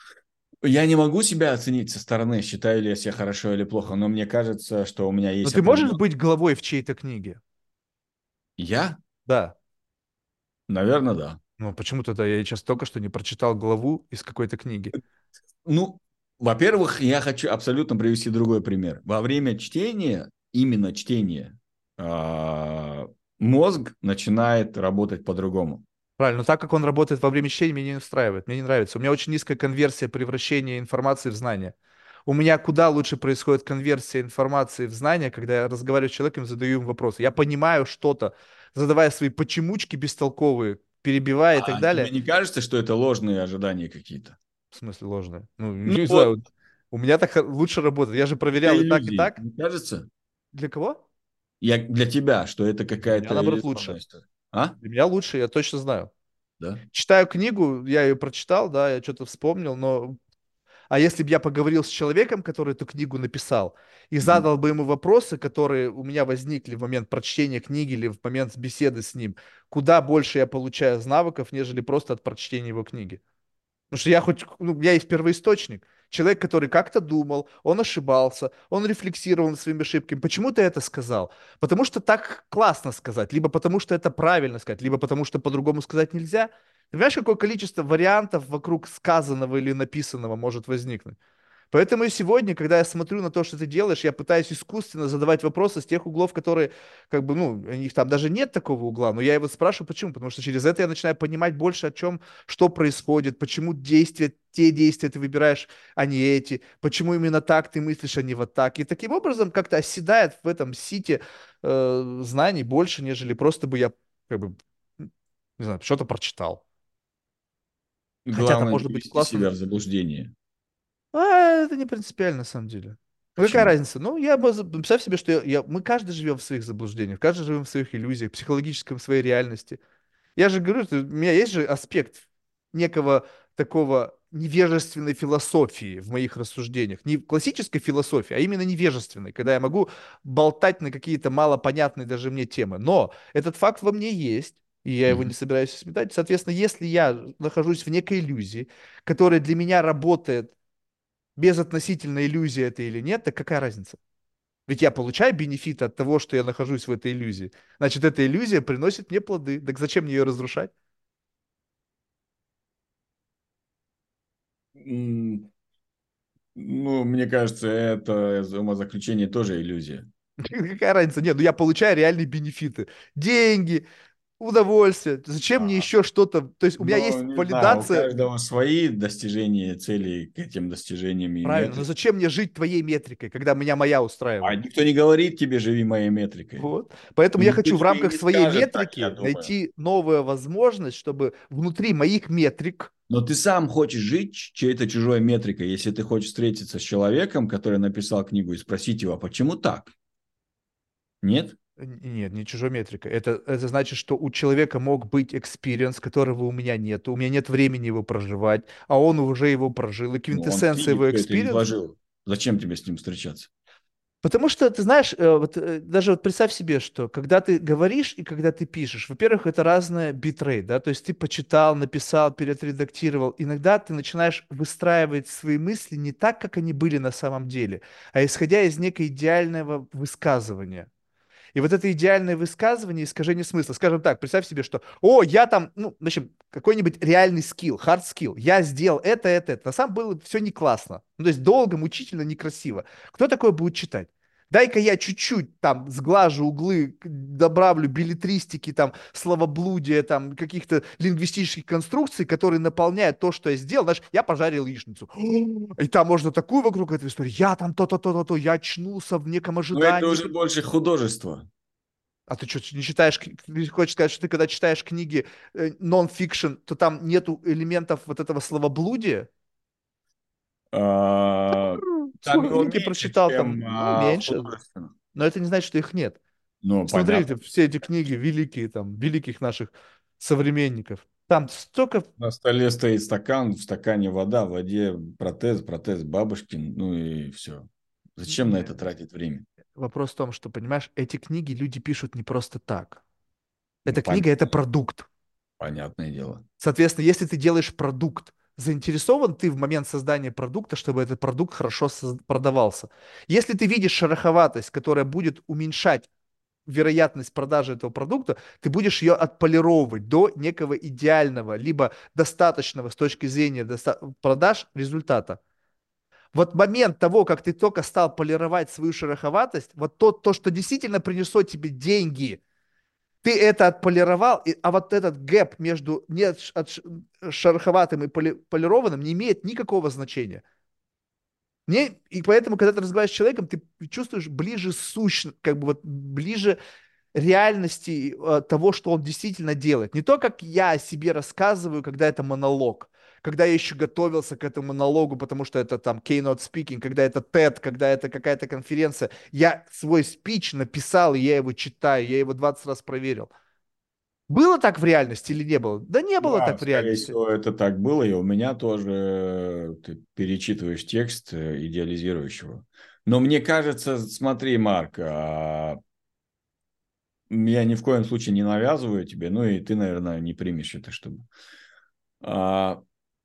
Speaker 2: Я не могу себя оценить со стороны, считаю ли я себя хорошо или плохо, но мне кажется, что у меня
Speaker 1: Но
Speaker 2: есть
Speaker 1: ты можешь
Speaker 2: определенный...
Speaker 1: быть главой в чьей-то книге?
Speaker 2: Я?
Speaker 1: Да.
Speaker 2: Наверное, да.
Speaker 1: Ну, почему тогда я сейчас только что не прочитал главу из какой-то книги?
Speaker 2: Ну, во-первых, я хочу абсолютно привести другой пример. Во время чтения, именно чтения, а, мозг начинает работать по-другому.
Speaker 1: Правильно, но так как он работает во время чтения, меня не устраивает, мне не нравится. У меня очень низкая конверсия превращения информации в знания. У меня куда лучше происходит конверсия информации в знания, когда я разговариваю с человеком, задаю им вопросы. Я понимаю что-то, задавая свои почемучки бестолковые, перебивая и так
Speaker 2: А тебе
Speaker 1: далее.
Speaker 2: не кажется, что это ложные ожидания какие-то?
Speaker 1: В смысле ложное? Ну,
Speaker 2: Ну
Speaker 1: не
Speaker 2: вот,
Speaker 1: знаю, у меня так хо- лучше работает. Я же
Speaker 2: это
Speaker 1: проверял и так, и
Speaker 2: иллюзии,
Speaker 1: так.
Speaker 2: не кажется?
Speaker 1: Для кого?
Speaker 2: Я для тебя, что это
Speaker 1: Для меня,
Speaker 2: какая-то
Speaker 1: наоборот,
Speaker 2: иллюзорная
Speaker 1: лучше.
Speaker 2: история. А?
Speaker 1: Для меня лучше, я точно знаю.
Speaker 2: Да?
Speaker 1: Читаю книгу, я ее прочитал, да, я что-то вспомнил, но... А если бы я поговорил с человеком, который эту книгу написал, и
Speaker 2: Мгм.
Speaker 1: задал бы ему вопросы, которые у меня возникли в момент прочтения книги или в момент беседы с ним, куда больше я получаю навыков, нежели просто от прочтения его книги. Потому что я хоть, ну, у меня есть первоисточник. Человек, который как-то думал, он ошибался, он рефлексировал над своими ошибками. Почему ты это сказал? Потому что так классно сказать, либо потому что это правильно сказать, либо потому что по-другому сказать нельзя. Ты понимаешь, какое количество вариантов вокруг сказанного или написанного может возникнуть? Поэтому и сегодня, когда я смотрю на то, что ты делаешь, я пытаюсь искусственно задавать вопросы с тех углов, которые, как бы, ну, у них там даже нет такого угла, но я его спрашиваю, почему? Потому что через это я начинаю понимать больше о чем, что происходит, почему действия, те действия ты выбираешь, а не эти, почему именно так ты мыслишь, а не вот так. И таким образом как-то оседает в этом сите э, знаний больше, нежели просто бы я, как бы, не знаю, что-то прочитал. Хотя там
Speaker 2: Главное не
Speaker 1: может быть
Speaker 2: ввести себя
Speaker 1: классно.
Speaker 2: в заблуждение.
Speaker 1: А, это не принципиально, на самом деле. Ну, какая
Speaker 2: Почему?
Speaker 1: разница? Ну, я бы... за- Представь себе, что я, я- мы каждый живем в своих заблуждениях, каждый живем в своих иллюзиях, психологическом, в своей реальности. Я же говорю, что у меня есть же аспект некого такого невежественной философии в моих рассуждениях. Не классической философии, а именно невежественной, когда я могу болтать на какие-то малопонятные даже мне темы. Но этот факт во мне есть, и я его не
Speaker 2: Мгм.
Speaker 1: собираюсь сметать. Соответственно, если я нахожусь в некой иллюзии, которая для меня работает безотносительно иллюзия это или нет, так какая разница? Ведь я получаю бенефит от того, что я нахожусь в этой иллюзии. Значит, эта иллюзия приносит мне плоды. Так зачем мне ее разрушать?
Speaker 2: М, Ну, мне кажется, это умозаключение тоже иллюзия.
Speaker 1: Какая разница? Нет, ну я получаю реальные бенефиты. Деньги, удовольствие. Зачем мне
Speaker 2: А,
Speaker 1: еще что-то? То есть у меня
Speaker 2: Ну,
Speaker 1: есть
Speaker 2: не знаю, у
Speaker 1: валидация.
Speaker 2: каждого свои достижения, цели к этим достижениям и
Speaker 1: Правильно, но
Speaker 2: метрики.
Speaker 1: зачем мне жить твоей метрикой, когда меня моя
Speaker 2: А
Speaker 1: устраивает?
Speaker 2: никто не говорит тебе, живи моей метрикой.
Speaker 1: Вот. Поэтому
Speaker 2: И
Speaker 1: я
Speaker 2: никто
Speaker 1: хочу в
Speaker 2: тебе и
Speaker 1: рамках
Speaker 2: не
Speaker 1: своей
Speaker 2: скажет так, я
Speaker 1: метрики
Speaker 2: думаю.
Speaker 1: найти новую возможность, чтобы внутри моих метрик.
Speaker 2: Но ты сам хочешь жить чьей-то чужой метрикой, если ты хочешь встретиться с человеком, который написал книгу, и спросить его, а почему так? Нет?
Speaker 1: Н- Нет, не чужой метрика. Это, это значит, что у человека мог быть экспириенс, которого у меня нет. У меня нет времени его проживать, а он уже его прожил. И
Speaker 2: Ну, он в
Speaker 1: квинтэссенция
Speaker 2: книге
Speaker 1: его
Speaker 2: все это
Speaker 1: экспириенс.
Speaker 2: изложил. Зачем тебе с ним встречаться?
Speaker 1: Потому что, ты знаешь, э, вот, э, даже вот представь себе, что когда ты говоришь и когда ты пишешь, во-первых, это разное битрейт, да, то есть ты почитал, написал, переотредактировал. Иногда ты начинаешь выстраивать свои мысли не так, как они были на самом деле, а исходя из некого идеального высказывания. И вот это идеальное высказывание, искажение смысла. Скажем так, представь себе, что, о, я там, ну, в общем, какой-нибудь реальный скилл, hard skill, я сделал это, это, это. На самом деле было все не классно. Ну, то есть долго, мучительно, некрасиво. Кто такое будет читать? Дай-ка я чуть-чуть там сглажу углы, к- добавлю билетристики, там, словоблудия, там, каких-то лингвистических конструкций, которые наполняют то, что я сделал. Знаешь, я пожарил яичницу. И там можно такую вокруг этой истории. Я там то-то, то-то, то. Я очнулся в неком
Speaker 2: Ну, это
Speaker 1: ожидании.
Speaker 2: уже больше художество.
Speaker 1: А ты что, не читаешь, кни- ты хочешь сказать, что ты когда читаешь книги э, нон-фикшн, то там нету элементов вот этого словоблудия?
Speaker 2: А,
Speaker 1: М,
Speaker 2: Там
Speaker 1: Сколько
Speaker 2: его
Speaker 1: книг я
Speaker 2: меньше,
Speaker 1: прочитал там?
Speaker 2: чем
Speaker 1: Ну,
Speaker 2: а, в
Speaker 1: меньше.
Speaker 2: художественном.
Speaker 1: Но это не значит, что их нет.
Speaker 2: Ну,
Speaker 1: Посмотри, ты
Speaker 2: понятно.
Speaker 1: все эти книги великие, там, великих наших современников. Там столько...
Speaker 2: На столе стоит стакан, в стакане вода, в воде протез, протез бабушкин, ну и все. Зачем на
Speaker 1: Не,
Speaker 2: это тратить время?
Speaker 1: вопрос в том, что, понимаешь, эти книги люди пишут не просто так.
Speaker 2: Ну,
Speaker 1: Эта книга — это
Speaker 2: понятно,
Speaker 1: продукт.
Speaker 2: понятное дело.
Speaker 1: Соответственно, если ты делаешь продукт, заинтересован ты в момент создания продукта, чтобы этот продукт хорошо соз- продавался. Если ты видишь шероховатость, которая будет уменьшать вероятность продажи этого продукта, ты будешь ее отполировывать до некого идеального, либо достаточного с точки зрения доста- продаж результата. Вот момент того, как ты только стал полировать свою шероховатость, вот то, то что действительно принесет тебе деньги, ты это отполировал, и, а вот этот гэп между не от, от шероховатым и поли, полированным не имеет никакого значения. Не, и поэтому, когда ты разговариваешь с человеком, ты чувствуешь ближе сущность, как бы вот ближе реальности э, того, что он действительно делает. Не то, как я о себе рассказываю, когда это монолог, когда я еще готовился к этому монологу, потому что это там keynote speaking, когда это TED, когда это какая-то конференция. Я свой спич написал, и я его читаю, я его двадцать раз проверил. Было так в реальности или не было? Да не было
Speaker 2: Да,
Speaker 1: так в
Speaker 2: скорее
Speaker 1: реальности.
Speaker 2: всего, это так было, и у меня тоже э, ты перечитываешь текст э, идеализирующего. Но мне кажется, смотри, Марк, а, я ни в коем случае не навязываю тебе, ну и ты, наверное, не примешь это, чтобы... А,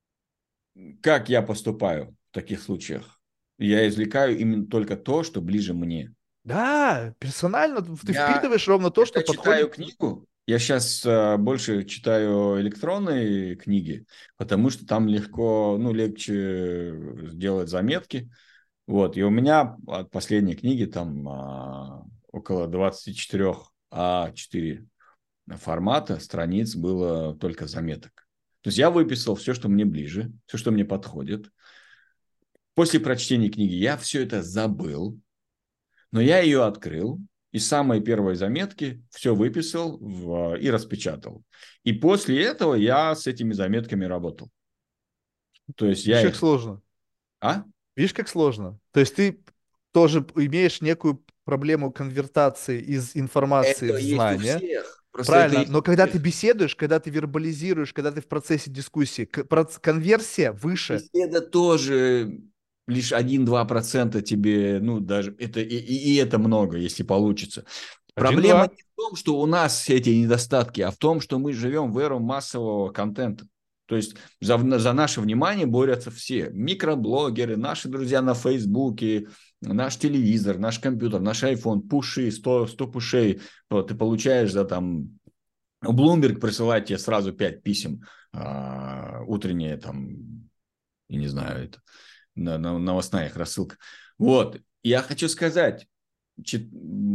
Speaker 2: как я поступаю в таких случаях? Я извлекаю именно только то, что ближе мне.
Speaker 1: Да, персонально ты
Speaker 2: Я,
Speaker 1: впитываешь ровно то, что
Speaker 2: когда читаю
Speaker 1: подходит.
Speaker 2: книгу, я сейчас больше читаю электронные книги, потому что там легко, ну, легче сделать заметки. Вот, и у меня от последней книги там а, около двадцать четыре а четыре формата страниц было только заметок. То есть я выписал все, что мне ближе, все, что мне подходит. После прочтения книги я все это забыл, но я ее открыл, и самые первые заметки все выписал в, и распечатал. И после этого я с этими заметками работал. То есть
Speaker 1: Видишь,
Speaker 2: я
Speaker 1: как
Speaker 2: их...
Speaker 1: сложно.
Speaker 2: А?
Speaker 1: Видишь, как сложно. То есть ты тоже имеешь некую проблему конвертации из информации
Speaker 2: Это
Speaker 1: в
Speaker 2: есть у
Speaker 1: знания.
Speaker 2: всех. Просто это
Speaker 1: Правильно,
Speaker 2: есть
Speaker 1: но
Speaker 2: у
Speaker 1: когда ты
Speaker 2: всех.
Speaker 1: беседуешь, когда ты вербализируешь, когда ты в процессе дискуссии, к- проц- конверсия выше.
Speaker 2: Беседа тоже лишь один-два процента тебе, ну, даже это и, и, и это много, если получится. Проблема
Speaker 1: Один-два.
Speaker 2: не в том, что у нас все эти недостатки, а в том, что мы живем в эру массового контента. То есть за, за наше внимание борются все. Микроблогеры, наши друзья на Фейсбуке, наш телевизор, наш компьютер, наш iPhone, пуши, сто сто пушей. Вот, ты получаешь за там... Bloomberg присылает тебе сразу пять писем а, утренние, там, я не знаю, это на, на, новостная их рассылка. Вот, я хочу сказать, чит,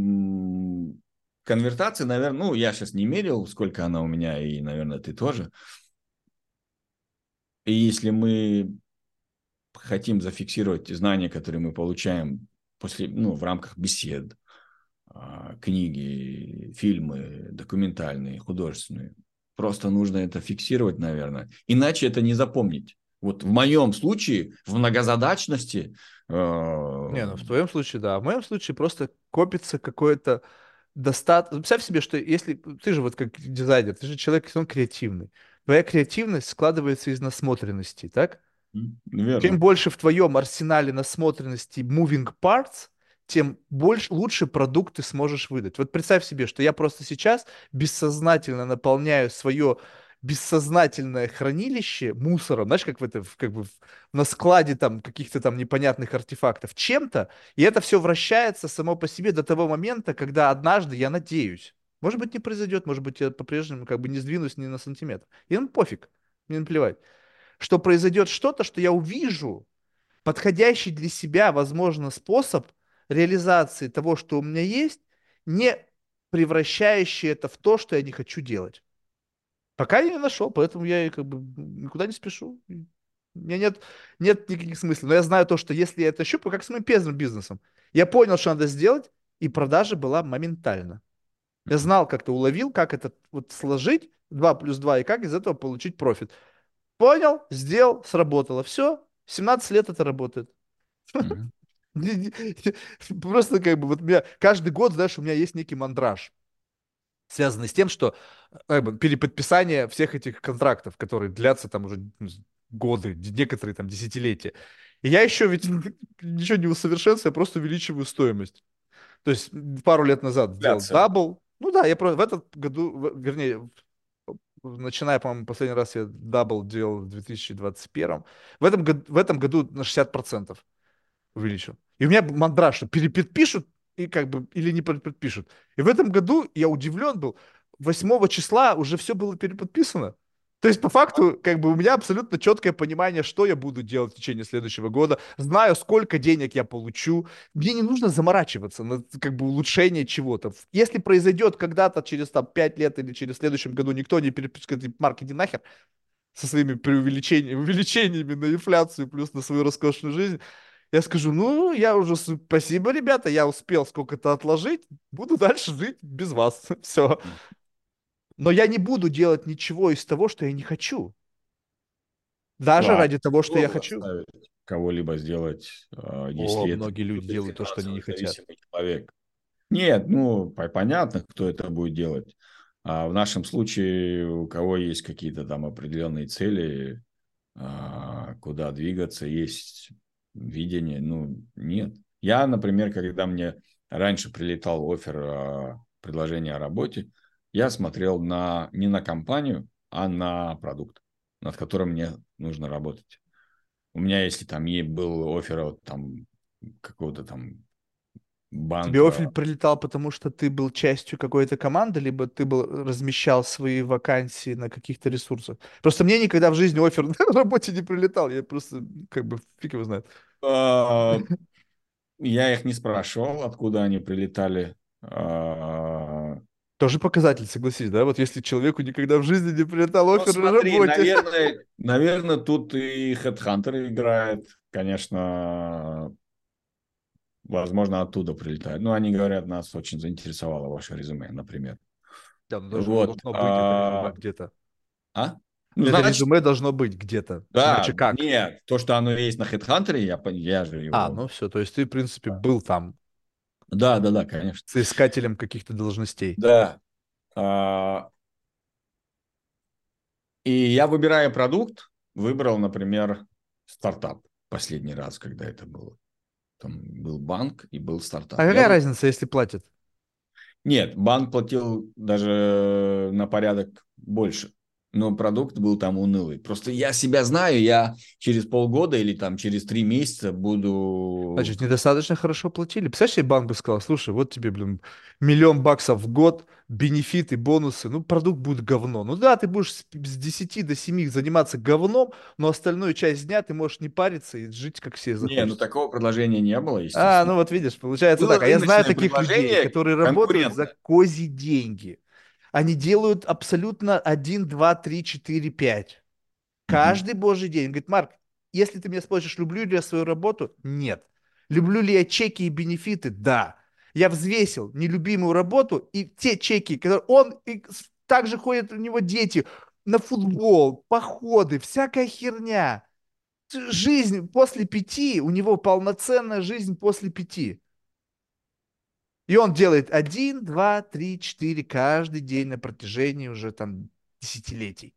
Speaker 2: конвертация, наверное, ну, я сейчас не мерил, сколько она у меня, и, наверное, ты тоже. И если мы хотим зафиксировать знания, которые мы получаем после, ну, в рамках бесед, книги, фильмы, документальные, художественные, просто нужно это фиксировать, наверное. Иначе это не запомнить. Вот в моем случае, в многозадачности,
Speaker 1: Не, ну
Speaker 2: э,
Speaker 1: в твоем случае, да. В моем случае просто копится какое-то достаточно. Представь себе, что если ты же вот как дизайнер, ты же человек, он креативный. Твоя креативность складывается из насмотренности, так? Чем
Speaker 2: верно.
Speaker 1: больше в твоем арсенале насмотренности moving parts, тем больше, лучше продукт ты сможешь выдать. Вот представь себе, что я просто сейчас бессознательно наполняю свое бессознательное хранилище мусором, знаешь, как в это, в- как бы в- на складе там каких-то там непонятных артефактов, чем-то, и это все вращается само по себе до того момента, когда однажды, я надеюсь, может быть, не произойдет, может быть, я по-прежнему как бы не сдвинусь ни на сантиметр. И им пофиг, мне наплевать, что произойдет что-то, что я увижу, подходящий для себя, возможно, способ реализации того, что у меня есть, не превращающий это в то, что я не хочу делать. Пока я не нашел, поэтому я и как бы никуда не спешу. У меня нет, нет никаких смыслов. Но я знаю то, что если я это щупаю, как с моим первым бизнесом, я понял, что надо сделать, и продажа была моментально. Я знал, как ты уловил, как это вот сложить, два плюс два и как из этого получить профит. Понял, сделал, сработало. Все, семнадцать лет это работает.
Speaker 2: Мгм.
Speaker 1: Не- не- Просто как бы вот у меня каждый год, знаешь, у меня есть некий мандраж, связанный с тем, что э, как бы, переподписание всех этих контрактов, которые длятся там уже ну, годы, д- некоторые там десятилетия. И я еще ведь ничего не усовершенствую, я просто увеличиваю стоимость. То есть м, пару лет назад сделал
Speaker 2: Инфляция.
Speaker 1: дабл. Ну да, я про- в этот году, в- вернее, в- начиная, по-моему, последний раз я дабл делал в две тысячи двадцать первом. В этом году, в этом году на шестьдесят процентов увеличил. И у меня мандраж, что переподпишут и как бы или не переподпишут. И в этом году я удивлен был. восьмого числа уже все было переподписано. То есть, по факту, как бы у меня абсолютно четкое понимание, что я буду делать в течение следующего года. Знаю, сколько денег я получу. Мне не нужно заморачиваться на как бы улучшение чего-то. Если произойдет когда-то через там, пять лет или через следующем году никто не перепишет, Марк, иди нахер со своими преувеличениями, увеличениями на инфляцию плюс на свою роскошную жизнь, Я скажу, ну, я уже, с- спасибо, ребята, я успел сколько-то отложить, буду дальше жить без вас. Все. Но я не буду делать ничего из того, что я не хочу. Даже
Speaker 2: А
Speaker 1: ради того, что я
Speaker 2: тяжело
Speaker 1: хочу.
Speaker 2: заставить кого-либо сделать, а,
Speaker 1: О,
Speaker 2: если это
Speaker 1: многие люди
Speaker 2: какой-то
Speaker 1: делают то, что они
Speaker 2: финансово
Speaker 1: не хотят.
Speaker 2: зависимый человек. Нет, ну, по- понятно, кто это будет делать. А в нашем случае, у кого есть какие-то там определенные цели, а, куда двигаться, есть видение, ну, нет. Я, например, когда мне раньше прилетал оффер, а, предложение о работе, я смотрел на, не на компанию, а на продукт, над которым мне нужно работать. У меня, если там е- был оффер от там какого-то там
Speaker 1: Тебе
Speaker 2: банка.
Speaker 1: офер прилетал, потому что ты был частью какой-то команды, либо ты был, размещал свои вакансии на каких-то ресурсах. Просто мне никогда в жизни офер на работе не прилетал. Я просто, как бы, фиг его знает.
Speaker 2: а, Я их не спрашивал, откуда они прилетали. А,
Speaker 1: Тоже показатель, согласись, да? Вот если человеку никогда в жизни не прилетал
Speaker 2: Ну,
Speaker 1: офер на
Speaker 2: смотри,
Speaker 1: работе.
Speaker 2: наверное, наверное, тут и HeadHunter играет. Конечно, возможно, оттуда прилетает. Ну, они говорят, нас очень заинтересовало ваше резюме, например.
Speaker 1: Да, ну должно,
Speaker 2: Вот.
Speaker 1: должно быть это резюме
Speaker 2: А?
Speaker 1: где-то.
Speaker 2: а? Ну,
Speaker 1: Это
Speaker 2: значит,
Speaker 1: резюме должно быть где-то. Иначе
Speaker 2: да,
Speaker 1: как?
Speaker 2: нет, то, что оно есть на HeadHunter, я, пон- я же
Speaker 1: А,
Speaker 2: его...
Speaker 1: ну все, то есть ты, в принципе, был там
Speaker 2: Да, да, да, конечно.
Speaker 1: соискателем каких-то должностей.
Speaker 2: Да. А, И я, выбирая продукт, выбрал, например, стартап последний раз, когда это было. Там был банк и был
Speaker 1: А
Speaker 2: стартап. Я
Speaker 1: какая
Speaker 2: выбрал...
Speaker 1: разница, если платят?
Speaker 2: Нет, банк платил даже на порядок больше, но продукт был там унылый. Просто я себя знаю, я через полгода или там через три месяца буду...
Speaker 1: Значит, недостаточно хорошо платили. Представляешь, себе банк бы сказал, слушай, вот тебе, блин, миллион баксов в год, бенефиты, бонусы, ну, продукт будет говно. Ну да, ты будешь с с десяти до семи заниматься говном, но остальную часть дня ты можешь не париться и жить, как себе
Speaker 2: Не, ну
Speaker 1: захочется.
Speaker 2: такого предложения не было,
Speaker 1: А,
Speaker 2: естественно.
Speaker 1: ну вот видишь, получается
Speaker 2: Было
Speaker 1: так. А я знаю
Speaker 2: рыночное
Speaker 1: таких людей,
Speaker 2: предложение
Speaker 1: которые работают за
Speaker 2: конкурентное.
Speaker 1: козьи деньги. Они делают абсолютно один, два, три, четыре, пять.
Speaker 2: Мгм.
Speaker 1: Каждый божий день. Говорит, Марк, если ты меня спросишь, люблю ли я свою работу? Нет. Люблю ли я чеки и бенефиты? Да. Я взвесил нелюбимую работу и те чеки, которые он и с- также ходят у него дети на футбол, походы, всякая херня. Жизнь после пяти, у него полноценная жизнь после пяти. И он делает один, два, три, четыре каждый день на протяжении уже там десятилетий.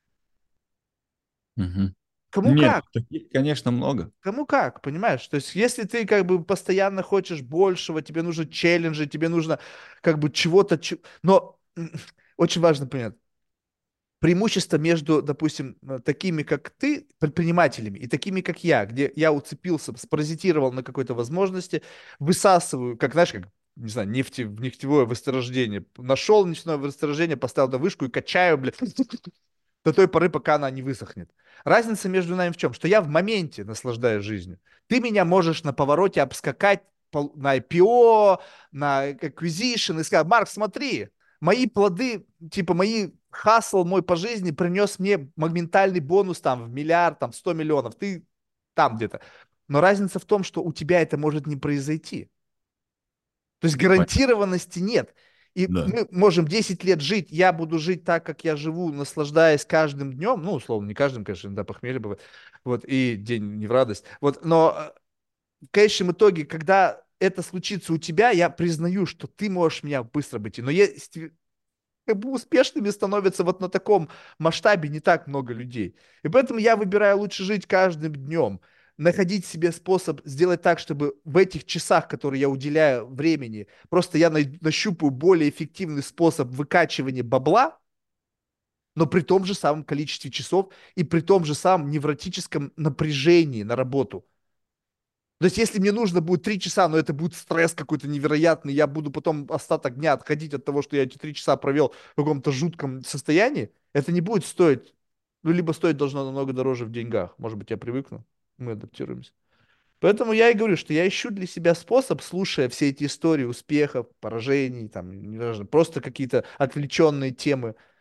Speaker 2: Мгм.
Speaker 1: Кому
Speaker 2: Нет,
Speaker 1: как?
Speaker 2: таких, конечно, много.
Speaker 1: Кому как, понимаешь? То есть, если ты как бы постоянно хочешь большего, тебе нужны челленджи, тебе нужно как бы чего-то... че- Но м, очень важно понять, преимущество между, допустим, э, такими, как ты, предпринимателями, и такими, как я, где я уцепился, спаразитировал на какой-то возможности, высасываю, как, знаешь, как, не знаю, нефти, нефтевое месторождение. Нашел нефтяное месторождение, поставил на вышку и качаю, блядь, до той поры, пока она не высохнет. Разница между нами в чем? Что я в моменте наслаждаюсь жизнью. Ты меня можешь на повороте обскакать пол- на ай пи о, на acquisition и сказать, Марк, смотри, мои плоды, типа мои хасл мой по жизни принес мне моментальный бонус там в миллиард, там сто миллионов, ты там где-то. Но разница в том, что у тебя это может не произойти. То есть
Speaker 2: Понятно.
Speaker 1: гарантированности нет. И
Speaker 2: Да.
Speaker 1: мы можем десять лет жить, я буду жить так, как я живу, наслаждаясь каждым днем, ну, условно, не каждым, конечно, да, похмелье бывает, вот, и день не в радость, вот, но э, в конечном итоге, когда это случится у тебя, я признаю, что ты можешь меня быстро обойти, но есть как бы успешными становятся вот на таком масштабе не так много людей. И поэтому я выбираю лучше жить каждым днем, находить себе способ сделать так, чтобы в этих часах, которые я уделяю времени, просто я най- нащупаю более эффективный способ выкачивания бабла, но при том же самом количестве часов и при том же самом невротическом напряжении на работу. То есть, если мне нужно будет три часа, но это будет стресс какой-то невероятный, я буду потом остаток дня отходить от того, что я эти три часа провел в каком-то жутком состоянии, это не будет стоить, ну, либо стоить должно намного дороже в деньгах. Может быть, я привыкну, мы адаптируемся. Поэтому я и говорю, что я ищу для себя способ, слушая все эти истории успехов, поражений, там, неважно, просто какие-то отвлеченные темы,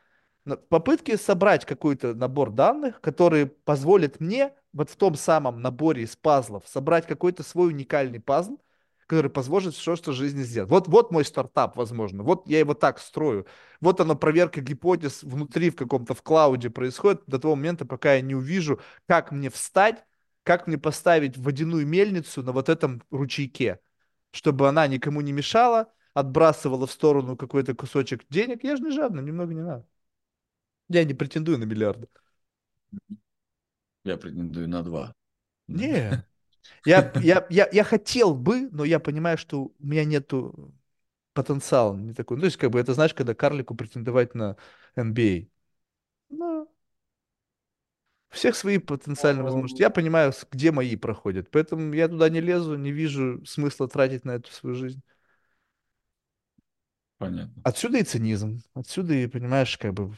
Speaker 1: на- попытки собрать какой-то набор данных, который позволит мне вот в том самом наборе из пазлов собрать какой-то свой уникальный пазл, который позволит что-то в жизни сделать. Вот, вот мой стартап, возможно. Вот я его так строю. Вот она, проверка гипотез внутри в каком-то в клауде происходит до того момента, пока я не увижу, как мне встать, как мне поставить водяную мельницу на вот этом ручейке, чтобы она никому не мешала, отбрасывала в сторону какой-то кусочек денег. Я же не жадный, мне много не надо. Я не претендую на миллиарды.
Speaker 2: Я претендую на два. Да.
Speaker 1: Не, я, я, я, я хотел бы, но я понимаю, что у меня нету потенциала не такой. Ну, то есть, как бы, это знаешь, когда карлику претендовать на Н B A. Ну, у всех свои потенциальные возможности. Я понимаю, с- где мои проходят. Поэтому я туда не лезу, не вижу смысла тратить на эту свою жизнь.
Speaker 2: Понятно.
Speaker 1: Отсюда и цинизм. Отсюда и, понимаешь, как бы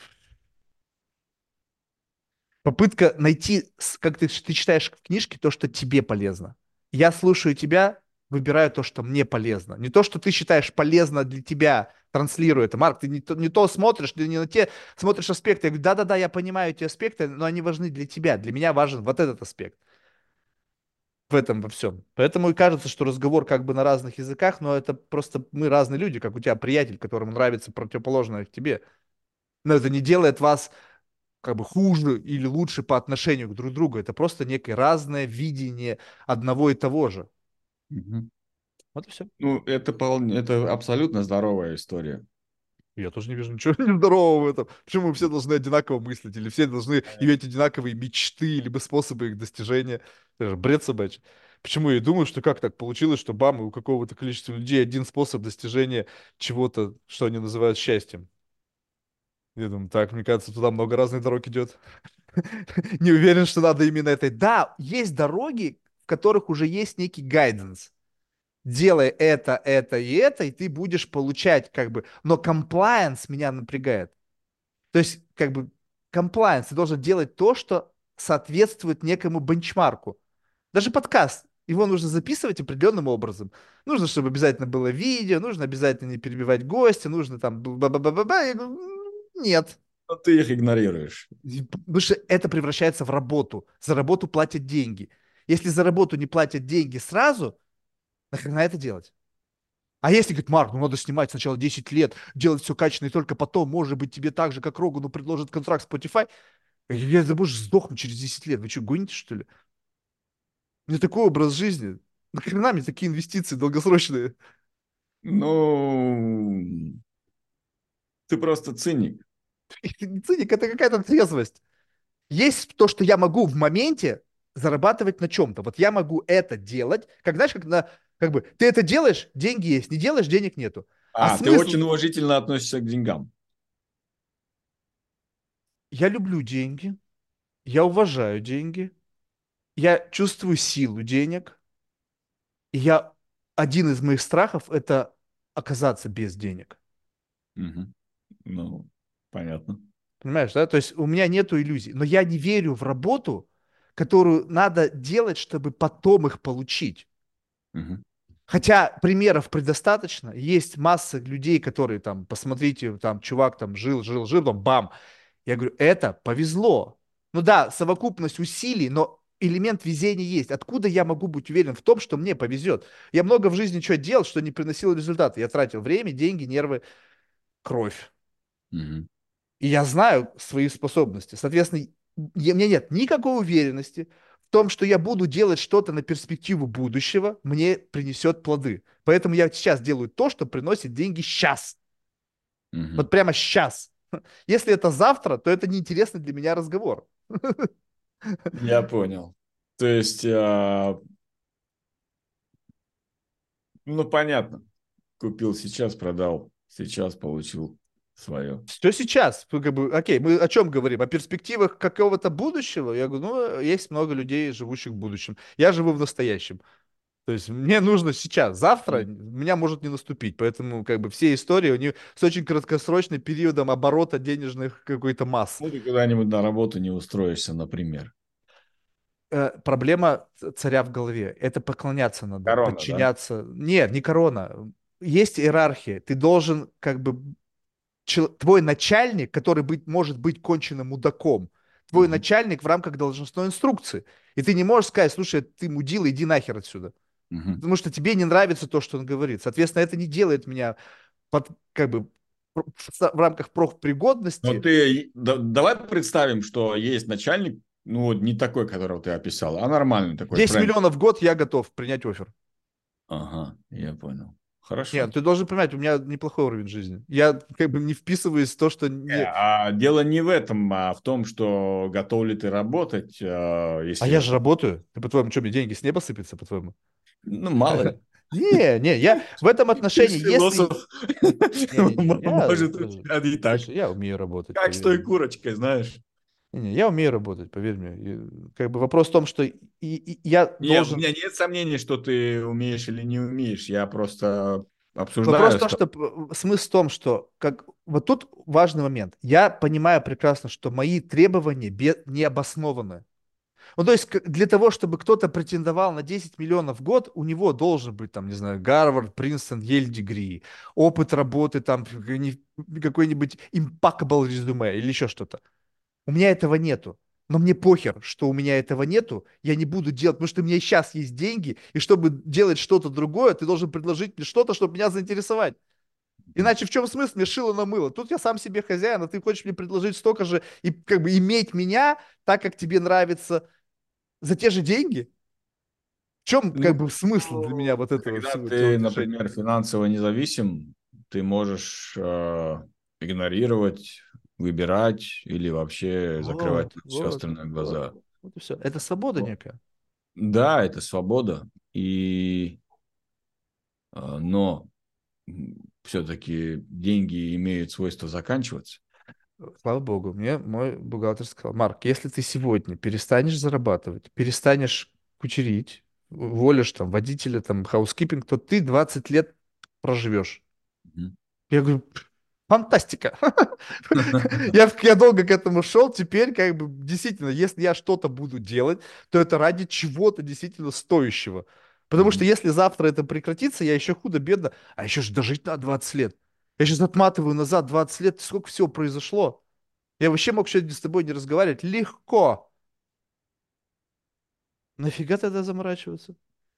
Speaker 1: попытка найти, с- как ты, ты читаешь в книжке, то, что тебе полезно. Я слушаю тебя, выбираю то, что мне полезно. Не то, что ты считаешь полезно для тебя, транслирую это. Марк, ты не то, не то смотришь, ты не на те смотришь аспекты. Я говорю, да-да-да, я понимаю эти аспекты, но они важны для тебя. Для меня важен вот этот аспект в этом во всем. Поэтому и кажется, что разговор как бы на разных языках, но это просто мы разные люди, как у тебя приятель, которому нравится противоположное к тебе. Но это не делает вас как бы хуже или лучше по отношению к друг другу. Это просто некое разное видение одного и того же.
Speaker 2: Мгм.
Speaker 1: Вот и все.
Speaker 2: Ну, это, пол- это абсолютно здоровая история.
Speaker 1: Я тоже не вижу ничего нездорового в этом. Почему мы все должны одинаково мыслить? Или все должны иметь одинаковые мечты, либо способы их достижения? Это же бред собачий. Почему я думаю, что как так получилось, что бам, и у какого-то количества людей один способ достижения чего-то, что они называют счастьем? Я думаю, так, мне кажется, туда много разных дорог идет. Не уверен, что надо именно этой. Да, есть дороги, в которых уже есть некий гайденс. Делай это, это и это, и ты будешь получать как бы... Но комплайенс меня напрягает. То есть как бы комплайенс, ты должен делать то, что соответствует некому бенчмарку. Даже подкаст, его нужно записывать определенным образом. Нужно, чтобы обязательно было видео, нужно обязательно не перебивать гостя, нужно там... ба-ба-ба-ба-ба. Я говорю, «М, нет,
Speaker 2: Но ты их игнорируешь.
Speaker 1: потому что это превращается в работу. За работу платят деньги. Если за работу не платят деньги сразу, нахрена это делать? А если, говорит, Марк, ну надо снимать сначала десять лет, делать все качественно, и только потом, может быть, тебе так же, как Рогану, предложат контракт Spotify, я, ты можешь сдохнуть через десять лет. Вы что, гоните, что ли? У меня такой образ жизни. Нахрена мне такие инвестиции долгосрочные?
Speaker 2: Ну, ты просто циник.
Speaker 1: Циник, это какая-то трезвость. Есть то, что я могу в моменте зарабатывать на чем-то. Вот я могу это делать, как знаешь, как на, как бы, ты это делаешь, деньги есть, не делаешь, денег нету. А
Speaker 2: А, ты
Speaker 1: смысл?
Speaker 2: очень уважительно относишься к деньгам.
Speaker 1: Я люблю деньги, я уважаю деньги, я чувствую силу денег, и я, один из моих страхов — это оказаться без денег.
Speaker 2: Мгм. Ну, понятно.
Speaker 1: Понимаешь, да? То есть у меня нету иллюзий, но я не верю в работу, которую надо делать, чтобы потом их получить.
Speaker 2: Мгм.
Speaker 1: Хотя примеров предостаточно. Есть масса людей, которые там, посмотрите, там чувак там жил, жил, жил, там бам. Я говорю, это повезло. Ну да, совокупность усилий, но элемент везения есть. Откуда я могу быть уверен в том, что мне повезет? Я много в жизни чего делал, что не приносило результата. Я тратил время, деньги, нервы, кровь.
Speaker 2: Мгм.
Speaker 1: И я знаю свои способности. Соответственно, я- у меня нет никакой уверенности в том, что я буду делать что-то на перспективу будущего, мне принесет плоды. Поэтому я сейчас делаю то, что приносит деньги сейчас. Вот
Speaker 2: Мгм.
Speaker 1: прямо сейчас. Если это завтра, то это неинтересный для меня разговор.
Speaker 2: Я понял. То есть, а, ну, понятно. Купил сейчас, продал сейчас, получил свое.
Speaker 1: Что сейчас? Вы как бы, окей, мы о чем говорим? О перспективах какого-то будущего? Я говорю, ну, есть много людей, живущих в будущем. Я живу в настоящем. То есть мне нужно сейчас, завтра у меня может не наступить, поэтому как бы все истории у них с очень краткосрочным периодом оборота денежных какой-то масс.
Speaker 2: Ну, ты когда-нибудь на работу не устроишься, например.
Speaker 1: Э, проблема ц- царя в голове. Это поклоняться надо,
Speaker 2: Корона, да?
Speaker 1: подчиняться. Нет, не корона. Есть иерархия. Ты должен как бы чел- твой начальник, который быть, может быть конченным мудаком, твой
Speaker 2: Мгм.
Speaker 1: начальник в рамках должностной инструкции. И ты не можешь сказать, слушай, ты мудила, иди нахер отсюда.
Speaker 2: Мгм.
Speaker 1: Потому что тебе не нравится то, что он говорит. Соответственно, это не делает меня под, как бы в, в рамках
Speaker 2: Но
Speaker 1: профпригодности.
Speaker 2: ты, да- давай представим, что есть начальник, ну, вот не такой, которого ты описал, а нормальный такой,
Speaker 1: десять
Speaker 2: френд.
Speaker 1: миллионов в год я готов принять оффер.
Speaker 2: Ага, я понял.
Speaker 1: Нет,
Speaker 2: Хорошо.
Speaker 1: ты должен понимать, у меня неплохой уровень жизни. Я как бы не вписываюсь в то, что
Speaker 2: Не,
Speaker 1: не...
Speaker 2: а дело не в этом, а в том, что готов ли ты работать, а,
Speaker 1: А я
Speaker 2: если,
Speaker 1: же работаю. Ты, по-твоему, что, мне деньги с неба сыпятся, по-твоему?
Speaker 2: ну, мало ли.
Speaker 1: Не, не, я в этом
Speaker 2: Ты
Speaker 1: отношении,
Speaker 2: ж
Speaker 1: если...
Speaker 2: философ,
Speaker 1: Не-не-не, я,
Speaker 2: может
Speaker 1: слушай,
Speaker 2: быть, и так.
Speaker 1: слушай, я умею работать,
Speaker 2: Как с
Speaker 1: поверь
Speaker 2: той
Speaker 1: мне.
Speaker 2: курочкой, знаешь.
Speaker 1: Не-не, я умею работать, поверь мне. И, как бы вопрос в том, что и, и я
Speaker 2: Не, у
Speaker 1: должен...
Speaker 2: меня нет сомнений, что ты умеешь или не умеешь. Я просто
Speaker 1: Вопрос
Speaker 2: обсуждаю
Speaker 1: в том,
Speaker 2: с тобой.
Speaker 1: что п- смысл в том, что как вот тут важный момент. Я понимаю прекрасно, что мои требования бе- не обоснованы. Ну, то есть к- для того, чтобы кто-то претендовал на десять миллионов в год, у него должен быть, там, не знаю, Гарвард, Принстон, Ель дегри, опыт работы, там, какой-ни- какой-нибудь impeccable резюме или еще что-то. У меня этого нету. Но мне похер, что у меня этого нету, я не буду делать, потому что у меня сейчас есть деньги, и чтобы делать что-то другое, ты должен предложить мне что-то, чтобы меня заинтересовать. Иначе в чем смысл? Мне шило на мыло. Тут я сам себе хозяин, а ты хочешь мне предложить столько же и как бы иметь меня так, как тебе нравится, за те же деньги? В чем
Speaker 2: Ну,
Speaker 1: как бы смысл для меня вот этого
Speaker 2: когда
Speaker 1: всего этого
Speaker 2: ты,
Speaker 1: движения?
Speaker 2: например, финансово независим, ты можешь э, игнорировать, выбирать или вообще закрывать
Speaker 1: Вот,
Speaker 2: на все
Speaker 1: вот,
Speaker 2: остальные
Speaker 1: вот.
Speaker 2: глаза.
Speaker 1: Вот и все. Это свобода
Speaker 2: Ну,
Speaker 1: некая.
Speaker 2: да, это свобода, и, э, но все-таки деньги имеют свойство заканчиваться.
Speaker 1: Слава богу, мне мой бухгалтер сказал, Марк, если ты сегодня перестанешь зарабатывать, перестанешь кучерить, уволишь там водителя, там, хаускипинг, то ты двадцать лет проживешь.
Speaker 2: Мгм.
Speaker 1: Я говорю, фантастика. Я, я долго к этому шел, теперь как бы действительно, если я что-то буду делать, то это ради чего-то действительно стоящего. Потому что
Speaker 2: Мгм.
Speaker 1: если завтра это прекратится, я еще худо-бедно, а еще же дожить на двадцать лет. Я сейчас отматываю назад двадцать лет, сколько всего произошло. Я вообще мог сегодня с тобой не разговаривать легко. Нафига тогда заморачиваться?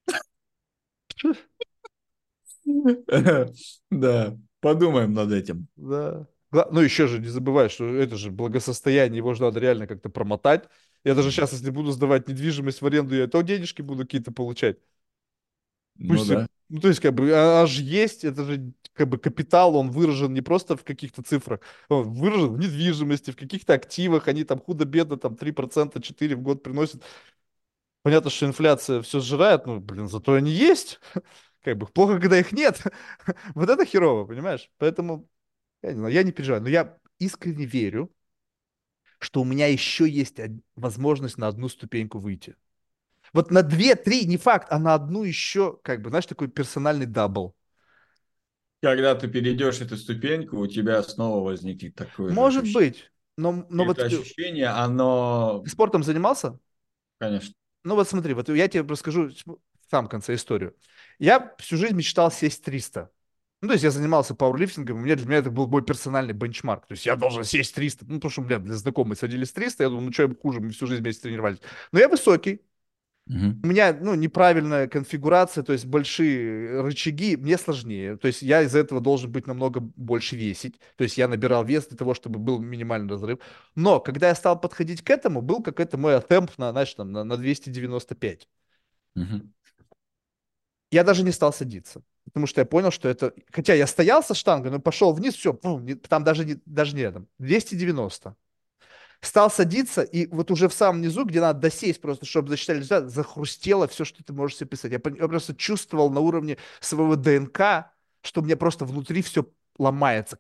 Speaker 2: Да, подумаем над этим.
Speaker 1: Да. Гла- Ну, еще же не забывай, что это же благосостояние, его же надо реально как-то промотать. Я даже сейчас, если буду сдавать недвижимость в аренду, я то денежки буду какие-то получать.
Speaker 2: Ну
Speaker 1: Пусть, и-
Speaker 2: да.
Speaker 1: ну, то есть, как бы, а- аж есть, это же, как бы, капитал, он выражен не просто в каких-то цифрах, он выражен в недвижимости, в каких-то активах, они там худо-бедно, там, три процента, четыре в год приносят. Понятно, что инфляция все сжирает, ну, блин, зато они есть. Как бы, плохо, когда их нет. Вот это херово, понимаешь? Поэтому, я не знаю, я не переживаю, но я искренне верю, что у меня еще есть од- возможность на одну ступеньку выйти. Вот на две, три, не факт, а на одну еще, как бы, знаешь, такой персональный дабл.
Speaker 2: Когда ты перейдешь эту ступеньку, у тебя снова возникнет такое же
Speaker 1: Может
Speaker 2: ощущение.
Speaker 1: быть, но, но
Speaker 2: И
Speaker 1: вот
Speaker 2: это
Speaker 1: э,
Speaker 2: ощущение, оно,
Speaker 1: ты спортом занимался?
Speaker 2: конечно.
Speaker 1: Ну вот смотри, вот я тебе расскажу в самом конце историю. Я всю жизнь мечтал сесть триста. Ну, то есть я занимался пауэрлифтингом, у меня, для меня это был мой персональный бенчмарк. То есть я должен сесть триста. Ну, потому что, бля, для знакомых садились триста, я думаю, ну, что я хуже, мы всю жизнь вместе тренировались. Но я высокий,
Speaker 2: Мгм.
Speaker 1: у меня, ну, неправильная конфигурация, то есть большие рычаги, мне сложнее. То есть я из-за этого должен быть намного больше весить. То есть я набирал вес для того, чтобы был минимальный разрыв. Но когда я стал подходить к этому, был какой-то мой темп на, знаешь, там, на, на двести девяносто пять.
Speaker 2: Мгм.
Speaker 1: Я даже не стал садиться. Потому что я понял, что это... Хотя я стоял со штангой, но пошел вниз, все, там даже не, даже не рядом. двести девяносто. Стал садиться, и вот уже в самом низу, где надо досесть просто, чтобы засчитали результат, захрустело все, что ты можешь себе писать. Я, пон- я просто чувствовал на уровне своего ДНК, что у меня просто внутри все ломается.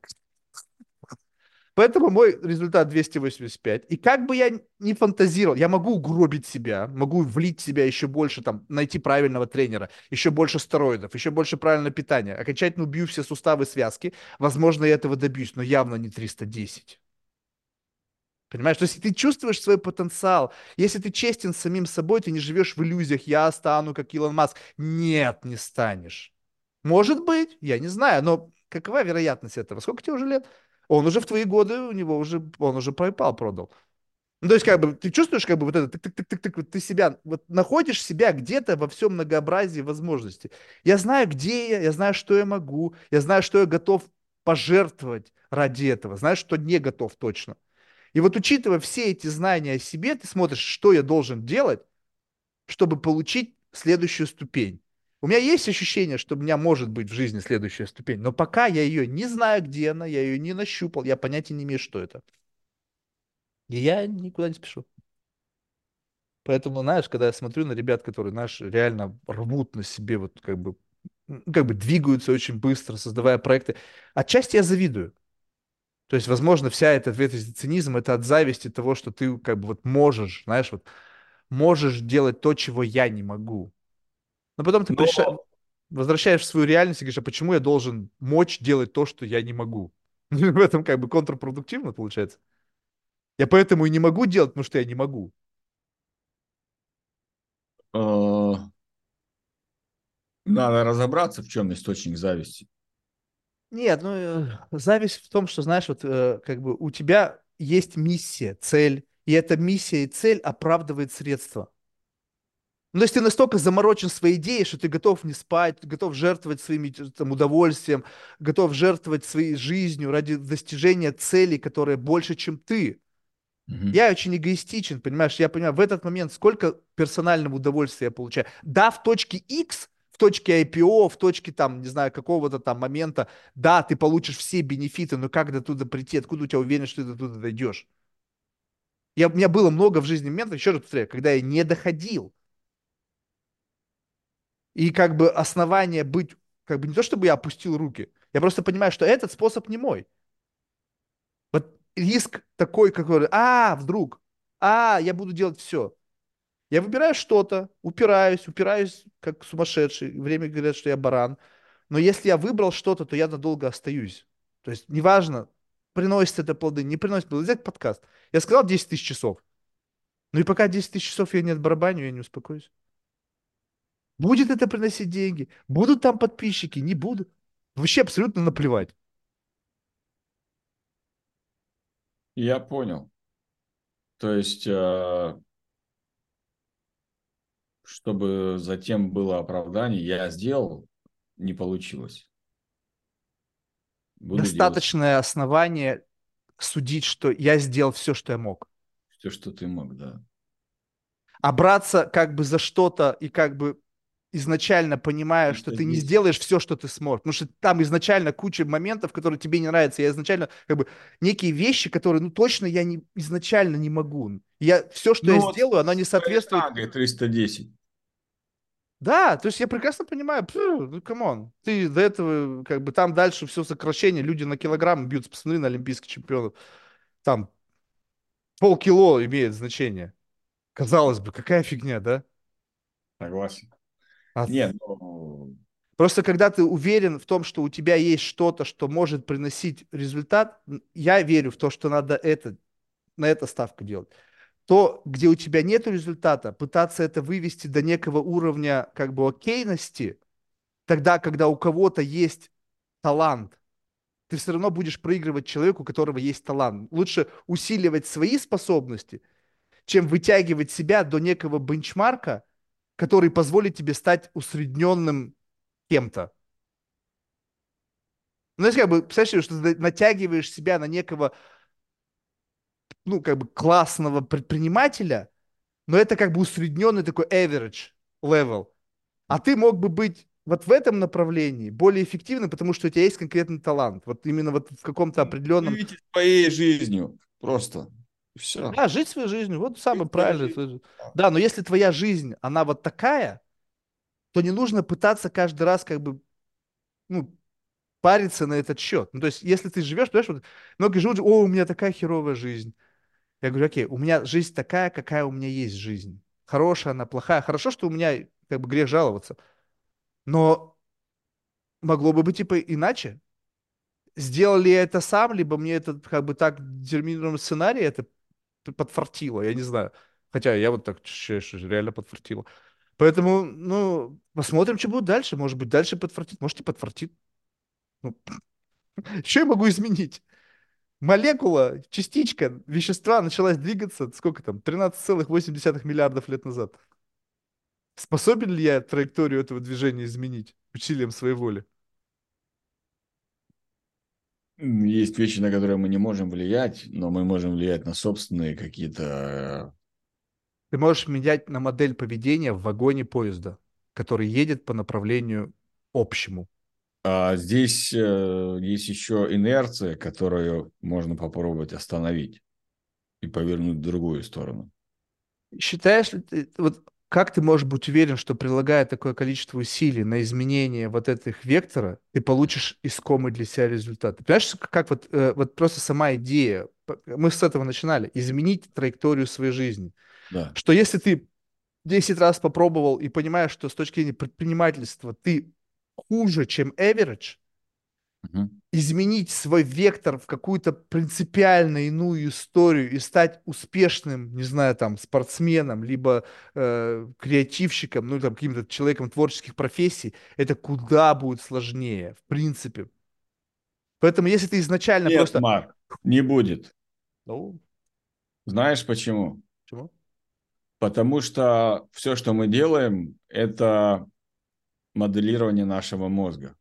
Speaker 1: Поэтому мой результат двести восемьдесят пять. И как бы я ни фантазировал, я могу угробить себя, могу влить в себя еще больше, там, найти правильного тренера, еще больше стероидов, еще больше правильного питания, окончательно убью все суставы, связки. Возможно, я этого добьюсь, но явно не триста десять. Понимаешь, то есть ты чувствуешь свой потенциал. Если ты честен с самим собой, ты не живешь в иллюзиях, я стану как Илон Маск. Нет, не станешь. Может быть, я не знаю, но какова вероятность этого? Сколько тебе уже лет? Он уже в твои годы, у него уже, он уже PayPal продал. Ну, то есть, как бы, ты чувствуешь, как бы, вот это, тык-тык-тык-тык, вот ты себя, вот находишь себя где-то во всем многообразии возможностей. Я знаю, где я, я знаю, что я могу, я знаю, что я готов пожертвовать ради этого, знаю, что не готов точно. И вот учитывая все эти знания о себе, ты смотришь, что я должен делать, чтобы получить следующую ступень. У меня есть ощущение, что у меня может быть в жизни следующая ступень, но пока я ее не знаю, где она, я ее не нащупал, я понятия не имею, что это. И я никуда не спешу. Поэтому, знаешь, когда я смотрю на ребят, которые, знаешь, реально рвут на себе, вот как бы, ну, как бы двигаются очень быстро, создавая проекты, отчасти я завидую. То есть, возможно, вся эта, весь этот цинизм, это от зависти того, что ты как бы вот можешь, знаешь, вот можешь делать то, чего я не могу. Но потом ты
Speaker 2: Но
Speaker 1: пришла, возвращаешь в свою реальность и говоришь, а почему я должен мочь делать то, что я не могу? В этом как бы контрпродуктивно получается. Я поэтому и не могу делать, потому что я не могу.
Speaker 2: э, надо разобраться, в чем источник зависти.
Speaker 1: Нет, ну, э, зависть в том, что, знаешь, вот э, как бы у тебя есть миссия, цель, и эта миссия и цель оправдывает средства. Ну, то есть ты настолько заморочен своей идеей, что ты готов не спать, готов жертвовать своим там, удовольствием, готов жертвовать своей жизнью ради достижения цели, которая больше, чем ты.
Speaker 2: Мгм.
Speaker 1: Я очень эгоистичен, понимаешь? Я понимаю, в этот момент сколько персонального удовольствия я получаю. Да, в точке X, в точке I P O, в точке там, не знаю, какого-то там момента, да, ты получишь все бенефиты, но как до туда прийти? Откуда у тебя уверенность, что ты до туда дойдешь? Я, у меня было много в жизни моментов, еще раз повторяю, когда я не доходил. И как бы основание быть, как бы не то, чтобы я опустил руки, я просто понимаю, что этот способ не мой. Вот риск такой, какой, а, вдруг, а, я буду делать все. Я выбираю что-то, упираюсь, упираюсь как сумасшедший. Время говорят, что я баран. Но если я выбрал что-то, то я надолго остаюсь. То есть неважно, приносит это плоды, не приносит плоды. Взять подкаст. Я сказал десять тысяч часов. Ну и пока десять тысяч часов я не отбарабаню, я не успокоюсь. Будет это приносить деньги? Будут там подписчики? Не будут. Вообще абсолютно наплевать.
Speaker 2: Я понял. То есть, э, чтобы затем было оправдание, я сделал, не получилось. Буду делать
Speaker 1: Достаточное основание судить, что я сделал все, что я мог.
Speaker 2: все, что ты мог, да.
Speaker 1: А браться как бы за что-то и как бы изначально понимая, что
Speaker 2: триста
Speaker 1: ты не
Speaker 2: десять.
Speaker 1: сделаешь все, что ты сможешь. Потому что там изначально куча моментов, которые тебе не нравятся. Я изначально как бы некие вещи, которые, ну, точно я не, изначально не могу. Я, все, что я
Speaker 2: Ну вот
Speaker 1: сделаю, оно не
Speaker 2: с твоей
Speaker 1: соответствует.
Speaker 2: штангой триста десять.
Speaker 1: Да, то есть я прекрасно понимаю, пф, ну, камон, ты до этого, как бы там дальше все сокращение, люди на килограмм бьются, посмотри на олимпийских чемпионов, там полкило имеет значение. Казалось бы, какая фигня, да?
Speaker 2: Согласен.
Speaker 1: А
Speaker 2: Нет, ну,
Speaker 1: просто когда ты уверен в том, что у тебя есть что-то, что может приносить результат, я верю в то, что надо это, на это ставку делать. То, где у тебя нет результата, пытаться это вывести до некого уровня как бы окейности, тогда, когда у кого-то есть талант, ты все равно будешь проигрывать человеку, у которого есть талант. Лучше усиливать свои способности, чем вытягивать себя до некого бенчмарка, который позволит тебе стать усредненным кем-то. Ну, знаешь, как бы, представляешь, что ты натягиваешь себя на некого, ну, как бы классного предпринимателя, но это как бы усредненный такой average level. А ты мог бы быть вот в этом направлении более эффективным, потому что у тебя есть конкретный талант. Вот именно вот в каком-то определенном...
Speaker 2: живите своей жизнью. Просто. Все.
Speaker 1: Да, жить своей жизнью, вот самый
Speaker 2: Жить своей
Speaker 1: правильный.
Speaker 2: жизнью.
Speaker 1: твой-
Speaker 2: Да.
Speaker 1: Да, но если твоя жизнь, она вот такая, то не нужно пытаться каждый раз как бы, ну, париться на этот счет. Ну, то есть, если ты живешь, понимаешь, вот многие живут, о, у меня такая херовая жизнь. Я говорю, окей, у меня жизнь такая, какая у меня есть жизнь. Хорошая она, плохая. Хорошо, что у меня, как бы, грех жаловаться. Но могло бы быть, типа, иначе. Сделал ли я это сам, либо мне это, как бы, так детерминированный сценарий это п- подфартило, я не знаю. Хотя я вот так ощущаю, что реально подфартило. Поэтому, ну, посмотрим, что будет дальше. Может быть, дальше подфартит, может, и подфартит. Ну, что я могу изменить? Молекула, частичка вещества началась двигаться, сколько там, тринадцать целых восемь десятых миллиардов лет назад. Способен ли я траекторию этого движения изменить усилием своей воли?
Speaker 2: Есть вещи, на которые мы не можем влиять, но мы можем влиять на собственные какие-то...
Speaker 1: Ты можешь менять на модель поведения в вагоне поезда, который едет по направлению общему.
Speaker 2: А здесь э, есть еще инерция, которую можно попробовать остановить и повернуть в другую сторону.
Speaker 1: Считаешь ли ты, вот как ты можешь быть уверен, что прилагая такое количество усилий на изменение вот этих вектора, ты получишь искомый для себя результат? Ты понимаешь, как как вот, э, вот просто сама идея, п- мы с этого начинали, изменить траекторию своей жизни.
Speaker 2: Да.
Speaker 1: Что если ты десять раз попробовал и понимаешь, что с точки зрения предпринимательства ты хуже, чем average,
Speaker 2: Мгм.
Speaker 1: изменить свой вектор в какую-то принципиально иную историю и стать успешным, не знаю, там, спортсменом, либо э, креативщиком, ну, там, каким-то человеком творческих профессий, это куда будет сложнее, в принципе. Поэтому, если ты изначально
Speaker 2: Нет,
Speaker 1: просто...
Speaker 2: Марк, не будет.
Speaker 1: Ну,
Speaker 2: Знаешь почему?
Speaker 1: почему?
Speaker 2: Потому что все, что мы делаем, это моделирование нашего мозга.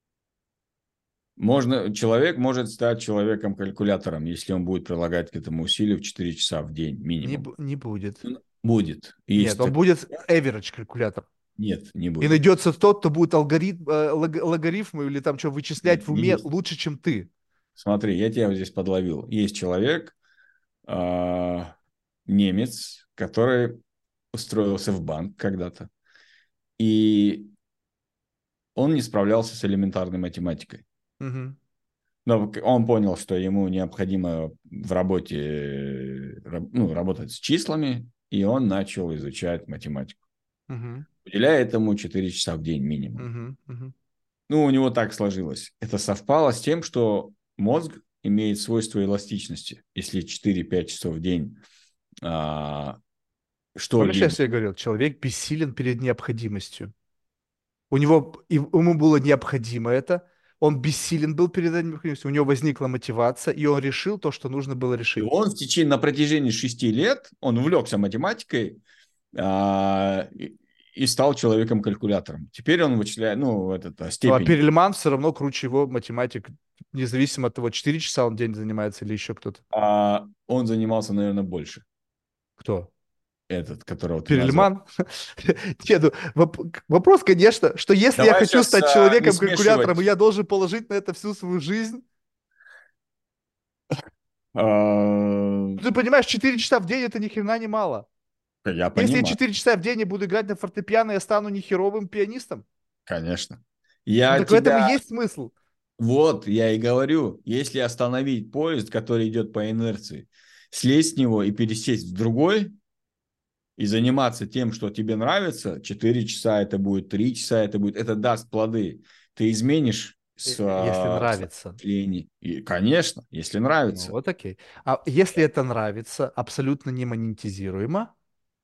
Speaker 2: Можно, человек может стать человеком-калькулятором, если он будет прилагать к этому усилию в четыре часа в день
Speaker 1: Не,
Speaker 2: минимум.
Speaker 1: бу- не будет.
Speaker 2: Будет.
Speaker 1: Нет,
Speaker 2: Есть
Speaker 1: он
Speaker 2: так.
Speaker 1: будет average калькулятор.
Speaker 2: Нет, не
Speaker 1: И
Speaker 2: будет.
Speaker 1: найдется тот, кто будет алгоритм, э, лог- логарифмы или там что вычислять
Speaker 2: Нет,
Speaker 1: в уме
Speaker 2: есть.
Speaker 1: лучше, чем ты.
Speaker 2: Смотри, я тебя вот здесь подловил. Есть человек, а, немец, который устроился в банк когда-то, и он не справлялся с элементарной математикой.
Speaker 1: Мгм.
Speaker 2: Но он понял, что ему необходимо в работе э, раб- ну, работать с числами, и он начал изучать математику.
Speaker 1: Мгм.
Speaker 2: Уделяя этому четыре часа в день минимум.
Speaker 1: Мгм. Мгм.
Speaker 2: Ну, у него так сложилось. Это совпало с тем, что мозг имеет свойство эластичности. Если четыре-пять часов в день а,
Speaker 1: Помнишь, я
Speaker 2: что-либо...
Speaker 1: себе говорил, человек бессилен перед необходимостью. У него, и ему было необходимо это, он бессилен был перед этой необходимостью, у него возникла мотивация, и он решил то, что нужно было
Speaker 2: И
Speaker 1: решить.
Speaker 2: он в течение, на протяжении шести лет, он увлекся математикой, а, и, и стал человеком-калькулятором. Теперь он вычисляет, ну, этот, а,
Speaker 1: А
Speaker 2: степень.
Speaker 1: Перельман все равно круче его математик, независимо от того, четыре часа он в день занимается или еще кто-то.
Speaker 2: А он занимался, наверное, больше.
Speaker 1: Кто?
Speaker 2: Этот, которого ты назвал.
Speaker 1: Перельман? Нет, ну, воп- вопрос, конечно, что если я
Speaker 2: Давай
Speaker 1: хочу
Speaker 2: сейчас
Speaker 1: стать
Speaker 2: а, не
Speaker 1: человеком-калькулятором, и
Speaker 2: смешивать.
Speaker 1: я должен положить на это всю свою жизнь,
Speaker 2: А,
Speaker 1: ты понимаешь, четыре часа в день это ни хрена не мало.
Speaker 2: я
Speaker 1: Если я
Speaker 2: понимаю,
Speaker 1: четыре часа в день не буду играть на фортепиано, я стану нехеровым пианистом.
Speaker 2: конечно.
Speaker 1: Ну
Speaker 2: Я
Speaker 1: так в этом и
Speaker 2: тебя...
Speaker 1: есть смысл.
Speaker 2: Вот, я и говорю, если остановить поезд, который идет по инерции, слезть с него и пересесть в другой, и заниматься тем, что тебе нравится, четыре часа это будет, три часа это будет, это даст плоды. Ты изменишь
Speaker 1: Э,
Speaker 2: с,
Speaker 1: э, Если
Speaker 2: а, свое
Speaker 1: нравится.
Speaker 2: мышление. И, конечно, если
Speaker 1: Ну
Speaker 2: нравится.
Speaker 1: вот окей. А если это нравится, абсолютно не монетизируемо,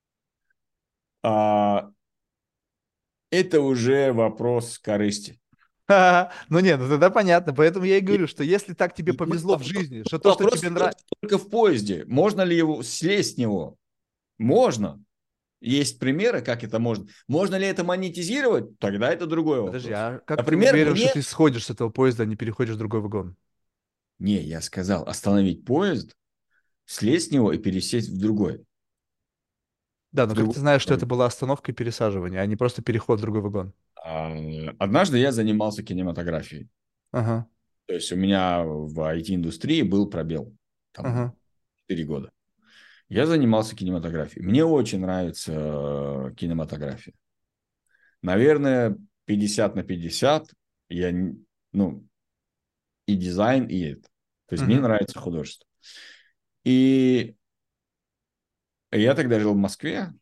Speaker 2: А, это уже вопрос корысти.
Speaker 1: ну нет, ну тогда понятно. Поэтому я и
Speaker 2: И,
Speaker 1: говорю, что если так тебе
Speaker 2: и мы-
Speaker 1: повезло в жизни, что то, что
Speaker 2: вопрос
Speaker 1: тебе
Speaker 2: идет
Speaker 1: нравится...
Speaker 2: только в поезде. Можно ли его слезть с него? Можно. Есть примеры, как это можно. Можно ли это монетизировать? Тогда это другой
Speaker 1: Подожди,
Speaker 2: вопрос.
Speaker 1: а как ты
Speaker 2: Например,
Speaker 1: уверен, что
Speaker 2: мне...
Speaker 1: ты сходишь с этого поезда, а не переходишь в другой вагон?
Speaker 2: Не, я сказал, остановить поезд, слезть с него и пересесть в другой.
Speaker 1: Да,
Speaker 2: В
Speaker 1: но как
Speaker 2: другой
Speaker 1: ты знаешь, что это
Speaker 2: вагон.
Speaker 1: была остановка и пересаживание, а не просто переход в другой вагон?
Speaker 2: А, Однажды я занимался кинематографией.
Speaker 1: Ага,
Speaker 2: То есть у меня в ай ти-индустрии был пробел.
Speaker 1: ага.
Speaker 2: Там четыре года. Я занимался кинематографией. Мне очень нравится э, кинематография. Наверное, пятьдесят на пятьдесят. Я, н- ну, и дизайн, и это. То есть мне
Speaker 1: Мгм,
Speaker 2: нравится художество. И я тогда жил в Москве,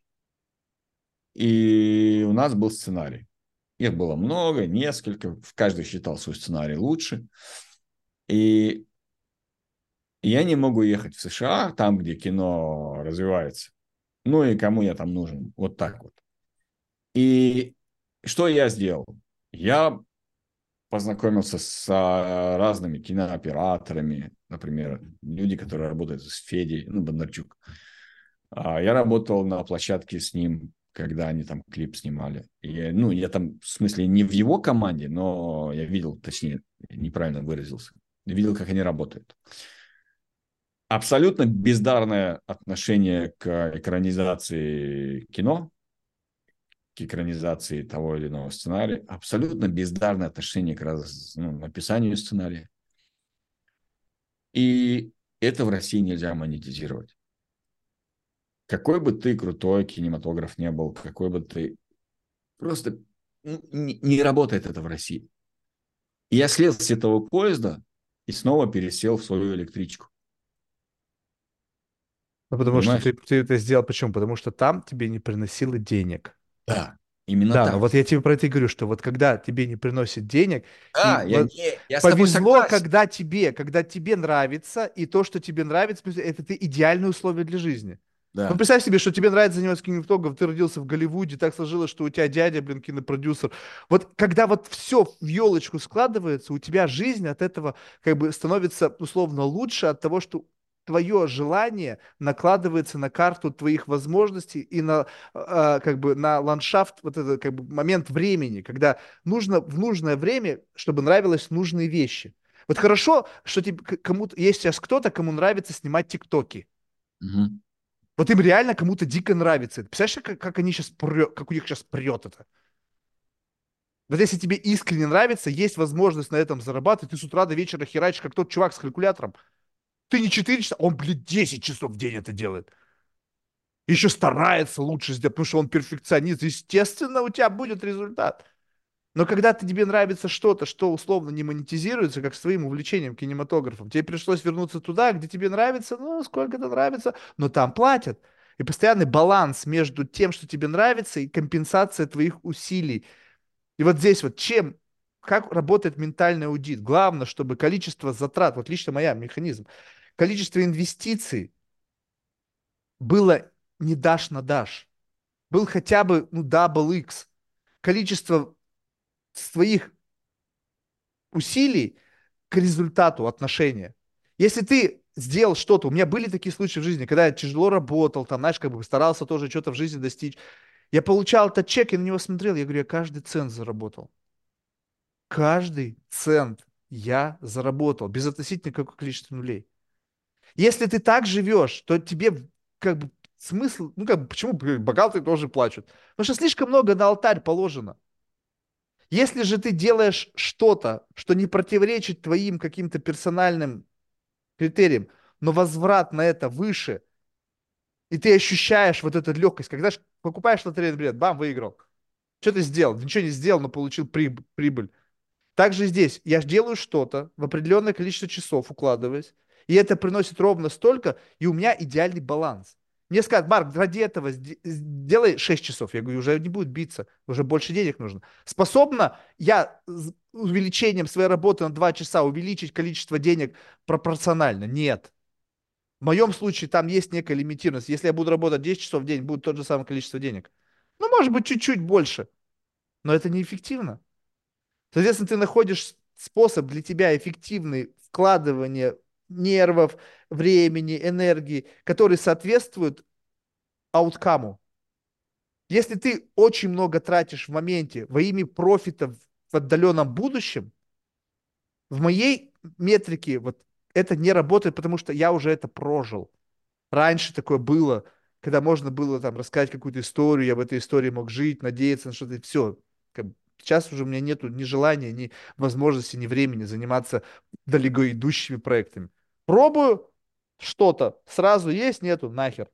Speaker 2: и у нас был сценарий. Их было много, несколько. Каждый считал свой сценарий лучше. И я не могу ехать в США, там, где кино развивается. Ну и кому я там нужен. Вот так вот. И что я сделал? Я познакомился с а, разными кинооператорами. например, люди, которые работают с Федей, ну, Бондарчук. А я работал на площадке с ним, когда они там клип снимали. И, ну, я там, в смысле, не в его команде, но я видел, точнее, неправильно выразился, видел, как они работают. Абсолютно бездарное отношение к экранизации кино, к экранизации того или иного сценария, абсолютно бездарное отношение к раз, ну, написанию сценария. И это в России нельзя монетизировать. Какой бы ты крутой кинематограф не был, какой бы ты... Просто не, не работает это в России. И я слез с этого поезда и снова пересел в свою электричку.
Speaker 1: Ну, потому что
Speaker 2: Понимаешь?
Speaker 1: ты, ты это сделал почему? Потому что там тебе не приносило денег.
Speaker 2: Да, именно
Speaker 1: Да, но
Speaker 2: так.
Speaker 1: вот я тебе про это и говорю, что вот когда тебе не приносит денег, и
Speaker 2: Да, я,
Speaker 1: вот
Speaker 2: не, я с тобой
Speaker 1: повезло,
Speaker 2: согласен.
Speaker 1: когда тебе, когда тебе нравится, и то, что тебе нравится, в смысле, это ты идеальные условия для жизни. Ну,
Speaker 2: Да.
Speaker 1: представь себе, что тебе нравится заниматься кинематографом, ты родился в Голливуде, так сложилось, что у тебя дядя, блин, кинопродюсер. Вот когда вот все в елочку складывается, у тебя жизнь от этого как бы становится условно лучше от того, что твое желание накладывается на карту твоих возможностей и на а, как бы на ландшафт, вот этот как бы момент времени, когда нужно в нужное время, чтобы нравилось нужные вещи. Вот хорошо, что тебе, к- кому-то есть сейчас кто-то, кому нравится снимать тиктоки.
Speaker 2: Мгм.
Speaker 1: Вот им реально кому-то дико нравится это. Представляешь, как, как они сейчас прет, как у них сейчас прет это? Вот если тебе искренне нравится, есть возможность на этом зарабатывать, ты с утра до вечера херачишь, как тот чувак с калькулятором. Ты не четыре часа, он, блин, десять часов в день это делает. Еще старается лучше сделать, потому что он перфекционист. Естественно, у тебя будет результат. Но когда ты, тебе нравится что-то, что условно не монетизируется, как с твоим увлечением кинематографом, тебе пришлось вернуться туда, где тебе нравится, ну, сколько-то нравится, но там платят. И постоянный баланс между тем, что тебе нравится, и компенсация твоих усилий. И вот здесь вот чем, как работает ментальный аудит? Главное, чтобы количество затрат, вот лично моя механизм, количество инвестиций было не дашь на дашь. Был хотя бы, ну, дабл икс. Количество своих усилий к результату отношения. Если ты сделал что-то, у меня были такие случаи в жизни, когда я тяжело работал, там, знаешь, как бы старался тоже что-то в жизни достичь. Я получал этот чек, я на него смотрел, я говорю, я каждый цент заработал. Каждый цент я заработал, без относительно какого количества нулей. Если ты так живешь, то тебе как бы смысл, ну как бы, почему богатые тоже плачут? Потому что слишком много на алтарь положено. Если же ты делаешь что-то, что не противоречит твоим каким-то персональным критериям, но возврат на это выше, и ты ощущаешь вот эту легкость, когда ж покупаешь лотерейный билет, бам, выиграл. Что ты сделал? Ничего не сделал, но получил приб- прибыль. Также здесь я делаю что-то в определенное количество часов, укладываясь, и это приносит ровно столько, и у меня идеальный баланс. Мне скажут, Марк, ради этого сделай шесть часов. Я говорю, уже не будет биться, уже больше денег нужно. Способна я с увеличением своей работы на два часа увеличить количество денег пропорционально? Нет. В моем случае там есть некая лимитированность. Если я буду работать десять часов в день, будет то же самое количество денег. Ну, может быть, чуть-чуть больше, но это неэффективно. Соответственно, ты находишь способ для тебя эффективный вкладывания нервов, времени, энергии, который соответствует ауткаму. Если ты очень много тратишь в моменте во имя профита в отдаленном будущем, в моей метрике вот это не работает, потому что я уже это прожил. Раньше такое было, когда можно было там рассказать какую-то историю, я в этой истории мог жить, надеяться на что-то, все. Как бы сейчас уже у меня нету ни желания, ни возможности, ни времени заниматься далеко идущими проектами. Пробую что-то, сразу есть, нету, нахер.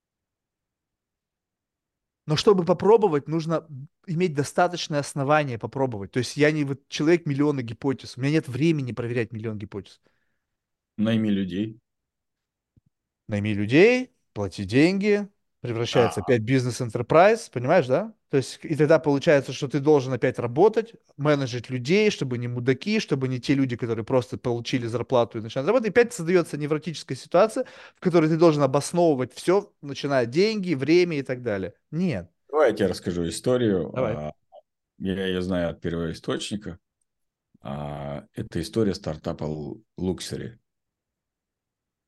Speaker 1: Но чтобы попробовать, нужно иметь достаточное основание попробовать. То есть я не вот человек миллиона гипотез. У меня нет времени проверять миллион гипотез.
Speaker 2: Найми людей.
Speaker 1: Найми людей, плати деньги, превращается
Speaker 2: Да.
Speaker 1: опять бизнес-энтерпрайз, понимаешь, да? То есть и тогда получается, что ты должен опять работать, менеджить людей, чтобы не мудаки, чтобы не те люди, которые просто получили зарплату и начинают работать. И опять создается невротическая ситуация, в которой ты должен обосновывать все, начиная деньги, время и так далее. Нет.
Speaker 2: Давай я тебе расскажу историю.
Speaker 1: Давай.
Speaker 2: А, Я ее знаю от первоисточника. А, Это история стартапа Luxury.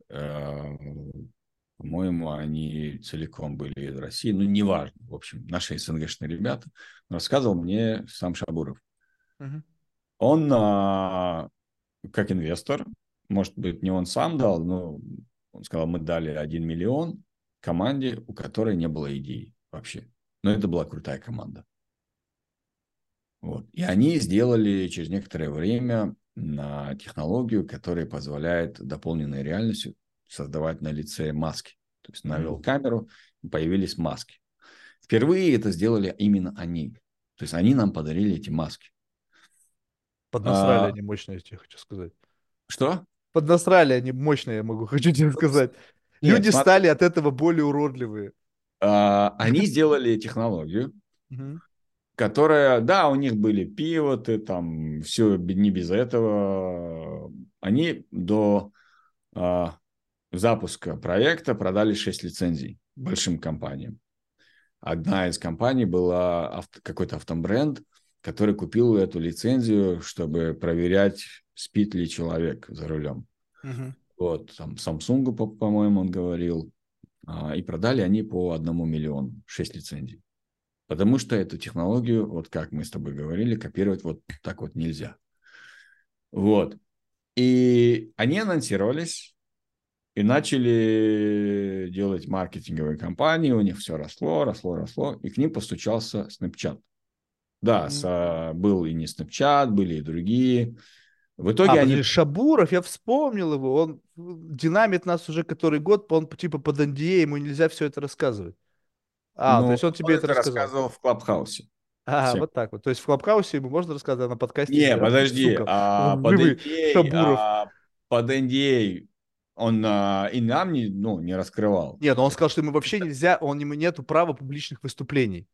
Speaker 2: Э, По-моему, они целиком были из России. Ну, неважно. В общем, наши СНГшные ребята. Рассказывал мне сам Шабуров.
Speaker 1: Мгм.
Speaker 2: Он, а, как инвестор, может быть, не он сам дал, но он сказал, мы дали один миллион команде, у которой не было идей вообще. Но это была крутая команда. Вот. И они сделали через некоторое время на технологию, которая позволяет дополненной реальностью создавать на лице маски. То есть
Speaker 1: Мгм.
Speaker 2: навел камеру, появились маски. Впервые это сделали именно они. То есть они нам подарили эти маски.
Speaker 1: Поднасрали
Speaker 2: А,
Speaker 1: они мощные, я тебе хочу сказать.
Speaker 2: что?
Speaker 1: Поднасрали они мощные, я могу, хочу тебе сказать.
Speaker 2: Нет,
Speaker 1: Люди
Speaker 2: смотри.
Speaker 1: стали от этого более уродливые.
Speaker 2: А, они сделали технологию,
Speaker 1: Мгм.
Speaker 2: которая, да, у них были пивоты, там все не без этого. Они до а, запуска проекта продали шесть лицензий большим компаниям. Одна из компаний была авто, какой-то автобренд, который купил эту лицензию, чтобы проверять, спит ли человек за рулем.
Speaker 1: Мгм.
Speaker 2: Вот, там Samsung, по- по-моему, он говорил. А, и продали они по одному миллиону, шесть лицензий. Потому что эту технологию, вот как мы с тобой говорили, копировать вот так вот нельзя. Вот. И они анонсировались и начали делать маркетинговые кампании. У них все росло, росло, росло. И к ним постучался Snapchat. Да, с,
Speaker 1: Мгм.
Speaker 2: а, был и не Snapchat, были и другие. В
Speaker 1: А,
Speaker 2: итоге
Speaker 1: подожди,
Speaker 2: они...
Speaker 1: Шабуров, я вспомнил его. Он динамит нас уже который год, он типа под эн ди эй, ему нельзя все это рассказывать. А, то
Speaker 2: Ну,
Speaker 1: есть он тебе
Speaker 2: он
Speaker 1: это
Speaker 2: это
Speaker 1: рассказал.
Speaker 2: рассказывал в Клабхаусе.
Speaker 1: А,
Speaker 2: Всем.
Speaker 1: вот так вот. То есть в Клабхаусе ему можно рассказать, а на подкасте
Speaker 2: Не,
Speaker 1: нельзя.
Speaker 2: подожди,
Speaker 1: Сука.
Speaker 2: а под
Speaker 1: Вы,
Speaker 2: N D A,
Speaker 1: Шабуров.
Speaker 2: а под N D A он а, и нам не, ну, не раскрывал.
Speaker 1: Нет, но он
Speaker 2: Это,
Speaker 1: сказал, что ему вообще нельзя, он, ему нету права публичных выступлений.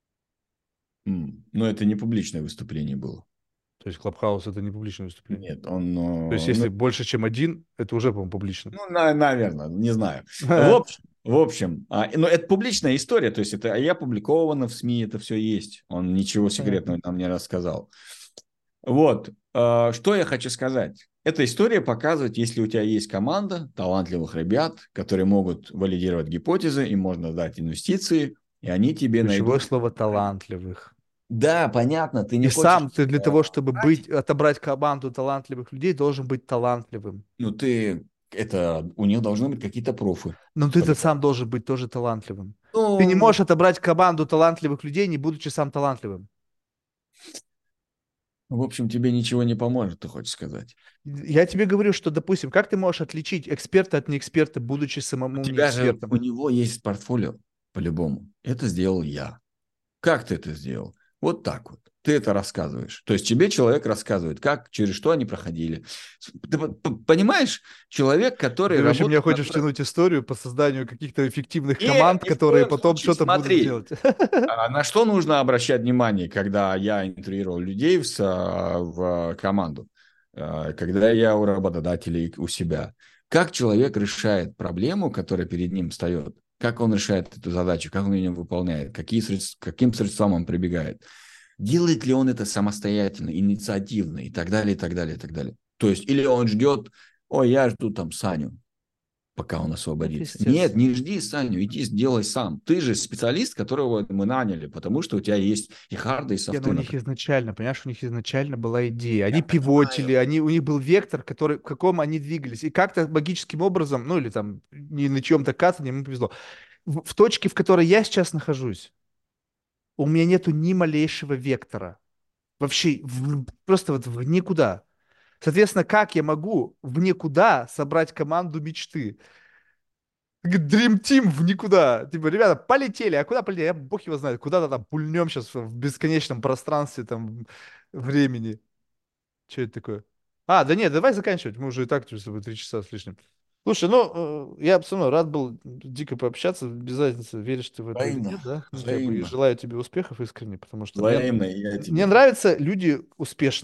Speaker 2: м, ну, это не публичное выступление было.
Speaker 1: То есть Клабхаус это не публичное выступление.
Speaker 2: Нет, он,
Speaker 1: То есть
Speaker 2: э, ну,
Speaker 1: если больше, чем один, это уже, по-моему, публично.
Speaker 2: ну, на- наверное, не знаю. В общем, в общем, а, но это публичная история, то есть это я опубликовано в СМИ, это все есть. Он ничего
Speaker 1: Понятно.
Speaker 2: секретного нам не рассказал. Вот, э, что я хочу сказать. Эта история показывает, если у тебя есть команда талантливых ребят, которые могут валидировать гипотезы, им можно дать инвестиции, и они тебе
Speaker 1: Ключевое
Speaker 2: найдут.
Speaker 1: слово талантливых.
Speaker 2: Да, понятно, ты не
Speaker 1: И
Speaker 2: хочешь
Speaker 1: сам ты для
Speaker 2: э,
Speaker 1: того, чтобы
Speaker 2: тратить,
Speaker 1: быть, отобрать команду талантливых людей, должен быть талантливым.
Speaker 2: ну ты, это, у них должны быть какие-то пруфы,
Speaker 1: Но ты-то
Speaker 2: чтобы...
Speaker 1: сам должен быть тоже талантливым. Ты не
Speaker 2: Ну,
Speaker 1: можешь отобрать команду талантливых людей, не будучи сам талантливым.
Speaker 2: в общем, тебе ничего не поможет, ты хочешь сказать.
Speaker 1: Я тебе говорю, что, допустим, как ты можешь отличить эксперта от неэксперта, будучи
Speaker 2: У
Speaker 1: самому
Speaker 2: тебя же,
Speaker 1: неэкспертом?
Speaker 2: у него есть портфолио, по-любому. Это сделал я. Как ты это сделал? Вот так вот. Ты это рассказываешь. То есть тебе человек рассказывает, как, через что они проходили. Ты понимаешь, человек, который
Speaker 1: Ты вообще мне
Speaker 2: работает на...
Speaker 1: хочешь тянуть историю по созданию каких-то эффективных
Speaker 2: Нет,
Speaker 1: команд,
Speaker 2: ни в
Speaker 1: которые
Speaker 2: коем
Speaker 1: потом
Speaker 2: случае.
Speaker 1: что-то будут
Speaker 2: Смотри,
Speaker 1: делать.
Speaker 2: а на что нужно обращать внимание, когда я интервьюировал людей в, со- в команду, а, когда я у работодателей у себя? Как человек решает проблему, которая перед ним встает? Как он решает эту задачу, как он ее выполняет, какие средств, каким средствам он прибегает? Делает ли он это самостоятельно, инициативно и так далее, и так далее, и так далее. То есть, или он ждет, ой, я жду там Саню, пока он
Speaker 1: Ну,
Speaker 2: освободится. Нет,
Speaker 1: естественно.
Speaker 2: не жди Саню, иди сделай сам. Ты же специалист, которого мы наняли, потому что у тебя есть и харды, и
Speaker 1: Не, ну у
Speaker 2: софты,
Speaker 1: них
Speaker 2: например.
Speaker 1: изначально, понимаешь, у них изначально была идея. Они
Speaker 2: Я
Speaker 1: пивотили,
Speaker 2: понимаю.
Speaker 1: они, у них был вектор, который, в каком они двигались. И как-то магическим образом, ну или там не на чьем-то катании, ему повезло. В, в точке, в которой я сейчас нахожусь, у меня нету ни малейшего вектора. Вообще, в- просто вот в никуда. Соответственно, как я могу в никуда собрать команду мечты? Dream Team в никуда. Типа, ребята, полетели. А куда полетели? Я бог его знает. Куда-то там пульнем сейчас в бесконечном пространстве там времени. Что это такое? А, да нет, давай заканчивать. Мы уже и так тут с тобой три часа с лишним. Слушай, ну, э, я все равно рад был дико пообщаться. Без разницы, веришь ты в это или
Speaker 2: Взаимно,
Speaker 1: нет, да? Ну, как бы и
Speaker 2: взаимно,
Speaker 1: желаю тебе успехов искренне, потому что мне,
Speaker 2: взаимно, и я
Speaker 1: мне
Speaker 2: тебе.
Speaker 1: нравятся люди успешные.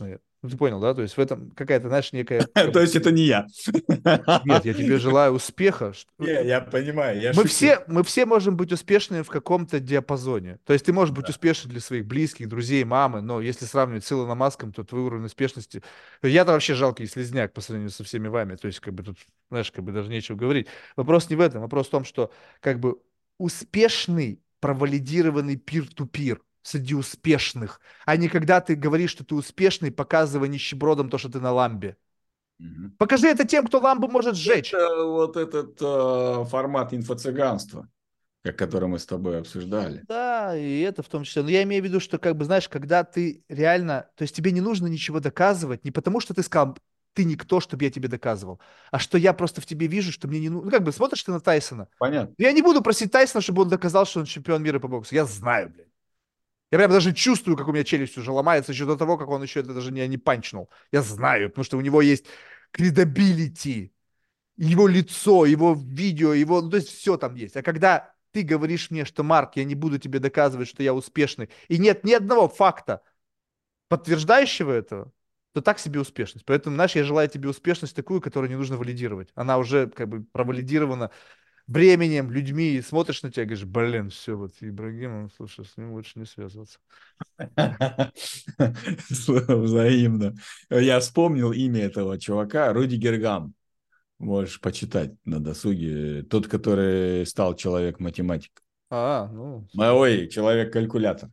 Speaker 1: Ну, ты понял, да? То есть в этом какая-то, знаешь, некая... как
Speaker 2: То
Speaker 1: бы-
Speaker 2: есть это не я.
Speaker 1: Нет, я тебе желаю успеха. Ш-
Speaker 2: Не, я понимаю, я
Speaker 1: Мы
Speaker 2: шучу.
Speaker 1: все, мы все можем быть успешными в каком-то диапазоне. То есть ты можешь быть успешен для своих близких, друзей, мамы, но если сравнивать с Илоном Маском, то твой уровень успешности... Я-то вообще жалкий слизняк по сравнению со всеми вами. То есть как бы тут, знаешь, как бы даже нечего говорить. Вопрос не в этом. Вопрос в том, что как бы успешный, провалидированный пир-ту-пир среди успешных, а не когда ты говоришь, что ты успешный, показывая нищебродом то, что ты на ламбе.
Speaker 2: Мгм.
Speaker 1: Покажи это тем, кто ламбу может сжечь.
Speaker 2: Это вот этот э, формат инфо-цыганства, как который мы с тобой обсуждали.
Speaker 1: Да, и это в том числе. Но я имею в виду, что, как бы, знаешь, когда ты реально... То есть тебе не нужно ничего доказывать, не потому что ты сказал, ты никто, чтобы я тебе доказывал, а что я просто в тебе вижу, что мне не нужно... Ну, как бы, смотришь ты на Тайсона.
Speaker 2: Понятно.
Speaker 1: Я не буду просить Тайсона, чтобы он доказал, что он чемпион мира по боксу. Я знаю, блядь. Я прям даже чувствую, как у меня челюсть уже ломается еще до того, как он еще это даже не, не панчнул. Я знаю, потому что у него есть кредабилити, его лицо, его видео, его, ну, то есть все там есть. А когда ты говоришь мне, что, Марк, я не буду тебе доказывать, что я успешный, и нет ни одного факта, подтверждающего этого, то так себе успешность. Поэтому, знаешь, я желаю тебе успешность такую, которую не нужно валидировать. Она уже как бы провалидирована временем, людьми, и смотришь на тебя и говоришь, блин, все, вот Ибрагимов, слушай, с ним лучше не связываться.
Speaker 2: Взаимно. Я вспомнил имя этого чувака, Руди Гергам. Можешь почитать на досуге. Тот, который стал человек-математик.
Speaker 1: А, ну,
Speaker 2: Ой, человек-калькулятор.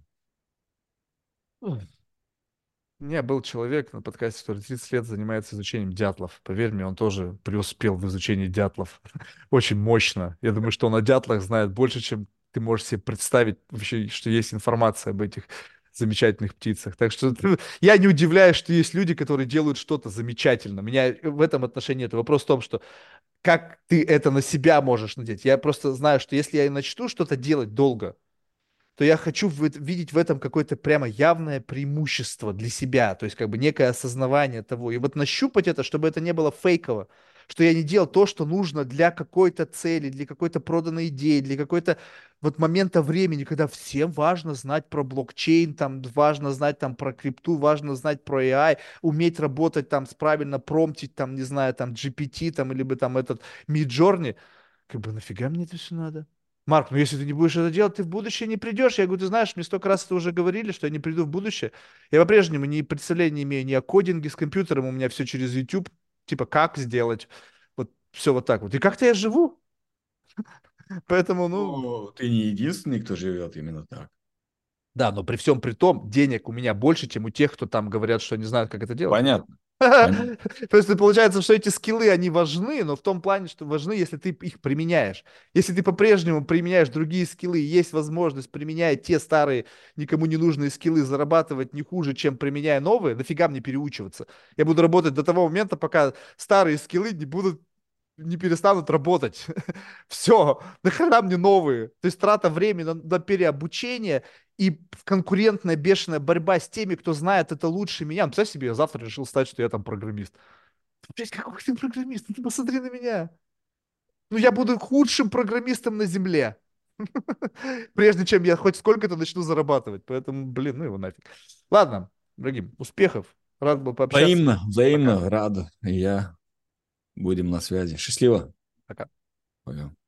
Speaker 1: у меня был человек на подкасте, который тридцать лет занимается изучением дятлов. Поверь мне, он тоже преуспел в изучении дятлов. Очень мощно. Я думаю, что он о дятлах знает больше, чем ты можешь себе представить вообще, что есть информация об этих замечательных птицах. Так что я не удивляюсь, что есть люди, которые делают что-то замечательно. Меня в этом отношении нет. Вопрос в том, что как ты это на себя можешь надеть. Я просто знаю, что если я начну что-то делать долго, то я хочу в эт- видеть в этом какое-то прямо явное преимущество для себя, то есть как бы некое осознавание того. И вот нащупать это, чтобы это не было фейково, что я не делал то, что нужно для какой-то цели, для какой-то проданной идеи, для какой-то вот момента времени, когда всем важно знать про блокчейн, там важно знать там про крипту, важно знать про A I, уметь работать там с правильно промптить, там, не знаю, там G P T, там, либо там этот Midjourney. Как бы нафига мне это все надо? Марк, ну если ты не будешь это делать, ты в будущее не придешь. Я говорю, ты знаешь, мне столько раз это уже говорили, что я не приду в будущее. Я по-прежнему ни представления не имею ни о кодинге с компьютером, у меня все через YouTube, типа как сделать, вот все вот так вот. И как-то я живу, поэтому, ну,
Speaker 2: Ну, ты не единственный, кто живет именно так.
Speaker 1: да, но при всем при том, денег у меня больше, чем у тех, кто там говорят, что не знают, как это делать.
Speaker 2: Понятно. Понятно.
Speaker 1: То есть получается, что эти скиллы, они важны, но в том плане, что важны, если ты их применяешь. Если ты по-прежнему применяешь другие скиллы, и есть возможность, применяя те старые, никому не нужные скиллы, зарабатывать не хуже, чем применяя новые, нафига мне переучиваться? Я буду работать до того момента, пока старые скиллы не будут не перестанут работать. Все, нахрена мне новые? То есть трата времени на, на переобучение и конкурентная бешеная борьба с теми, кто знает это лучше меня. Ну, представь себе, я завтра решил стать, что я там программист. Блядь, какой ты программист? Ну, ты посмотри на меня. Ну, я буду худшим программистом на Земле, прежде чем я хоть сколько-то начну зарабатывать. Поэтому, блин, ну его нафиг. Ладно, дорогим, успехов. Рад был пообщаться.
Speaker 2: Взаимно,
Speaker 1: Пока.
Speaker 2: взаимно рад. Я. Будем на связи. Счастливо.
Speaker 1: Пока.
Speaker 2: Пока.